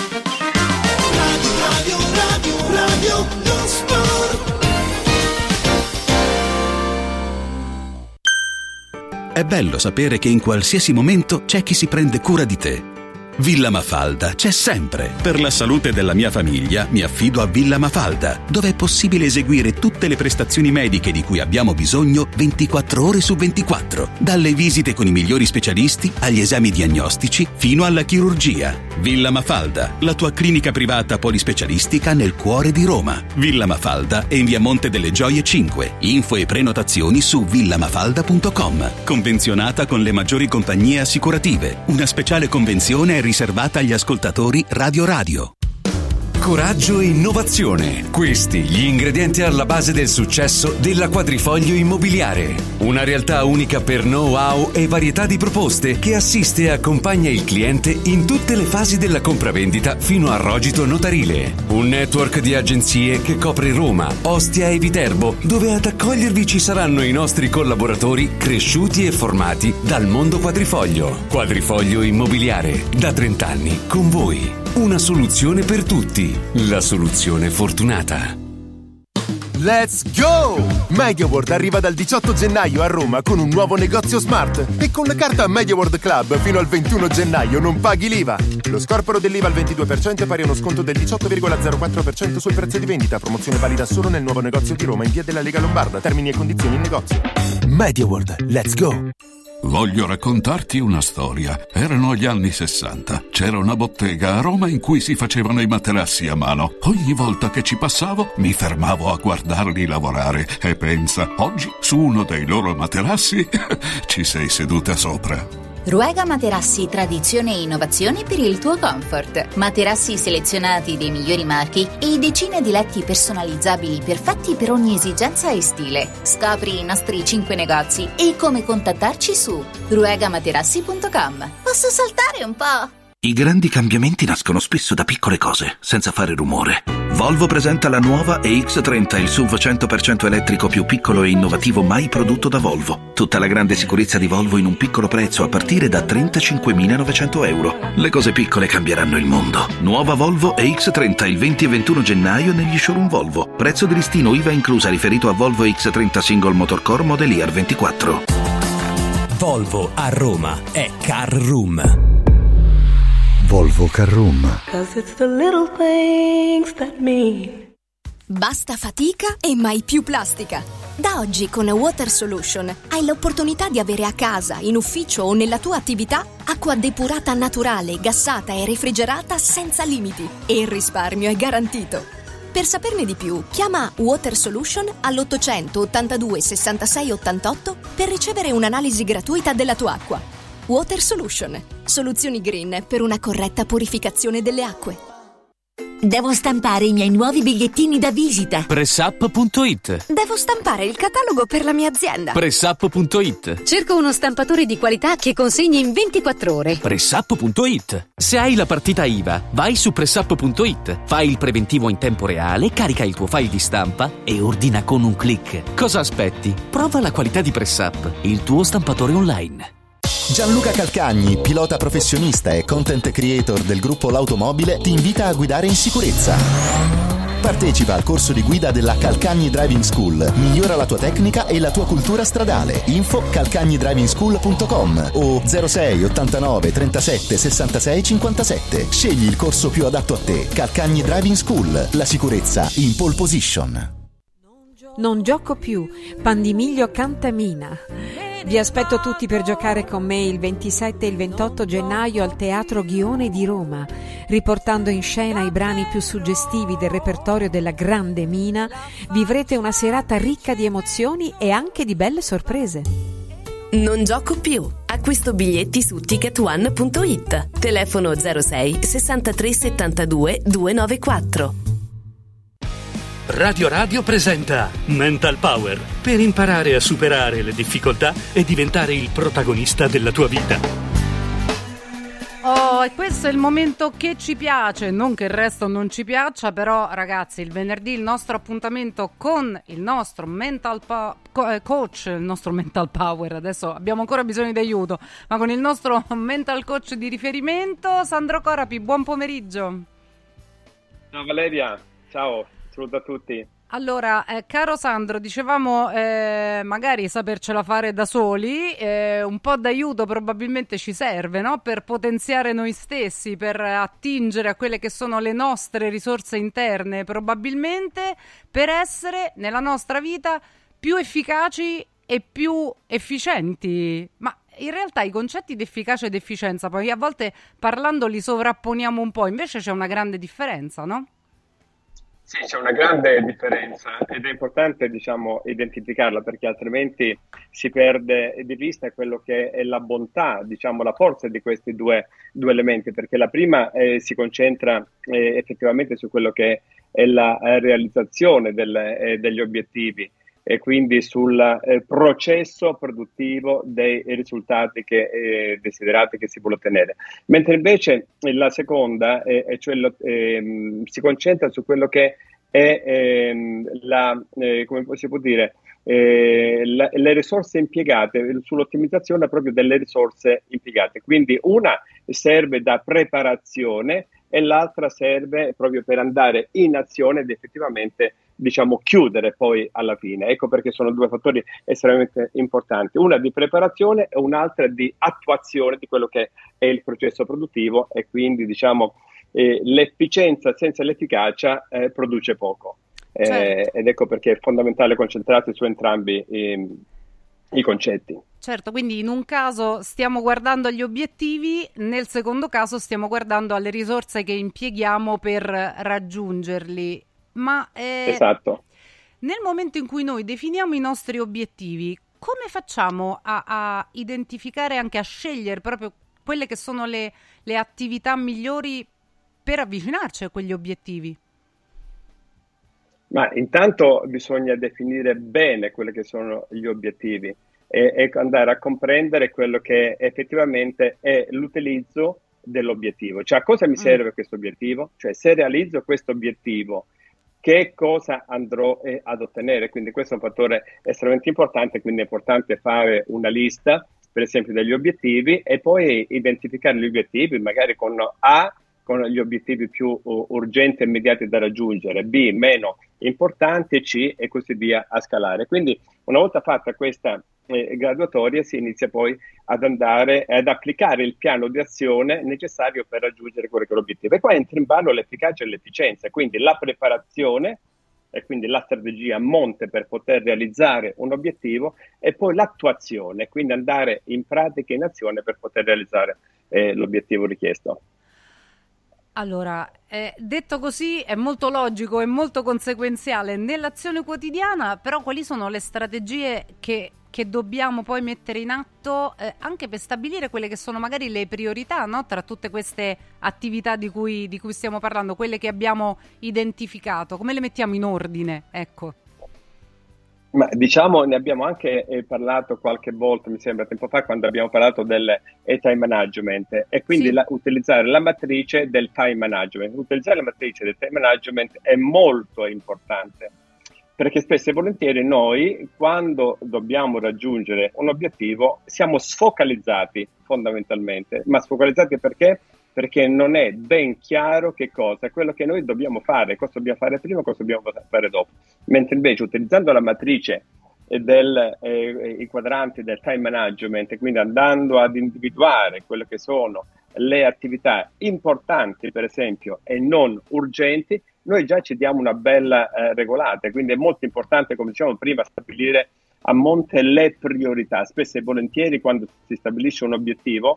Radio lo sport. È bello sapere che in qualsiasi momento c'è chi si prende cura di te. Villa Mafalda c'è sempre. Per la salute della mia famiglia mi affido a Villa Mafalda, dove è possibile eseguire tutte le prestazioni mediche di cui abbiamo bisogno 24 ore su 24, dalle visite con i migliori specialisti agli esami diagnostici fino alla chirurgia. Villa Mafalda, la tua clinica privata polispecialistica nel cuore di Roma. Villa Mafalda è in via Monte delle Gioie 5. Info e prenotazioni su villamafalda.com. Convenzionata con le maggiori compagnie assicurative. Una speciale convenzione è riservata agli ascoltatori Radio. Coraggio e innovazione. Questi gli ingredienti alla base del successo della Quadrifoglio Immobiliare. Una realtà unica per know-how e varietà di proposte che assiste e accompagna il cliente in tutte le fasi della compravendita fino al rogito notarile. Un network di agenzie che copre Roma, Ostia e Viterbo, dove ad accogliervi ci saranno i nostri collaboratori cresciuti e formati dal mondo Quadrifoglio. Quadrifoglio Immobiliare, da 30 anni con voi. Una soluzione per tutti. La soluzione fortunata. Let's go! MediaWorld arriva dal 18 gennaio a Roma con un nuovo negozio smart e con la carta MediaWorld Club fino al 21 gennaio non paghi l'IVA. Lo scorporo dell'IVA al 22% è pari a uno sconto del 18,04% sul prezzo di vendita. Promozione valida solo nel nuovo negozio di Roma in via della Lega Lombarda. Termini e condizioni in negozio. MediaWorld, let's go! Voglio raccontarti una storia. Erano gli anni 60. C'era una bottega a Roma in cui si facevano i materassi a mano. Ogni volta che ci passavo mi fermavo a guardarli lavorare e pensa, oggi su uno dei loro materassi ci sei seduta sopra. Ruega Materassi, tradizione e innovazione per il tuo comfort. Materassi selezionati dei migliori marchi e decine di letti personalizzabili perfetti per ogni esigenza e stile. Scopri i nostri 5 negozi e come contattarci su ruegamaterassi.com. Posso saltare un po'? I grandi cambiamenti nascono spesso da piccole cose, senza fare rumore. Volvo presenta la nuova EX30, il SUV 100% elettrico più piccolo e innovativo mai prodotto da Volvo. Tutta la grande sicurezza di Volvo in un piccolo prezzo a partire da 35.900 euro. Le cose piccole cambieranno il mondo. Nuova Volvo EX30 il 20 e 21 gennaio negli showroom Volvo. Prezzo di listino IVA inclusa riferito a Volvo EX30 Single Motor Core Model Year 24. Volvo a Roma è Car Room. Volvo Car Room. Basta fatica e mai più plastica. Da oggi con Water Solution hai l'opportunità di avere a casa, in ufficio o nella tua attività acqua depurata naturale, gassata e refrigerata senza limiti. E il risparmio è garantito. Per saperne di più, chiama Water Solution all'800 82 66 88 per ricevere un'analisi gratuita della tua acqua. Water Solution. Soluzioni green per una corretta purificazione delle acque. Devo stampare i miei nuovi bigliettini da visita. Pressup.it. Devo stampare il catalogo per la mia azienda. Pressup.it. Cerco uno stampatore di qualità che consegni in 24 ore. Pressup.it. Se hai la partita IVA, vai su Pressup.it, fai il preventivo in tempo reale, carica il tuo file di stampa e ordina con un click. Cosa aspetti? Prova la qualità di Pressup, il tuo stampatore online. Gianluca Calcagni, pilota professionista e content creator del gruppo L'Automobile, ti invita a guidare in sicurezza. Partecipa al corso di guida della Calcagni Driving School. Migliora la tua tecnica e la tua cultura stradale. Info calcagnidrivingschool.com o 06 89 37 66 57. Scegli il corso più adatto a te. Calcagni Driving School. La sicurezza in pole position. Non gioco più. Pandimiglio Cantamina. Vi aspetto tutti per giocare con me il 27 e il 28 gennaio al Teatro Ghione di Roma, riportando in scena i brani più suggestivi del repertorio della Grande Mina. Vivrete una serata ricca di emozioni e anche di belle sorprese. Non gioco più. Acquisto biglietti su ticketone.it. Telefono 06 63 72 294. Radio Radio presenta Mental Power, per imparare a superare le difficoltà e diventare il protagonista della tua vita. Oh, e questo è il momento che ci piace, non che il resto non ci piaccia, però ragazzi, il venerdì il nostro appuntamento con il nostro coach, il nostro Mental Power, adesso abbiamo ancora bisogno di aiuto, ma con il nostro mental coach di riferimento, Sandro Corapi, buon pomeriggio. Ciao Valeria, ciao. Saluto a tutti. Allora, caro Sandro, dicevamo magari sapercela fare da soli, un po' d'aiuto probabilmente ci serve, no? Per potenziare noi stessi, per attingere a quelle che sono le nostre risorse interne, probabilmente per essere nella nostra vita più efficaci e più efficienti. Ma in realtà i concetti di efficacia ed efficienza, poi a volte parlando li sovrapponiamo un po', invece c'è una grande differenza, no? Sì, c'è una grande differenza ed è importante, diciamo, identificarla, perché altrimenti si perde di vista quello che è la bontà, diciamo, la forza di questi due elementi, perché la prima si concentra effettivamente su quello che è la realizzazione degli obiettivi e quindi sul processo produttivo dei risultati che desiderati che si vuole ottenere, mentre invece la seconda si concentra su quello che è come si può dire, le risorse impiegate, sull'ottimizzazione proprio delle risorse impiegate. Quindi una serve da preparazione e l'altra serve proprio per andare in azione ed effettivamente, diciamo, chiudere poi alla fine. Ecco perché sono due fattori estremamente importanti, una di preparazione e un'altra di attuazione di quello che è il processo produttivo, e quindi, diciamo, l'efficienza senza l'efficacia produce poco. Certo. Ed ecco perché è fondamentale concentrarsi su entrambi i concetti. Certo, quindi in un caso stiamo guardando agli obiettivi, nel secondo caso stiamo guardando alle risorse che impieghiamo per raggiungerli. Ma esatto. Nel momento in cui noi definiamo i nostri obiettivi, come facciamo a identificare, anche a scegliere proprio quelle che sono le attività migliori per avvicinarci a quegli obiettivi? Ma intanto bisogna definire bene quelli che sono gli obiettivi e andare a comprendere quello che effettivamente è l'utilizzo dell'obiettivo. Cioè, a cosa mi serve questo obiettivo? Cioè, se realizzo questo obiettivo, che cosa andrò ad ottenere? Quindi questo è un fattore estremamente importante, quindi è importante fare una lista, per esempio, degli obiettivi e poi identificare gli obiettivi, magari con gli obiettivi più urgenti e immediati da raggiungere, B meno importanti, C e così via a scalare. Quindi una volta fatta questa graduatoria si inizia poi ad andare ad applicare il piano di azione necessario per raggiungere quello che è l'obiettivo. E qua entra in ballo l'efficacia e l'efficienza, quindi la preparazione e quindi la strategia a monte per poter realizzare un obiettivo, e poi l'attuazione, quindi andare in pratica, in azione per poter realizzare l'obiettivo richiesto. Allora, detto così è molto logico e molto conseguenziale nell'azione quotidiana, però quali sono le strategie che dobbiamo poi mettere in atto anche per stabilire quelle che sono magari le priorità, no? Tra tutte queste attività di cui stiamo parlando, quelle che abbiamo identificato, come le mettiamo in ordine? Ecco. Ma diciamo, ne abbiamo anche parlato qualche volta, mi sembra tempo fa, quando abbiamo parlato del time management, e quindi Sì. utilizzare la matrice del time management. Utilizzare la matrice del time management è molto importante, perché spesso e volentieri noi, quando dobbiamo raggiungere un obiettivo, siamo sfocalizzati fondamentalmente. Ma sfocalizzati perché? Perché non è ben chiaro che cosa è quello che noi dobbiamo fare, cosa dobbiamo fare prima, cosa dobbiamo fare dopo. Mentre invece, utilizzando la matrice i quadranti del time management, quindi andando ad individuare quelle che sono le attività importanti, per esempio, e non urgenti, noi già ci diamo una bella regolata. Quindi è molto importante, come dicevamo prima, stabilire a monte le priorità. Spesso e volentieri, quando si stabilisce un obiettivo,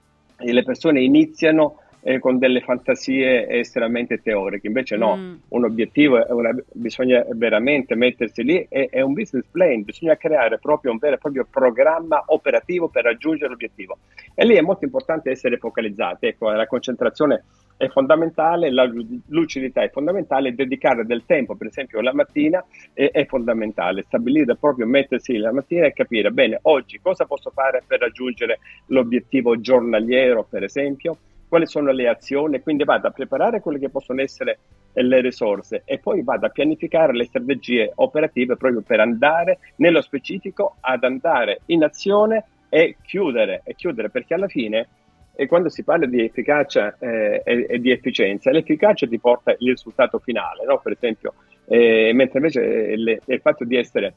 le persone iniziano con delle fantasie estremamente teoriche. Invece no, un obiettivo bisogna veramente mettersi lì, è un business plan, bisogna creare proprio un vero e proprio programma operativo per raggiungere l'obiettivo, e lì è molto importante essere focalizzati. Ecco, la concentrazione è fondamentale, la lucidità è fondamentale, dedicare del tempo, per esempio la mattina, è fondamentale, stabilire proprio, mettersi la mattina e capire, bene, oggi cosa posso fare per raggiungere l'obiettivo giornaliero, per esempio, quali sono le azioni, quindi vado a preparare quelle che possono essere le risorse, e poi vado a pianificare le strategie operative proprio per andare nello specifico, ad andare in azione e chiudere, perché alla fine, e quando si parla di efficacia e di efficienza, l'efficacia ti porta il risultato finale, no? Per esempio, mentre invece il fatto di essere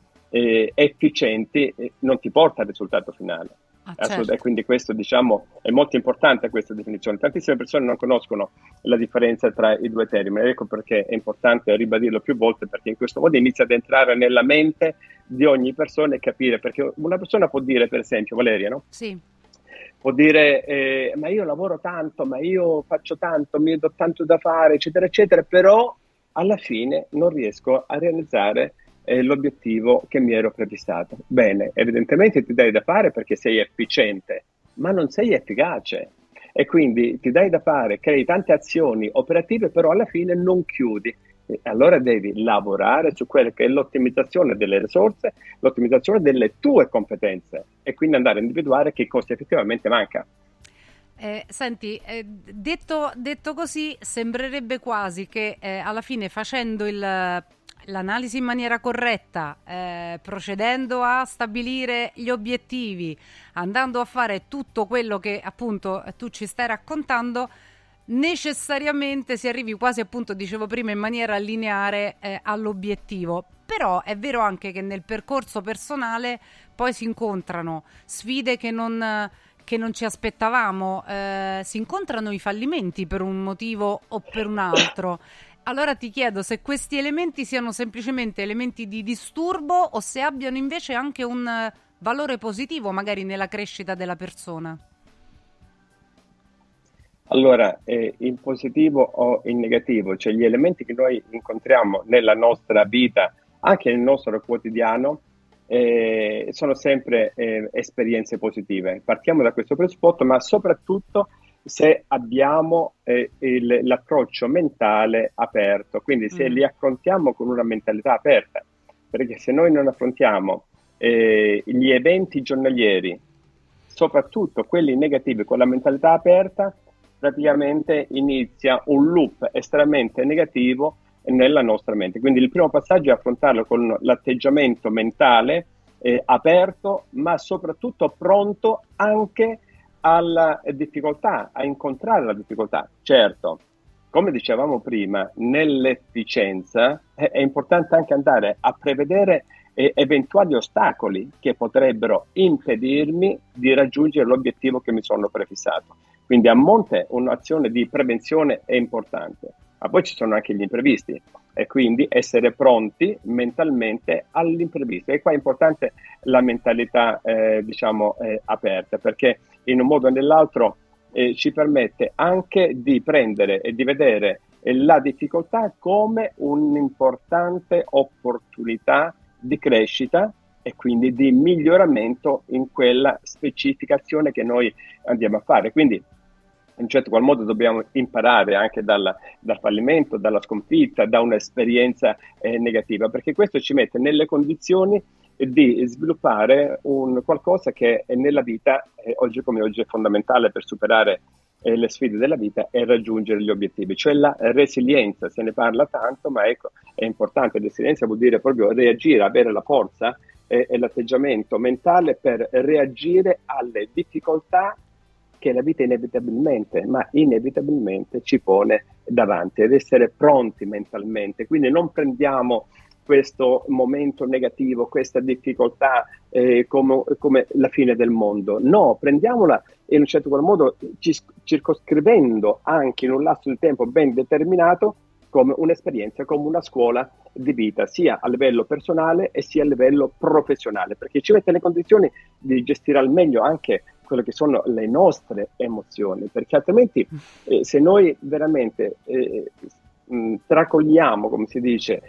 efficienti non ti porta al risultato finale. Certo. E quindi questo, diciamo, è molto importante, questa definizione. Tantissime persone non conoscono la differenza tra i due termini, ecco perché è importante ribadirlo più volte, perché in questo modo inizia ad entrare nella mente di ogni persona e capire, perché una persona può dire, per esempio, Valeria, no? Sì. Può dire, ma io lavoro tanto, ma io faccio tanto, mi do tanto da fare, eccetera, eccetera, però alla fine non riesco a realizzare l'obiettivo che mi ero prefissato. Bene, evidentemente ti dai da fare perché sei efficiente, ma non sei efficace, e quindi ti dai da fare, crei tante azioni operative, però alla fine non chiudi. Allora devi lavorare su quella che è l'ottimizzazione delle risorse, l'ottimizzazione delle tue competenze, e quindi andare a individuare che cosa effettivamente manca. Senti, detto così, sembrerebbe quasi che alla fine, facendo l'analisi in maniera corretta, procedendo a stabilire gli obiettivi, andando a fare tutto quello che appunto tu ci stai raccontando, necessariamente si arrivi quasi, appunto, dicevo prima, in maniera lineare all'obiettivo. Però è vero anche che nel percorso personale poi si incontrano sfide che non ci aspettavamo, si incontrano i fallimenti per un motivo o per un altro. Allora ti chiedo se questi elementi siano semplicemente elementi di disturbo o se abbiano invece anche un valore positivo magari nella crescita della persona. Allora, in positivo o in negativo, cioè gli elementi che noi incontriamo nella nostra vita, anche nel nostro quotidiano, sono sempre esperienze positive. Partiamo da questo presupposto, ma soprattutto se abbiamo l'approccio mentale aperto, quindi se li affrontiamo con una mentalità aperta, perché se noi non affrontiamo gli eventi giornalieri, soprattutto quelli negativi, con la mentalità aperta, praticamente inizia un loop estremamente negativo nella nostra mente. Quindi il primo passaggio è affrontarlo con l'atteggiamento mentale aperto, ma soprattutto pronto anche alla difficoltà, a incontrare la difficoltà. Certo, come dicevamo prima, nell'efficienza è importante anche andare a prevedere eventuali ostacoli che potrebbero impedirmi di raggiungere l'obiettivo che mi sono prefissato. Quindi a monte un'azione di prevenzione è importante. ma poi ci sono anche gli imprevisti e quindi essere pronti mentalmente all'imprevisto. E qua è importante la mentalità aperta, perché in un modo o nell'altro ci permette anche di prendere e di vedere la difficoltà come un'importante opportunità di crescita e quindi di miglioramento in quella specificazione che noi andiamo a fare. Quindi in un certo qual modo dobbiamo imparare anche dal fallimento, dalla sconfitta, da un'esperienza negativa, perché questo ci mette nelle condizioni di sviluppare un qualcosa che nella vita, oggi come oggi, è fondamentale per superare le sfide della vita e raggiungere gli obiettivi, cioè la resilienza. Se ne parla tanto, ma ecco, è importante. Resilienza vuol dire proprio reagire, avere la forza e l'atteggiamento mentale per reagire alle difficoltà che la vita inevitabilmente ci pone davanti, ed essere pronti mentalmente. Quindi non prendiamo questo momento negativo, questa difficoltà come la fine del mondo. No, prendiamola in un certo qual modo circoscrivendo anche in un lasso di tempo ben determinato come un'esperienza, come una scuola di vita, sia a livello personale e sia a livello professionale, perché ci mette nelle condizioni di gestire al meglio anche quelle che sono le nostre emozioni, perché altrimenti se noi veramente tracogliamo, come si dice,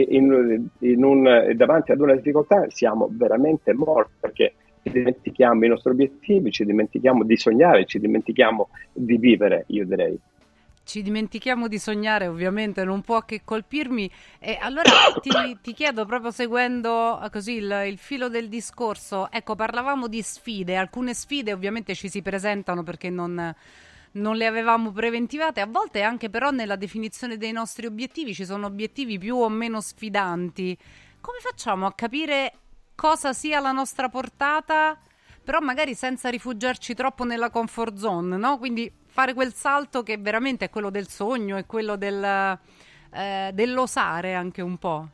davanti ad una difficoltà, siamo veramente morti, perché ci dimentichiamo i nostri obiettivi, ci dimentichiamo di sognare, ci dimentichiamo di vivere, io direi. Ci dimentichiamo di sognare, ovviamente non può che colpirmi. E allora ti chiedo, proprio seguendo così il filo del discorso, ecco, parlavamo di sfide, alcune sfide ovviamente ci si presentano perché non le avevamo preventivate, a volte anche però nella definizione dei nostri obiettivi ci sono obiettivi più o meno sfidanti. Come facciamo a capire cosa sia la nostra portata, però magari senza rifugiarci troppo nella comfort zone, no? Quindi fare quel salto che veramente è quello del sogno, è quello dell'osare anche un po'.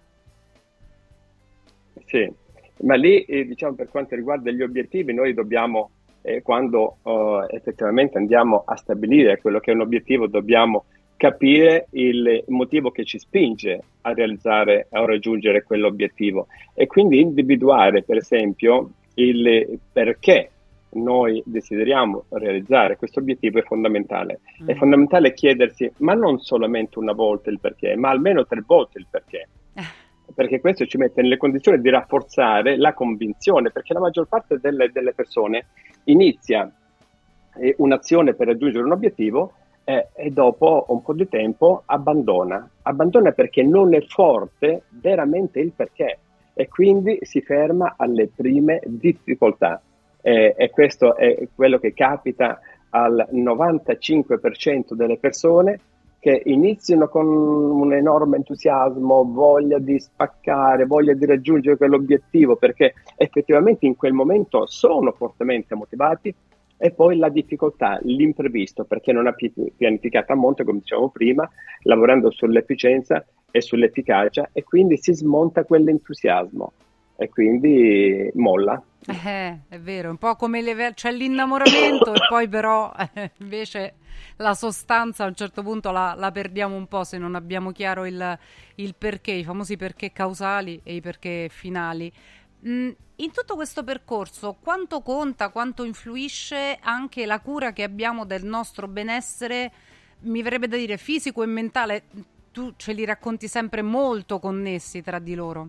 Sì, ma lì diciamo, per quanto riguarda gli obiettivi, noi dobbiamo, quando effettivamente andiamo a stabilire quello che è un obiettivo, dobbiamo capire il motivo che ci spinge a realizzare o raggiungere quell'obiettivo, e quindi individuare, per esempio, il perché noi desideriamo realizzare questo obiettivo è fondamentale. È fondamentale chiedersi, ma non solamente una volta il perché, ma almeno 3 volte il perché. Perché questo ci mette nelle condizioni di rafforzare la convinzione, perché la maggior parte delle persone inizia un'azione per raggiungere un obiettivo e dopo un po' di tempo abbandona perché non è forte veramente il perché, e quindi si ferma alle prime difficoltà. E questo è quello che capita al 95% delle persone, che iniziano con un enorme entusiasmo, voglia di spaccare, voglia di raggiungere quell'obiettivo, perché effettivamente in quel momento sono fortemente motivati, e poi la difficoltà, l'imprevisto, perché non ha pianificato a monte, come dicevamo prima, lavorando sull'efficienza e sull'efficacia, e quindi si smonta quell'entusiasmo e quindi molla. È vero, un po' come c'è l'innamoramento e poi però invece la sostanza a un certo punto la perdiamo un po' se non abbiamo chiaro il perché, i famosi perché causali e i perché finali. In tutto questo percorso quanto conta, quanto influisce anche la cura che abbiamo del nostro benessere, mi verrebbe da dire fisico e mentale? Tu ce li racconti sempre molto connessi tra di loro.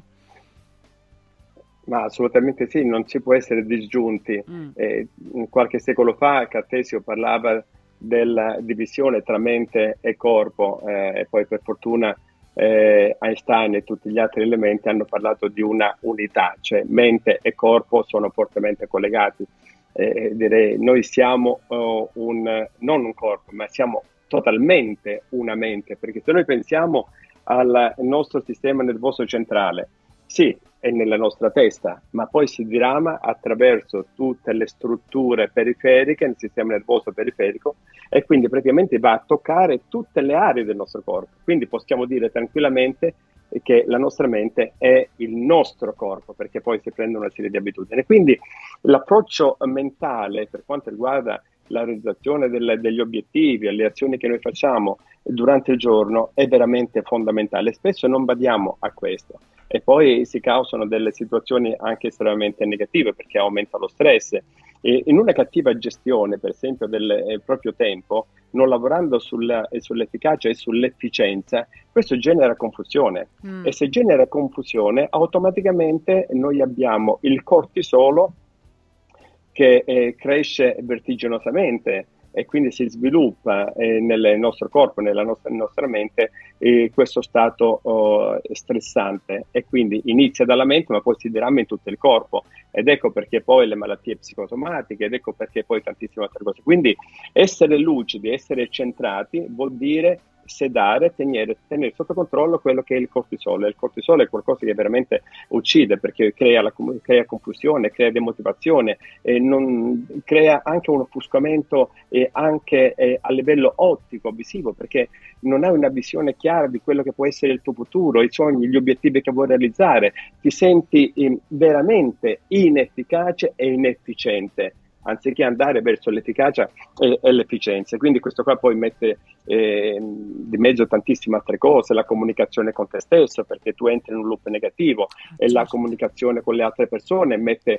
Ma assolutamente sì, non si può essere disgiunti. Qualche secolo fa Cartesio parlava della divisione tra mente e corpo, e poi per fortuna Einstein e tutti gli altri elementi hanno parlato di una unità, cioè mente e corpo sono fortemente collegati. Direi noi siamo non un corpo, ma siamo totalmente una mente, perché se noi pensiamo al nostro sistema nervoso centrale, sì, è nella nostra testa, ma poi si dirama attraverso tutte le strutture periferiche nel sistema nervoso periferico, e quindi praticamente va a toccare tutte le aree del nostro corpo. Quindi possiamo dire tranquillamente che la nostra mente è il nostro corpo, perché poi si prende una serie di abitudini. Quindi l'approccio mentale per quanto riguarda la realizzazione degli obiettivi, le azioni che noi facciamo durante il giorno è veramente fondamentale. Spesso non badiamo a questo e poi si causano delle situazioni anche estremamente negative perché aumenta lo stress. E in una cattiva gestione, per esempio, del proprio tempo, non lavorando sull'efficacia e sull'efficienza, questo genera confusione. E se genera confusione, automaticamente noi abbiamo il cortisolo che cresce vertiginosamente e quindi si sviluppa nel nostro corpo, nella nostra mente, questo stato stressante, e quindi inizia dalla mente ma poi si dirama in tutto il corpo, ed ecco perché poi le malattie psicosomatiche, ed ecco perché poi tantissime altre cose. Quindi essere lucidi, essere centrati vuol dire sedare, tenere sotto controllo quello che è il cortisolo. Il cortisolo è qualcosa che veramente uccide, perché crea confusione, crea demotivazione, crea anche un offuscamento anche a livello ottico, visivo, perché non hai una visione chiara di quello che può essere il tuo futuro, i sogni, gli obiettivi che vuoi realizzare, ti senti veramente inefficace e inefficiente, anziché andare verso l'efficacia e l'efficienza. Quindi questo qua poi mette di mezzo tantissime altre cose, la comunicazione con te stesso, perché tu entri in un loop negativo, e la comunicazione con le altre persone mette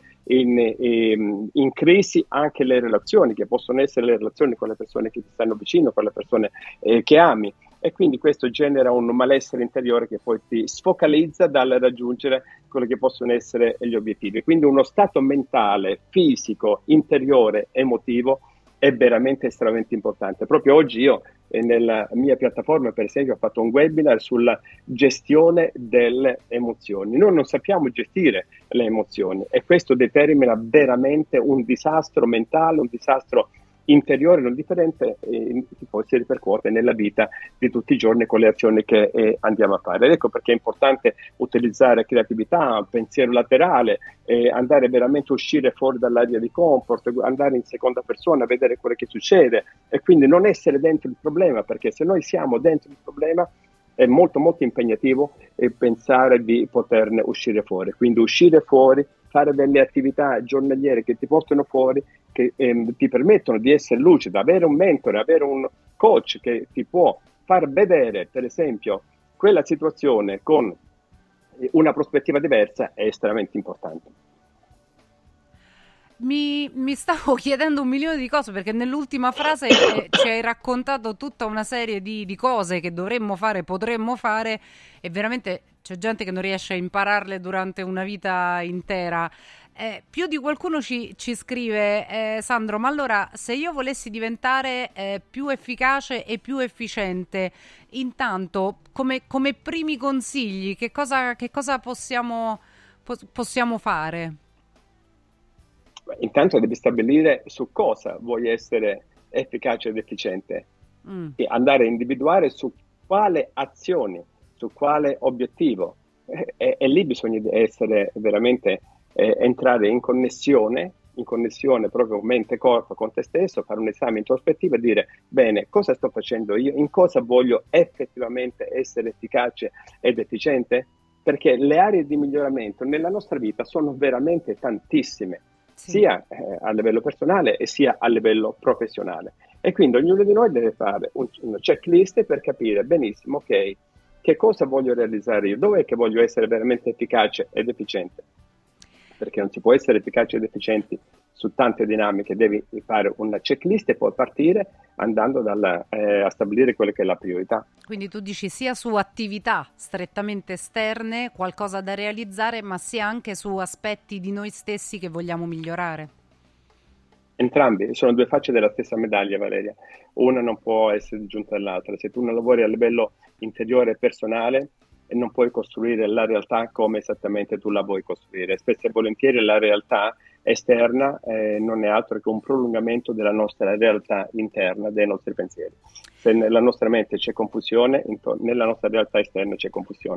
in crisi anche le relazioni, che possono essere le relazioni con le persone che ti stanno vicino, con le persone che ami. E quindi questo genera un malessere interiore che poi ti sfocalizza dal raggiungere quelli che possono essere gli obiettivi. Quindi uno stato mentale, fisico, interiore, emotivo è veramente estremamente importante. Proprio oggi io nella mia piattaforma, per esempio, ho fatto un webinar sulla gestione delle emozioni. Noi non sappiamo gestire le emozioni e questo determina veramente un disastro mentale, un disastro interiore non differente, che poi si ripercuote nella vita di tutti i giorni con le azioni che andiamo a fare. Ed ecco perché è importante utilizzare creatività, pensiero laterale, andare veramente a uscire fuori dall'area di comfort, andare in seconda persona, vedere quello che succede e quindi non essere dentro il problema, perché se noi siamo dentro il problema è molto molto impegnativo pensare di poterne uscire fuori. Quindi uscire fuori, fare delle attività giornaliere che ti portano fuori, che ti permettono di essere lucido, avere un mentore, avere un coach che ti può far vedere, per esempio, quella situazione con una prospettiva diversa è estremamente importante. Mi stavo chiedendo un milione di cose, perché nell'ultima frase ci hai raccontato tutta una serie di cose che dovremmo fare, potremmo fare, e veramente c'è gente che non riesce a impararle durante una vita intera. Più di qualcuno ci scrive, Sandro, ma allora se io volessi diventare più efficace e più efficiente, intanto come primi consigli che cosa possiamo fare? Intanto devi stabilire su cosa vuoi essere efficace ed efficiente e andare a individuare su quale azioni, su quale obiettivo, e lì bisogna essere veramente entrare in connessione proprio mente-corpo con te stesso, fare un esame introspettivo e dire: bene, cosa sto facendo io, in cosa voglio effettivamente essere efficace ed efficiente, perché le aree di miglioramento nella nostra vita sono veramente tantissime, sia a livello personale e sia a livello professionale, e quindi ognuno di noi deve fare una checklist per capire benissimo, ok, che cosa voglio realizzare io, dove è che voglio essere veramente efficace ed efficiente, perché non si può essere efficaci ed efficienti su tante dinamiche, devi fare una checklist e poi partire andando a stabilire quella che è la priorità. Quindi tu dici sia su attività strettamente esterne, qualcosa da realizzare, ma sia anche su aspetti di noi stessi che vogliamo migliorare. Entrambi sono due facce della stessa medaglia, Valeria. Una non può essere disgiunta dall'altra. Se tu non lavori a livello interiore e personale, non puoi costruire la realtà come esattamente tu la vuoi costruire. Spesso e volentieri la realtà esterna non è altro che un prolungamento della nostra realtà interna, dei nostri pensieri. Se nella nostra mente c'è confusione, nella nostra realtà esterna c'è confusione.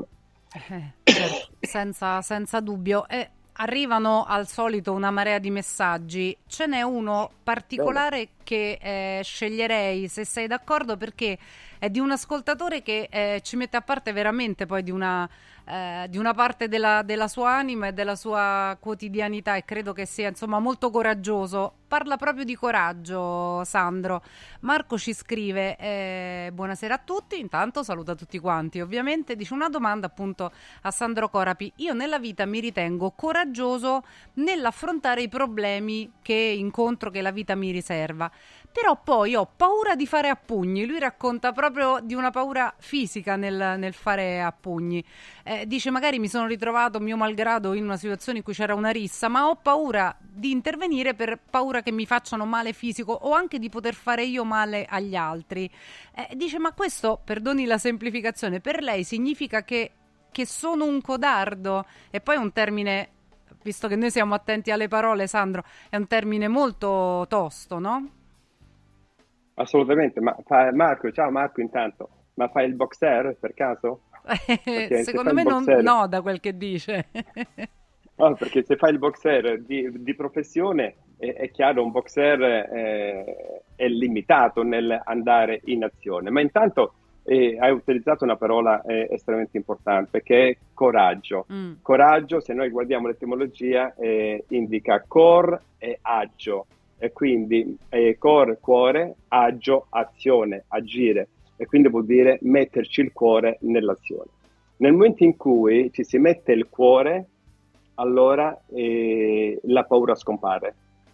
Certo, senza dubbio. Arrivano al solito una marea di messaggi. Ce n'è uno particolare che sceglierei, se sei d'accordo, perché è di un ascoltatore che ci mette a parte veramente poi di una parte della sua anima e della sua quotidianità, e credo che sia insomma molto coraggioso. Parla proprio di coraggio, Sandro. Marco ci scrive: buonasera a tutti, intanto saluta tutti quanti ovviamente, dice una domanda appunto a Sandro Corapi: io nella vita mi ritengo coraggioso nell'affrontare i problemi che incontro, che la vita mi riserva, però poi ho paura di fare a pugni. Lui racconta proprio di una paura fisica nel fare a pugni. Dice: magari mi sono ritrovato mio malgrado in una situazione in cui c'era una rissa, ma ho paura di intervenire per paura che mi facciano male fisico o anche di poter fare io male agli altri. Dice: ma questo, perdoni la semplificazione, per lei significa che sono un codardo? E poi è un termine, visto che noi siamo attenti alle parole, Sandro, è un termine molto tosto, no? Assolutamente, Marco, ciao Marco intanto, ma fai il boxer per caso? Secondo me no, da quel che dice. No, perché se fai il boxer di professione è chiaro, un boxer è limitato nel andare in azione, ma intanto hai utilizzato una parola estremamente importante, che è coraggio. Coraggio, se noi guardiamo l'etimologia, indica cor e agio, e quindi cor, cuore, agio, azione, agire, e quindi vuol dire metterci il cuore nell'azione. Nel momento in cui ci si mette il cuore, allora la paura scompare.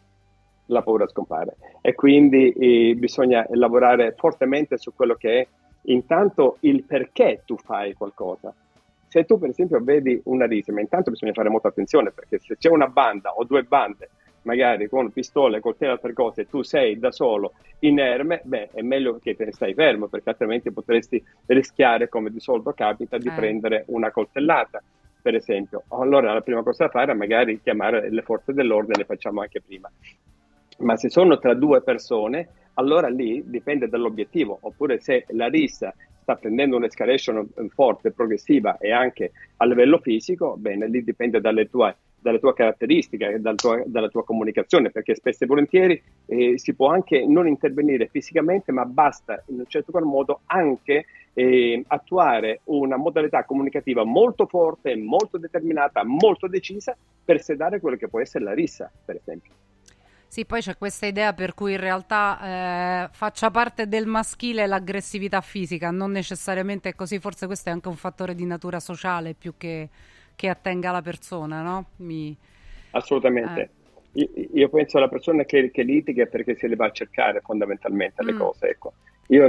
E quindi bisogna lavorare fortemente su quello che è intanto il perché tu fai qualcosa. Se tu per esempio vedi una rissa, ma intanto bisogna fare molta attenzione, perché se c'è una banda o due bande magari con pistole, coltelli e altre cose, e tu sei da solo inerme, è meglio che te ne stai fermo, perché altrimenti potresti rischiare, come di solito capita, di prendere una coltellata, per esempio. Allora la prima cosa da fare è magari chiamare le forze dell'ordine, le facciamo anche prima. Ma se sono tra due persone, allora lì dipende dall'obiettivo, oppure se la rissa sta prendendo un'escalation forte, progressiva e anche a livello fisico, bene, lì dipende dalle tue caratteristiche, dalla tua comunicazione, perché spesso e volentieri si può anche non intervenire fisicamente, ma basta in un certo qual modo anche attuare una modalità comunicativa molto forte, molto determinata, molto decisa per sedare quello che può essere la rissa, per esempio. Sì, poi c'è questa idea per cui in realtà faccia parte del maschile l'aggressività fisica, non necessariamente è così, forse questo è anche un fattore di natura sociale più che attenga alla persona, no? Assolutamente. Io penso alla persona che litiga perché se le va a cercare fondamentalmente le cose, ecco. Io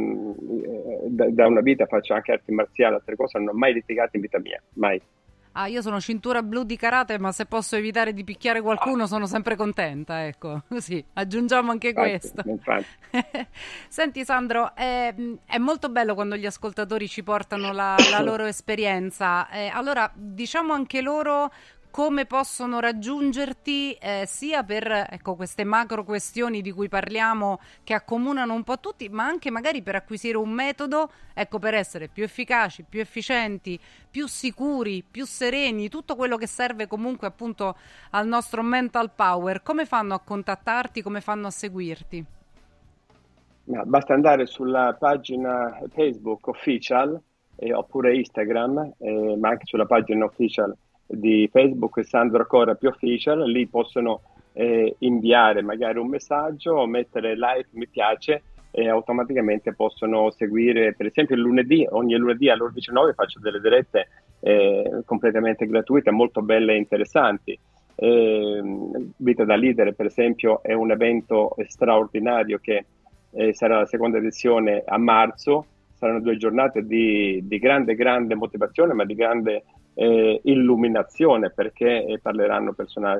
da una vita faccio anche arti marziali, altre cose, non ho mai litigato in vita mia, mai. Io sono cintura blu di karate, ma se posso evitare di picchiare qualcuno sono sempre contenta, ecco. Così, aggiungiamo anche questo. Senti Sandro, è molto bello quando gli ascoltatori ci portano la loro esperienza. Allora, diciamo anche loro come possono raggiungerti sia per queste macro questioni di cui parliamo che accomunano un po' tutti, ma anche magari per acquisire un metodo, per essere più efficaci, più efficienti, più sicuri, più sereni, tutto quello che serve comunque appunto al nostro mental power. Come fanno a contattarti, come fanno a seguirti? Basta andare sulla pagina Facebook official oppure Instagram, ma anche sulla pagina official di Facebook Sandro Corapi Official. Lì possono inviare magari un messaggio o mettere like, mi piace, e automaticamente possono seguire, per esempio ogni lunedì alle ore 19 faccio delle dirette completamente gratuite, molto belle e interessanti. Vita da Leader per esempio è un evento straordinario che sarà la seconda edizione a marzo. Saranno 2 giornate di grande motivazione, ma di grande illuminazione, perché parleranno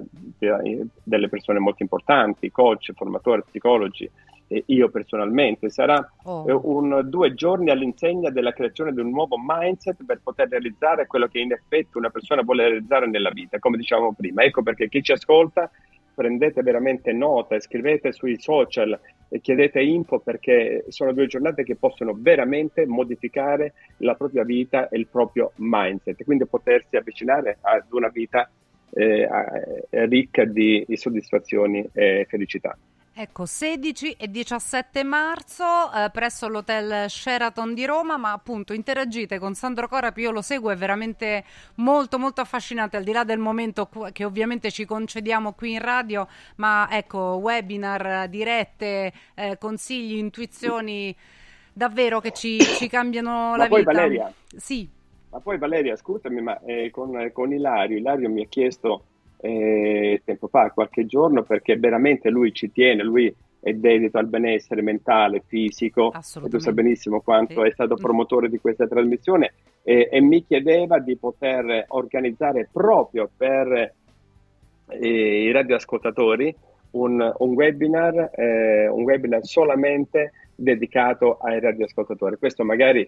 delle persone molto importanti, coach, formatori, psicologi, e io personalmente. Sarà 2 giorni all'insegna della creazione di un nuovo mindset per poter realizzare quello che in effetti una persona vuole realizzare nella vita, come dicevamo prima. Ecco perché chi ci ascolta, prendete veramente nota, scrivete sui social e chiedete info, perché sono 2 giornate che possono veramente modificare la propria vita e il proprio mindset, quindi potersi avvicinare ad una vita ricca di soddisfazioni e felicità. Ecco, 16 e 17 marzo presso l'hotel Sheraton di Roma, ma appunto interagite con Sandro Corapi, io lo seguo, è veramente molto molto affascinante, al di là del momento che ovviamente ci concediamo qui in radio, ma ecco, webinar, dirette, consigli, intuizioni davvero che ci cambiano la poi, vita. Valeria, sì. Ma poi Valeria, scusami, ma con Ilario mi ha chiesto tempo fa, qualche giorno, perché veramente lui ci tiene, lui è dedito al benessere mentale, fisico, e tu sai benissimo quanto è stato promotore di questa trasmissione, e mi chiedeva di poter organizzare proprio per i radioascoltatori un webinar solamente dedicato ai radioascoltatori. Questo magari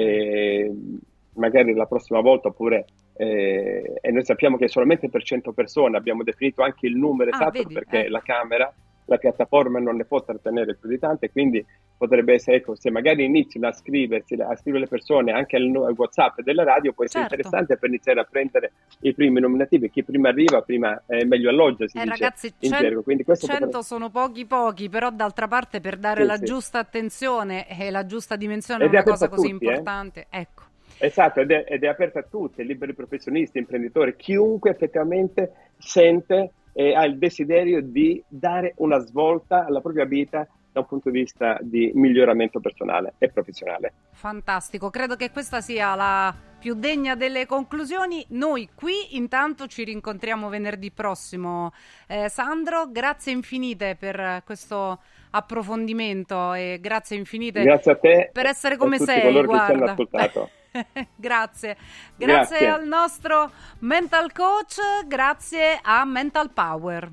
la prossima volta, oppure e noi sappiamo che solamente per 100 persone, abbiamo definito anche il numero esatto, perché la piattaforma non ne può trattenere più di tante, quindi potrebbe essere, ecco, se magari iniziano a scrivere le persone anche al WhatsApp della radio, può essere interessante per iniziare a prendere i primi nominativi. Chi prima arriva, prima meglio alloggia, si dice, ragazzi, in gergo. Quindi questo 100 sono pochi, però d'altra parte per dare la giusta attenzione e la giusta dimensione a una cosa così importante, ecco. Esatto, ed è aperta a tutti, liberi professionisti, imprenditori, chiunque effettivamente sente e ha il desiderio di dare una svolta alla propria vita da un punto di vista di miglioramento personale e professionale. Fantastico, credo che questa sia la più degna delle conclusioni. Noi qui intanto ci rincontriamo venerdì prossimo. Sandro, grazie infinite per questo approfondimento e grazie infinite a te per essere come sei. Coloro guarda. che ci hanno ascoltato. Grazie al nostro mental coach, grazie a Mental Power.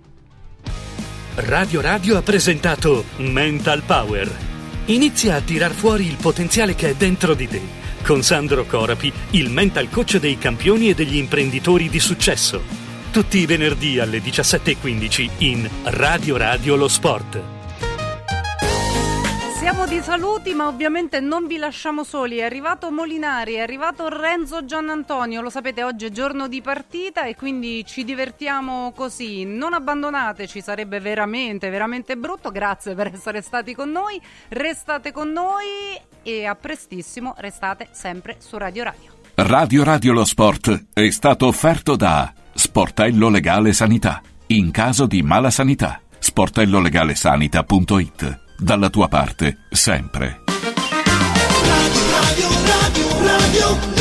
Radio Radio ha presentato Mental Power. Inizia a tirar fuori il potenziale che è dentro di te con Sandro Corapi, il mental coach dei campioni e degli imprenditori di successo. Tutti i venerdì alle 17:15 in Radio Radio Lo Sport. Siamo di saluti, ma ovviamente non vi lasciamo soli. È arrivato Molinari, è arrivato Renzo Giannantonio. Lo sapete, oggi è giorno di partita e quindi ci divertiamo così. Non abbandonateci, sarebbe veramente, veramente brutto. Grazie per essere stati con noi. Restate con noi e a prestissimo, restate sempre su Radio Radio. Radio Radio Lo Sport è stato offerto da Sportello Legale Sanità. In caso di mala sanità, sportellolegalesanita.it. Dalla tua parte, sempre. Radio